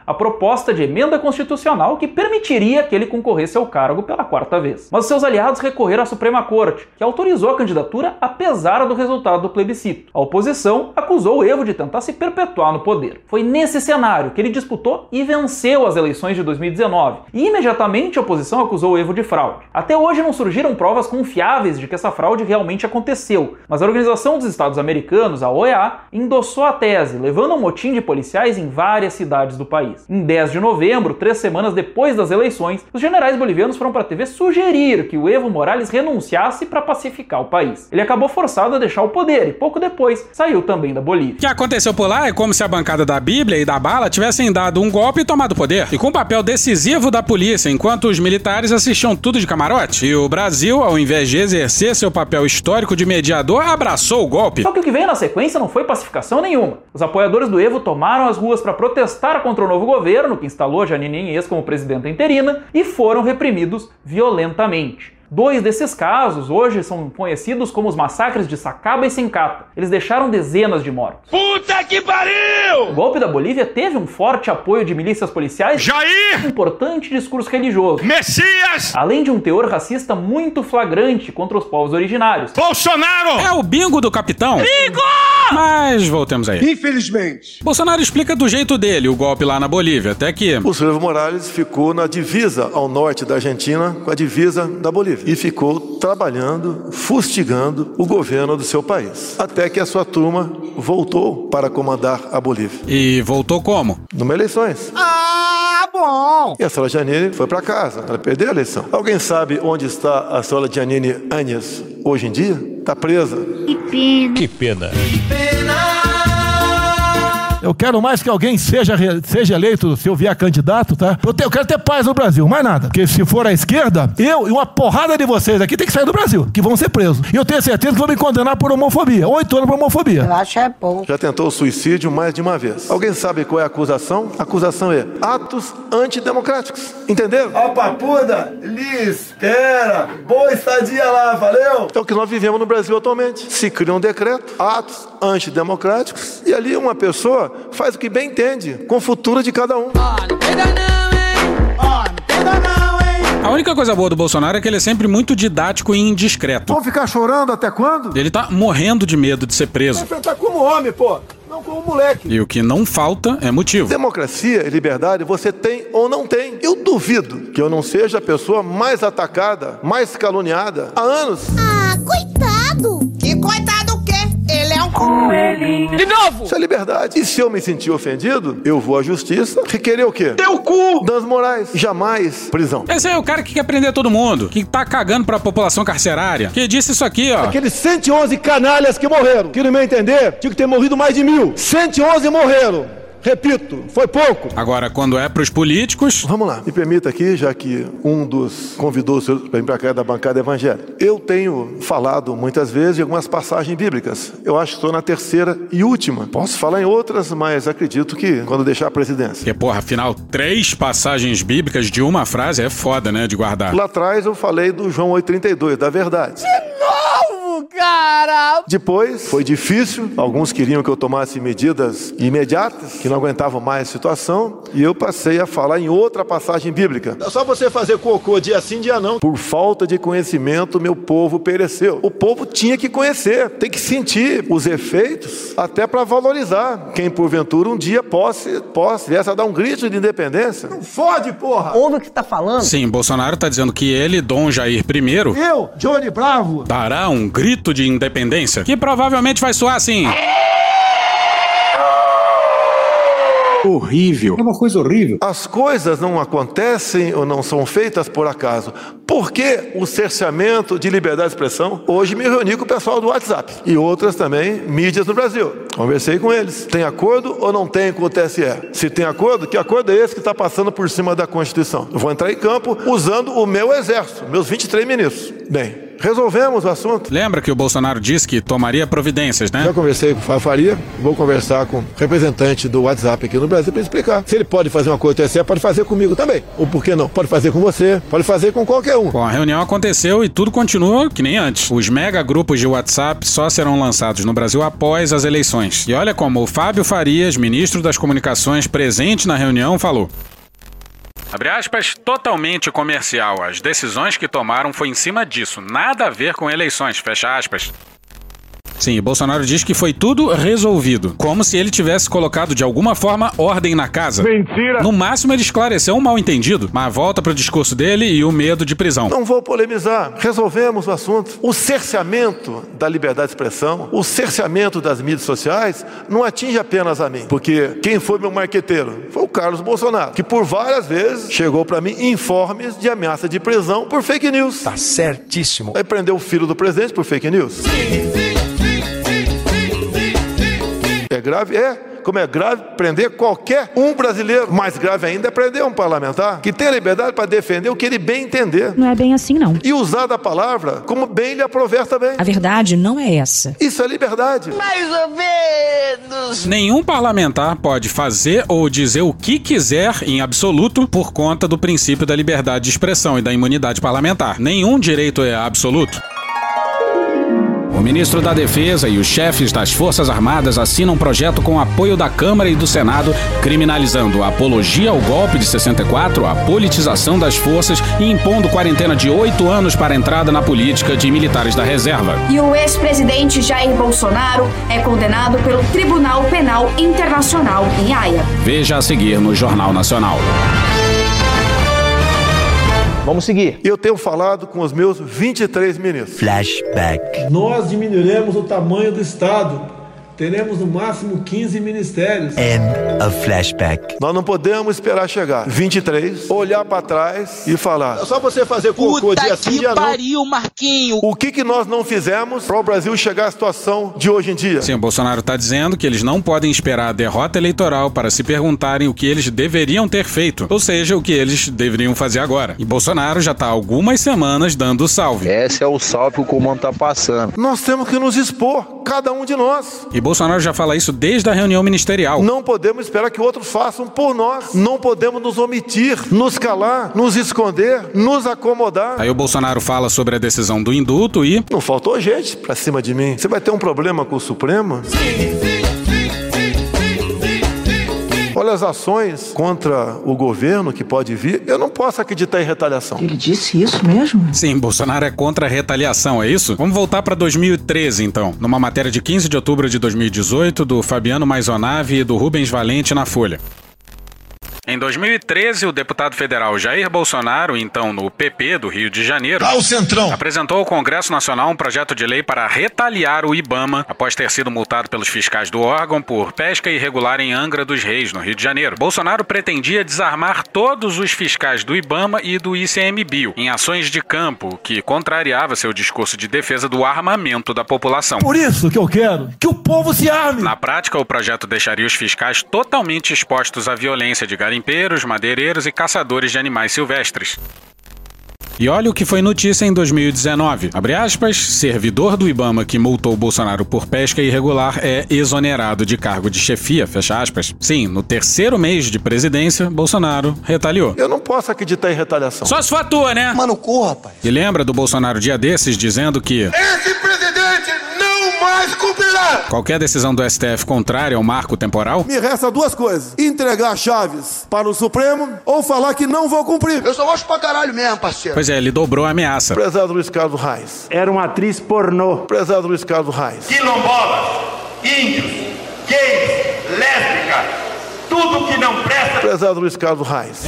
a proposta de emenda constitucional que permitiria que ele concorresse ao cargo pela quarta vez. Mas seus aliados recorreram à Suprema Corte, que autorizou a candidatura apesar do resultado do plebiscito. A oposição acusou o Evo de tentar se perpetuar no poder. Foi nesse cenário que ele disputou e venceu as eleições de dois mil e dezenove, e imediatamente a oposição acusou o Evo de fraude. Até hoje não surgiram provas confiáveis de que essa fraude realmente aconteceu, mas a Organização dos Estados Americanos, a O E A, endossou a tese, levando a um motim de policiais em várias cidades do país. Em dez de novembro, três semanas depois das eleições, os generais bolivianos foram para a T V sugerir que o Evo Morales renunciasse para pacificar o país. Ele acabou forçado a deixar o poder e pouco depois saiu também da Bolívia. O que aconteceu por lá é como se a bancada da Bíblia e da bala tivessem dado um golpe e tomado o poder, e com um papel decisivo da polícia, enquanto os militares assistiam tudo de camarote. E o Brasil, ao invés de exercer seu papel histórico de mediador, abraçou o golpe. Só que o que veio na sequência não foi pacificação nenhuma. Os apoiadores do Evo tomaram as ruas para protestar contra o novo governo, que instalou Jeanine Áñez como presidenta interina, e foram reprimidos violentamente. Dois desses casos hoje são conhecidos como os massacres de Sacaba e Sencata. Eles deixaram dezenas de mortos. Puta que pariu! O golpe da Bolívia teve um forte apoio de milícias policiais Jair! e um importante discurso religioso. Messias! Além de um teor racista muito flagrante contra os povos originários. Bolsonaro! É o bingo do capitão. Bingo! Mas voltemos aí. Infelizmente. Bolsonaro explica do jeito dele o golpe lá na Bolívia, até que... O senhor Evo Morales ficou na divisa ao norte da Argentina com a divisa da Bolívia. E ficou trabalhando, fustigando o governo do seu país. Até que a sua turma voltou para comandar a Bolívia. E voltou como? Numa eleições. Ah, bom! E a senhora Jeanine foi para casa. Ela perdeu a eleição. Alguém sabe onde está a senhora Jeanine Áñez hoje em dia? Está presa. Que pena. Que pena. Que pena! Eu quero mais que alguém seja, seja eleito, se eu vier candidato, tá? Eu, te, eu quero ter paz no Brasil, mais nada. Porque se for à esquerda, eu e uma porrada de vocês aqui tem que sair do Brasil, que vão ser presos. E eu tenho certeza que vão me condenar por homofobia. Oito anos por homofobia. Eu acho é bom. Já tentou suicídio mais de uma vez. Alguém sabe qual é a acusação? A acusação é atos antidemocráticos. Entenderam? Ó, papuda, Liz, espera, boa estadia lá, valeu? É o que nós vivemos no Brasil atualmente. Se cria um decreto, atos antidemocráticos, e ali uma pessoa faz o que bem entende, com o futuro de cada um. Ó, não pega não, hein? Ó, não pega não, hein? A única coisa boa do Bolsonaro é que ele é sempre muito didático e indiscreto. Vão ficar chorando até quando? Ele tá morrendo de medo de ser preso. Vai enfrentar como homem, pô. Não como moleque. E o que não falta é motivo. Democracia e liberdade você tem ou não tem. Eu duvido que eu não seja a pessoa mais atacada, mais caluniada há anos. Ah, coitado! Que coitado o quê? Ele é um coelhinho. De novo! Isso é liberdade. E se eu me sentir ofendido, eu vou à justiça requerer o quê? Teu cu! Danos morais. Jamais prisão. Esse é o cara que quer prender todo mundo, que tá cagando pra população carcerária, que disse isso aqui, ó. Aqueles cento e onze canalhas que morreram, que no meu entender, tinha que ter morrido mais de mil. cento e onze morreram. Repito, foi pouco. Agora, quando é pros políticos... Vamos lá, me permita aqui, já que um dos convidou o senhor para vir para cá da bancada evangélica. Eu tenho falado muitas vezes de algumas passagens bíblicas. Eu acho que estou na terceira e última. Posso falar em outras, mas acredito que quando deixar a presidência. Porque, porra, afinal, três passagens bíblicas de uma frase é foda, né, de guardar. Lá atrás eu falei do João oito trinta e dois, da verdade. De novo, cara! Depois, foi difícil. Alguns queriam que eu tomasse medidas imediatas, que não aguentavam mais a situação, e eu passei a falar em outra passagem bíblica. É só você fazer cocô dia sim, dia não. Por falta de conhecimento, meu povo pereceu. O povo tinha que conhecer, tem que sentir os efeitos, até para valorizar. Quem porventura um dia possa, possa viesse a dar um grito de independência. Não fode, porra! Ouve o que tá falando? Sim, Bolsonaro tá dizendo que ele, Dom Jair primeiro, eu, Johnny Bravo, dará um grito de independência, que provavelmente vai soar assim... Horrível. É uma coisa horrível. As coisas não acontecem ou não são feitas por acaso. Por que o cerceamento de liberdade de expressão? Hoje me reuni com o pessoal do WhatsApp e outras também mídias no Brasil. Conversei com eles. Tem acordo ou não tem com o T S E? Se tem acordo, que acordo é esse que está passando por cima da Constituição? Eu vou entrar em campo usando o meu exército, meus vinte e três ministros. Bem, resolvemos o assunto. Lembra que o Bolsonaro disse que tomaria providências, né? Já conversei com o Fábio Faria, vou conversar com o representante do WhatsApp aqui no Brasil para explicar. Se ele pode fazer uma coisa T S E, pode fazer comigo também. Ou por que não? Pode fazer com você, pode fazer com qualquer um. Bom, a reunião aconteceu e tudo continua que nem antes. Os mega grupos de WhatsApp só serão lançados no Brasil após as eleições. E olha como o Fábio Farias, ministro das Comunicações, presente na reunião, falou. Abre aspas, totalmente comercial. As decisões que tomaram foi em cima disso. Nada a ver com eleições, fecha aspas. Sim, Bolsonaro diz que foi tudo resolvido, como se ele tivesse colocado de alguma forma ordem na casa. Mentira! No máximo ele esclareceu um mal-entendido, mas volta pro discurso dele e o medo de prisão. Não vou polemizar, resolvemos o assunto. O cerceamento da liberdade de expressão, o cerceamento das mídias sociais não atinge apenas a mim, porque quem foi meu marqueteiro? Foi o Carlos Bolsonaro, que por várias vezes chegou para mim informes de ameaça de prisão por fake news. Tá certíssimo. Aí prendeu o filho do presidente por fake news. Sim, sim. É grave? É. Como é grave prender qualquer um brasileiro. Mais grave ainda é prender um parlamentar que tem a liberdade para defender o que ele bem entender. Não é bem assim, não. E usar da palavra como bem lhe aprover também. A verdade não é essa. Isso é liberdade. Mais ou menos. Nenhum parlamentar pode fazer ou dizer o que quiser em absoluto por conta do princípio da liberdade de expressão e da imunidade parlamentar. Nenhum direito é absoluto. O ministro da Defesa e os chefes das Forças Armadas assinam um projeto com apoio da Câmara e do Senado, criminalizando a apologia ao golpe de sessenta e quatro, a politização das forças e impondo quarentena de oito anos para a entrada na política de militares da reserva. E o ex-presidente Jair Bolsonaro é condenado pelo Tribunal Penal Internacional em Haia. Veja a seguir no Jornal Nacional. Vamos seguir. Eu tenho falado com os meus vinte e três ministros. Flashback. Nós diminuiremos o tamanho do Estado. Teremos no máximo quinze ministérios. End of flashback. Nós não podemos esperar chegar vinte e três, olhar para trás e falar. É só você fazer cocô dia sim, dia não. Pariu, Marquinho. O que que nós não fizemos para o Brasil chegar à situação de hoje em dia? Sim, o Bolsonaro está dizendo que eles não podem esperar a derrota eleitoral para se perguntarem o que eles deveriam ter feito. Ou seja, o que eles deveriam fazer agora. E Bolsonaro já está há algumas semanas dando o salve. Esse é o salve que o comando tá passando. Nós temos que nos expor, cada um de nós. E Bolsonaro já fala isso desde a reunião ministerial. Não podemos esperar que outros façam por nós. Não podemos nos omitir, nos calar, nos esconder, nos acomodar. Aí o Bolsonaro fala sobre a decisão do indulto e... Não faltou gente pra cima de mim. Você vai ter um problema com o Supremo? Sim, sim, sim, sim, sim, sim. Olha as ações contra o governo que pode vir. Eu não posso acreditar em retaliação. Ele disse isso mesmo? Sim, Bolsonaro é contra a retaliação, é isso? Vamos voltar para dois mil e treze, então. Numa matéria de quinze de outubro de dois mil e dezoito, do Fabiano Maisonave e do Rubens Valente na Folha. Em dois mil e treze, o deputado federal Jair Bolsonaro, então no P P do Rio de Janeiro, ah, o Centrão. apresentou ao Congresso Nacional um projeto de lei para retaliar o IBAMA após ter sido multado pelos fiscais do órgão por pesca irregular em Angra dos Reis, no Rio de Janeiro. Bolsonaro pretendia desarmar todos os fiscais do IBAMA e do I C M B I em ações de campo, que contrariava seu discurso de defesa do armamento da população. Por isso que eu quero que o povo se arme. Na prática, o projeto deixaria os fiscais totalmente expostos à violência de garimpeiros, madeireiros e caçadores de animais silvestres. E olha o que foi notícia em dois mil e dezenove. Abre aspas, servidor do IBAMA que multou Bolsonaro por pesca irregular é exonerado de cargo de chefia, fecha aspas. Sim, no terceiro mês de presidência, Bolsonaro retaliou. Eu não posso acreditar em retaliação. Só se for a tua, né? Mano, corra, rapaz. E lembra do Bolsonaro dia desses dizendo que... Esse presidente não mais cumprirá! Qualquer decisão do S T F contrária ao marco temporal... Me resta duas coisas. Entregar chaves para o Supremo ou falar que não vou cumprir. Eu só gosto pra caralho mesmo, parceiro. Pois é, ele dobrou a ameaça. Prezado Luiz Carlos Reis. Era uma atriz pornô. Prezado Luiz Carlos Reis. Quilombolas, índios, gays, lésbicas, tudo que não presta. Prezado Luiz Carlos Reis.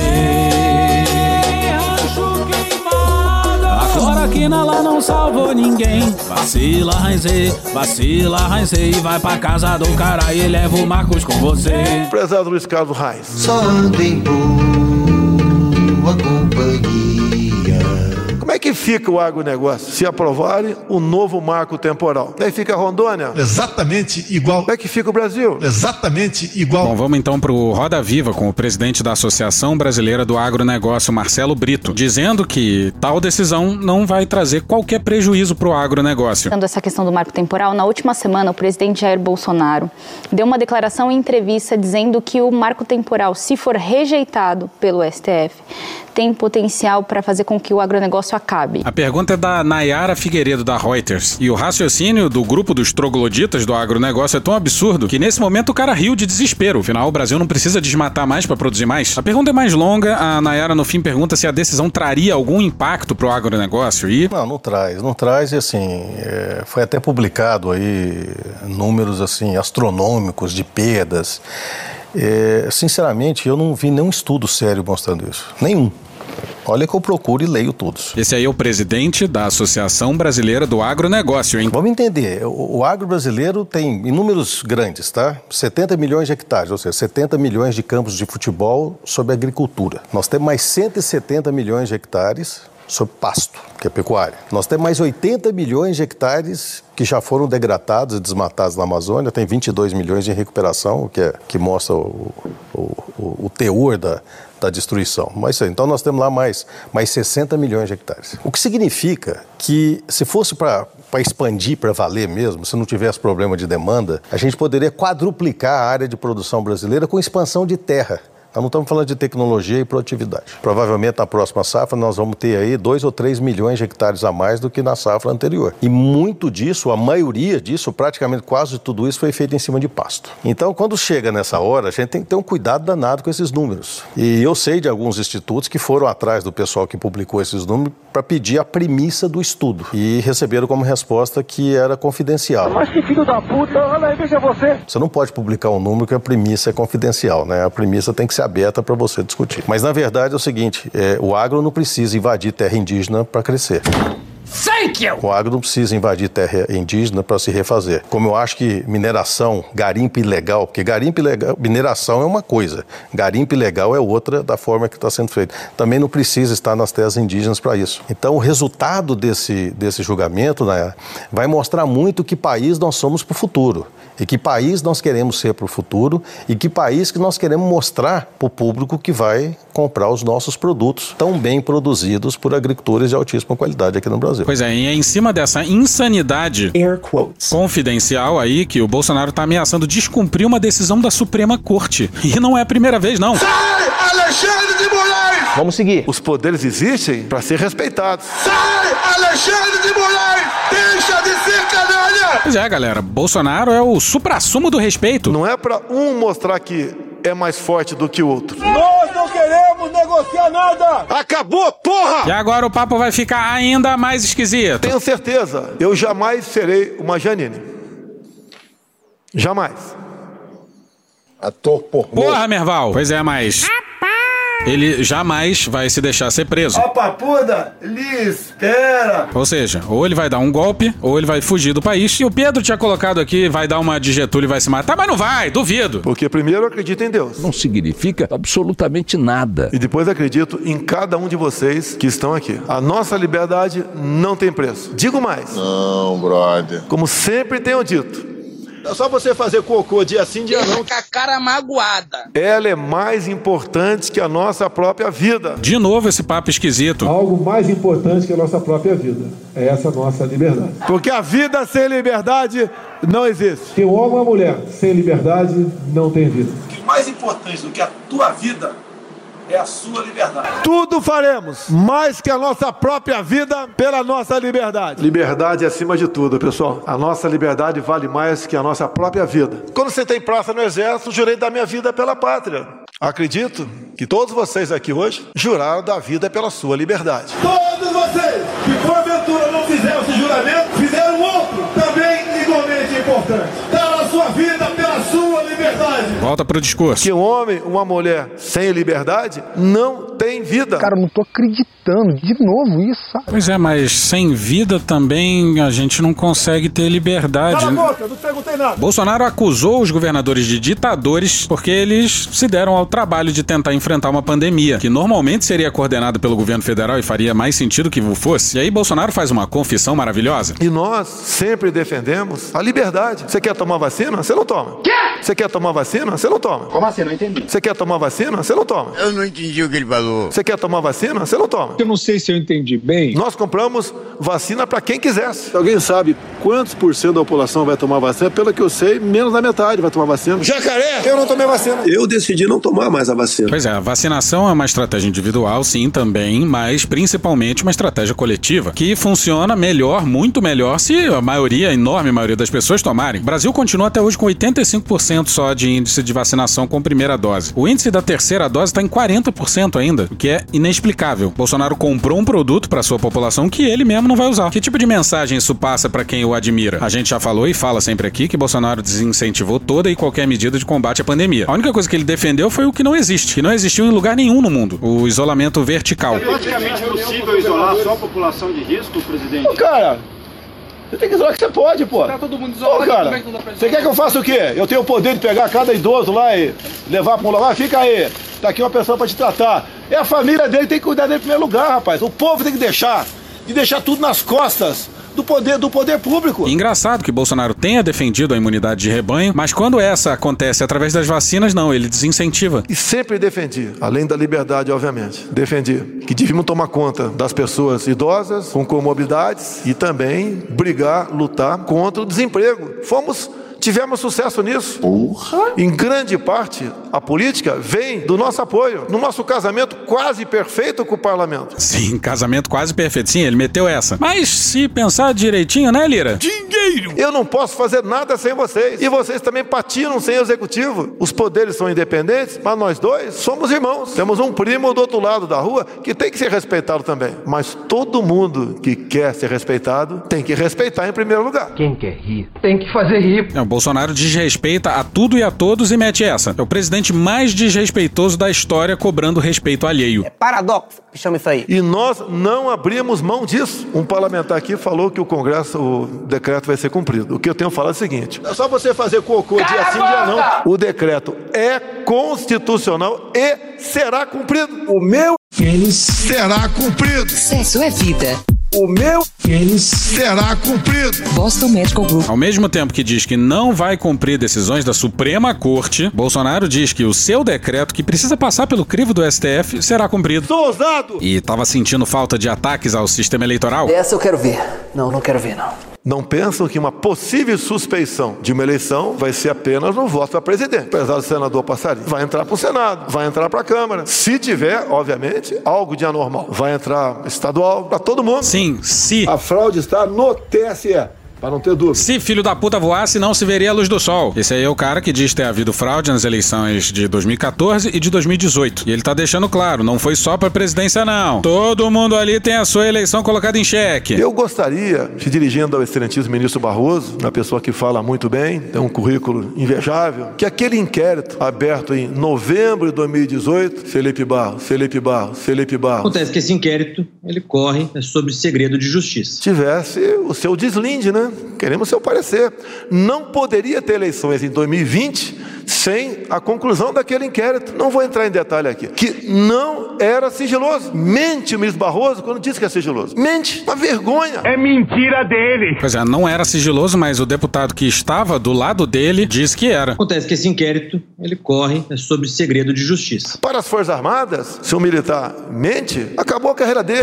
Agora que na lá não salvou ninguém. Vacila, Raizê, vacila, Raizê. Vai pra casa do cara e leva o Marcos com você. Prezado Luiz Carlos Reis. Só anda em boa companhia. Como é que fica o agronegócio se aprovarem o novo marco temporal? Como é que fica a Rondônia? Exatamente igual. Como é que fica o Brasil? Exatamente igual. Bom, vamos então para o Roda Viva com o presidente da Associação Brasileira do Agronegócio, Marcelo Brito, dizendo que tal decisão não vai trazer qualquer prejuízo para o agronegócio. Essa questão do marco temporal, na última semana o presidente Jair Bolsonaro deu uma declaração em entrevista dizendo que o marco temporal, se for rejeitado pelo S T F, tem potencial para fazer com que o agronegócio acabe. A pergunta é da Nayara Figueiredo, da Reuters. E o raciocínio do grupo dos trogloditas do agronegócio é tão absurdo que nesse momento o cara riu de desespero. Afinal, o Brasil não precisa desmatar mais para produzir mais. A pergunta é mais longa. A Nayara, no fim, pergunta se a decisão traria algum impacto para o agronegócio e... Não, não traz. Não traz e, assim, é, foi até publicado aí números, assim, astronômicos de perdas. É, sinceramente, eu não vi nenhum estudo sério mostrando isso. Nenhum. Olha que eu procuro e leio todos. Esse aí é o presidente da Associação Brasileira do Agronegócio, hein? Vamos entender. O, o agro brasileiro tem inúmeros grandes, tá? setenta milhões de hectares, ou seja, setenta milhões de campos de futebol sobre agricultura. Nós temos mais cento e setenta milhões de hectares sobre pasto, que é pecuária. Nós temos mais oitenta milhões de hectares que já foram degradados e desmatados na Amazônia. Tem vinte e dois milhões de recuperação, o que, é, que mostra o, o, o, o teor da, da destruição. Mas, então nós temos lá mais, mais sessenta milhões de hectares. O que significa que, se fosse para para expandir, para valer mesmo, se não tivesse problema de demanda, a gente poderia quadruplicar a área de produção brasileira com expansão de terra. Nós não estamos falando de tecnologia e produtividade. Provavelmente na próxima safra nós vamos ter aí dois ou três milhões de hectares a mais do que na safra anterior. E muito disso, a maioria disso, praticamente quase tudo isso foi feito em cima de pasto. Então, quando chega nessa hora, a gente tem que ter um cuidado danado com esses números. E eu sei de alguns institutos que foram atrás do pessoal que publicou esses números para pedir a premissa do estudo. E receberam como resposta que era confidencial. Mas que filho da puta, olha aí, veja você. Você não pode publicar um número que a premissa é confidencial, né? A premissa tem que ser aberta para você discutir. Mas, na verdade, é o seguinte, é, o agro não precisa invadir terra indígena para crescer. Thank you! O agro não precisa invadir terra indígena para se refazer. Como eu acho que mineração, garimpo ilegal, porque garimpo ilegal, mineração é uma coisa, garimpo ilegal é outra da forma que está sendo feito. Também não precisa estar nas terras indígenas para isso. Então, o resultado desse, desse julgamento, né, vai mostrar muito que país nós somos para o futuro. E que país nós queremos ser para o futuro e que país que nós queremos mostrar para o público que vai comprar os nossos produtos tão bem produzidos por agricultores de altíssima qualidade aqui no Brasil. Pois é, e é em cima dessa insanidade confidencial aí que o Bolsonaro está ameaçando descumprir uma decisão da Suprema Corte. E não é a primeira vez, não. Sai, Alexandre de Moraes! Vamos seguir. Os poderes existem para ser respeitados. Sai, Alexandre de Moraes! Deixa de ser canalha! Pois é, galera, Bolsonaro é o suprassumo do respeito. Não é para um mostrar que é mais forte do que o outro. Nós não queremos negociar nada! Acabou, porra! E agora o papo vai ficar ainda mais esquisito. Tenho certeza, eu jamais serei uma Janine. Jamais. Ator pornô. Porra, Merval. Pois é, mas... ele jamais vai se deixar ser preso. Ó, papuda, lhe espera. Ou seja, ou ele vai dar um golpe, ou ele vai fugir do país. E o Pedro tinha colocado aqui, vai dar uma de Getúlio e vai se matar, mas não vai, duvido. Porque primeiro eu acredito em Deus. Não significa absolutamente nada. E depois acredito em cada um de vocês que estão aqui. A nossa liberdade não tem preço. Digo mais. Não, brother. Como sempre tenho dito. É só você fazer cocô dia sim, dia não. Com a cara magoada. Ela é mais importante que a nossa própria vida. De novo esse papo esquisito. Algo mais importante que a nossa própria vida. É essa nossa liberdade. Porque a vida sem liberdade não existe. Que o homem ou a mulher sem liberdade não tem vida. O mais importante do que a tua vida é a sua liberdade. Tudo faremos, mais que a nossa própria vida, pela nossa liberdade. Liberdade é acima de tudo, pessoal. A nossa liberdade vale mais que a nossa própria vida. Quando você tem praça no exército, jurei dar minha vida pela pátria. Acredito que todos vocês aqui hoje juraram dar vida pela sua liberdade. Todos vocês que porventura não fizeram esse juramento, fizeram outro também igualmente importante. Dar a sua vida pela sua liberdade. Volta pro discurso. Que um homem, uma mulher sem liberdade não tem vida. Cara, eu não tô acreditando. De novo isso, sabe? Pois é, mas sem vida também a gente não consegue ter liberdade. Cala a boca, não perguntei nada. Bolsonaro acusou os governadores de ditadores porque eles se deram ao trabalho de tentar enfrentar uma pandemia, que normalmente seria coordenada pelo governo federal e faria mais sentido que fosse. E aí Bolsonaro faz uma confissão maravilhosa. E nós sempre defendemos a liberdade. Você quer tomar vacina? Você não toma. Quê? Você quer tomar vacina? Você não toma. Como assim? Não entendi. Você quer tomar vacina? Você não toma. Eu não entendi o que ele falou. Você quer tomar vacina? Você não toma. Eu não sei se eu entendi bem. Nós compramos vacina para quem quisesse. Alguém sabe quantos por cento da população vai tomar vacina? Pelo que eu sei, menos da metade vai tomar vacina. Jacaré, eu não tomei vacina. Eu decidi não tomar mais a vacina. Pois é, a vacinação é uma estratégia individual, sim, também, mas principalmente uma estratégia coletiva, que funciona melhor, muito melhor, se a maioria, a enorme maioria das pessoas tomarem. O Brasil continua até hoje com oitenta e cinco por cento só de índice de vacinação com primeira dose. O índice da terceira dose está em quarenta por cento ainda, o que é inexplicável. Bolsonaro comprou um produto para sua população que ele mesmo não vai usar. Que tipo de mensagem isso passa para quem o admira? A gente já falou e fala sempre aqui que Bolsonaro desincentivou toda e qualquer medida de combate à pandemia. A única coisa que ele defendeu foi o que não existe, que não existiu em lugar nenhum no mundo, o isolamento vertical. É praticamente possível isolar só a população de risco, presidente? Ô, cara, você tem que isolar que você pode, pô. Tá todo mundo isolado. Ô, cara, você quer que eu faça o quê? Eu tenho o poder de pegar cada idoso lá e levar pra um lugar? Fica aí, tá aqui uma pessoa pra te tratar. É a família dele, tem que cuidar dele em primeiro lugar, rapaz. O povo tem que deixar, e deixar tudo nas costas do poder, do poder público. Engraçado que Bolsonaro tenha defendido a imunidade de rebanho, mas quando essa acontece através das vacinas, não, ele desincentiva. E sempre defendi, além da liberdade, obviamente, defendi que devíamos tomar conta das pessoas idosas, com comorbidades, e também brigar, lutar contra o desemprego. Fomos... Tivemos sucesso nisso. Porra. Em grande parte, a política vem do nosso apoio, no nosso casamento quase perfeito com o parlamento. Sim, casamento quase perfeito. Sim, ele meteu essa. Mas se pensar direitinho, né, Lira? Dinheiro! Eu não posso fazer nada sem vocês. E vocês também patinam sem o executivo. Os poderes são independentes, mas nós dois somos irmãos. Temos um primo do outro lado da rua que tem que ser respeitado também. Mas todo mundo que quer ser respeitado tem que respeitar em primeiro lugar. Quem quer rir tem que fazer rir. Não, Bolsonaro desrespeita a tudo e a todos e mete essa. É o presidente mais desrespeitoso da história cobrando respeito alheio. É paradoxo que chama isso aí. E nós não abrimos mão disso. Um parlamentar aqui falou que o Congresso, o decreto vai ser cumprido. O que eu tenho falado é o seguinte: é só você fazer cocô dia sim, dia não. O decreto é constitucional e será cumprido. O meu pênis será cumprido. Sexo é vida. O meu pênis será cumprido. Boston Medical Group. Ao mesmo tempo que diz que não vai cumprir decisões da Suprema Corte, Bolsonaro diz que o seu decreto, que precisa passar pelo crivo do S T F, será cumprido. Sou ousado! E tava sentindo falta de ataques ao sistema eleitoral? Essa eu quero ver. Não, não quero ver, não. Não pensam que uma possível suspeição de uma eleição vai ser apenas no voto para presidente. Apesar do senador passarinho, vai entrar para o Senado, vai entrar para a Câmara. Se tiver, obviamente, algo de anormal, vai entrar estadual para todo mundo. Sim, se. A fraude está no T S E. Para não ter dúvida. Se filho da puta voasse, não se veria a luz do sol. Esse aí é o cara que diz ter havido fraude nas eleições de dois mil e quatorze e de dois mil e dezoito. E ele tá deixando claro, não foi só pra presidência não. Todo mundo ali tem a sua eleição colocada em xeque. Eu gostaria, se dirigindo ao excelentíssimo ministro Barroso, uma pessoa que fala muito bem, tem um currículo invejável, que aquele inquérito aberto em novembro de dois mil e dezoito, Felipe Barros, Felipe Barros, Felipe Barros. Acontece que esse inquérito, ele corre sobre segredo de justiça. Tivesse o seu deslinde, né? Queremos seu parecer. Não poderia ter eleições em dois mil e vinte sem a conclusão daquele inquérito. Não vou entrar em detalhe aqui. Que não era sigiloso. Mente o ministro Barroso quando disse que é sigiloso. Mente. Uma vergonha. É mentira dele. Pois é, não era sigiloso, mas o deputado que estava do lado dele disse que era. Acontece que esse inquérito, ele corre sobre segredo de justiça. Para as Forças Armadas, se um militar mente, acabou a carreira dele.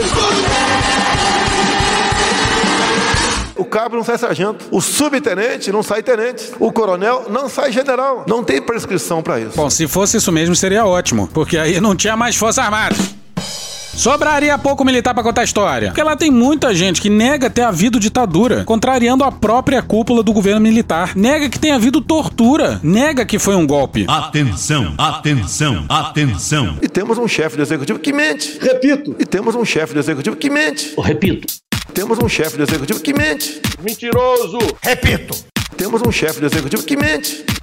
O cabo não sai sargento, o subtenente não sai tenente, o coronel não sai general. Não tem prescrição para isso. Bom, se fosse isso mesmo seria ótimo, porque aí não tinha mais Forças Armadas. Sobraria pouco militar pra contar a história. Porque lá tem muita gente que nega ter havido ditadura, contrariando a própria cúpula do governo militar. Nega que tenha havido tortura. Nega que foi um golpe. Atenção, atenção, atenção. E temos um chefe do executivo que mente. Repito. E temos um chefe do executivo que mente. Eu repito. Temos um chefe do executivo que mente. Mentiroso. Repito. Temos um chefe do executivo que mente.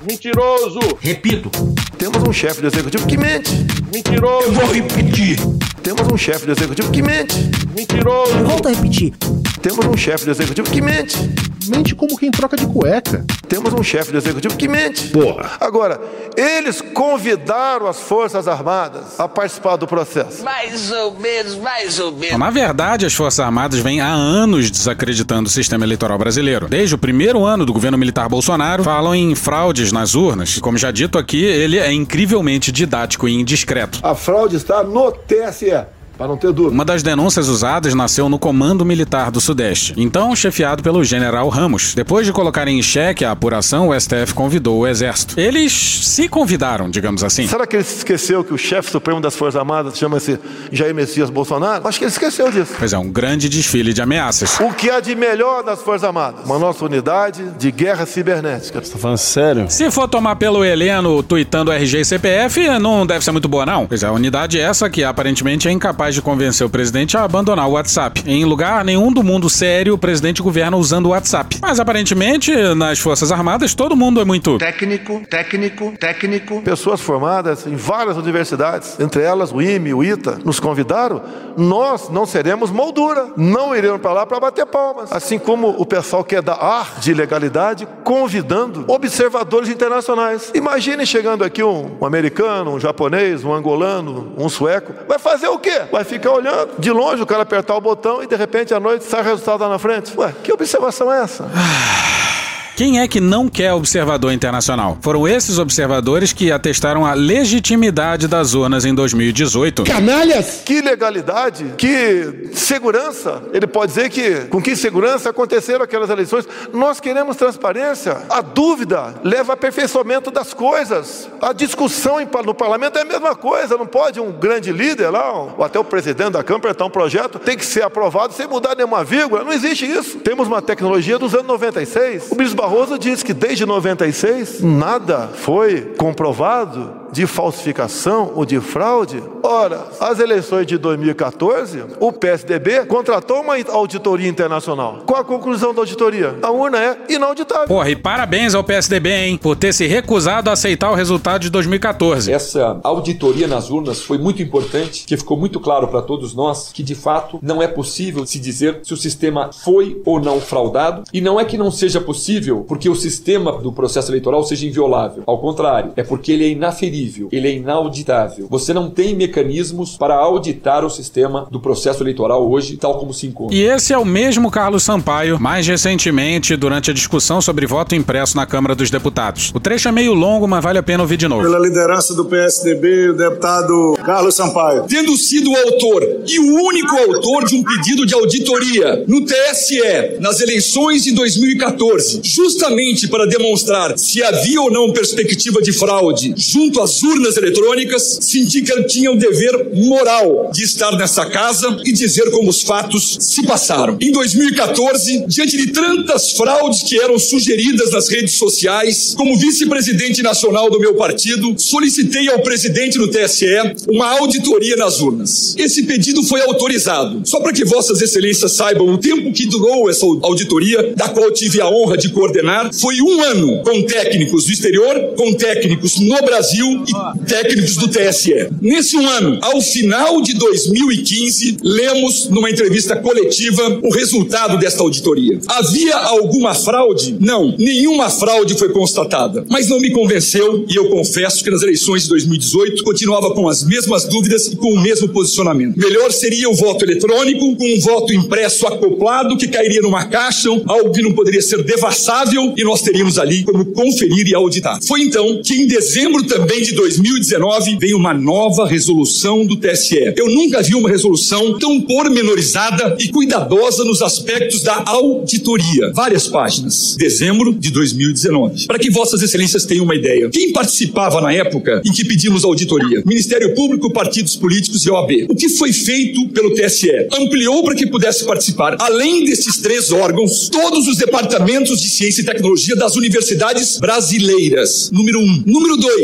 Mentiroso. Repito. Temos um chefe do executivo que mente. Mentiroso. Eu vou repetir. Temos um chefe do executivo que mente. Mentiroso. Volta a repetir. Temos um chefe do executivo que mente. Mente como quem troca de cueca. Temos um chefe do executivo que mente. Porra. Agora, eles convidaram as Forças Armadas a participar do processo. Mais ou menos, mais ou menos. Na verdade, as Forças Armadas vêm há anos desacreditando o sistema eleitoral brasileiro. Desde o primeiro ano do governo militar Bolsonaro, falam em fraudes nas urnas. Como já dito aqui, ele é incrivelmente didático e indiscreto. A fraude está no T S E. Para não ter dúvida. Uma das denúncias usadas nasceu no Comando Militar do Sudeste, então chefiado pelo General Ramos. Depois de colocarem em xeque a apuração, o S T F convidou o Exército. Eles se convidaram, digamos assim. Será que ele se esqueceu que o chefe supremo das Forças Armadas chama-se Jair Messias Bolsonaro? Acho que ele esqueceu disso. Pois é, um grande desfile de ameaças. O que há de melhor nas Forças Armadas? Uma nossa unidade de guerra cibernética. Você tá falando sério? Se for tomar pelo Heleno tuitando R G e C P F, não deve ser muito boa, não. Pois é, a unidade essa que aparentemente é incapaz de convencer o presidente a abandonar o WhatsApp. Em lugar nenhum do mundo sério, o presidente governa usando o WhatsApp. Mas aparentemente, nas Forças Armadas, todo mundo é muito técnico, técnico, técnico. Pessoas formadas em várias universidades, entre elas o I M E, o I T A, nos convidaram. Nós não seremos moldura. Não iremos para lá para bater palmas. Assim como o pessoal que é da ar de legalidade, convidando observadores internacionais. Imagine chegando aqui um, um americano, um japonês, um angolano, um sueco. Vai fazer o quê? Vai ficar olhando de longe, o cara apertar o botão e de repente à noite sai o resultado lá na frente. Ué, que observação é essa? Quem é que não quer observador internacional? Foram esses observadores que atestaram a legitimidade das urnas em dois mil e dezoito. Canalhas! Que legalidade, que segurança. Ele pode dizer que com que segurança aconteceram aquelas eleições. Nós queremos transparência. A dúvida leva ao aperfeiçoamento das coisas. A discussão no parlamento é a mesma coisa. Não pode um grande líder lá, ou até o presidente da Câmara, apertar um projeto, tem que ser aprovado sem mudar nenhuma vírgula. Não existe isso. Temos uma tecnologia dos anos noventa e seis. O ministro Barroso diz que desde noventa e seis nada foi comprovado de falsificação ou de fraude. Ora, as eleições de dois mil e quatorze, o P S D B contratou uma auditoria internacional. Qual a conclusão da auditoria? A urna é inauditável. Porra, e parabéns ao P S D B, hein, por ter se recusado a aceitar o resultado de dois mil e quatorze. Essa auditoria nas urnas foi muito importante, que ficou muito claro para todos nós que, de fato, não é possível se dizer se o sistema foi ou não fraudado. E não é que não seja possível porque o sistema do processo eleitoral seja inviolável. Ao contrário, é porque ele é inaferível. Ele é inauditável. Você não tem mecanismos para auditar o sistema do processo eleitoral hoje, tal como se encontra. E esse é o mesmo Carlos Sampaio, mais recentemente, durante a discussão sobre voto impresso na Câmara dos Deputados. O trecho é meio longo, mas vale a pena ouvir de novo. Pela liderança do P S D B, o deputado Carlos Sampaio. Tendo sido o autor e o único autor de um pedido de auditoria no T S E nas eleições de dois mil e quatorze, justamente para demonstrar se havia ou não perspectiva de fraude junto às urnas eletrônicas, senti que eu tinha o dever moral de estar nessa casa e dizer como os fatos se passaram. Em dois mil e quatorze, diante de tantas fraudes que eram sugeridas nas redes sociais, como vice-presidente nacional do meu partido, solicitei ao presidente do T S E uma auditoria nas urnas. Esse pedido foi autorizado. Só para que vossas excelências saibam, o tempo que durou essa auditoria, da qual tive a honra de coordenar, foi um ano com técnicos do exterior, com técnicos no Brasil e técnicos do T S E. Nesse um ano, ao final de dois mil e quinze, lemos numa entrevista coletiva o resultado desta auditoria. Havia alguma fraude? Não, nenhuma fraude foi constatada. Mas não me convenceu e eu confesso que nas eleições de dois mil e dezoito continuava com as mesmas dúvidas e com o mesmo posicionamento. Melhor seria o voto eletrônico, com um voto impresso acoplado que cairia numa caixa, algo que não poderia ser devassável e nós teríamos ali como conferir e auditar. Foi então que em dezembro também de dois mil e dezenove veio uma nova resolução do T S E. Eu nunca vi uma resolução tão pormenorizada e cuidadosa nos aspectos da auditoria. Várias páginas. Dezembro de dois mil e dezenove. Para que vossas excelências tenham uma ideia. Quem participava na época em que pedimos auditoria? Ministério Público, partidos políticos e O A B. O que foi feito pelo T S E? Ampliou para que pudesse participar, além desses três órgãos, todos os departamentos de ciência e tecnologia das universidades brasileiras. Número um. Número dois.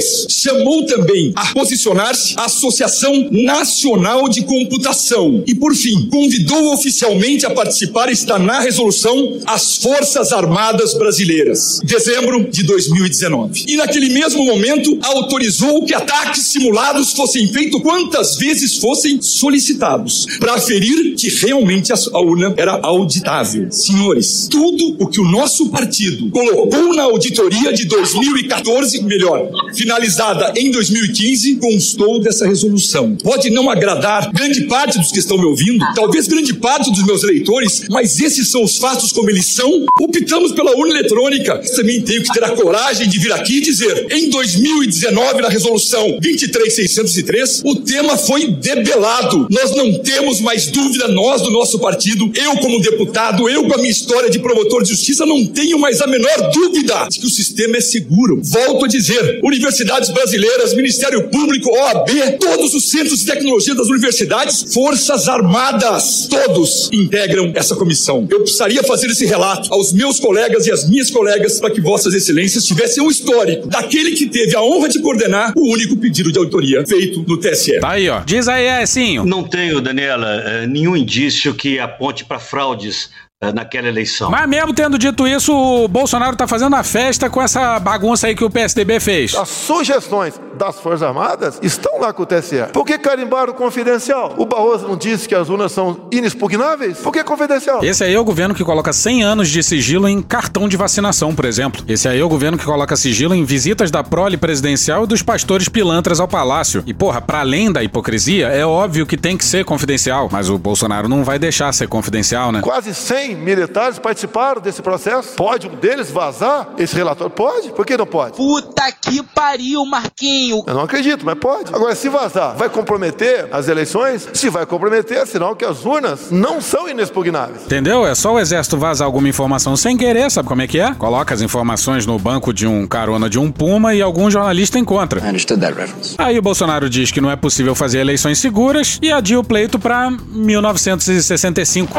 chamou também a posicionar-se a Associação Nacional de Computação e, por fim, convidou oficialmente a participar, está na resolução, as Forças Armadas Brasileiras, dezembro de dois mil e dezenove. E naquele mesmo momento autorizou que ataques simulados fossem feitos quantas vezes fossem solicitados, para aferir que realmente a urna era auditável. Senhores, tudo o que o nosso partido colocou na auditoria de dois mil e quatorze, melhor, finalizada em dois mil e quinze, constou dessa resolução. Pode não agradar grande parte dos que estão me ouvindo, talvez grande parte dos meus eleitores, mas esses são os fatos como eles são. Optamos pela urna eletrônica. Também tenho que ter a coragem de vir aqui e dizer, em dois mil e dezenove, na resolução vinte e três mil seiscentos e três, o tema foi debelado. Nós não temos mais dúvida, nós do nosso partido, eu como deputado, eu com a minha história de promotor de justiça, não tenho mais a menor dúvida de que o sistema é seguro. Volto a dizer, universidades brasileiras, Ministério Público, O A B, todos os centros de tecnologia das universidades, Forças Armadas, todos integram essa comissão. Eu precisaria fazer esse relato aos meus colegas e às minhas colegas para que vossas excelências tivessem um histórico daquele que teve a honra de coordenar o único pedido de auditoria feito no T S E. Tá aí, ó. Diz aí, Ecinho. Não tenho, Daniela, nenhum indício que aponte para fraudes naquela eleição. Mas mesmo tendo dito isso, o Bolsonaro tá fazendo a festa com essa bagunça aí que o P S D B fez. As sugestões das Forças Armadas estão lá com o T S E. Por que carimbaram confidencial? O Barroso não disse que as urnas são inexpugnáveis? Por que confidencial? Esse aí é o governo que coloca cem anos de sigilo em cartão de vacinação, por exemplo. Esse aí é o governo que coloca sigilo em visitas da prole presidencial e dos pastores pilantras ao palácio. E porra, pra além da hipocrisia, é óbvio que tem que ser confidencial. Mas o Bolsonaro não vai deixar ser confidencial, né? Quase cem militares participaram desse processo. Pode um deles vazar esse relatório? Pode? Por que não pode? Puta que pariu, Marquinho! Eu não acredito, mas pode. Agora, se vazar, vai comprometer as eleições? Se vai comprometer, é sinal que as urnas não são inexpugnáveis. Entendeu? É só o exército vazar alguma informação sem querer, sabe como é que é? Coloca as informações no banco de um carona de um Puma e algum jornalista encontra. I understood that reference. Aí o Bolsonaro diz que não é possível fazer eleições seguras e adia o pleito pra mil novecentos e sessenta e cinco.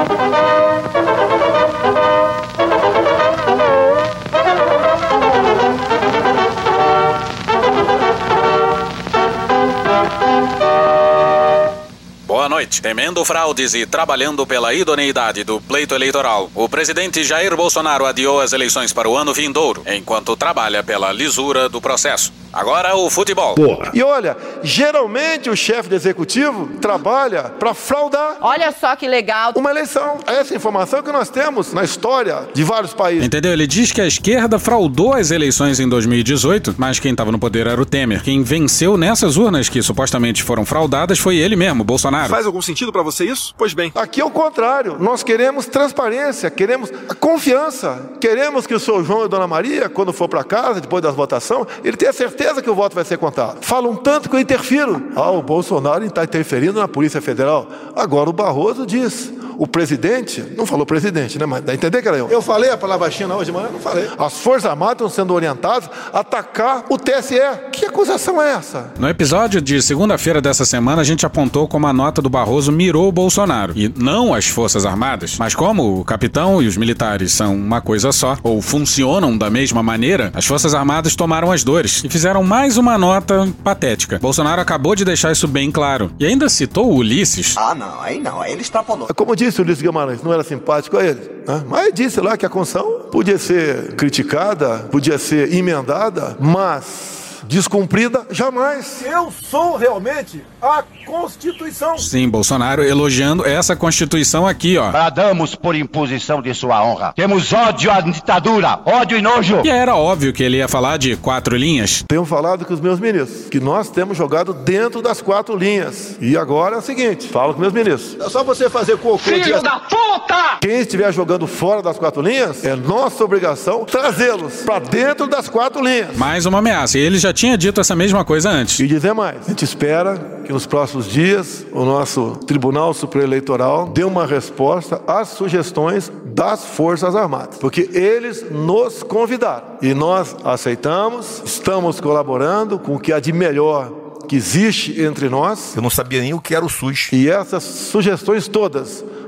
Boa noite. Temendo fraudes e trabalhando pela idoneidade do pleito eleitoral, o presidente Jair Bolsonaro adiou as eleições para o ano vindouro, enquanto trabalha pela lisura do processo. Agora o futebol. Porra. E olha, geralmente o chefe do executivo trabalha para fraudar. Olha só que legal. Uma eleição. Essa informação que nós temos na história de vários países. Entendeu? Ele diz que a esquerda fraudou as eleições em dois mil e dezoito, mas quem estava no poder era o Temer. Quem venceu nessas urnas que supostamente foram fraudadas foi ele mesmo, Bolsonaro. Faz algum sentido para você isso? Pois bem. Aqui é o contrário. Nós queremos transparência, queremos a confiança. Queremos que o senhor João e a dona Maria, quando for para casa, depois das votações, ele tenha certeza que o voto vai ser contado. Falam tanto que eu interfiro. Ah, o Bolsonaro está interferindo na Polícia Federal. Agora o Barroso diz. O presidente, não falou presidente, né? Mas dá a entender que era eu. Eu falei a palavra China hoje de manhã? Não falei. As Forças Armadas estão sendo orientadas a atacar o T S E. Que acusação é essa? No episódio de segunda-feira dessa semana, a gente apontou como a nota do Barroso mirou o Bolsonaro. E não as Forças Armadas. Mas como o capitão e os militares são uma coisa só, ou funcionam da mesma maneira, as Forças Armadas tomaram as dores e fizeram mais uma nota patética. Bolsonaro acabou de deixar isso bem claro. E ainda citou o Ulisses. Ah, não. Aí não. Aí ele extrapolou. Como disse o Ulisses Guimarães, não era simpático a ele, né? Mas disse lá que a Constituição podia ser criticada, podia ser emendada, mas descumprida jamais. Eu sou realmente a Constituição. Sim, Bolsonaro elogiando essa Constituição aqui, ó. Bradamos por imposição de sua honra. Temos ódio à ditadura, ódio e nojo. E era óbvio que ele ia falar de quatro linhas. Tenho falado com os meus ministros que nós temos jogado dentro das quatro linhas. E agora é o seguinte, falo com meus ministros. É só você fazer cocô. Filho de... da puta! Quem estiver jogando fora das quatro linhas, é nossa obrigação trazê-los para dentro das quatro linhas. Mais uma ameaça. E ele já tinha dito essa mesma coisa antes. E dizer mais. A gente espera que nos próximos dias o nosso Tribunal Superior Eleitoral dê uma resposta às sugestões das Forças Armadas. Porque eles nos convidaram. E nós aceitamos, estamos colaborando com o que há de melhor que existe entre nós. Eu não sabia nem o que era o SUS. E essas sugestões todas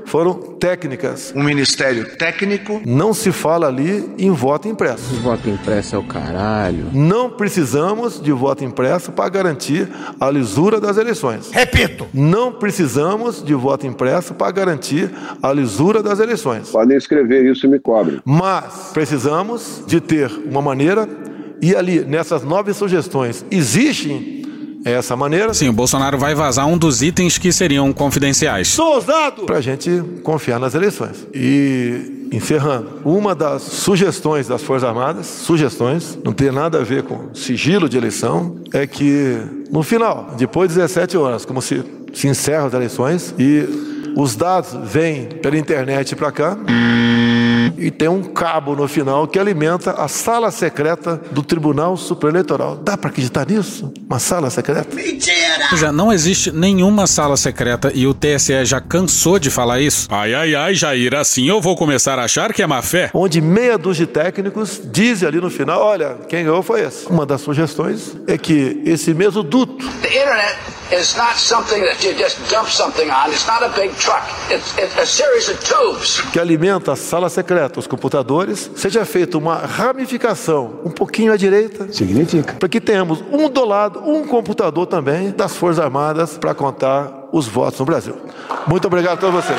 foram técnicas. Um ministério técnico. Não se fala ali em voto impresso. Voto impresso é o caralho. Não precisamos de voto impresso para garantir a lisura das eleições. Repito. Não precisamos de voto impresso para garantir a lisura das eleições. Podem escrever isso e me cobrem. Mas precisamos de ter uma maneira, e ali nessas nove sugestões existem essa maneira. Sim, o Bolsonaro vai vazar um dos itens que seriam confidenciais. Sou ousado! Pra gente confiar nas eleições. E, encerrando, uma das sugestões das Forças Armadas, sugestões, não tem nada a ver com sigilo de eleição, é que no final, depois de dezessete horas, como se, se encerram as eleições, e os dados vêm pela internet pra cá, e tem um cabo no final que alimenta a sala secreta do Tribunal Superior Eleitoral. Dá pra acreditar nisso? Uma sala secreta? Mentira! Já não existe nenhuma sala secreta e o T S E já cansou de falar isso. Ai, ai, ai, Jair, assim eu vou começar a achar que é má fé. Onde meia dúzia de técnicos dizem ali no final, olha, quem ganhou foi esse. Uma das sugestões é que esse mesmo duto... The internet is not something that you just dump something on. It's not a big truck. It's, it's a series of tubes. Que alimenta a sala secreta, os computadores, seja feita uma ramificação um pouquinho à direita. Significa. Para que tenhamos um do lado, um computador também das Forças Armadas para contar os votos no Brasil. Muito obrigado a todos vocês.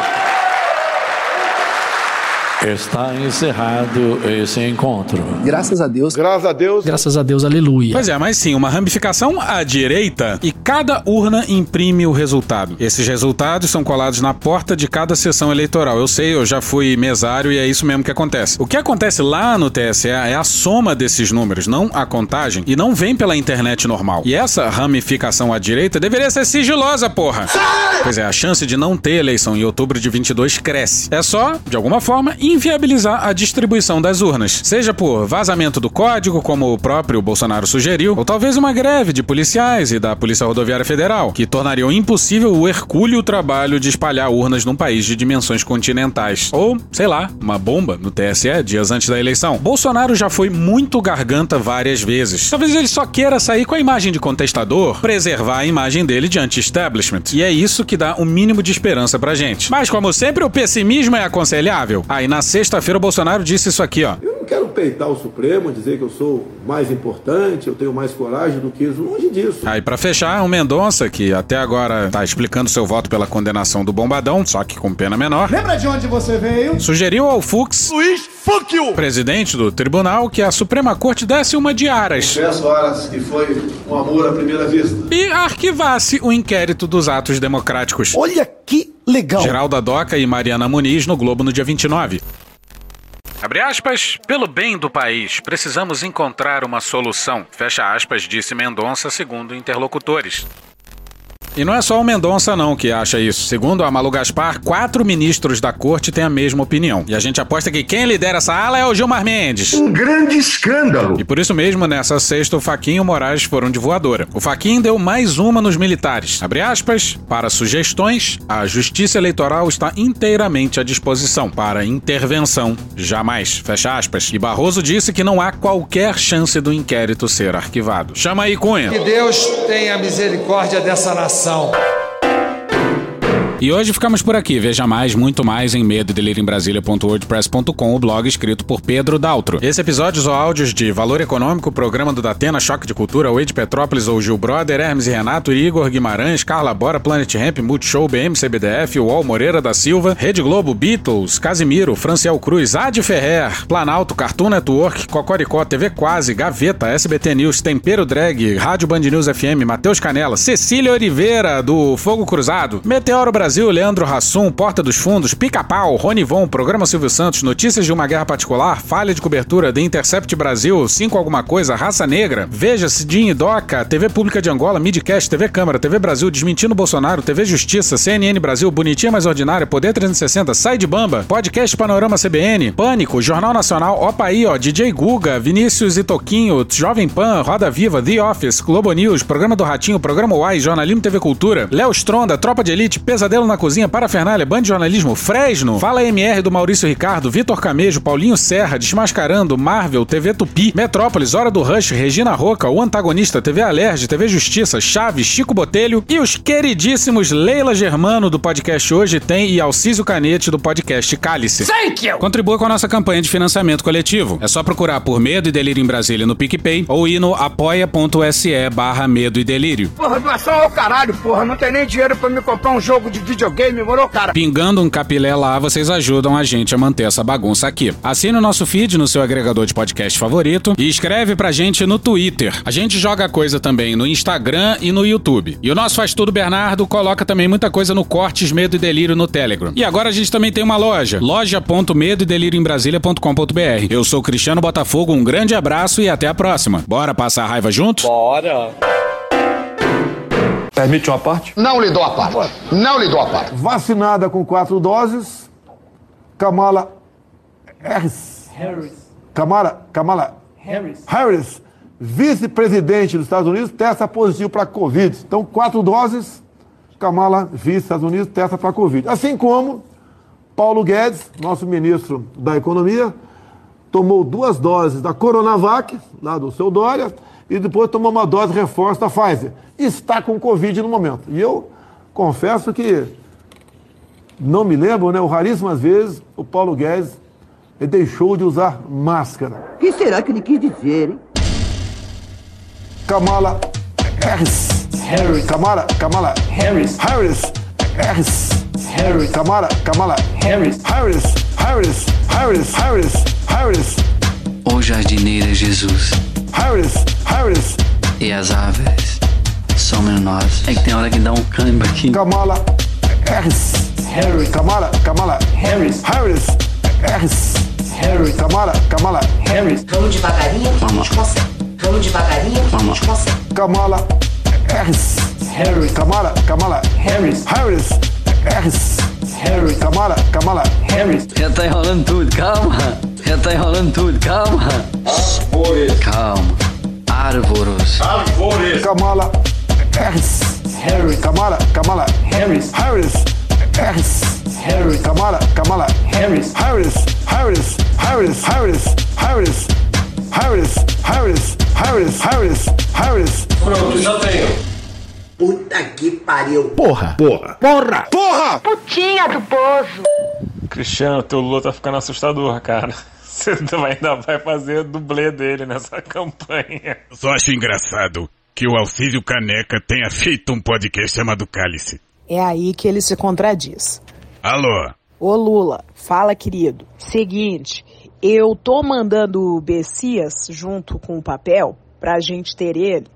Está encerrado esse encontro. Graças a Deus. Graças a Deus. Graças a Deus, aleluia. Pois é, mas sim, uma ramificação à direita e cada urna imprime o resultado. Esses resultados são colados na porta de cada sessão eleitoral. Eu sei, eu já fui mesário e é isso mesmo que acontece. O que acontece lá no T S E é a soma desses números, não a contagem, e não vem pela internet normal. E essa ramificação à direita deveria ser sigilosa, porra. Pois é, a chance de não ter eleição em outubro de vinte e dois cresce. É só, de alguma forma, inviabilizar a distribuição das urnas, seja por vazamento do código, como o próprio Bolsonaro sugeriu, ou talvez uma greve de policiais e da Polícia Rodoviária Federal, que tornariam impossível o hercúleo trabalho de espalhar urnas num país de dimensões continentais. Ou, sei lá, uma bomba no T S E dias antes da eleição. Bolsonaro já foi muito garganta várias vezes. Talvez ele só queira sair com a imagem de contestador, preservar a imagem dele de anti-establishment. E é isso que dá um mínimo de esperança pra gente. Mas, como sempre, o pessimismo é aconselhável. Aí, na sexta-feira, o Bolsonaro disse isso aqui, ó. Eu não quero peitar o Supremo, dizer que eu sou mais importante, eu tenho mais coragem do que isso, longe disso. Aí, pra fechar, o Mendonça, que até agora tá explicando seu voto pela condenação do Bombadão, só que com pena menor. Lembra de onde você veio? Sugeriu ao Fux, Luiz, fuck you! presidente do tribunal, que a Suprema Corte desse uma de aras. Confesso horas que foi um amor à primeira vista. E arquivasse o inquérito dos atos democráticos. Olha que legal! Geralda Doca e Mariana Muniz no Globo no dia vinte e nove. Abre aspas, pelo bem do país, precisamos encontrar uma solução. Fecha aspas, disse Mendonça, segundo interlocutores. E não é só o Mendonça não que acha isso. Segundo a Malu Gaspar, quatro ministros da corte têm a mesma opinião. E a gente aposta que quem lidera essa ala é o Gilmar Mendes. Um grande escândalo. E por isso mesmo, nessa sexta, o Fachin e o Moraes foram de voadora. O Fachin deu mais uma nos militares. Abre aspas, para sugestões, a Justiça Eleitoral está inteiramente à disposição. Para intervenção, jamais. Fecha aspas. E Barroso disse que não há qualquer chance do inquérito ser arquivado. Chama aí, Cunha. Que Deus tenha misericórdia dessa nação. E hoje ficamos por aqui. Veja mais, muito mais em medo delírio em brasília ponto wordpress ponto com, o blog escrito por Pedro Daltro. Esse episódio ou áudios de Valor Econômico, Programa do Datena, Choque de Cultura, Wade Petrópolis ou Gil Brother, Hermes e Renato, Igor Guimarães, Carla Bora, Planet Ramp, Multishow, B M C B D F, Uol Moreira da Silva, Rede Globo, Beatles, Casimiro, Franciel Cruz, Ad Ferrer, Planalto, Cartoon Network, Cocoricó, T V Quase, Gaveta, S B T News, Tempero Drag, Rádio Band News F M, Matheus Canela, Cecília Oliveira, do Fogo Cruzado, Meteoro Brasil, Leandro Hassum, Porta dos Fundos, Pica-Pau, Ronivon, Programa Silvio Santos, Notícias de uma Guerra Particular, Falha de Cobertura, The Intercept Brasil, cinco Alguma Coisa, Raça Negra, Veja, Cidinho e Doca, T V Pública de Angola, Midcast, T V Câmara, T V Brasil, Desmentindo Bolsonaro, T V Justiça, C N N Brasil, Bonitinha Mais Ordinária, Poder trezentos e sessenta, Sai de Bamba, Podcast Panorama C B N, Pânico, Jornal Nacional, Opa aí, ó, D J Guga, Vinícius e Toquinho, Jovem Pan, Roda Viva, The Office, Globo News, Programa do Ratinho, Programa Uai, Jornalismo T V Cultura, Léo Stronda, Tropa de Elite, Pesadelo Pesadelo na Cozinha, Parafernália, Band de Jornalismo, Fresno, Fala M R do Maurício Ricardo, Vitor Camejo, Paulinho Serra, Desmascarando, Marvel, T V Tupi, Metrópolis, Hora do Rush, Regina Roca, O Antagonista, T V Alerj, T V Justiça, Chaves, Chico Botelho e os queridíssimos Leila Germano do podcast Hoje Tem e Alcísio Canete do podcast Cálice. Thank you! Contribua com a nossa campanha de financiamento coletivo. É só procurar por Medo e Delírio em Brasília no PicPay ou ir no apoia.se barra Medo e Delírio. Porra, doação ao caralho, porra. Não tem nem dinheiro pra me comprar um jogo de videogame, morou, cara? Pingando um capilé lá, vocês ajudam a gente a manter essa bagunça aqui. Assine o nosso feed no seu agregador de podcast favorito e escreve pra gente no Twitter. A gente joga coisa também no Instagram e no YouTube. E o nosso Faz Tudo Bernardo coloca também muita coisa no Cortes Medo e Delírio no Telegram. E agora a gente também tem uma loja, loja ponto medo e delírio em brasília ponto com ponto br. Eu sou Cristiano Botafogo, um grande abraço e até a próxima. Bora passar a raiva junto? Bora! Permite uma parte? Não lhe dou a parte. Não lhe dou a parte. Vacinada com quatro doses, Kamala Harris. Harris. Kamala, Kamala Harris. Harris, vice-presidente dos Estados Unidos, testa positivo para Covid. Então, quatro doses, Kamala, vice dos Estados Unidos, testa para Covid. Assim como Paulo Guedes, nosso ministro da Economia, tomou duas doses da Coronavac, lá do seu Dória, e depois tomou uma dose de reforço da Pfizer. Está com Covid no momento. E eu confesso que não me lembro, né? Raríssimas vezes o Paulo Guedes ele deixou de usar máscara. O que será que ele quis dizer, hein? Kamala Harris. Harris. Kamala, Kamala Harris. Harris. Harris. Harris. Kamala, Kamala Harris. Harris. Harris. Harris. Harris. Harris. Ó jardineira Jesus. Harris. Harris. E as aves somos nós. É que tem hora que dá um câmbio aqui. Kamala Harris. Harris. Kamala, Kamala Harris. Harris. Harris. Harris. Kamala, Kamala Harris. Vamos devagarinho que a gente consegue. Vamos devagarinho que a gente consegue. Kamala Harris. Harris. Kamala, Kamala Harris. Harris. Harris. Harris. Kamala, Kamala Harris. Já tá enrolando tudo, calma. Já tá enrolando tudo, calma. Árvores. Calma. Árvores. Árvores. Kamala Harris. Harris. Kamala, Kamala Harris. Harris. Harris. Harris. Kamala, Kamala Harris. Harris. Harris. Harris. Harris. Harris. Harris. Harris. Harris. Harris. Harris. Pronto, já tenho. Puta que pariu. Porra. Porra. Porra. Porra! Putinha do poço. Cristiano, teu Lula tá ficando assustador, cara. Você ainda vai fazer dublê dele nessa campanha. Eu só acho engraçado que o Alcísio Caneca tenha feito um podcast chamado Cálice. É aí que ele se contradiz. Alô? Ô Lula, fala querido. Seguinte, eu tô mandando o Bessias junto com o papel pra gente ter ele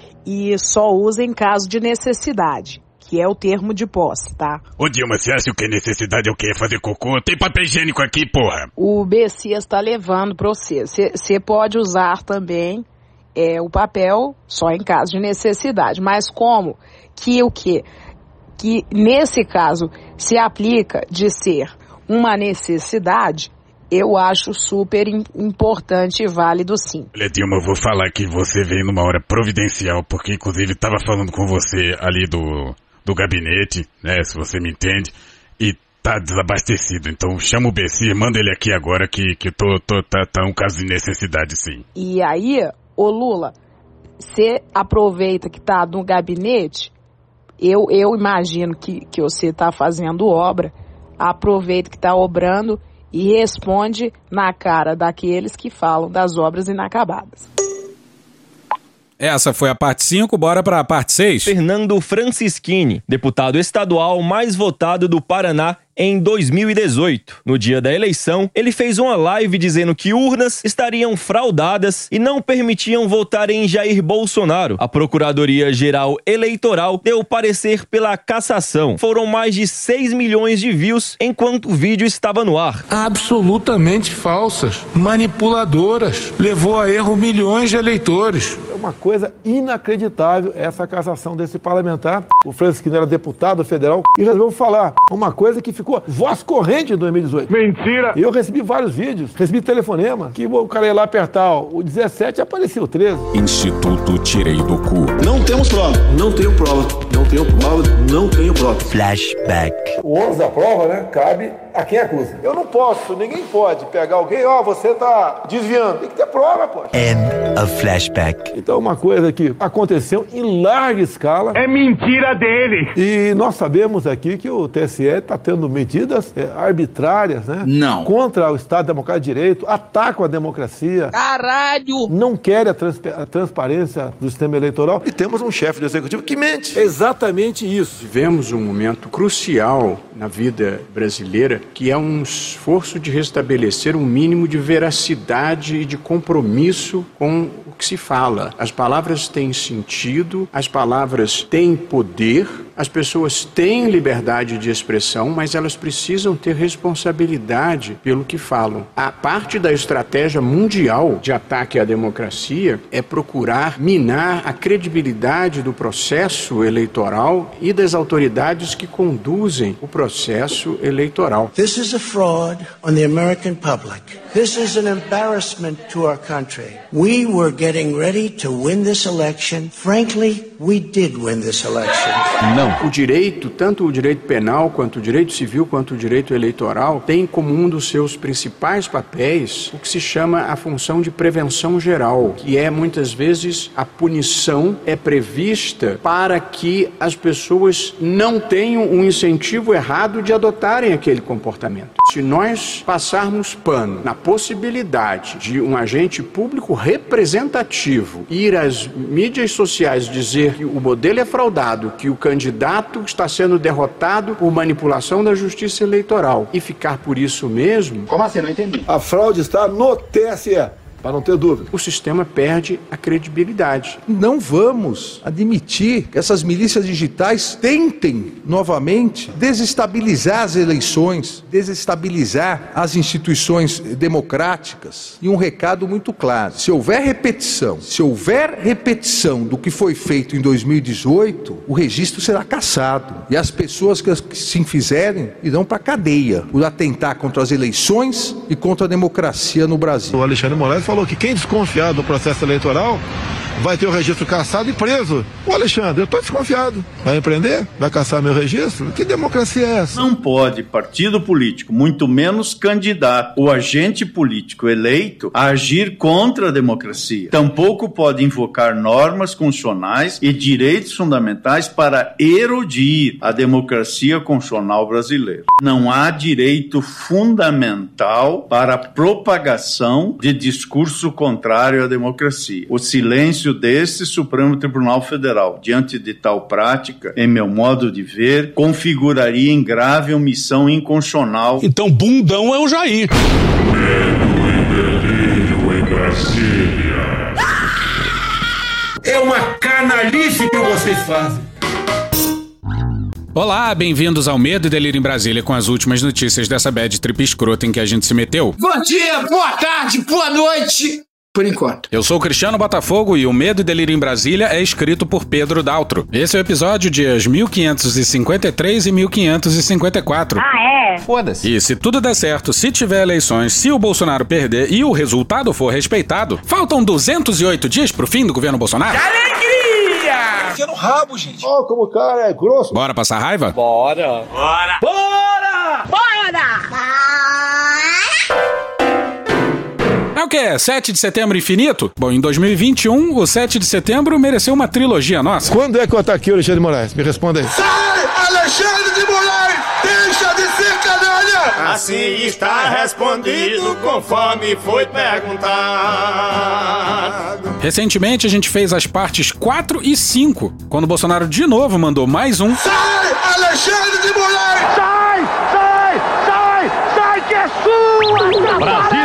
e só usa em caso de necessidade, que é o termo de posse, tá? Ô Dilma, você acha que necessidade é o quê? Fazer cocô? Tem papel higiênico aqui, porra! O Bessias tá levando pra você. Você pode usar também é, o papel só em caso de necessidade. Mas como que o quê? Que nesse caso se aplica de ser uma necessidade, eu acho super importante e válido sim. Olha, Dilma, eu vou falar que você veio numa hora providencial, porque inclusive estava falando com você ali do, do gabinete, né, se você me entende, e tá desabastecido. Então chama o B C, manda ele aqui agora que, que eu tô, tô, tá, tá um caso de necessidade sim. E aí, ô Lula, você aproveita que tá no gabinete, eu, eu imagino que, que você tá fazendo obra, aproveita que tá obrando e responde na cara daqueles que falam das obras inacabadas. Essa foi a parte cinco, bora para a parte seis. Fernando Francischini, deputado estadual mais votado do Paraná em dois mil e dezoito. No dia da eleição, ele fez uma live dizendo que urnas estariam fraudadas e não permitiam votar em Jair Bolsonaro. A Procuradoria-Geral Eleitoral deu parecer pela cassação. Foram mais de seis milhões de views enquanto o vídeo estava no ar. Absolutamente falsas, manipuladoras, levou a erro milhões de eleitores. uma coisa inacreditável essa cassação desse parlamentar. O Francisquinho era deputado federal e resolveu falar uma coisa que ficou voz corrente em dois mil e dezoito. Mentira! E eu recebi vários vídeos, recebi telefonema, que o cara ia lá apertar o dezessete e aparecia o treze. Instituto Tirei do Cu. Não temos prova. Não tenho prova. Não tenho prova. Não tenho prova. Flashback. O ônus da prova, né, cabe a quem acusa. Eu não posso, ninguém pode pegar alguém, ó, oh, você tá desviando. Tem que ter prova, pô. End of flashback. Então, uma coisa que aconteceu em larga escala. É mentira dele. E nós sabemos aqui que o T S E está tendo medidas é, arbitrárias, né? Não. Contra o Estado Democrático de Direito, atacam a democracia. Caralho! Não querem a, trans a transparência do sistema eleitoral. E temos um chefe do executivo que mente. Exatamente isso. Vivemos um momento crucial na vida brasileira, que é um esforço de restabelecer um mínimo de veracidade e de compromisso com o que se fala. As palavras têm sentido, as palavras têm poder, as pessoas têm liberdade de expressão, mas elas precisam ter responsabilidade pelo que falam. A parte da estratégia mundial de ataque à democracia é procurar minar a credibilidade do processo eleitoral e das autoridades que conduzem o processo eleitoral. This is a fraud on the American public. This is an embarrassment to our country. We were getting ready to win this election. Frankly, we did win this election. Não. O direito, tanto o direito penal, quanto o direito civil, quanto o direito eleitoral, tem como um dos seus principais papéis o que se chama a função de prevenção geral, que é muitas vezes a punição é prevista para que as pessoas não tenham um incentivo errado de adotarem aquele comportamento. Se nós passarmos pano na possibilidade de um agente público representativo ir às mídias sociais dizer que o modelo é fraudado, que o candidato está sendo derrotado por manipulação da justiça eleitoral e ficar por isso mesmo... Como assim? Não entendi. A fraude está no T S E. Para não ter dúvida. O sistema perde a credibilidade. Não vamos admitir que essas milícias digitais tentem novamente desestabilizar as eleições, desestabilizar as instituições democráticas. E um recado muito claro: se houver repetição, se houver repetição do que foi feito em dois mil e dezoito, o registro será cassado. E as pessoas que se fizerem irão para a cadeia por atentar contra as eleições e contra a democracia no Brasil. O Alexandre Moraes falou que quem desconfiar do processo eleitoral vai ter o registro cassado e preso. O Alexandre, eu estou desconfiado. Vai empreender? Vai cassar meu registro? Que democracia é essa? Não pode partido político, muito menos candidato ou agente político eleito, agir contra a democracia. Tampouco pode invocar normas constitucionais e direitos fundamentais para erodir a democracia constitucional brasileira. Não há direito fundamental para a propagação de discurso contrário à democracia. O silêncio deste Supremo Tribunal Federal diante de tal prática, em meu modo de ver, configuraria em grave omissão inconstitucional. Então bundão é o Jair. Medo e delírio em Brasília. É uma canalice que vocês fazem. Olá, bem-vindos ao Medo e Delírio em Brasília com as últimas notícias dessa bad trip escrota em que a gente se meteu. Bom dia, boa tarde, boa noite. Por enquanto. Eu sou o Cristiano Botafogo e o Medo e Delírio em Brasília é escrito por Pedro Daltro. Esse é o episódio dias mil quinhentos e cinquenta e três e mil quinhentos e cinquenta e quatro. Ah, é? Foda-se. E se tudo der certo, se tiver eleições, se o Bolsonaro perder e o resultado for respeitado, faltam duzentos e oito dias pro fim do governo Bolsonaro. Que alegria! Enfia no rabo, gente. Ó, oh, como o cara é grosso. Bora passar raiva? Bora. Bora. Bora! Bora! É o quê? sete de setembro infinito? Bom, em dois mil e vinte e um, o sete de setembro mereceu uma trilogia nossa. Quando é que eu ataquei o Alexandre de Moraes? Me responda aí. Sai, Alexandre de Moraes! Deixa de ser canalha! Assim está respondido conforme foi perguntado. Recentemente a gente fez as partes quatro e cinco, quando o Bolsonaro de novo mandou mais um. Sai, Alexandre de Moraes! Sai, sai, sai, sai que é sua! Brasil!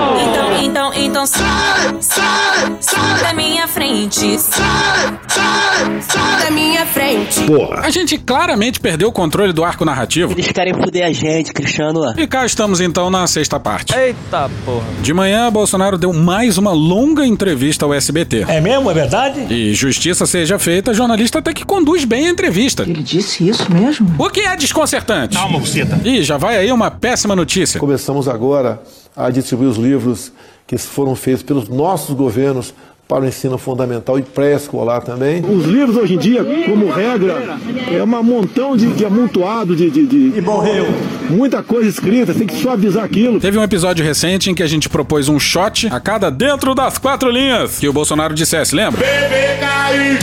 Então, então, sai, sai, sai da minha frente. Sai, sai, Sai! Sai da minha frente! Porra. A gente claramente perdeu o controle do arco narrativo. Eles querem foder a gente, Cristiano. E cá estamos então na sexta parte. Eita porra. De manhã, Bolsonaro deu mais uma longa entrevista ao S B T. É mesmo? É verdade? E justiça seja feita, jornalista até que conduz bem a entrevista. Ele disse isso mesmo? O que é desconcertante? Calma, buceta. E já vai aí uma péssima notícia. Começamos agora a distribuir os livros que foram feitos pelos nossos governos para o ensino fundamental e pré-escolar também. Os livros hoje em dia, como regra, é um montão de, de amontoado de, de, de... E morreu. Muita coisa escrita, tem que suavizar aquilo. Teve um episódio recente em que a gente propôs um shot a cada dentro das quatro linhas que o Bolsonaro dissesse, lembra? Bebê cair!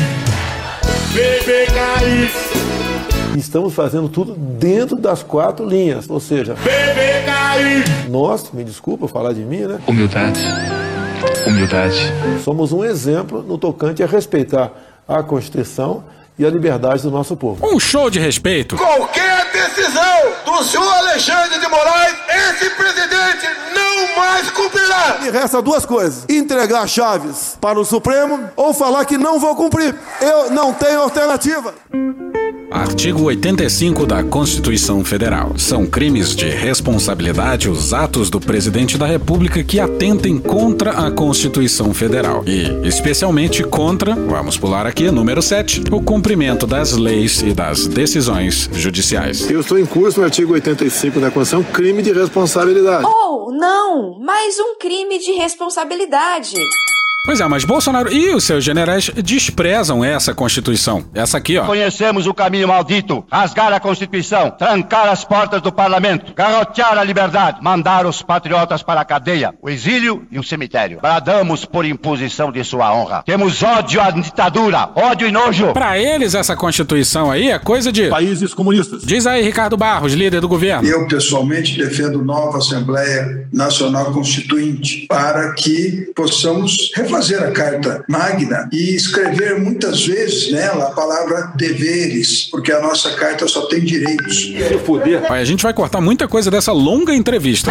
Bebê cair! Estamos fazendo tudo dentro das quatro linhas, ou seja... Bebê cair! Nós, me desculpa falar de mim, né? Humildade. Humildade. Somos um exemplo no tocante a respeitar a Constituição e a liberdade do nosso povo. Um show de respeito. Qualquer decisão do senhor Alexandre de Moraes, esse presidente não mais cumprirá. E resta duas coisas: entregar chaves para o Supremo ou falar que não vou cumprir. Eu não tenho alternativa. Artigo oitenta e cinco da Constituição Federal. São crimes de responsabilidade os atos do presidente da República que atentem contra a Constituição Federal. E, especialmente, contra, vamos pular aqui, número sete, o cumprimento das leis e das decisões judiciais. Eu estou em curso no artigo oitenta e cinco da Constituição, crime de responsabilidade. Oh, não! Mais um crime de responsabilidade. Pois é, mas Bolsonaro e os seus generais desprezam essa Constituição. Essa aqui, ó. Conhecemos o caminho maldito. Rasgar a Constituição, trancar as portas do parlamento, garrotear a liberdade, mandar os patriotas para a cadeia, o exílio e o cemitério. Bradamos por imposição de sua honra. Temos ódio à ditadura, ódio e nojo. Pra eles, essa Constituição aí é coisa de... países comunistas. Diz aí, Ricardo Barros, líder do governo. Eu, pessoalmente, defendo nova Assembleia Nacional Constituinte para que possamos refazer fazer a Carta Magna e escrever muitas vezes nela a palavra deveres, porque a nossa carta só tem direitos. Se fuder. A gente vai cortar muita coisa dessa longa entrevista.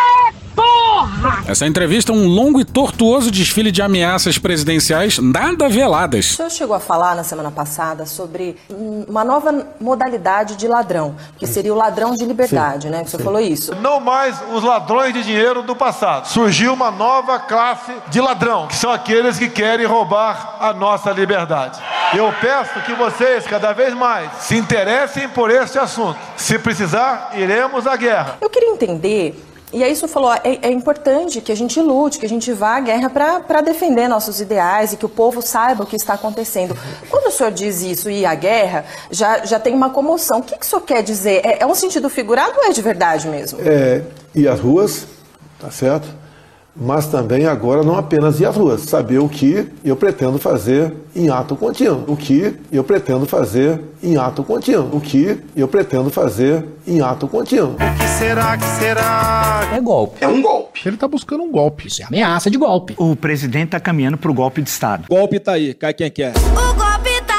Porra! Essa entrevista é um longo e tortuoso desfile de ameaças presidenciais nada veladas. O senhor chegou a falar na semana passada sobre uma nova modalidade de ladrão, que seria o ladrão de liberdade, sim, né? Que o senhor falou isso. Não mais os ladrões de dinheiro do passado. Surgiu uma nova classe de ladrão, que são aqueles que querem roubar a nossa liberdade. Eu peço que vocês, cada vez mais, se interessem por este assunto. Se precisar, iremos à guerra. Eu queria entender... E aí o senhor falou, é, é importante que a gente lute, que a gente vá à guerra para defender nossos ideais e que o povo saiba o que está acontecendo. Quando o senhor diz isso, ir à guerra, já, já tem uma comoção. O que, que o senhor quer dizer? É, é um sentido figurado ou é de verdade mesmo? É, ir às ruas, tá certo? Mas também agora não apenas ir às ruas, saber o que eu pretendo fazer em ato contínuo, o que eu pretendo fazer em ato contínuo, o que eu pretendo fazer em ato contínuo. O que será que será? É golpe. É um golpe. Ele tá buscando um golpe. Isso é ameaça de golpe. O presidente tá caminhando pro golpe de Estado. Golpe tá aí, cai quem quer. O golpe tá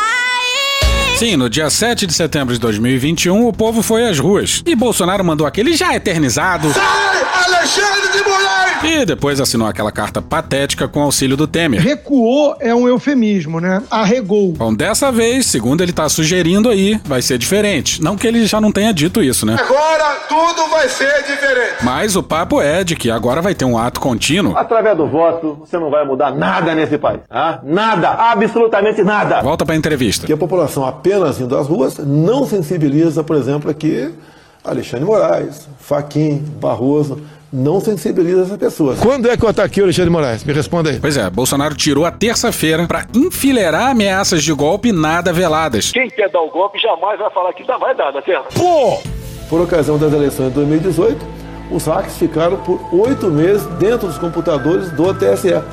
aí! Sim, no dia sete de setembro de dois mil e vinte e um, o povo foi às ruas. E Bolsonaro mandou aquele já eternizado... Sai, Alexandre de Moraes! E depois assinou aquela carta patética com auxílio do Temer. Recuou é um eufemismo, né? Arregou. Bom, dessa vez, segundo ele tá sugerindo aí, vai ser diferente. Não que ele já não tenha dito isso, né? Agora tudo vai ser diferente. Mas o papo é de que agora vai ter um ato contínuo. Através do voto, você não vai mudar nada nesse país. Ah? Nada, absolutamente nada. Volta pra entrevista. Que a população apenas indo às ruas não sensibiliza, por exemplo, aqui Alexandre de Moraes, Fachin, Barroso... não sensibiliza essas pessoas. Quando é que eu ataquei o Alexandre de Moraes? Me responda aí. Pois é, Bolsonaro tirou a terça-feira pra enfileirar ameaças de golpe nada veladas. Quem quer dar o golpe jamais vai falar que não vai dar, tá certo? Pô! Por ocasião das eleições de dois mil e dezoito, os hackers ficaram por oito meses dentro dos computadores do T S E.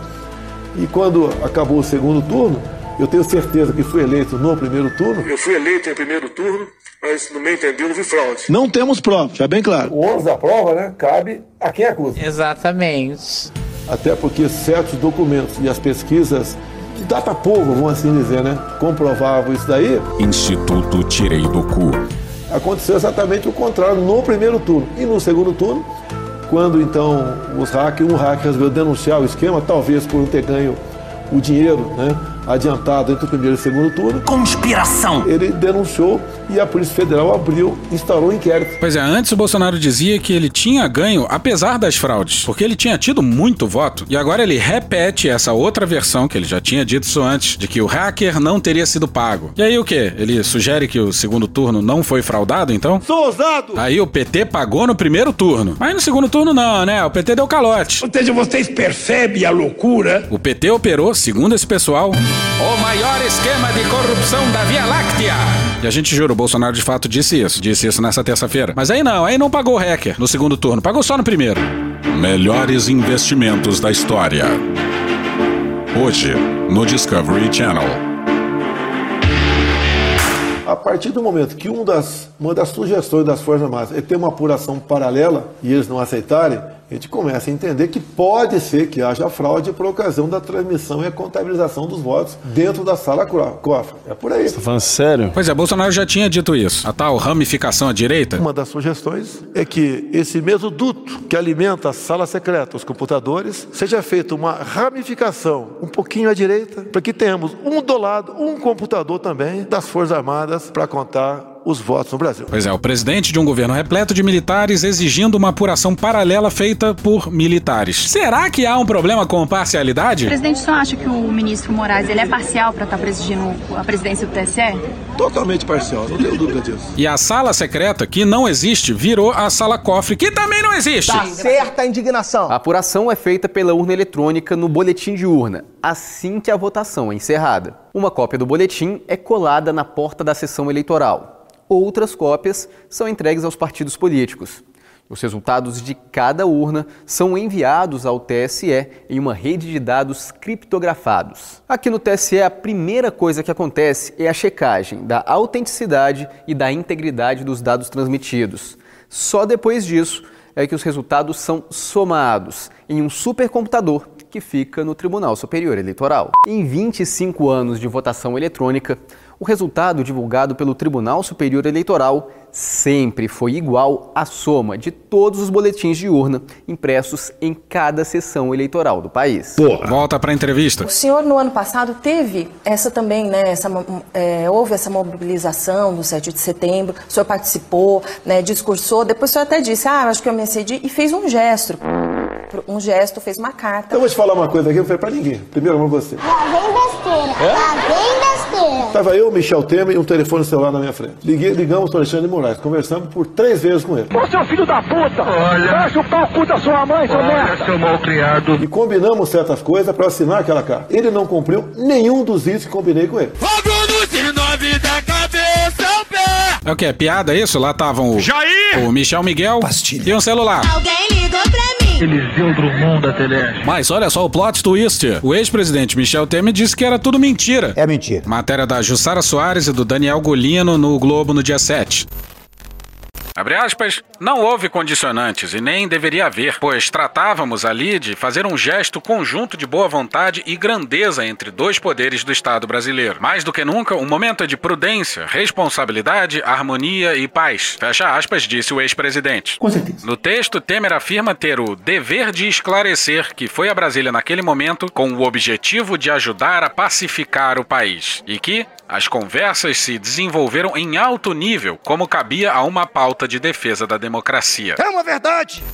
E quando acabou o segundo turno, eu tenho certeza que fui eleito no primeiro turno. Eu fui eleito em primeiro turno, mas no meu entender houve fraude. Não temos prova, já bem claro. O ônus da prova, né, cabe a quem acusa. Exatamente. Até porque certos documentos e as pesquisas de datapovo, vamos assim dizer, né, comprovavam isso daí. Instituto Tirei do Cu. Aconteceu exatamente o contrário no primeiro turno. E no segundo turno, quando então os hackers, um hacker resolveu denunciar o esquema, talvez por não ter ganho o dinheiro, né, adiantado entre o primeiro e o segundo turno. Conspiração! Ele denunciou e a Polícia Federal abriu, instaurou um inquérito. Pois é, antes o Bolsonaro dizia que ele tinha ganho apesar das fraudes, porque ele tinha tido muito voto, e agora ele repete essa outra versão, que ele já tinha dito isso antes, de que o hacker não teria sido pago. E aí o quê? Ele sugere que o segundo turno não foi fraudado, então? Sou ousado! Aí o P T pagou no primeiro turno, mas no segundo turno não, né? O P T deu calote. Ou seja, vocês percebem a loucura? O P T operou, segundo esse pessoal, o maior esquema de corrupção da Via Láctea. E a gente jura, o Bolsonaro de fato disse isso. Disse isso nessa terça-feira. Mas aí não, aí não pagou o hacker no segundo turno. Pagou só no primeiro. Melhores investimentos da história. Hoje, no Discovery Channel. A partir do momento que um das, uma das sugestões das Forças Armadas é ter uma apuração paralela e eles não aceitarem, a gente começa a entender que pode ser que haja fraude por ocasião da transmissão e a contabilização dos votos dentro da sala cofre. É por aí. Você tá falando sério? Pois é, Bolsonaro já tinha dito isso. A tal ramificação à direita. Uma das sugestões é que esse mesmo duto que alimenta a sala secreta, os computadores, seja feita uma ramificação um pouquinho à direita, para que tenhamos um do lado, um computador também das Forças Armadas para contar os votos no Brasil. Pois é, o presidente de um governo repleto de militares exigindo uma apuração paralela feita por militares. Será que há um problema com parcialidade? O presidente só acha que o ministro Moraes ele é parcial para estar presidindo a presidência do T S E? Totalmente parcial, não tenho dúvida disso. E a sala secreta, que não existe, virou a sala cofre, que também não existe. Tá certa a indignação. A apuração é feita pela urna eletrônica no boletim de urna, assim que a votação é encerrada. Uma cópia do boletim é colada na porta da sessão eleitoral. Outras cópias são entregues aos partidos políticos. Os resultados de cada urna são enviados ao T S E em uma rede de dados criptografados. Aqui no T S E, a primeira coisa que acontece é a checagem da autenticidade e da integridade dos dados transmitidos. Só depois disso é que os resultados são somados em um supercomputador que fica no Tribunal Superior Eleitoral. Em vinte e cinco anos de votação eletrônica, o resultado divulgado pelo Tribunal Superior Eleitoral sempre foi igual à soma de todos os boletins de urna impressos em cada sessão eleitoral do país. Porra. Volta para a entrevista. O senhor, no ano passado, teve essa também, né? Essa, é, houve essa mobilização do sete de setembro, o senhor participou, né, discursou, depois o senhor até disse, ah, acho que eu me excedi, e fez um gesto. Um gesto, fez uma carta. Eu vou te falar uma coisa aqui, não foi pra ninguém. Primeiro, pra você. Lá vem besteira, é? Lá vem besteira. Tava eu, Michel Temer e um telefone celular na minha frente. Liguei, ligamos para Alexandre de Moraes, conversamos por três vezes com ele. Ô, seu filho da puta! Olha! Deixa o pau cu da sua mãe, seu merda! Seu mal criado. E combinamos certas coisas para assinar aquela carta. Ele não cumpriu nenhum dos itens que combinei com ele. Fogo no dezenove da cabeça ao pé! É o que? É piada isso? Lá estavam o... Jair! O Michel Miguel Pastilha. E um celular. Alguém ligou pra mim! Eliseu Drummond da Teleste. Mas olha só o plot twist. O ex-presidente Michel Temer disse que era tudo mentira. É mentira. Matéria da Jussara Soares e do Daniel Golino no Globo no dia sete. Abre aspas, não houve condicionantes e nem deveria haver, pois tratávamos ali de fazer um gesto conjunto de boa vontade e grandeza entre dois poderes do Estado brasileiro. Mais do que nunca, um momento de prudência, responsabilidade, harmonia e paz. Fecha aspas, disse o ex-presidente. Com certeza. No texto, Temer afirma ter o dever de esclarecer que foi a Brasília naquele momento com o objetivo de ajudar a pacificar o país e que as conversas se desenvolveram em alto nível, como cabia a uma pauta de defesa da democracia. É uma verdade!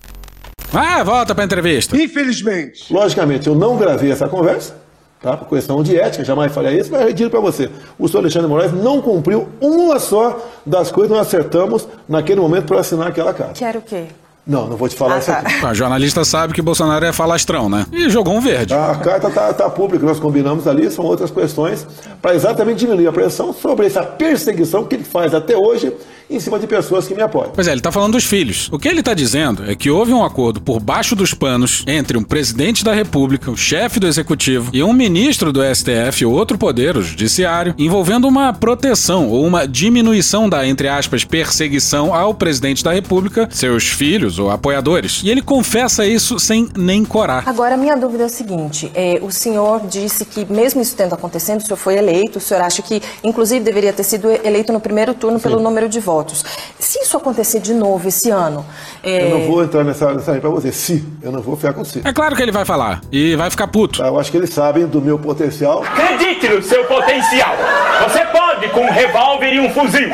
Ah, volta pra entrevista. Infelizmente. Logicamente, eu não gravei essa conversa, tá? Por questão de ética, jamais faria isso, mas eu digo pra você, o senhor Alexandre de Moraes não cumpriu uma só das coisas que nós acertamos naquele momento para assinar aquela carta. Que era o quê? Não, não vou te falar ah, isso aqui. Tá. A jornalista sabe que Bolsonaro é falastrão, né? E jogou um verde. A carta tá, tá pública, nós combinamos ali, são outras questões para exatamente diminuir a pressão sobre essa perseguição que ele faz até hoje em cima de pessoas que me apoiam. Pois é, ele tá falando dos filhos. O que ele tá dizendo é que houve um acordo por baixo dos panos entre um presidente da República, o chefe do Executivo e um ministro do S T F, ou outro poder, o Judiciário, envolvendo uma proteção ou uma diminuição da, entre aspas, perseguição ao presidente da República, seus filhos ou apoiadores. E ele confessa isso sem nem corar. Agora, a minha dúvida é o seguinte, é, o senhor disse que mesmo isso tendo acontecido, o senhor foi eleito, o senhor acha que, inclusive, deveria ter sido eleito no primeiro turno Sim. pelo número de votos. votos. Se isso acontecer de novo esse ano... É... Eu não vou entrar nessa mensagem para você. Se, eu não vou ficar com se. É claro que ele vai falar. E vai ficar puto. Eu acho que eles sabem do meu potencial. Acredite no seu potencial. Você pode com um revólver e um fuzil.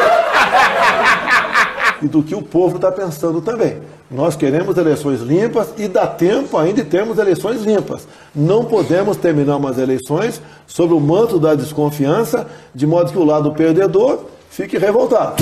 E do que o povo está pensando também. Nós queremos eleições limpas e dá tempo ainda de termos eleições limpas. Não podemos terminar umas eleições sob o manto da desconfiança, de modo que o lado perdedor fique revoltado.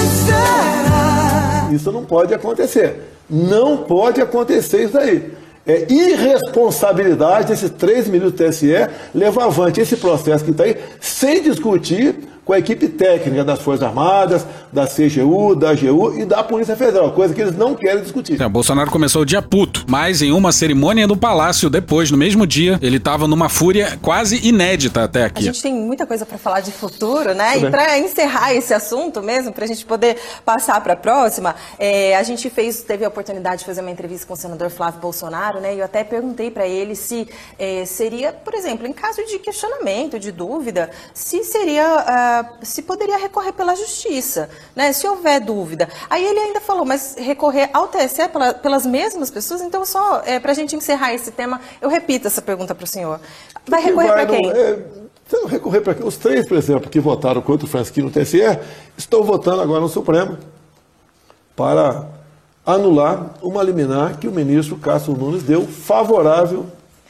Isso não pode acontecer. Não pode acontecer isso aí. É irresponsabilidade desses três ministros do T S E levar avante esse processo que está aí sem discutir com a equipe técnica das Forças Armadas, da C G U, da A G U e da Polícia Federal, coisa que eles não querem discutir. É, o Bolsonaro começou o dia puto, mas em uma cerimônia do Palácio depois, no mesmo dia, ele estava numa fúria quase inédita até aqui. A gente tem muita coisa para falar de futuro, né? E para encerrar esse assunto mesmo, para a gente poder passar para a próxima, é, a gente fez, teve a oportunidade de fazer uma entrevista com o senador Flávio Bolsonaro, né? E eu até perguntei para ele se é, seria, por exemplo, em caso de questionamento, de dúvida, se seria... Uh, se poderia recorrer pela justiça, né? Se houver dúvida. Aí ele ainda falou, mas recorrer ao T S E pela, pelas mesmas pessoas? Então, só é, para a gente encerrar esse tema, eu repito essa pergunta para o senhor. Vai recorrer para quem? É, recorrer para quem? Os três, por exemplo, que votaram contra o Francisquinho no T S E, estão votando agora no Supremo para anular uma liminar que o ministro Cássio Nunes deu favorável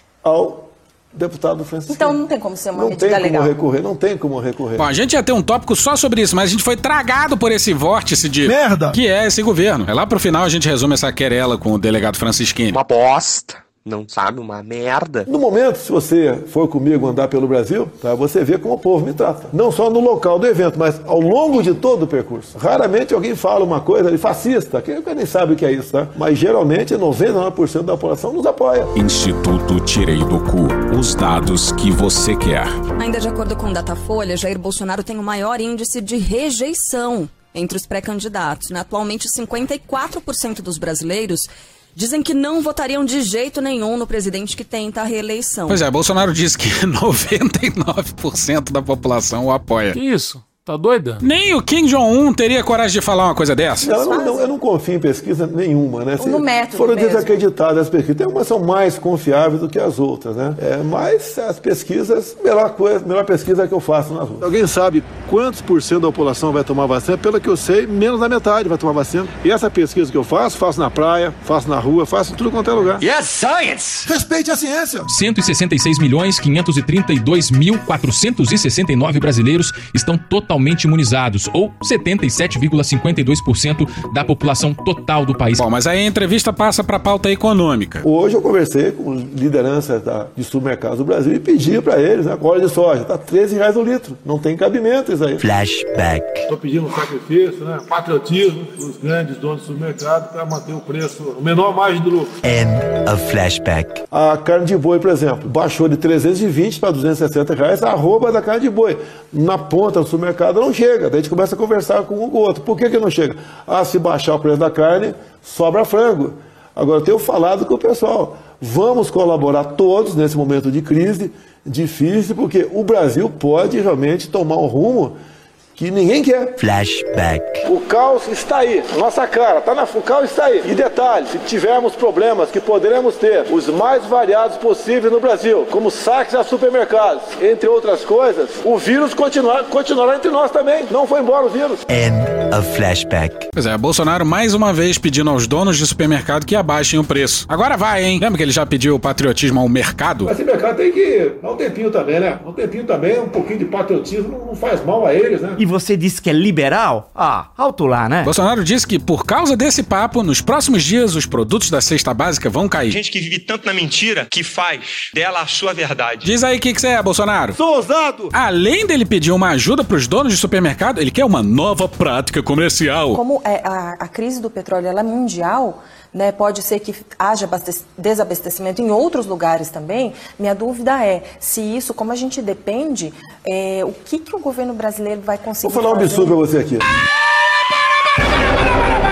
ao deputado Francisco. Então não tem como ser uma não medida legal. Não tem como recorrer, não tem como recorrer. Bom, a gente ia ter um tópico só sobre isso, mas a gente foi tragado por esse vórtice de... merda! Que é esse governo. É lá pro final a gente resume essa querela com o delegado Francisquini. Uma bosta. Não sabe, uma merda. No momento, se você for comigo andar pelo Brasil, tá, você vê como o povo me trata. Não só no local do evento, mas ao longo de todo o percurso. Raramente alguém fala uma coisa ali fascista, que nem sabe o que é isso, tá? Mas geralmente noventa e nove por cento da população nos apoia. Instituto Tirei do Cu. Os dados que você quer. Ainda de acordo com o Datafolha, Jair Bolsonaro tem o maior índice de rejeição entre os pré-candidatos. Né? Atualmente, cinquenta e quatro por cento dos brasileiros dizem que não votariam de jeito nenhum no presidente que tenta a reeleição. Pois é, Bolsonaro disse que noventa e nove por cento da população o apoia. Que isso? Tá doida? Nem o Kim Jong-un teria coragem de falar uma coisa dessa. Não, eu, não, não, eu não confio em pesquisa nenhuma, né? Se no método foram mesmo. desacreditadas as pesquisas. Tem umas que são mais confiáveis do que as outras, né? É, mas as pesquisas, melhor coisa, melhor pesquisa que eu faço na rua. Alguém sabe quantos por cento da população vai tomar vacina? Pelo que eu sei, menos da metade vai tomar vacina. E essa pesquisa que eu faço, faço na praia, faço na rua, faço em tudo quanto é lugar. Yes, science! Respeite a ciência! cento e sessenta e seis milhões, quinhentos e trinta e dois mil, quatrocentos e sessenta e nove brasileiros estão totalmente imunizados, ou setenta e sete vírgula cinquenta e dois por cento da população total do país. Bom, mas aí a entrevista passa para a pauta econômica. Hoje eu conversei com lideranças da, de supermercados do Brasil e pedi para eles, né, óleo de soja, tá treze reais o litro, não tem cabimento isso aí. Flashback. Estou pedindo um sacrifício, né, patriotismo dos grandes donos do supermercado para manter o preço, o menor margem de lucro. End of flashback. A carne de boi, por exemplo, baixou de trezentos e vinte para duzentos e sessenta reais a arroba da carne de boi. Na ponta do supermercado não chega, daí a gente começa a conversar com um com o outro. Por que que não chega? Ah, se baixar o preço da carne, sobra frango. Agora, eu tenho falado com o pessoal, vamos colaborar todos nesse momento de crise difícil, porque o Brasil pode realmente tomar um rumo que ninguém quer. Flashback. O caos está aí, nossa cara, tá na, o caos está aí. E detalhe, se tivermos problemas que poderemos ter, os mais variados possíveis no Brasil, como saques a supermercados, entre outras coisas, o vírus continuar, continuará entre nós também. Não foi embora o vírus. End of flashback. Pois é, Bolsonaro mais uma vez pedindo aos donos de supermercado que abaixem o preço. Agora vai, hein? Lembra que ele já pediu o patriotismo ao mercado? Mas esse mercado tem que dar um tempinho também, né? Um tempinho também, um pouquinho de patriotismo não faz mal a eles, né? E você disse que é liberal? Ah, alto lá, né? Bolsonaro disse que por causa desse papo, nos próximos dias os produtos da cesta básica vão cair. Gente que vive tanto na mentira que faz dela a sua verdade. Diz aí o que que você é, Bolsonaro. Sou ousado! Além dele pedir uma ajuda pros donos de supermercado, ele quer uma nova prática comercial. Como é, a, a crise do petróleo ela é mundial, né, pode ser que haja desabastecimento em outros lugares também. Minha dúvida é se isso, como a gente depende, é, o que, que o governo brasileiro vai conseguir fazer? Vou falar um absurdo pra você aqui.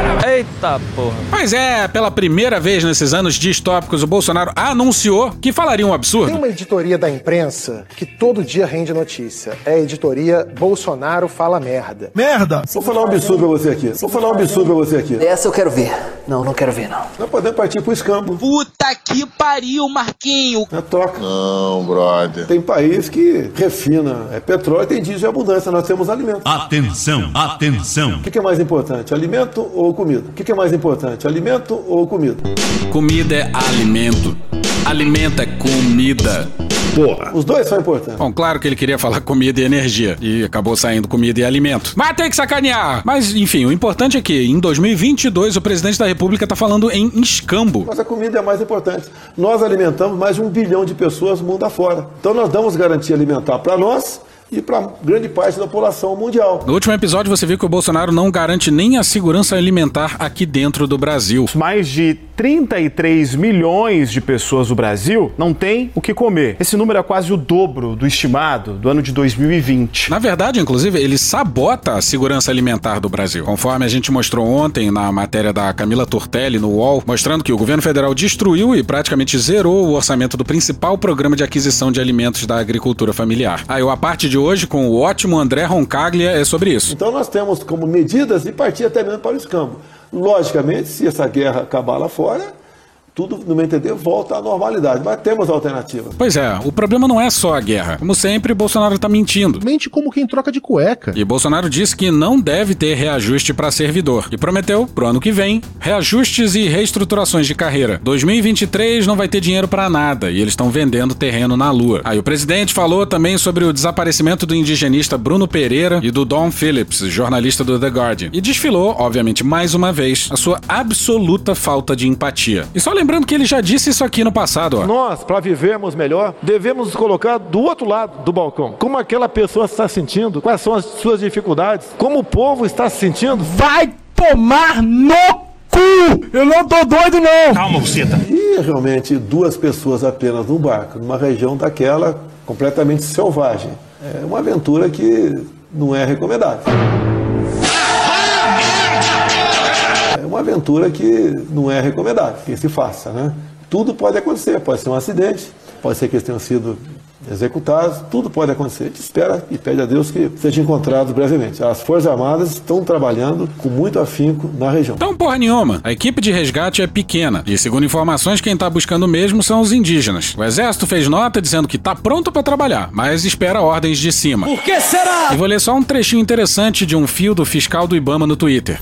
Eita porra. Pois é, pela primeira vez nesses anos distópicos, o Bolsonaro anunciou que falaria um absurdo. Tem uma editoria da imprensa que todo dia rende notícia. É a editoria Bolsonaro Fala Merda. Merda! Vou falar um absurdo pra você aqui. Vou falar um absurdo pra você aqui. Essa eu quero ver. Não, não quero ver, não. Nós podemos partir pro escambo. Puta que pariu, Marquinho. Na toca. Não, brother. Tem país que refina é petróleo e tem diesel em abundância. Nós temos alimento. Atenção, atenção. O que é mais importante, alimento ou comida? O que é mais importante, alimento ou comida? Comida é alimento. Alimento é comida. Porra. Os dois são importantes. Bom, claro que ele queria falar comida e energia. E acabou saindo comida e alimento. Mas tem que sacanear. Mas, enfim, o importante é que em dois mil e vinte e dois o presidente da República tá falando em escambo. Mas a comida é mais importante. Nós alimentamos mais de um bilhão de pessoas mundo afora. Então nós damos garantia alimentar para nós e para grande parte da população mundial. No último episódio você viu que o Bolsonaro não garante nem a segurança alimentar aqui dentro do Brasil. Mais de trinta e três milhões de pessoas do Brasil não têm o que comer. Esse número é quase o dobro do estimado do ano de dois mil e vinte. Na verdade, inclusive, ele sabota a segurança alimentar do Brasil. Conforme a gente mostrou ontem na matéria da Camila Turtelli no U O L, mostrando que o governo federal destruiu e praticamente zerou o orçamento do principal programa de aquisição de alimentos da agricultura familiar. Aí, a parte de hoje, com o ótimo André Roncaglia, é sobre isso. Então nós temos como medidas de partir até mesmo para o escambo. Logicamente, se essa guerra acabar lá fora, tudo, no meu entender, volta à normalidade. Mas temos alternativas. Pois é, o problema não é só a guerra. Como sempre, Bolsonaro tá mentindo. Mente como quem troca de cueca. E Bolsonaro disse que não deve ter reajuste para servidor. E prometeu, pro ano que vem, reajustes e reestruturações de carreira. dois mil e vinte e três não vai ter dinheiro para nada e eles estão vendendo terreno na lua. Aí o presidente falou também sobre o desaparecimento do indigenista Bruno Pereira e do Don Phillips, jornalista do The Guardian. E desfilou, obviamente, mais uma vez, a sua absoluta falta de empatia. E só lembrando que ele já disse isso aqui no passado, ó. Nós, para vivermos melhor, devemos nos colocar do outro lado do balcão. Como aquela pessoa está se sentindo, quais são as suas dificuldades, como o povo está se sentindo. Vai tomar no cu! Eu não tô doido, não! Calma, buceta. E realmente duas pessoas apenas num barco, numa região daquela completamente selvagem. É uma aventura que não é recomendável. É uma aventura que não é recomendável que se faça, né? Tudo pode acontecer, pode ser um acidente, pode ser que eles tenham sido executados, tudo pode acontecer. A gente espera e pede a Deus que sejam encontrados brevemente. As Forças Armadas estão trabalhando com muito afinco na região. Então, porra nenhuma. A equipe de resgate é pequena e, segundo informações, quem tá buscando mesmo são os indígenas. O Exército fez nota dizendo que tá pronto pra trabalhar, mas espera ordens de cima. Por que será? E vou ler só um trechinho interessante de um fio do fiscal do Ibama no Twitter.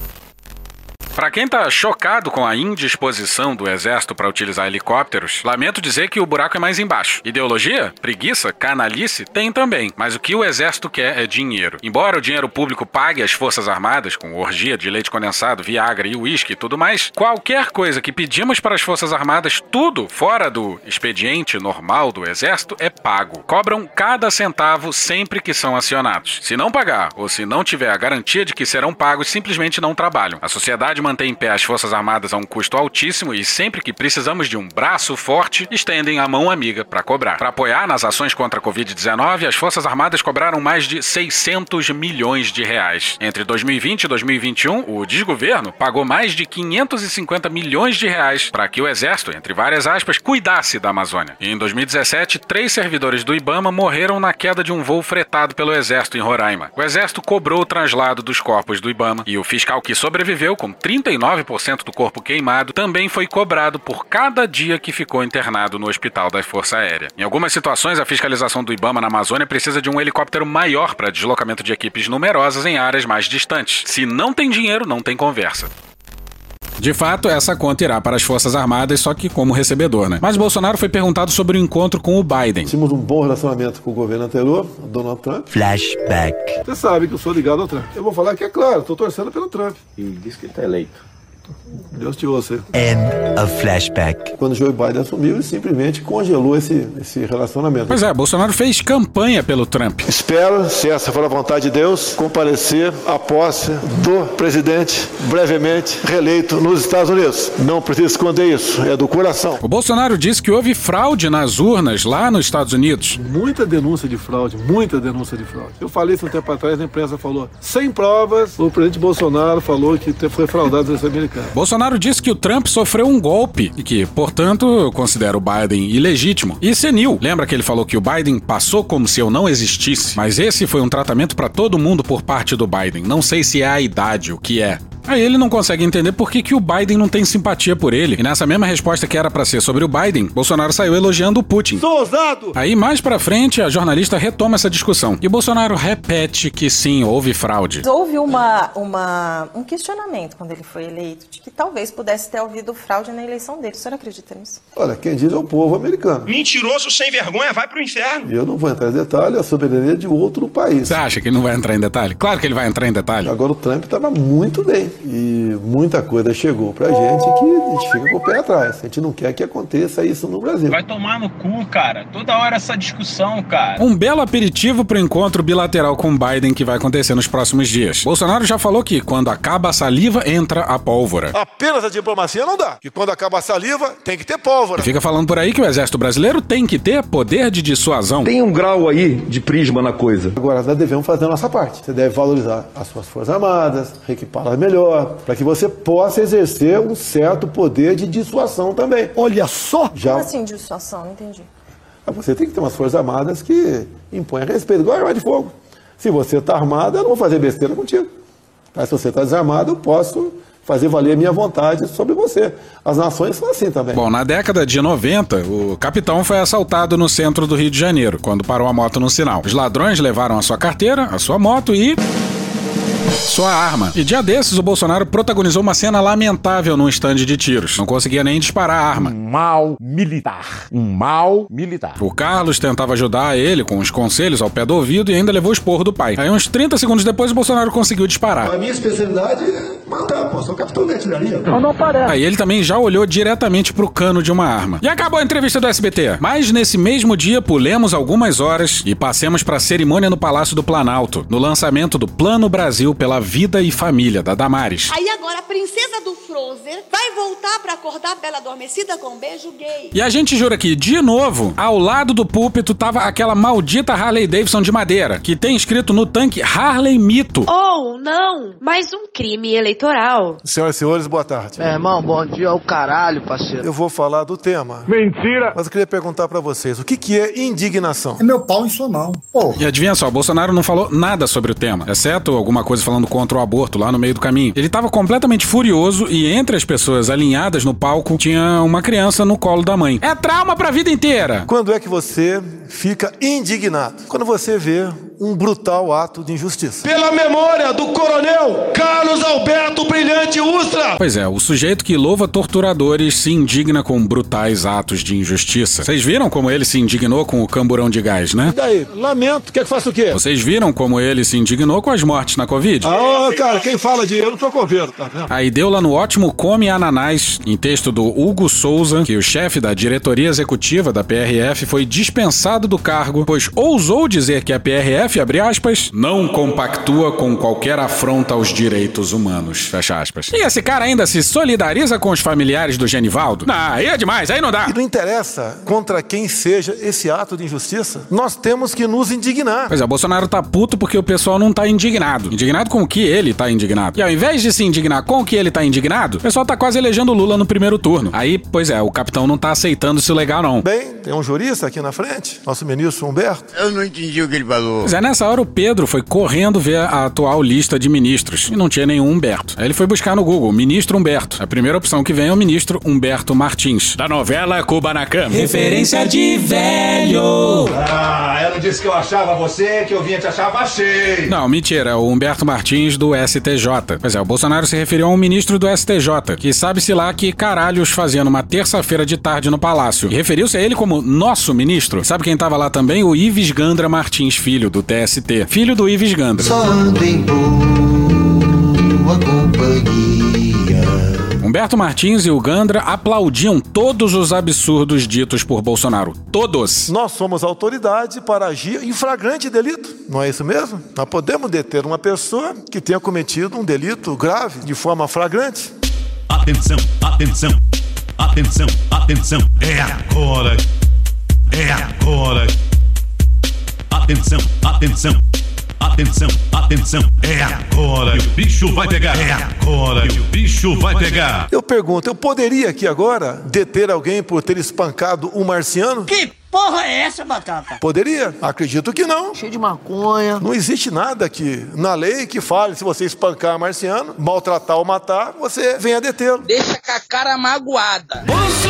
Pra quem tá chocado com a indisposição do Exército para utilizar helicópteros, lamento dizer que o buraco é mais embaixo. Ideologia, preguiça, canalice, tem também. Mas o que o Exército quer é dinheiro. Embora o dinheiro público pague as Forças Armadas, com orgia de leite condensado, Viagra e uísque e tudo mais, qualquer coisa que pedimos para as Forças Armadas, tudo fora do expediente normal do Exército, é pago. Cobram cada centavo sempre que são acionados. Se não pagar, ou se não tiver a garantia de que serão pagos, simplesmente não trabalham. A sociedade mantém em pé as Forças Armadas a um custo altíssimo e sempre que precisamos de um braço forte, estendem a mão amiga para cobrar. Para apoiar nas ações contra a covid dezenove, as Forças Armadas cobraram mais de seiscentos milhões de reais. Entre dois mil e vinte e dois mil e vinte e um, o desgoverno pagou mais de quinhentos e cinquenta milhões de reais para que o Exército, entre várias aspas, cuidasse da Amazônia. E em dois mil e dezessete, três servidores do Ibama morreram na queda de um voo fretado pelo Exército em Roraima. O Exército cobrou o translado dos corpos do Ibama e o fiscal que sobreviveu, com trinta e nove por cento do corpo queimado, também foi cobrado por cada dia que ficou internado no hospital da Força Aérea. Em algumas situações, a fiscalização do Ibama na Amazônia precisa de um helicóptero maior para deslocamento de equipes numerosas em áreas mais distantes. Se não tem dinheiro, não tem conversa. De fato, essa conta irá para as Forças Armadas, só que como recebedor, né? Mas Bolsonaro foi perguntado sobre o encontro com o Biden. Tínhamos um bom relacionamento com o governo anterior, o Donald Trump. Flashback. Você sabe que eu sou ligado ao Trump. Eu vou falar que é claro, estou torcendo pelo Trump. E diz que ele está eleito. Deus te ouça. End of flashback. Quando Joe Biden assumiu, ele simplesmente congelou esse, esse relacionamento. Pois é, Bolsonaro fez campanha pelo Trump. Espero, se essa for a vontade de Deus, comparecer à posse do presidente brevemente reeleito nos Estados Unidos. Não preciso esconder isso, é do coração. O Bolsonaro disse que houve fraude nas urnas lá nos Estados Unidos. Muita denúncia de fraude, muita denúncia de fraude. Eu falei isso um tempo atrás, a imprensa falou, sem provas, o presidente Bolsonaro falou que foi fraudado nos americanos. Bolsonaro disse que o Trump sofreu um golpe e que, portanto, considera o Biden ilegítimo e senil. Lembra que ele falou que o Biden passou como se eu não existisse? Mas esse foi um tratamento para todo mundo por parte do Biden. Não sei se é a idade, o que é. Aí ele não consegue entender por que, que o Biden não tem simpatia por ele. E nessa mesma resposta que era pra ser sobre o Biden, Bolsonaro saiu elogiando o Putin. Sou ousado! Aí mais pra frente, a jornalista retoma essa discussão. E Bolsonaro repete que sim, houve fraude. Houve uma, uma, um questionamento quando ele foi eleito, de que talvez pudesse ter havido fraude na eleição dele. O senhor acredita nisso? Olha, quem diz é o povo americano. Mentiroso sem vergonha, vai pro inferno. Eu não vou entrar em detalhe, a soberania de outro país. Você acha que ele não vai entrar em detalhe? Claro que ele vai entrar em detalhe. Agora o Trump estava muito bem. E muita coisa chegou pra gente que a gente fica com o pé atrás. A gente não quer que aconteça isso no Brasil. Vai tomar no cu, cara. Toda hora essa discussão, cara. Um belo aperitivo pro encontro bilateral com Biden que vai acontecer nos próximos dias. Bolsonaro já falou que quando acaba a saliva, entra a pólvora. Apenas a diplomacia não dá. E quando acaba a saliva, tem que ter pólvora. E fica falando por aí que o exército brasileiro tem que ter poder de dissuasão. Tem um grau aí de prisma na coisa. Agora, nós devemos fazer a nossa parte. Você deve valorizar as suas forças armadas, reequipá-las melhor, para que você possa exercer um certo poder de dissuasão também. Olha só! Já... Como assim dissuasão? Não entendi. Você tem que ter umas forças armadas que impõem respeito, igual a arma de fogo. Se você está armado, eu não vou fazer besteira contigo. Mas se você está desarmado, eu posso fazer valer a minha vontade sobre você. As nações são assim também. Bom, na década de noventa, o capitão foi assaltado no centro do Rio de Janeiro, quando parou a moto no sinal. Os ladrões levaram a sua carteira, a sua moto e... sua arma. E dia desses, o Bolsonaro protagonizou uma cena lamentável num estande de tiros. Não conseguia nem disparar a arma. Um mal militar. Um mal militar. O Carlos tentava ajudar ele com os conselhos ao pé do ouvido e ainda levou o esporro do pai. Aí uns trinta segundos depois, o Bolsonaro conseguiu disparar. A minha especialidade é matar, pô. Sou capitão de artilharia. Não, não parece. Aí ele também já olhou diretamente pro cano de uma arma. E acabou a entrevista do S B T. Mas nesse mesmo dia, pulemos algumas horas e passemos pra cerimônia no Palácio do Planalto, no lançamento do Plano Brasil pela Vida e Família, da Damares. Aí agora a princesa do Frozen vai voltar pra acordar a Bela Adormecida com um beijo gay. E a gente jura que, de novo, ao lado do púlpito tava aquela maldita Harley Davidson de madeira, que tem escrito no tanque Harley Mito. Oh, não! Mais um crime eleitoral. Senhoras e senhores, boa tarde. Meu irmão, bom dia ao caralho, parceiro. Eu vou falar do tema. Mentira! Mas eu queria perguntar pra vocês, o que que é indignação? É meu pau em sua mão. Pô. E adivinha só, Bolsonaro não falou nada sobre o tema, exceto alguma coisa falando contra o aborto lá no meio do caminho. Ele tava completamente furioso e entre as pessoas alinhadas no palco tinha uma criança no colo da mãe. É trauma pra vida inteira! Quando é que você fica indignado? Quando você vê um brutal ato de injustiça. Pela memória do coronel Carlos Alberto Brilhante Ustra! Pois é, o sujeito que louva torturadores se indigna com brutais atos de injustiça. Vocês viram como ele se indignou com o camburão de gás, né? E daí? Lamento, quer que faça o quê? Vocês viram como ele se indignou com as mortes na Covid? Ah, cara, quem fala de eu não tô com vendo, tá vendo? Aí deu lá no ótimo Come Ananás, em texto do Hugo Souza, que o chefe da diretoria executiva da P R F foi dispensado do cargo, pois ousou dizer que a P R F, abre aspas, não compactua com qualquer afronta aos direitos humanos, fecha aspas. E esse cara ainda se solidariza com os familiares do Genivaldo? Não, aí é demais, aí não dá. E não interessa contra quem seja esse ato de injustiça, nós temos que nos indignar. Pois é, o Bolsonaro tá puto porque o pessoal não tá indignado. Indignado com o que ele tá indignado. E ao invés de se indignar com o que ele tá indignado, o pessoal tá quase elegendo o Lula no primeiro turno. Aí, pois é, o capitão não tá aceitando isso legal, não. Bem, tem um jurista aqui na frente, nosso ministro Humberto. Eu não entendi o que ele falou. Pois é, nessa hora o Pedro foi correndo ver a atual lista de ministros e não tinha nenhum Humberto. Aí ele foi buscar no Google, ministro Humberto. A primeira opção que vem é o ministro Humberto Martins, da novela Kubanacan. Referência de velho. Ah, eu não disse que eu achava você, que eu vinha te achar, achei. Não, mentira, é o Humberto Martins do S T J. Pois é, o Bolsonaro se referiu a um ministro do S T J, que sabe-se lá que caralhos fazia numa terça-feira de tarde no Palácio. E referiu-se a ele como nosso ministro. Sabe quem tava lá também? O Ives Gandra Martins Filho, do T S T. Filho do Ives Gandra. Só ando em boa companhia. Humberto Martins e o Gandra aplaudiam todos os absurdos ditos por Bolsonaro. Todos. Nós somos autoridade para agir em flagrante delito. Não é isso mesmo? Nós podemos deter uma pessoa que tenha cometido um delito grave de forma flagrante. Atenção, atenção, atenção, atenção. É agora. É agora. Atenção, atenção. Atenção, atenção, é agora que o bicho vai pegar. É agora que o bicho vai pegar. Eu pergunto, eu poderia aqui agora deter alguém por ter espancado um marciano? Que porra é essa, Batata? Poderia? Acredito que não. Cheio de maconha. Não existe nada aqui na lei que fale se você espancar marciano, maltratar ou matar, você venha detê-lo. Deixa com a cara magoada.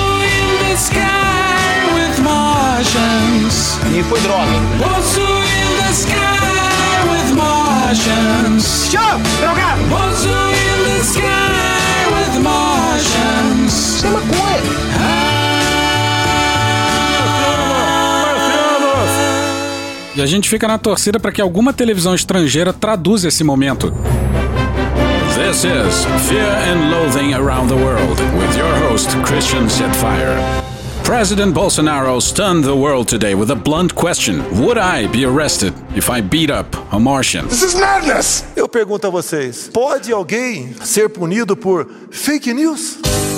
E foi droga. Show! Drogado! What's in the sky with Martians? Chama coisa! E a gente fica na torcida para que alguma televisão estrangeira traduza esse momento. This is Fear and Loathing Around the World with your host, Christian Setfire. President Bolsonaro stunned the world today with a blunt question. Would I be arrested if I beat up a Martian? This is madness! Eu pergunto a vocês, pode alguém ser punido por fake news?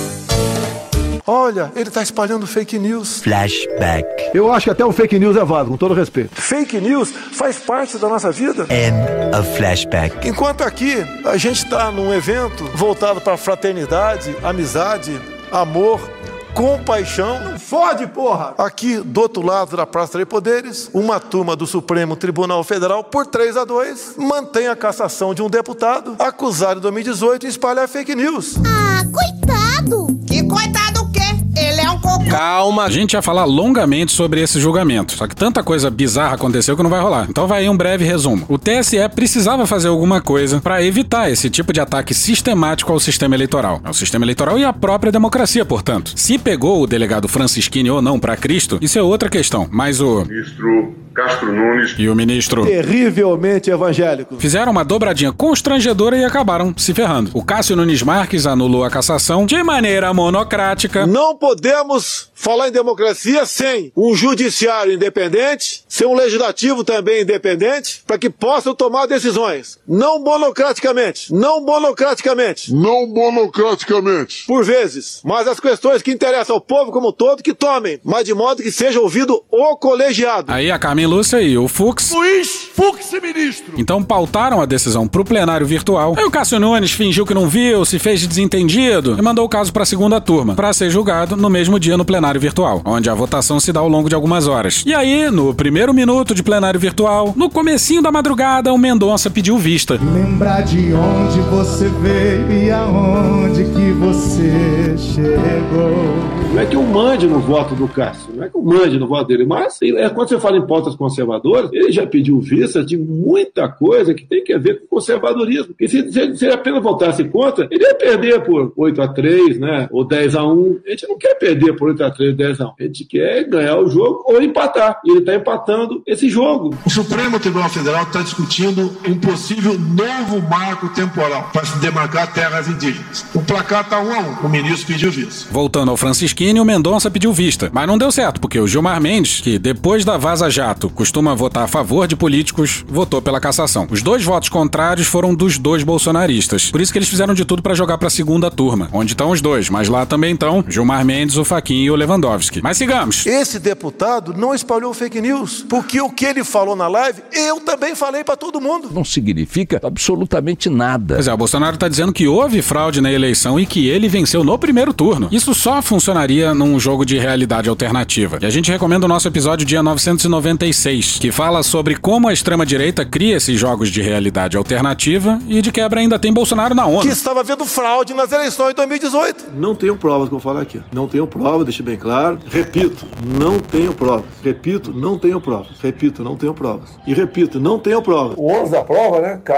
Olha, ele está espalhando fake news. Flashback. Eu acho que até o fake news é válido, com todo respeito. Fake news faz parte da nossa vida. End of flashback. Enquanto aqui a gente está num evento voltado para fraternidade, amizade, amor, compaixão. Não fode, porra! Aqui, do outro lado da Praça de Poderes, uma turma do Supremo Tribunal Federal, por três a dois, mantém a cassação de um deputado acusado em dois mil e dezoito de espalhar fake news. Ah, coitado! Que coitado o quê? Ele é um cocô. Calma. A gente ia falar longamente sobre esse julgamento, só que tanta coisa bizarra aconteceu que não vai rolar. Então vai aí um breve resumo. O T S E precisava fazer alguma coisa para evitar esse tipo de ataque sistemático ao sistema eleitoral. Ao sistema eleitoral e à própria democracia, portanto. Se pegou o delegado Francisquini ou não para Cristo, isso é outra questão. Mas o ministro Castro Nunes e o ministro terrivelmente evangélico fizeram uma dobradinha constrangedora e acabaram se ferrando. O Cássio Nunes Marques anulou a cassação de maneira monocrática. Não podemos falar em democracia sem um judiciário independente, sem um legislativo também independente, para que possam tomar decisões. Não monocraticamente. Não monocraticamente. Não monocraticamente. Por vezes. Mas as questões que interessam ao povo como um todo, que tomem. Mas de modo que seja ouvido o colegiado. Aí a Carmen Lúcia e o Fux. Luiz Fux, ministro. Então pautaram a decisão pro plenário virtual. Aí o Cássio Nunes fingiu que não viu, se fez de desentendido e mandou o caso pra segunda turma, pra ser julgado no mesmo dia no plenário virtual, onde a votação se dá ao longo de algumas horas. E aí, no primeiro minuto de plenário virtual, no comecinho da madrugada, o Mendonça pediu vista. Lembrar de onde você veio e aonde que você chegou. Não é que eu mande no voto do Cássio, não é que eu mande no voto dele, mas é, quando você fala em pautas conservadoras, ele já pediu vista de muita coisa que tem que ver com conservadorismo. E se, se, se ele apenas votasse contra, ele ia perder por oito a três, né, ou dez a um. A gente não quer perder por oito a três, dez a um. A gente quer ganhar o jogo ou empatar. E ele está empatando esse jogo. O Supremo Tribunal Federal está discutindo um possível novo marco temporal para se demarcar terras indígenas. O placar está um a um. O ministro pediu vista. Voltando ao Francisquini, o Mendonça pediu vista. Mas não deu certo, porque o Gilmar Mendes, que depois da Vaza Jato costuma votar a favor de políticos, votou pela cassação. Os dois votos contrários foram dos dois bolsonaristas. Por isso que eles fizeram de tudo para jogar para a segunda turma, onde estão os dois, mas lá também estão Gilmar Mendes, o Fachin e o Lewandowski. Mas sigamos. Esse deputado não espalhou fake news, porque o que ele falou na live, eu também falei para todo mundo. Não significa absolutamente nada. Pois é, o Bolsonaro tá dizendo que houve fraude na eleição e que ele venceu no primeiro turno. Isso só funcionaria num jogo de realidade alternativa. E a gente recomenda o nosso episódio dia novecentos e noventa e seis, que fala sobre como a extrema-direita cria esses jogos de realidade alternativa e de quebra ainda tem Bolsonaro na ONU. Que estava havendo fraude nas eleições de dois mil e dezoito. Não tenho provas que eu falo aqui. Não tenho prova, deixa bem claro. Repito, não tenho provas. Repito, não tenho provas. Repito, não tenho provas. E repito, não tenho provas. O ônus da prova, né, cabe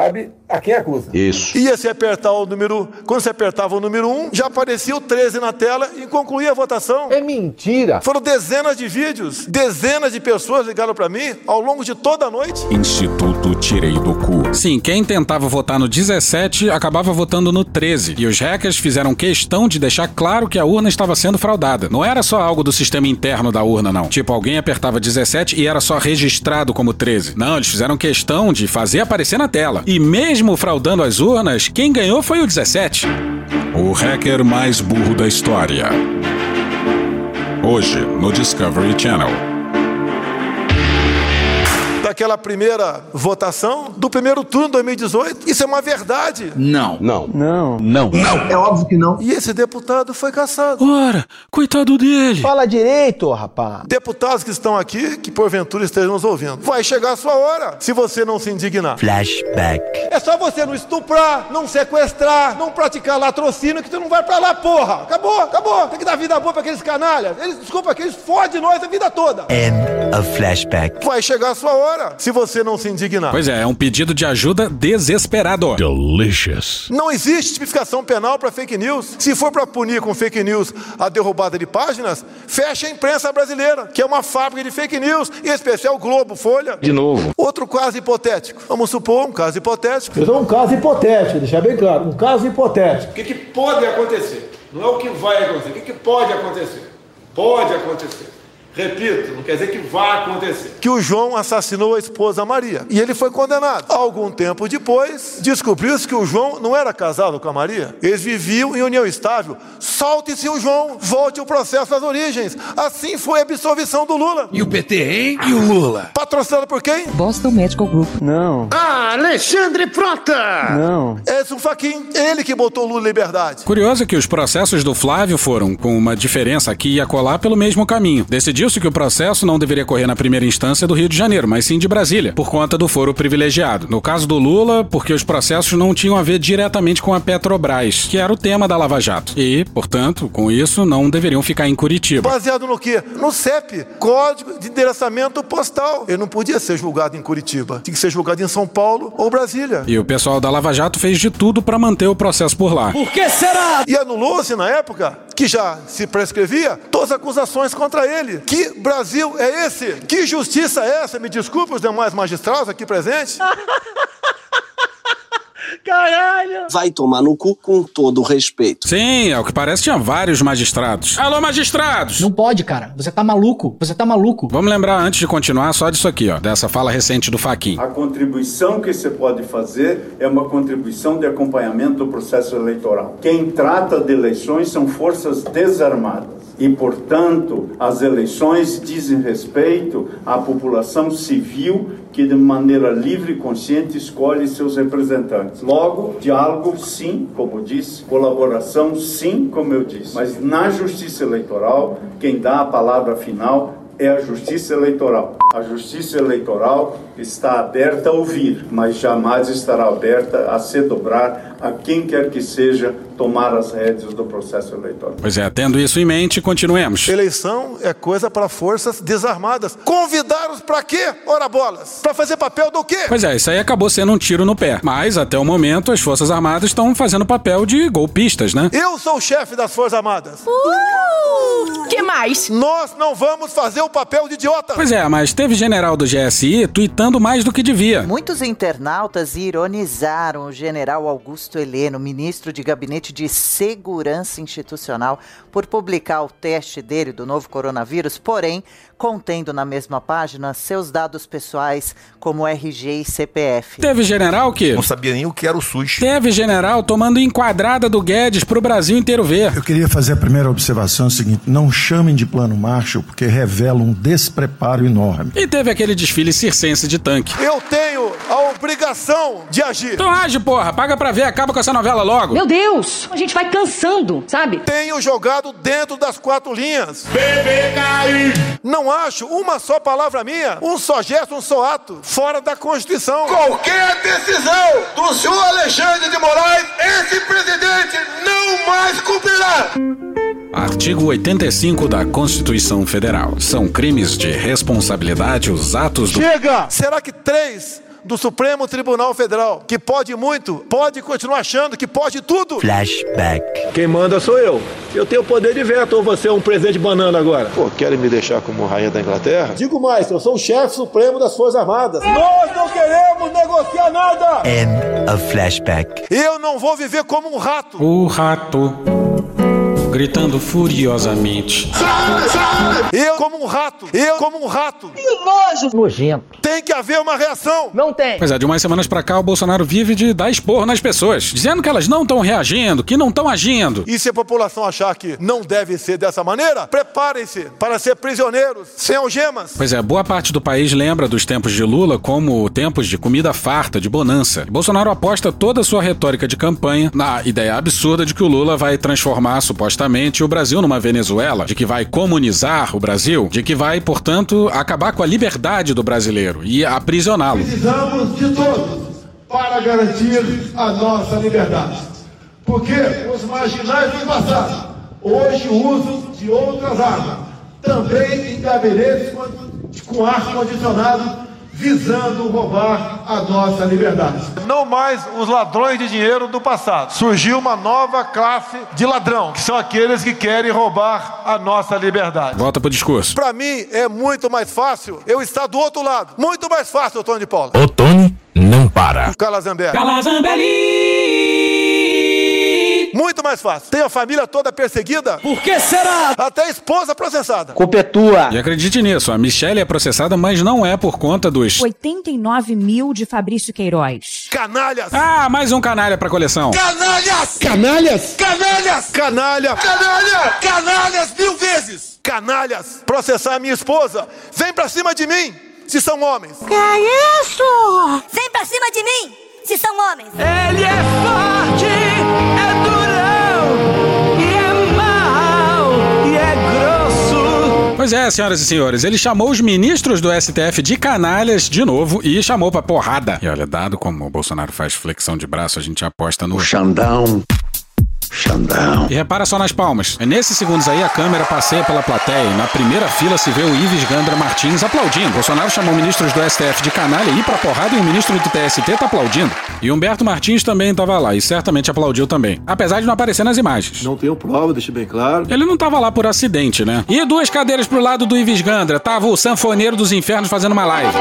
a quem acusa. Isso. Ia se apertar o número... Quando se apertava o número um, já aparecia o treze na tela e concluía a votação. É mentira. Foram dezenas de vídeos, dezenas de pessoas ligaram pra mim ao longo de toda a noite. Instituto Tirei do Cu. Sim, quem tentava votar no dezessete acabava votando no treze. E os hackers fizeram questão de deixar claro que a urna estava sendo fraudada. Não era só algo do sistema interno da urna, não. Tipo, alguém apertava dezessete e era só registrado como treze. Não, eles fizeram questão de fazer aparecer na tela. E mesmo fraudando as urnas, quem ganhou foi o dezessete. O hacker mais burro da história. Hoje, no Discovery Channel. Daquela primeira votação do primeiro turno de dois mil e dezoito. Isso é uma verdade. Não. Não. Não. Não. Não. É óbvio que não. E esse deputado foi cassado. Ora, coitado dele. Fala direito, rapaz. Deputados que estão aqui, que porventura estejam nos ouvindo. Vai chegar a sua hora, se você não se indignar. Flashback. É só você não estuprar, não sequestrar, não praticar latrocínio, que tu não vai pra lá, porra. Acabou, acabou. Tem que dar vida boa pra aqueles canalhas. Eles, desculpa, que eles fodem nós a vida toda. End of flashback. Vai chegar a sua hora, se você não se indignar. Pois é, é um pedido de ajuda desesperado. Delicious. Não existe tipificação penal para fake news. Se for para punir com fake news a derrubada de páginas, fecha a imprensa brasileira, que é uma fábrica de fake news, em especial Globo, Folha. De novo. Outro caso hipotético. Vamos supor um caso hipotético. Eu dou um caso hipotético, deixar bem claro. Um caso hipotético. O que, que pode acontecer? Não é o que vai acontecer. O que, que pode acontecer? Pode acontecer. Repito, não quer dizer que vai acontecer. Que o João assassinou a esposa Maria. E ele foi condenado. Algum tempo depois, descobriu-se que o João não era casado com a Maria. Eles viviam em união estável. Solte-se o João, volte o processo às origens. Assim foi a absolvição do Lula. E o P T, hein? E o Lula? Patrocinado por quem? Boston Medical Group. Não. Ah, Alexandre Frota! Não. Edson Fachin, ele que botou o Lula em liberdade. Curioso é que os processos do Flávio foram, com uma diferença aqui e acolá, pelo mesmo caminho. Decidiu que o processo não deveria correr na primeira instância do Rio de Janeiro, mas sim de Brasília, por conta do foro privilegiado. No caso do Lula, porque os processos não tinham a ver diretamente com a Petrobras, que era o tema da Lava Jato. E, portanto, com isso, não deveriam ficar em Curitiba. Baseado no quê? No C E P, Código de Endereçamento Postal. Ele não podia ser julgado em Curitiba. Tinha que ser julgado em São Paulo ou Brasília. E o pessoal da Lava Jato fez de tudo para manter o processo por lá. Por que será? E anulou-se, na época, que já se prescrevia, todas as acusações contra ele. Que Brasil é esse? Que justiça é essa? Me desculpe os demais magistrados aqui presentes. Caralho! Vai tomar no cu com todo o respeito. Sim, ao que parece tinha vários magistrados. Alô, magistrados! Não pode, cara. Você tá maluco. Você tá maluco. Vamos lembrar, antes de continuar, só disso aqui, ó. Dessa fala recente do Fachin. A contribuição que você pode fazer é uma contribuição de acompanhamento do processo eleitoral. Quem trata de eleições são forças desarmadas. E, portanto, as eleições dizem respeito à população civil que, de maneira livre e consciente, escolhe seus representantes. Logo, diálogo, sim, como disse, colaboração, sim, como eu disse. Mas na justiça eleitoral, quem dá a palavra final é a justiça eleitoral. A justiça eleitoral está aberta a ouvir, mas jamais estará aberta a se dobrar a quem quer que seja tomar as rédeas do processo eleitoral. Pois é, tendo isso em mente, continuemos. Eleição é coisa para forças desarmadas. Convidaram-os para quê? Ora bolas. Para fazer papel do quê? Pois é, isso aí acabou sendo um tiro no pé. Mas, até o momento, as Forças Armadas estão fazendo papel de golpistas, né? Eu sou o chefe das Forças Armadas. Uh! Que mais? Nós não vamos fazer o papel de idiota. Pois é, mas teve general do G S I tuitando mais do que devia. Muitos internautas ironizaram o general Augusto Heleno, ministro de Gabinete de Segurança Institucional, por publicar o teste dele do novo coronavírus, porém, contendo na mesma página seus dados pessoais como R G e C P F. Teve general que... não sabia nem o que era o SUS. Teve general tomando enquadrada do Guedes pro Brasil inteiro ver. Eu queria fazer a primeira observação, é o seguinte: não chamem de plano Marshall, porque revela um despreparo enorme. E teve aquele desfile circense de tanque. Eu tenho a obrigação de agir. Então age, porra, paga pra ver, acaba com essa novela logo. Meu Deus, a gente vai cansando, sabe? Tenho jogado dentro das quatro linhas. Bebê cair. Não acho uma só palavra minha, um só gesto, um só ato, fora da Constituição. Qualquer decisão do senhor Alexandre de Moraes, esse presidente não mais cumprirá. Artigo oitenta e cinco da Constituição Federal. São crimes de responsabilidade os atos do... Chega! Será que três do Supremo Tribunal Federal, que pode muito, pode continuar achando que pode tudo. Flashback. Quem manda sou eu. Eu tenho o poder de veto, ou você é um presidente banana agora? Pô, querem me deixar como rainha da Inglaterra? Digo mais, eu sou o chefe supremo das Forças Armadas. Nós não queremos negociar nada. End of flashback. Eu não vou viver como um rato. O rato, gritando furiosamente. Eu como um rato. Eu como um rato. Que nojo. Nojento. Tem que haver uma reação. Não tem. Pois é, de umas semanas pra cá o Bolsonaro vive de dar esporro nas pessoas, dizendo que elas não estão reagindo, que não estão agindo. E se a população achar que não deve ser dessa maneira, preparem-se para ser prisioneiros, sem algemas. Pois é, boa parte do país lembra dos tempos de Lula como tempos de comida farta, de bonança. E Bolsonaro aposta toda a sua retórica de campanha na ideia absurda de que o Lula vai transformar supostamente o Brasil numa Venezuela, de que vai comunizar o Brasil, de que vai, portanto, acabar com a liberdade do brasileiro e aprisioná-lo. Precisamos de todos para garantir a nossa liberdade. Porque os marginais do passado hoje usam de outras armas, também em gabinetes com ar-condicionado, visando roubar a nossa liberdade. Não mais os ladrões de dinheiro do passado. Surgiu uma nova classe de ladrão, que são aqueles que querem roubar a nossa liberdade. Volta pro discurso. Pra mim é muito mais fácil eu estar do outro lado. Muito mais fácil, Tony de Paula. O Tony não para. Calazambé. Calazambelli! Muito mais fácil. Tem a família toda perseguida. Por que será? Até a esposa processada. Culpa é tua. E acredite nisso, a Michelle é processada, mas não é por conta dos... oitenta e nove mil de Fabrício Queiroz. Canalhas! Ah, mais um canalha pra coleção. Canalhas! Canalhas! Canalhas! Canalha! Canalha! Canalhas mil vezes! Canalhas! Processar a minha esposa. Vem pra cima de mim, se são homens. Que é isso? Vem pra cima de mim, se são homens. Ele é forte, é durão, e é mau, e é grosso. Pois é, senhoras e senhores, ele chamou os ministros do S T F de canalhas de novo e chamou pra porrada. E olha, dado como o Bolsonaro faz flexão de braço, a gente aposta no... O Xandão. Xandão. E repara só nas palmas. Nesses segundos aí, a câmera passeia pela plateia e na primeira fila se vê o Ives Gandra Martins aplaudindo. Bolsonaro chamou ministros do S T F de canalha e ir pra porrada e o ministro do T S T tá aplaudindo. E Humberto Martins também tava lá e certamente aplaudiu também. Apesar de não aparecer nas imagens. Não tenho prova, deixa bem claro. Ele não tava lá por acidente, né? E duas cadeiras pro lado do Ives Gandra, tava o sanfoneiro dos infernos fazendo uma live.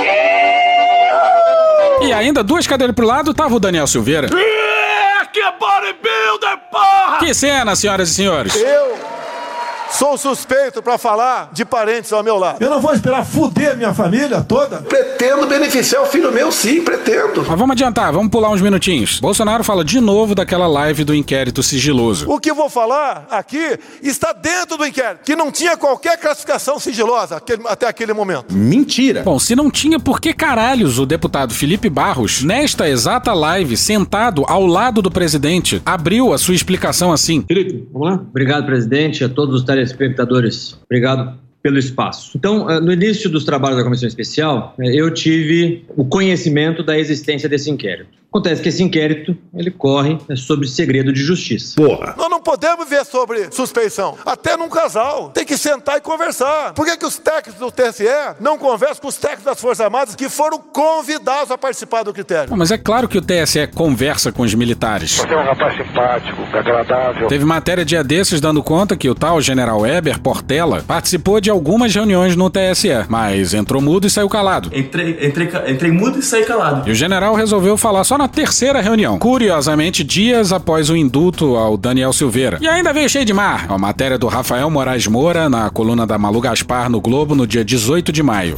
E ainda duas cadeiras pro lado, tava o Daniel Silveira. Que bodybuilder, porra! Que cena, senhoras e senhores. Eu sou suspeito pra falar de parentes ao meu lado. Eu não vou esperar fuder minha família toda. Pretendo beneficiar o filho meu, sim, pretendo. Mas vamos adiantar, vamos pular uns minutinhos. Bolsonaro fala de novo daquela live do inquérito sigiloso. O que eu vou falar aqui está dentro do inquérito, que não tinha qualquer classificação sigilosa até aquele momento. Mentira. Bom, se não tinha, por que caralhos o deputado Felipe Barros, nesta exata live, sentado ao lado do presidente, abriu a sua explicação assim? Felipe, vamos lá? Obrigado, presidente, a todos os telespectadores. Obrigado pelo espaço. Então, no início dos trabalhos da Comissão Especial, eu tive o conhecimento da existência desse inquérito. Acontece que esse inquérito, ele corre sobre segredo de justiça. Porra! Nós não podemos ver sobre suspeição. Até num casal. Tem que sentar e conversar. Por que que os técnicos do T S E não conversam com os técnicos das Forças Armadas que foram convidados a participar do critério? Bom, mas é claro que o T S E conversa com os militares. Você é um rapaz simpático, agradável. Teve matéria dia desses dando conta que o tal general Weber Portela participou de algumas reuniões no T S E, mas entrou mudo e saiu calado. Entrei, entrei, entrei mudo e saí calado. E o general resolveu falar só na terceira reunião, curiosamente dias após o indulto ao Daniel Silveira. E ainda veio cheio de mar. A matéria do Rafael Moraes Moura na coluna da Malu Gaspar no Globo no dia dezoito de maio.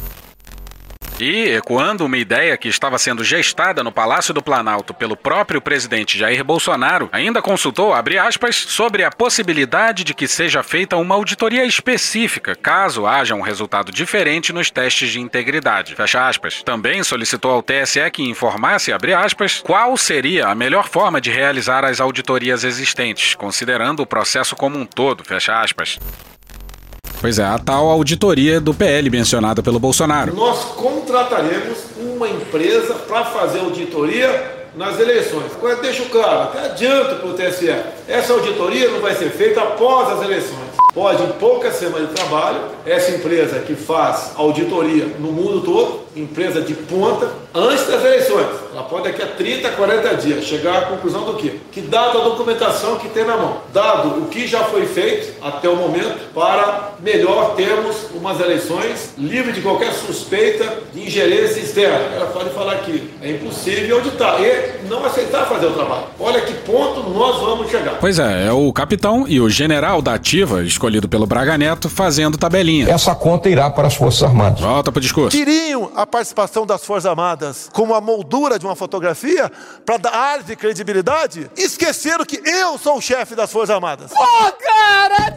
E, ecoando uma ideia que estava sendo gestada no Palácio do Planalto pelo próprio presidente Jair Bolsonaro, ainda consultou, abre aspas, sobre a possibilidade de que seja feita uma auditoria específica, caso haja um resultado diferente nos testes de integridade. Fecha aspas. Também solicitou ao T S E que informasse, abre aspas, qual seria a melhor forma de realizar as auditorias existentes, considerando o processo como um todo. Fecha aspas. Pois é, a tal auditoria do P L mencionada pelo Bolsonaro. Nós contrataremos uma empresa para fazer auditoria nas eleições. Deixa claro, até adianto para o T S E. Essa auditoria não vai ser feita após as eleições. pode, em poucas semanas de trabalho, essa empresa que faz auditoria no mundo todo, empresa de ponta, antes das eleições, ela pode daqui a trinta, quarenta dias chegar à conclusão do quê? Que dada a documentação que tem na mão, dado o que já foi feito até o momento, para melhor termos umas eleições livres de qualquer suspeita de ingerência externa. Ela pode falar que é impossível auditar e não aceitar fazer o trabalho. Olha que ponto nós vamos chegar. Pois é, é o capitão e o general da ativa, escolhido pelo Braga Neto, fazendo tabelinha. Essa conta irá para as Forças Armadas. Volta pro discurso. Queriam a participação das Forças Armadas como a moldura de uma fotografia para dar ar de credibilidade? Esqueceram que eu sou o chefe das Forças Armadas. Pô, cara,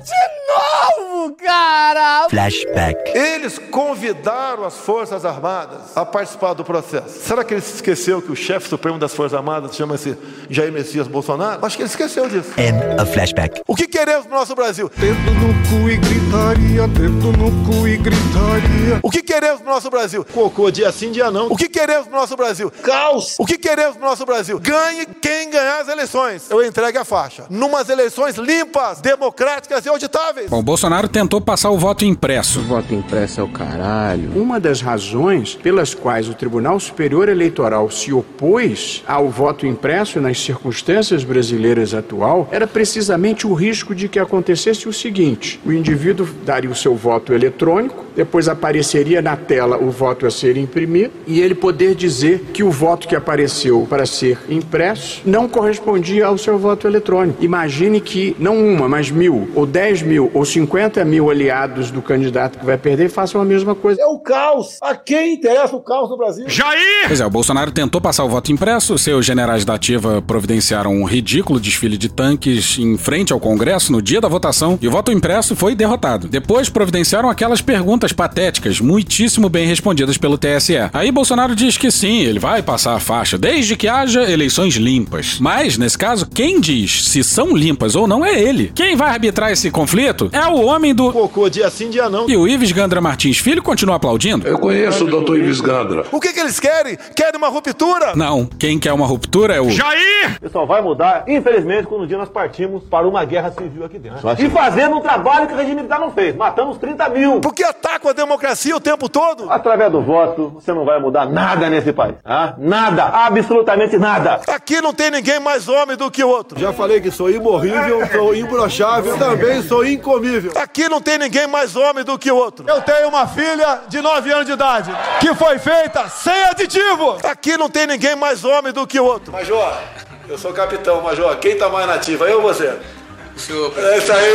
de novo, cara! Flashback. Eles convidaram as Forças Armadas a participar do processo. Será que ele se esqueceu que o chefe supremo das Forças Armadas chama-se Jair Messias Bolsonaro? Acho que ele esqueceu disso. End of flashback. O que queremos no nosso Brasil? Dedo no cu e gritaria, dedo no cu e gritaria. O que queremos no nosso Brasil? Cocô, dia sim, dia não. O que queremos no nosso Brasil? Caos. O que queremos no nosso Brasil? Ganhe quem ganhar as eleições. Eu entregue a faixa. Numas eleições limpas, democráticas e auditáveis. Bom, Bolsonaro tentou passar o voto impresso. O voto impresso é o caralho. Uma das razões pelas quais o Tribunal Superior Eleitoral se opôs ao voto impresso nas circunstâncias brasileiras atual era precisamente o risco de que acontecesse o seguinte: o indivíduo daria o seu voto eletrônico, depois apareceria na tela o voto a ser imprimido e ele poder dizer que o voto que apareceu para ser impresso não correspondia ao seu voto eletrônico. Imagine que não uma, mas mil, ou dez mil, ou cinquenta mil aliados do candidato que vai perder façam a mesma coisa. É o caos. A quem interessa o caos no Brasil? Jair! Pois é, o Bolsonaro tentou passar o voto impresso, seus generais da ativa providenciaram um ridículo desfile de tanques em frente ao Congresso no dia da votação e o voto impresso foi derrotado. Depois providenciaram aquelas perguntas patéticas, muitíssimo bem respondidas pelo T S E. Aí Bolsonaro diz que sim, ele vai passar a faixa, desde que haja eleições limpas. Mas, nesse caso, quem diz se são limpas ou não é ele. Quem vai arbitrar esse conflito é o homem do... Cocô, dia sim, dia não. E o Ives Gandra Martins Filho continua aplaudindo. Eu conheço o doutor Ives Gandra. O que que eles querem? Querem uma ruptura? Não, quem quer uma ruptura é o... Jair! Isso só vai mudar, infelizmente, quando um dia nós partimos para uma guerra civil aqui dentro. E fazendo um trabalho que o regime militar não fez. Matamos trinta mil. Porque atacam a democracia o tempo todo. Através do voto, você não vai mudar nada nesse país. Ah? Nada, absolutamente nada. Aqui não tem ninguém mais homem do que o outro. Já falei que sou imorrível, sou imbrochável, também sou incomível. Aqui não tem ninguém mais homem do que o outro. Eu tenho uma filha de nove anos de idade, que foi feita sem aditivo. Aqui não tem ninguém mais homem do que o outro. Major, eu sou capitão, Major. Quem tá mais nativa, eu ou você? O senhor. É isso aí.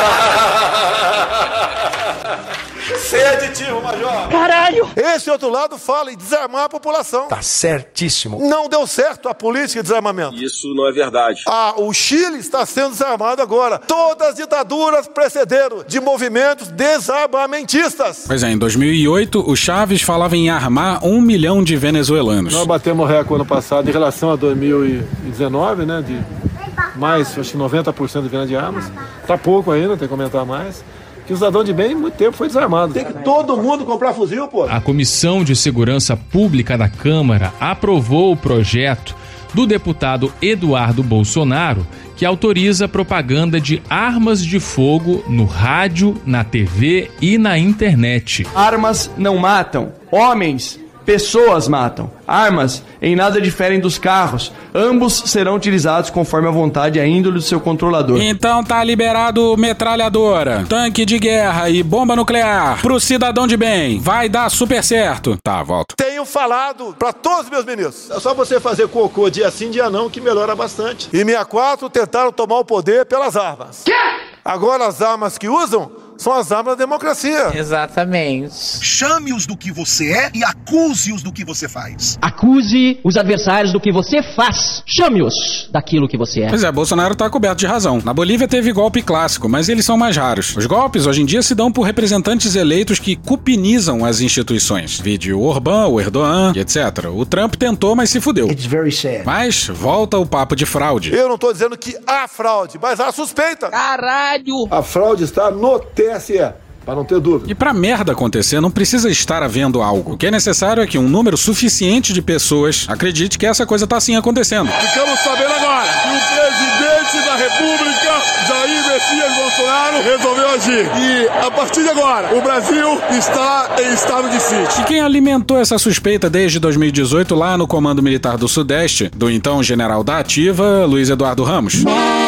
Sem aditivo, Major. Caralho! Esse outro lado fala em desarmar a população. Tá certíssimo. Não deu certo a política de desarmamento. Isso não é verdade. Ah, o Chile está sendo desarmado agora. Todas as ditaduras precederam de movimentos desarmamentistas. Pois é, em dois mil e oito, o Chaves falava em armar um milhão de venezuelanos. Nós batemos recorde ano passado em relação a dois mil e dezenove, né? De mais, acho que noventa por cento de venda de armas. Tá pouco ainda, tem que comentar mais. Que o cidadão de bem, muito tempo, foi desarmado. Tem que todo mundo comprar fuzil, pô. A Comissão de Segurança Pública da Câmara aprovou o projeto do deputado Eduardo Bolsonaro, que autoriza a propaganda de armas de fogo no rádio, na T V e na internet. Armas não matam. Homens, pessoas matam. Armas em nada diferem dos carros. Ambos serão utilizados conforme a vontade e a índole do seu controlador. Então tá liberado metralhadora, tanque de guerra e bomba nuclear pro cidadão de bem. Vai dar super certo. Tá, volta. Tenho falado pra todos os meus ministros. É só você fazer cocô dia sim, dia não, que melhora bastante. E sessenta e quatro tentaram tomar o poder pelas armas. Quê? Agora as armas que usam são as armas da democracia. Exatamente. Chame-os do que você é e acuse-os do que você faz. Acuse os adversários do que você faz. Chame-os daquilo que você é. Pois é, Bolsonaro tá coberto de razão. Na Bolívia teve golpe clássico, mas eles são mais raros. Os golpes hoje em dia se dão por representantes eleitos que cupinizam as instituições. Vide o Orbán, o Erdogan e etcétera. O Trump tentou, mas se fudeu. It's very sad. Mas volta o papo de fraude. Eu não tô dizendo que há fraude, mas há suspeita. Caralho! A fraude está no T S E. Para não ter dúvida. E pra merda acontecer, não precisa estar havendo algo. O que é necessário é que um número suficiente de pessoas acredite que essa coisa tá assim acontecendo. Ficamos sabendo agora que o presidente da República, Jair Messias Bolsonaro, resolveu agir. E a partir de agora, o Brasil está em estado de sítio. E quem alimentou essa suspeita desde dois mil e dezoito lá no Comando Militar do Sudeste, do então general da Ativa, Luiz Eduardo Ramos.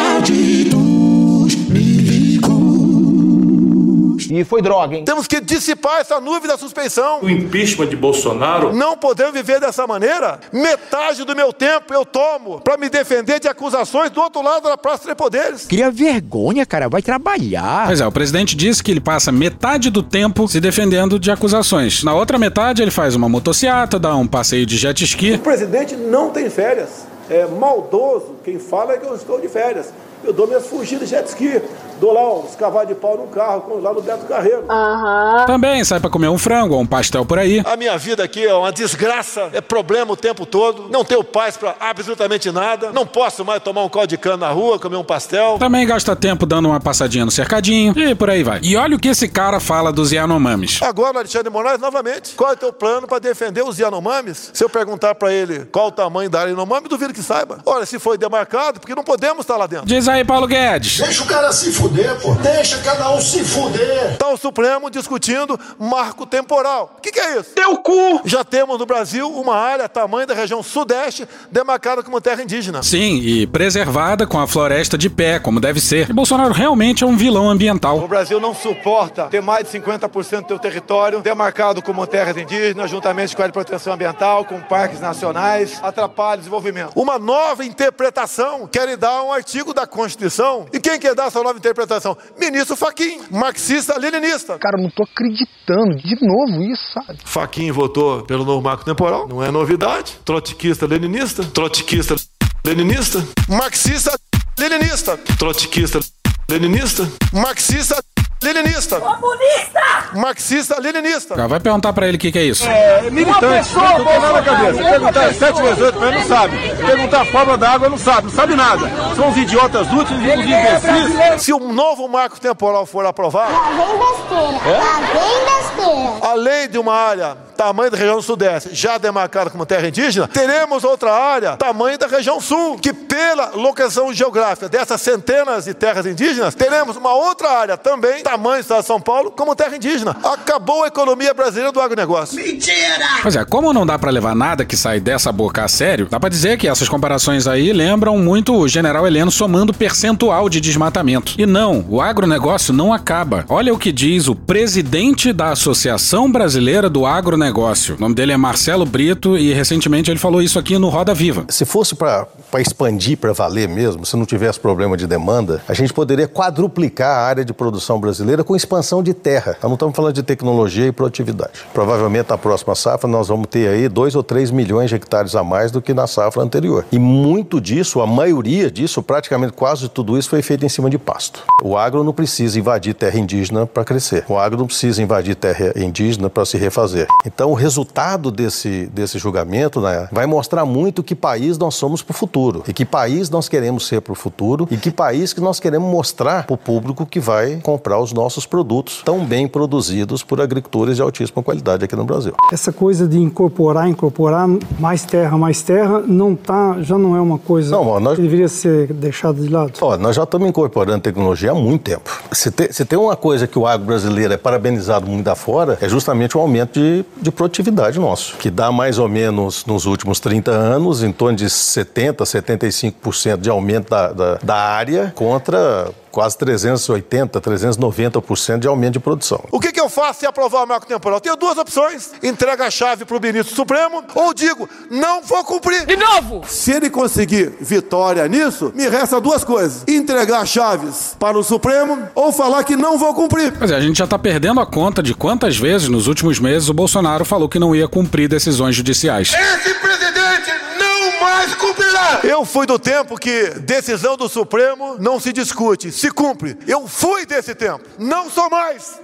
E foi droga, hein? Temos que dissipar essa nuvem da suspeição. O impeachment de Bolsonaro... Não podemos viver dessa maneira. Metade do meu tempo eu tomo pra me defender de acusações do outro lado da Praça dos Poderes. Cria vergonha, cara. Vai trabalhar. Pois é, o presidente disse que ele passa metade do tempo se defendendo de acusações. Na outra metade, ele faz uma motociata, dá um passeio de jet ski. O presidente não tem férias. É maldoso. Quem fala é que eu estou de férias. Eu dou minhas fugidas de jet ski. Dou lá uns cavalos de pau num carro, lá no Beto Carreiro. Uhum. Também sai pra comer um frango ou um pastel por aí. A minha vida aqui é uma desgraça, é problema o tempo todo. Não tenho paz pra absolutamente nada. Não posso mais tomar um caldo de cana na rua, comer um pastel. Também gasta tempo dando uma passadinha no cercadinho e por aí vai. E olha o que esse cara fala dos Yanomamis. Agora, Alexandre de Moraes, novamente, qual é o teu plano pra defender os Yanomamis? Se eu perguntar pra ele qual o tamanho da área Yanomami, duvido que saiba. Olha, se foi demarcado, porque não podemos estar lá dentro. Diz aí, Paulo Guedes. Deixa o cara se fuder. Pô. Deixa cada um se fuder. Tá o Supremo discutindo marco temporal. O que, que é isso? Teu cu! Já temos no Brasil uma área tamanho da região sudeste demarcada como terra indígena. Sim, e preservada com a floresta de pé, como deve ser. E Bolsonaro realmente é um vilão ambiental. O Brasil não suporta ter mais de cinquenta por cento do seu território demarcado como terras indígenas, juntamente com a área de proteção ambiental, com parques nacionais, atrapalha o desenvolvimento. Uma nova interpretação quer dar um artigo da Constituição. E quem quer dar essa nova interpretação? Ministro Fachin, marxista-leninista. Cara, não tô acreditando. De novo isso, sabe? Fachin votou pelo novo marco temporal. Não é novidade. Trotskista-leninista. Trotskista-leninista. Marxista-leninista. Trotskista-leninista. Marxista-leninista. Comunista! Marxista-leninista. Já vai perguntar pra ele o que, que é isso. É, militante, não tem nada na cabeça. Perguntar sete vezes oito, mas não sabe. Perguntar a forma da água, não sabe. Não sabe nada. São os idiotas úteis, os imbecis. Se o novo marco temporal for aprovado... Lá vem besteira. Lá vem besteira. A lei de uma área tamanho da região sudeste, já demarcada como terra indígena, teremos outra área tamanho da região sul, que pela localização geográfica dessas centenas de terras indígenas, teremos uma outra área também, tamanho do estado de São Paulo, como terra indígena. Acabou a economia brasileira do agronegócio. Mentira! Pois é, como não dá pra levar nada que sai dessa boca a sério, dá pra dizer que essas comparações aí lembram muito o general Heleno somando percentual de desmatamento. E não, o agronegócio não acaba. Olha o que diz o presidente da Associação Brasileira do Agronegócio. O nome dele é Marcelo Brito e recentemente ele falou isso aqui no Roda Viva. Se fosse para expandir, para valer mesmo, se não tivesse problema de demanda, a gente poderia quadruplicar a área de produção brasileira com expansão de terra. Nós não estamos falando de tecnologia e produtividade. Provavelmente na próxima safra nós vamos ter aí dois ou três milhões de hectares a mais do que na safra anterior. E muito disso, a maioria disso, praticamente quase tudo isso foi feito em cima de pasto. O agro não precisa invadir terra indígena para crescer. O agro não precisa invadir terra indígena para se refazer. Então o resultado desse, desse julgamento, né, vai mostrar muito que país nós somos para o futuro. E que país nós queremos ser para o futuro. E que país que nós queremos mostrar para o público que vai comprar os nossos produtos tão bem produzidos por agricultores de altíssima qualidade aqui no Brasil. Essa coisa de incorporar, incorporar mais terra, mais terra, não tá, já não é uma coisa não, ó, nós... que deveria ser deixada de lado? Ó, nós já estamos incorporando tecnologia há muito tempo. Se tem, se tem uma coisa que o agro brasileiro é parabenizado muito afora, é justamente o aumento de, de produtividade nosso, que dá mais ou menos nos últimos trinta anos, em torno de setenta, setenta e cinco por cento de aumento da, da, da área contra quase trezentos e oitenta, trezentos e noventa por cento de aumento de produção. O que, que eu faço se aprovar o marco temporal? Tenho duas opções. Entrega a chave para o ministro Supremo ou digo, não vou cumprir. De novo! Se ele conseguir vitória nisso, me resta duas coisas. Entregar chaves para o Supremo ou falar que não vou cumprir. Mas é, a gente já está perdendo a conta de quantas vezes nos últimos meses o Bolsonaro falou que não ia cumprir decisões judiciais. Esse presidente não mais cumprirá! Eu fui do tempo que decisão do Supremo não se discute, se cumpre. Eu fui desse tempo. Não sou mais.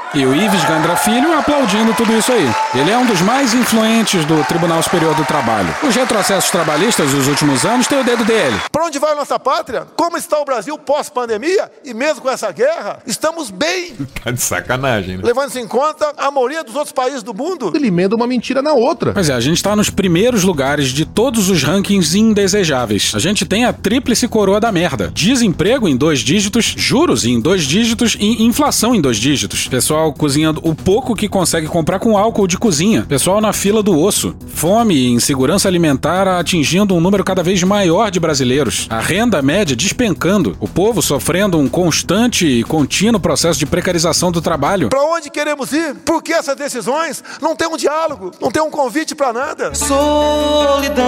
E o Ives Gandra Filho aplaudindo tudo isso aí. Ele é um dos mais influentes do Tribunal Superior do Trabalho. Os retrocessos trabalhistas dos últimos anos têm o dedo dele. Para onde vai a nossa pátria? Como está o Brasil pós-pandemia? E mesmo com essa guerra, estamos bem. Tá de sacanagem, né? Levando-se em conta a maioria dos outros países do mundo. Ele emenda uma mentira na outra. Pois é, a gente tá nos primeiros lugares de todos os rankings indesejáveis. A gente tem a tríplice coroa da merda. Desemprego em dois dígitos, juros em dois dígitos e inflação em dois dígitos. Pessoal cozinhando o pouco que consegue comprar com álcool de cozinha. Pessoal na fila do osso. Fome e insegurança alimentar atingindo um número cada vez maior de brasileiros. A renda média despencando. O povo sofrendo um constante e contínuo processo de precarização do trabalho. Para onde queremos ir? Por que essas decisões? Não tem um diálogo, não tem um convite para nada. Solidão.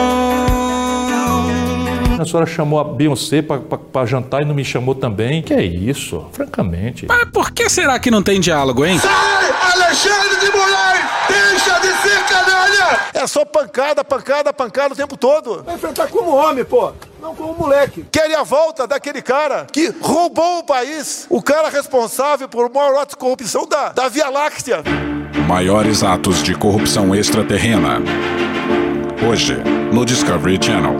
A senhora chamou a Beyoncé pra, pra, pra jantar e não me chamou também. Que é isso, francamente. Mas por que será que não tem diálogo, hein? Sai, Alexandre de Moraes! Deixa de ser canalha! É só pancada, pancada, pancada o tempo todo. Vai enfrentar como homem, pô. Não como moleque. Querem a volta daquele cara que roubou o país. O cara responsável por o maior ato de corrupção da, da Via Láctea. Maiores atos de corrupção extraterrena. Hoje, no Discovery Channel.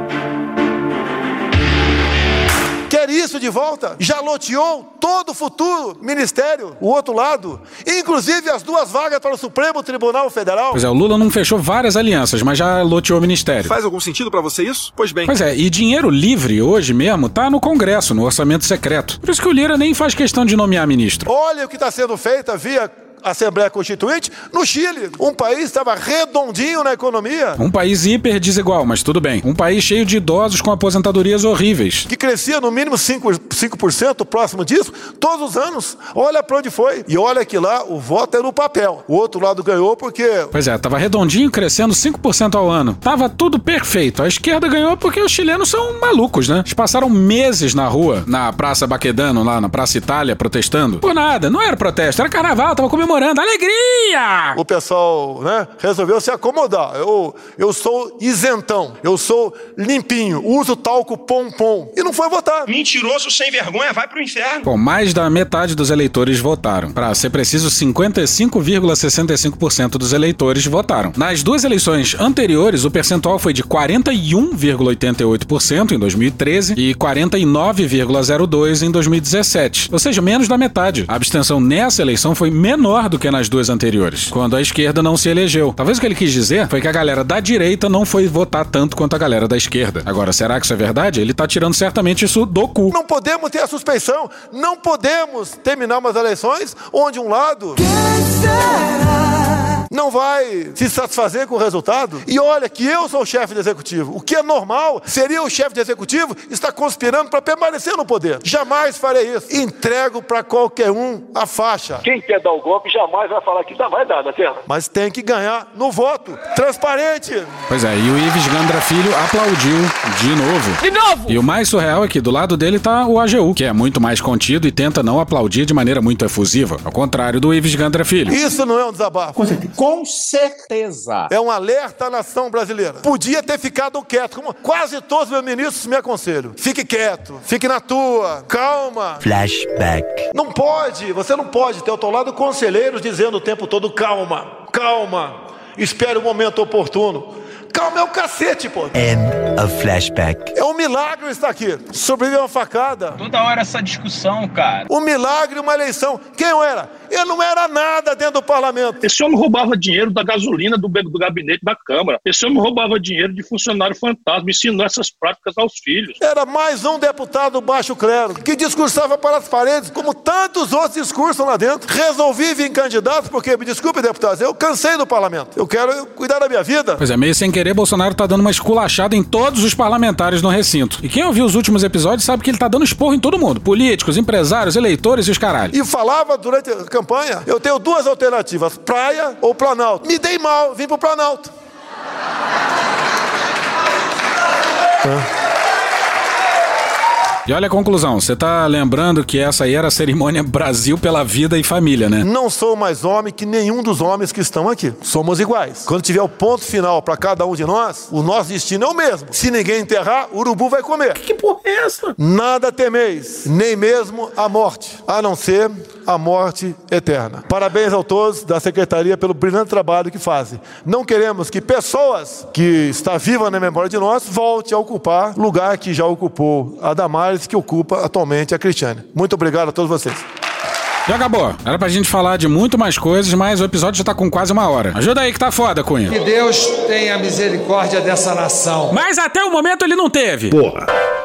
Quer isso de volta? Já loteou todo o futuro ministério, o outro lado, inclusive as duas vagas para o Supremo Tribunal Federal. Pois é, o Lula não fechou várias alianças, mas já loteou o ministério. Faz algum sentido para você isso? Pois bem. Pois é, e dinheiro livre hoje mesmo tá no Congresso, no orçamento secreto. Por isso que o Lira nem faz questão de nomear ministro. Olha o que está sendo feito via Assembleia Constituinte no Chile. Um país estava redondinho na economia. Um país hiper desigual, mas tudo bem. Um país cheio de idosos com aposentadorias horríveis. Que crescia no mínimo cinco por cento próximo disso, todos os anos. Olha pra onde foi. E olha que lá o voto é no papel. O outro lado ganhou porque... Pois é, tava redondinho, crescendo cinco por cento ao ano. Tava tudo perfeito. A esquerda ganhou porque os chilenos são malucos, né? Eles passaram meses na rua, na Praça Baquedano, lá na Praça Itália, protestando. Por nada, não era protesto, era carnaval, tava comemorando. Alegria! O pessoal, né, resolveu se acomodar. Eu, eu sou isentão, eu sou limpinho, uso talco pom-pom. E não foi votar. Mentiroso sem vergonha, vai pro inferno. Bom, mais da metade dos eleitores votaram. Pra ser preciso, cinquenta e cinco vírgula sessenta e cinco por cento dos eleitores votaram. Nas duas eleições anteriores, o percentual foi de quarenta e um vírgula oitenta e oito por cento em dois mil e treze e quarenta e nove vírgula zero dois por cento em dois mil e dezessete. Ou seja, menos da metade. A abstenção nessa eleição foi menor do que nas duas anteriores, quando a esquerda não se elegeu. Talvez o que ele quis dizer foi que a galera da direita não foi votar tanto quanto a galera da esquerda. Agora, será que isso é verdade? Ele tá tirando certamente isso do cu. Não podemos ter a suspeição, não podemos terminar umas eleições onde um lado não vai se satisfazer com o resultado. E olha que eu sou o chefe do executivo. O que é normal seria o chefe do executivo estar conspirando para permanecer no poder. Jamais farei isso. Entrego para qualquer um a faixa. Quem quer dar o golpe jamais vai falar que dá, vai dar, na terra. Mas tem que ganhar no voto. Transparente. Pois é, e o Ives Gandra Filho aplaudiu de novo. De novo! E o mais surreal é que do lado dele tá o A G U, que é muito mais contido e tenta não aplaudir de maneira muito efusiva. Ao contrário do Ives Gandra Filho. Isso não é um desabafo. Com certeza. Com certeza. É um alerta à nação brasileira. Podia ter ficado quieto, como quase todos os meus ministros me aconselham. Fique quieto, fique na tua, calma. Flashback. Não pode, você não pode ter ao teu lado conselheiros dizendo o tempo todo calma, calma, espere o momento oportuno. Calma é o cacete, pô. End of flashback. É um milagre estar aqui. Sobreviveu uma facada. Toda hora essa discussão, cara. Um milagre, uma eleição. Quem eu era? Eu não era nada dentro do parlamento. Esse homem roubava dinheiro da gasolina do, do gabinete da Câmara. Esse homem roubava dinheiro de funcionário fantasma. Ensinou essas práticas aos filhos. Era mais um deputado baixo clero que discursava para as paredes, como tantos outros discursam lá dentro. Resolvi vir candidato porque, me desculpe, deputados, eu cansei do parlamento. Eu quero cuidar da minha vida. Pois é, meio sem querer, Bolsonaro tá dando uma esculachada em todos os parlamentares no recinto. E quem ouviu os últimos episódios sabe que ele tá dando esporro em todo mundo. Políticos, empresários, eleitores e os caralho. E falava durante a campanha, eu tenho duas alternativas, praia ou Planalto. Me dei mal, vim pro Planalto. É. E olha a conclusão, você tá lembrando que essa aí era a cerimônia Brasil pela Vida e Família, né? Não sou mais homem que nenhum dos homens que estão aqui. Somos iguais. Quando tiver o ponto final para cada um de nós, o nosso destino é o mesmo. Se ninguém enterrar, o urubu vai comer. Que, que porra é essa? Nada temeis, nem mesmo a morte, a não ser a morte eterna. Parabéns a todos da Secretaria pelo brilhante trabalho que fazem. Não queremos que pessoas que estão vivas na memória de nós voltem a ocupar lugar que já ocupou a Damares, que ocupa atualmente a Cristiane. Muito obrigado a todos vocês. Já acabou. Era pra gente falar de muito mais coisas, mas o episódio já tá com quase uma hora. Ajuda aí que tá foda, Cunha. Que Deus tenha misericórdia dessa nação. Mas até o momento ele não teve. Porra.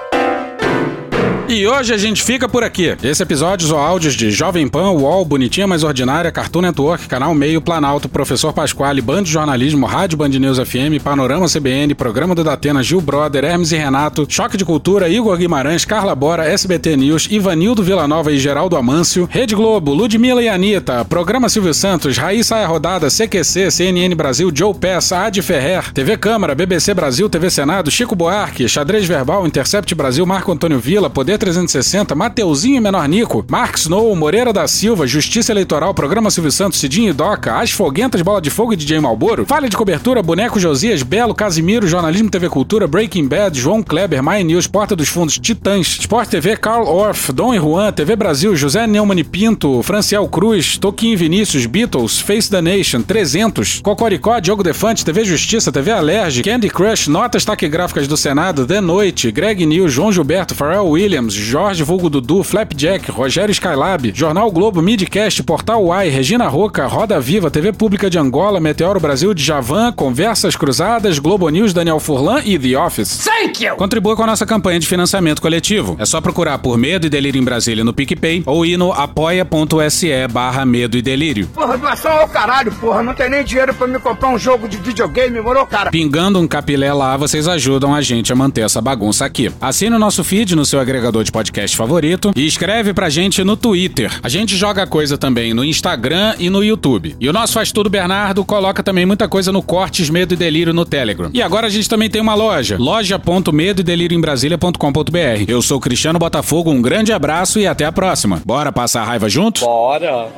E hoje a gente fica por aqui. Esse episódio usou áudios de Jovem Pan, U O L, Bonitinha Mais Ordinária, Cartoon Network, Canal Meio, Planalto, Professor Pasquale, Band de Jornalismo, Rádio Band News F M, Panorama C B N, Programa do Datena, Gil Brother, Hermes e Renato, Choque de Cultura, Igor Guimarães, Carla Bora, S B T News, Ivanildo Villanova e Geraldo Amâncio, Rede Globo, Ludmilla e Anitta, Programa Silvio Santos, Raíssa Saia Rodada, C Q C, C N N Brasil, Joe Pass, Adi Ferrer, T V Câmara, B B C Brasil, T V Senado, Chico Buarque, Xadrez Verbal, Intercept Brasil, Marco Antônio Villa, Poder trezentos e sessenta, Mateuzinho e Menor Nico, Mark Snow, Moreira da Silva, Justiça Eleitoral, Programa Silvio Santos, Cidinho e Doca, As Foguentas, Bola de Fogo e D J Malboro, Falha de Cobertura, Boneco Josias, Belo, Casimiro, Jornalismo T V Cultura, Breaking Bad, João Kleber, My News, Porta dos Fundos, Titãs, Sport T V, Carl Orff, Dom e Juan, T V Brasil, José Neumann e Pinto, Franciel Cruz, Toquinho e Vinícius, Beatles, Face the Nation, trezentos, Cocoricó, Diogo Defante, T V Justiça, T V Alerj, Candy Crush, Notas Taquigráficas do Senado, The Noite, Greg News, João Gilberto, Pharrell Williams, Jorge Vulgo Dudu, Flapjack, Rogério Skylab, Jornal Globo, Midcast, Portal Uai, Regina Roca, Roda Viva, T V Pública de Angola, Meteoro Brasil, Djavan, Conversas Cruzadas, Globo News, Daniel Furlan e The Office. Thank you! Contribua com a nossa campanha de financiamento coletivo. É só procurar por Medo e Delírio em Brasília no PicPay ou ir no apoia.se barra Medo e Delírio. Porra, doação ao caralho, porra. Não tem nem dinheiro pra me comprar um jogo de videogame, moro, cara? Pingando um capilé lá, vocês ajudam a gente a manter essa bagunça aqui. Assine o nosso feed no seu agregador de podcast favorito e escreve pra gente no Twitter. A gente joga coisa também no Instagram e no YouTube. E o nosso Faz Tudo Bernardo coloca também muita coisa no Cortes Medo e Delírio no Telegram. E agora a gente também tem uma loja, loja ponto medo e delírio em brasília ponto com ponto b r. Eu sou Cristiano Botafogo, um grande abraço e até a próxima. Bora passar a raiva junto? Bora!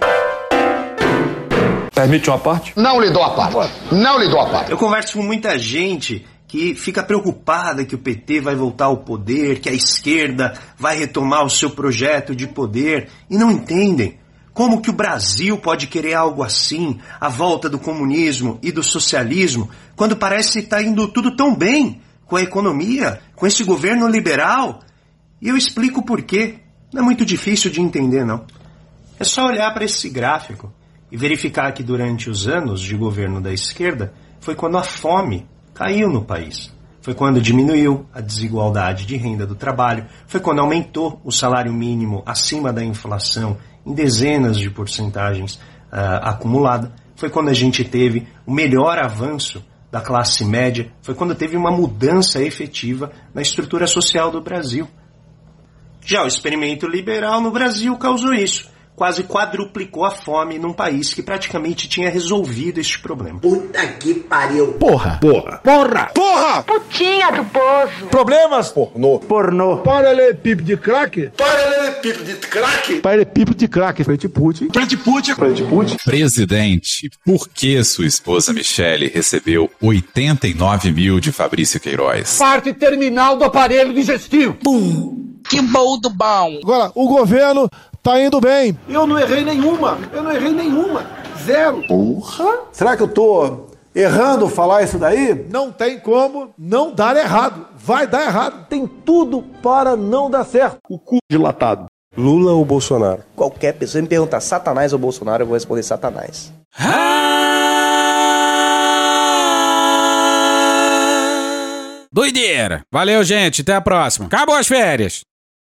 Permite uma parte? Não lhe dou a parte. Não lhe dou a parte. Eu converso com muita gente que fica preocupada que o P T vai voltar ao poder, que a esquerda vai retomar o seu projeto de poder e não entendem como que o Brasil pode querer algo assim, a volta do comunismo e do socialismo, quando parece estar indo tudo tão bem com a economia, com esse governo liberal. E eu explico por quê. Não é muito difícil de entender, não. É só olhar para esse gráfico e verificar que durante os anos de governo da esquerda foi quando a fome caiu no país. Foi quando diminuiu a desigualdade de renda do trabalho. Foi quando aumentou o salário mínimo acima da inflação em dezenas de porcentagens uh, acumulada. Foi quando a gente teve o melhor avanço da classe média. Foi quando teve uma mudança efetiva na estrutura social do Brasil. Já o experimento liberal no Brasil causou isso. Quase quadruplicou a fome num país que praticamente tinha resolvido este problema. Puta que pariu. Porra. Porra. Porra. Porra. Putinha do poço. Problemas? Pornô. Pornô. Paralelepípedo de crack? Paralelepípedo de crack? Paralelepípedo de crack. Frente Putin. Frente Putin. Frente Putin. Presidente, por que sua esposa Michele recebeu oitenta e nove mil de Fabrício Queiroz? Parte terminal do aparelho digestivo. Pum. Que bom do bom. Agora, o governo tá indo bem. Eu não errei nenhuma. Eu não errei nenhuma. Zero. Porra. Será que eu tô errando falar isso daí? Não tem como não dar errado. Vai dar errado. Tem tudo para não dar certo. O cu dilatado. Lula ou Bolsonaro? Qualquer pessoa me perguntar Satanás ou Bolsonaro, eu vou responder Satanás. Doideira. Valeu, gente. Até a próxima. Acabou as férias.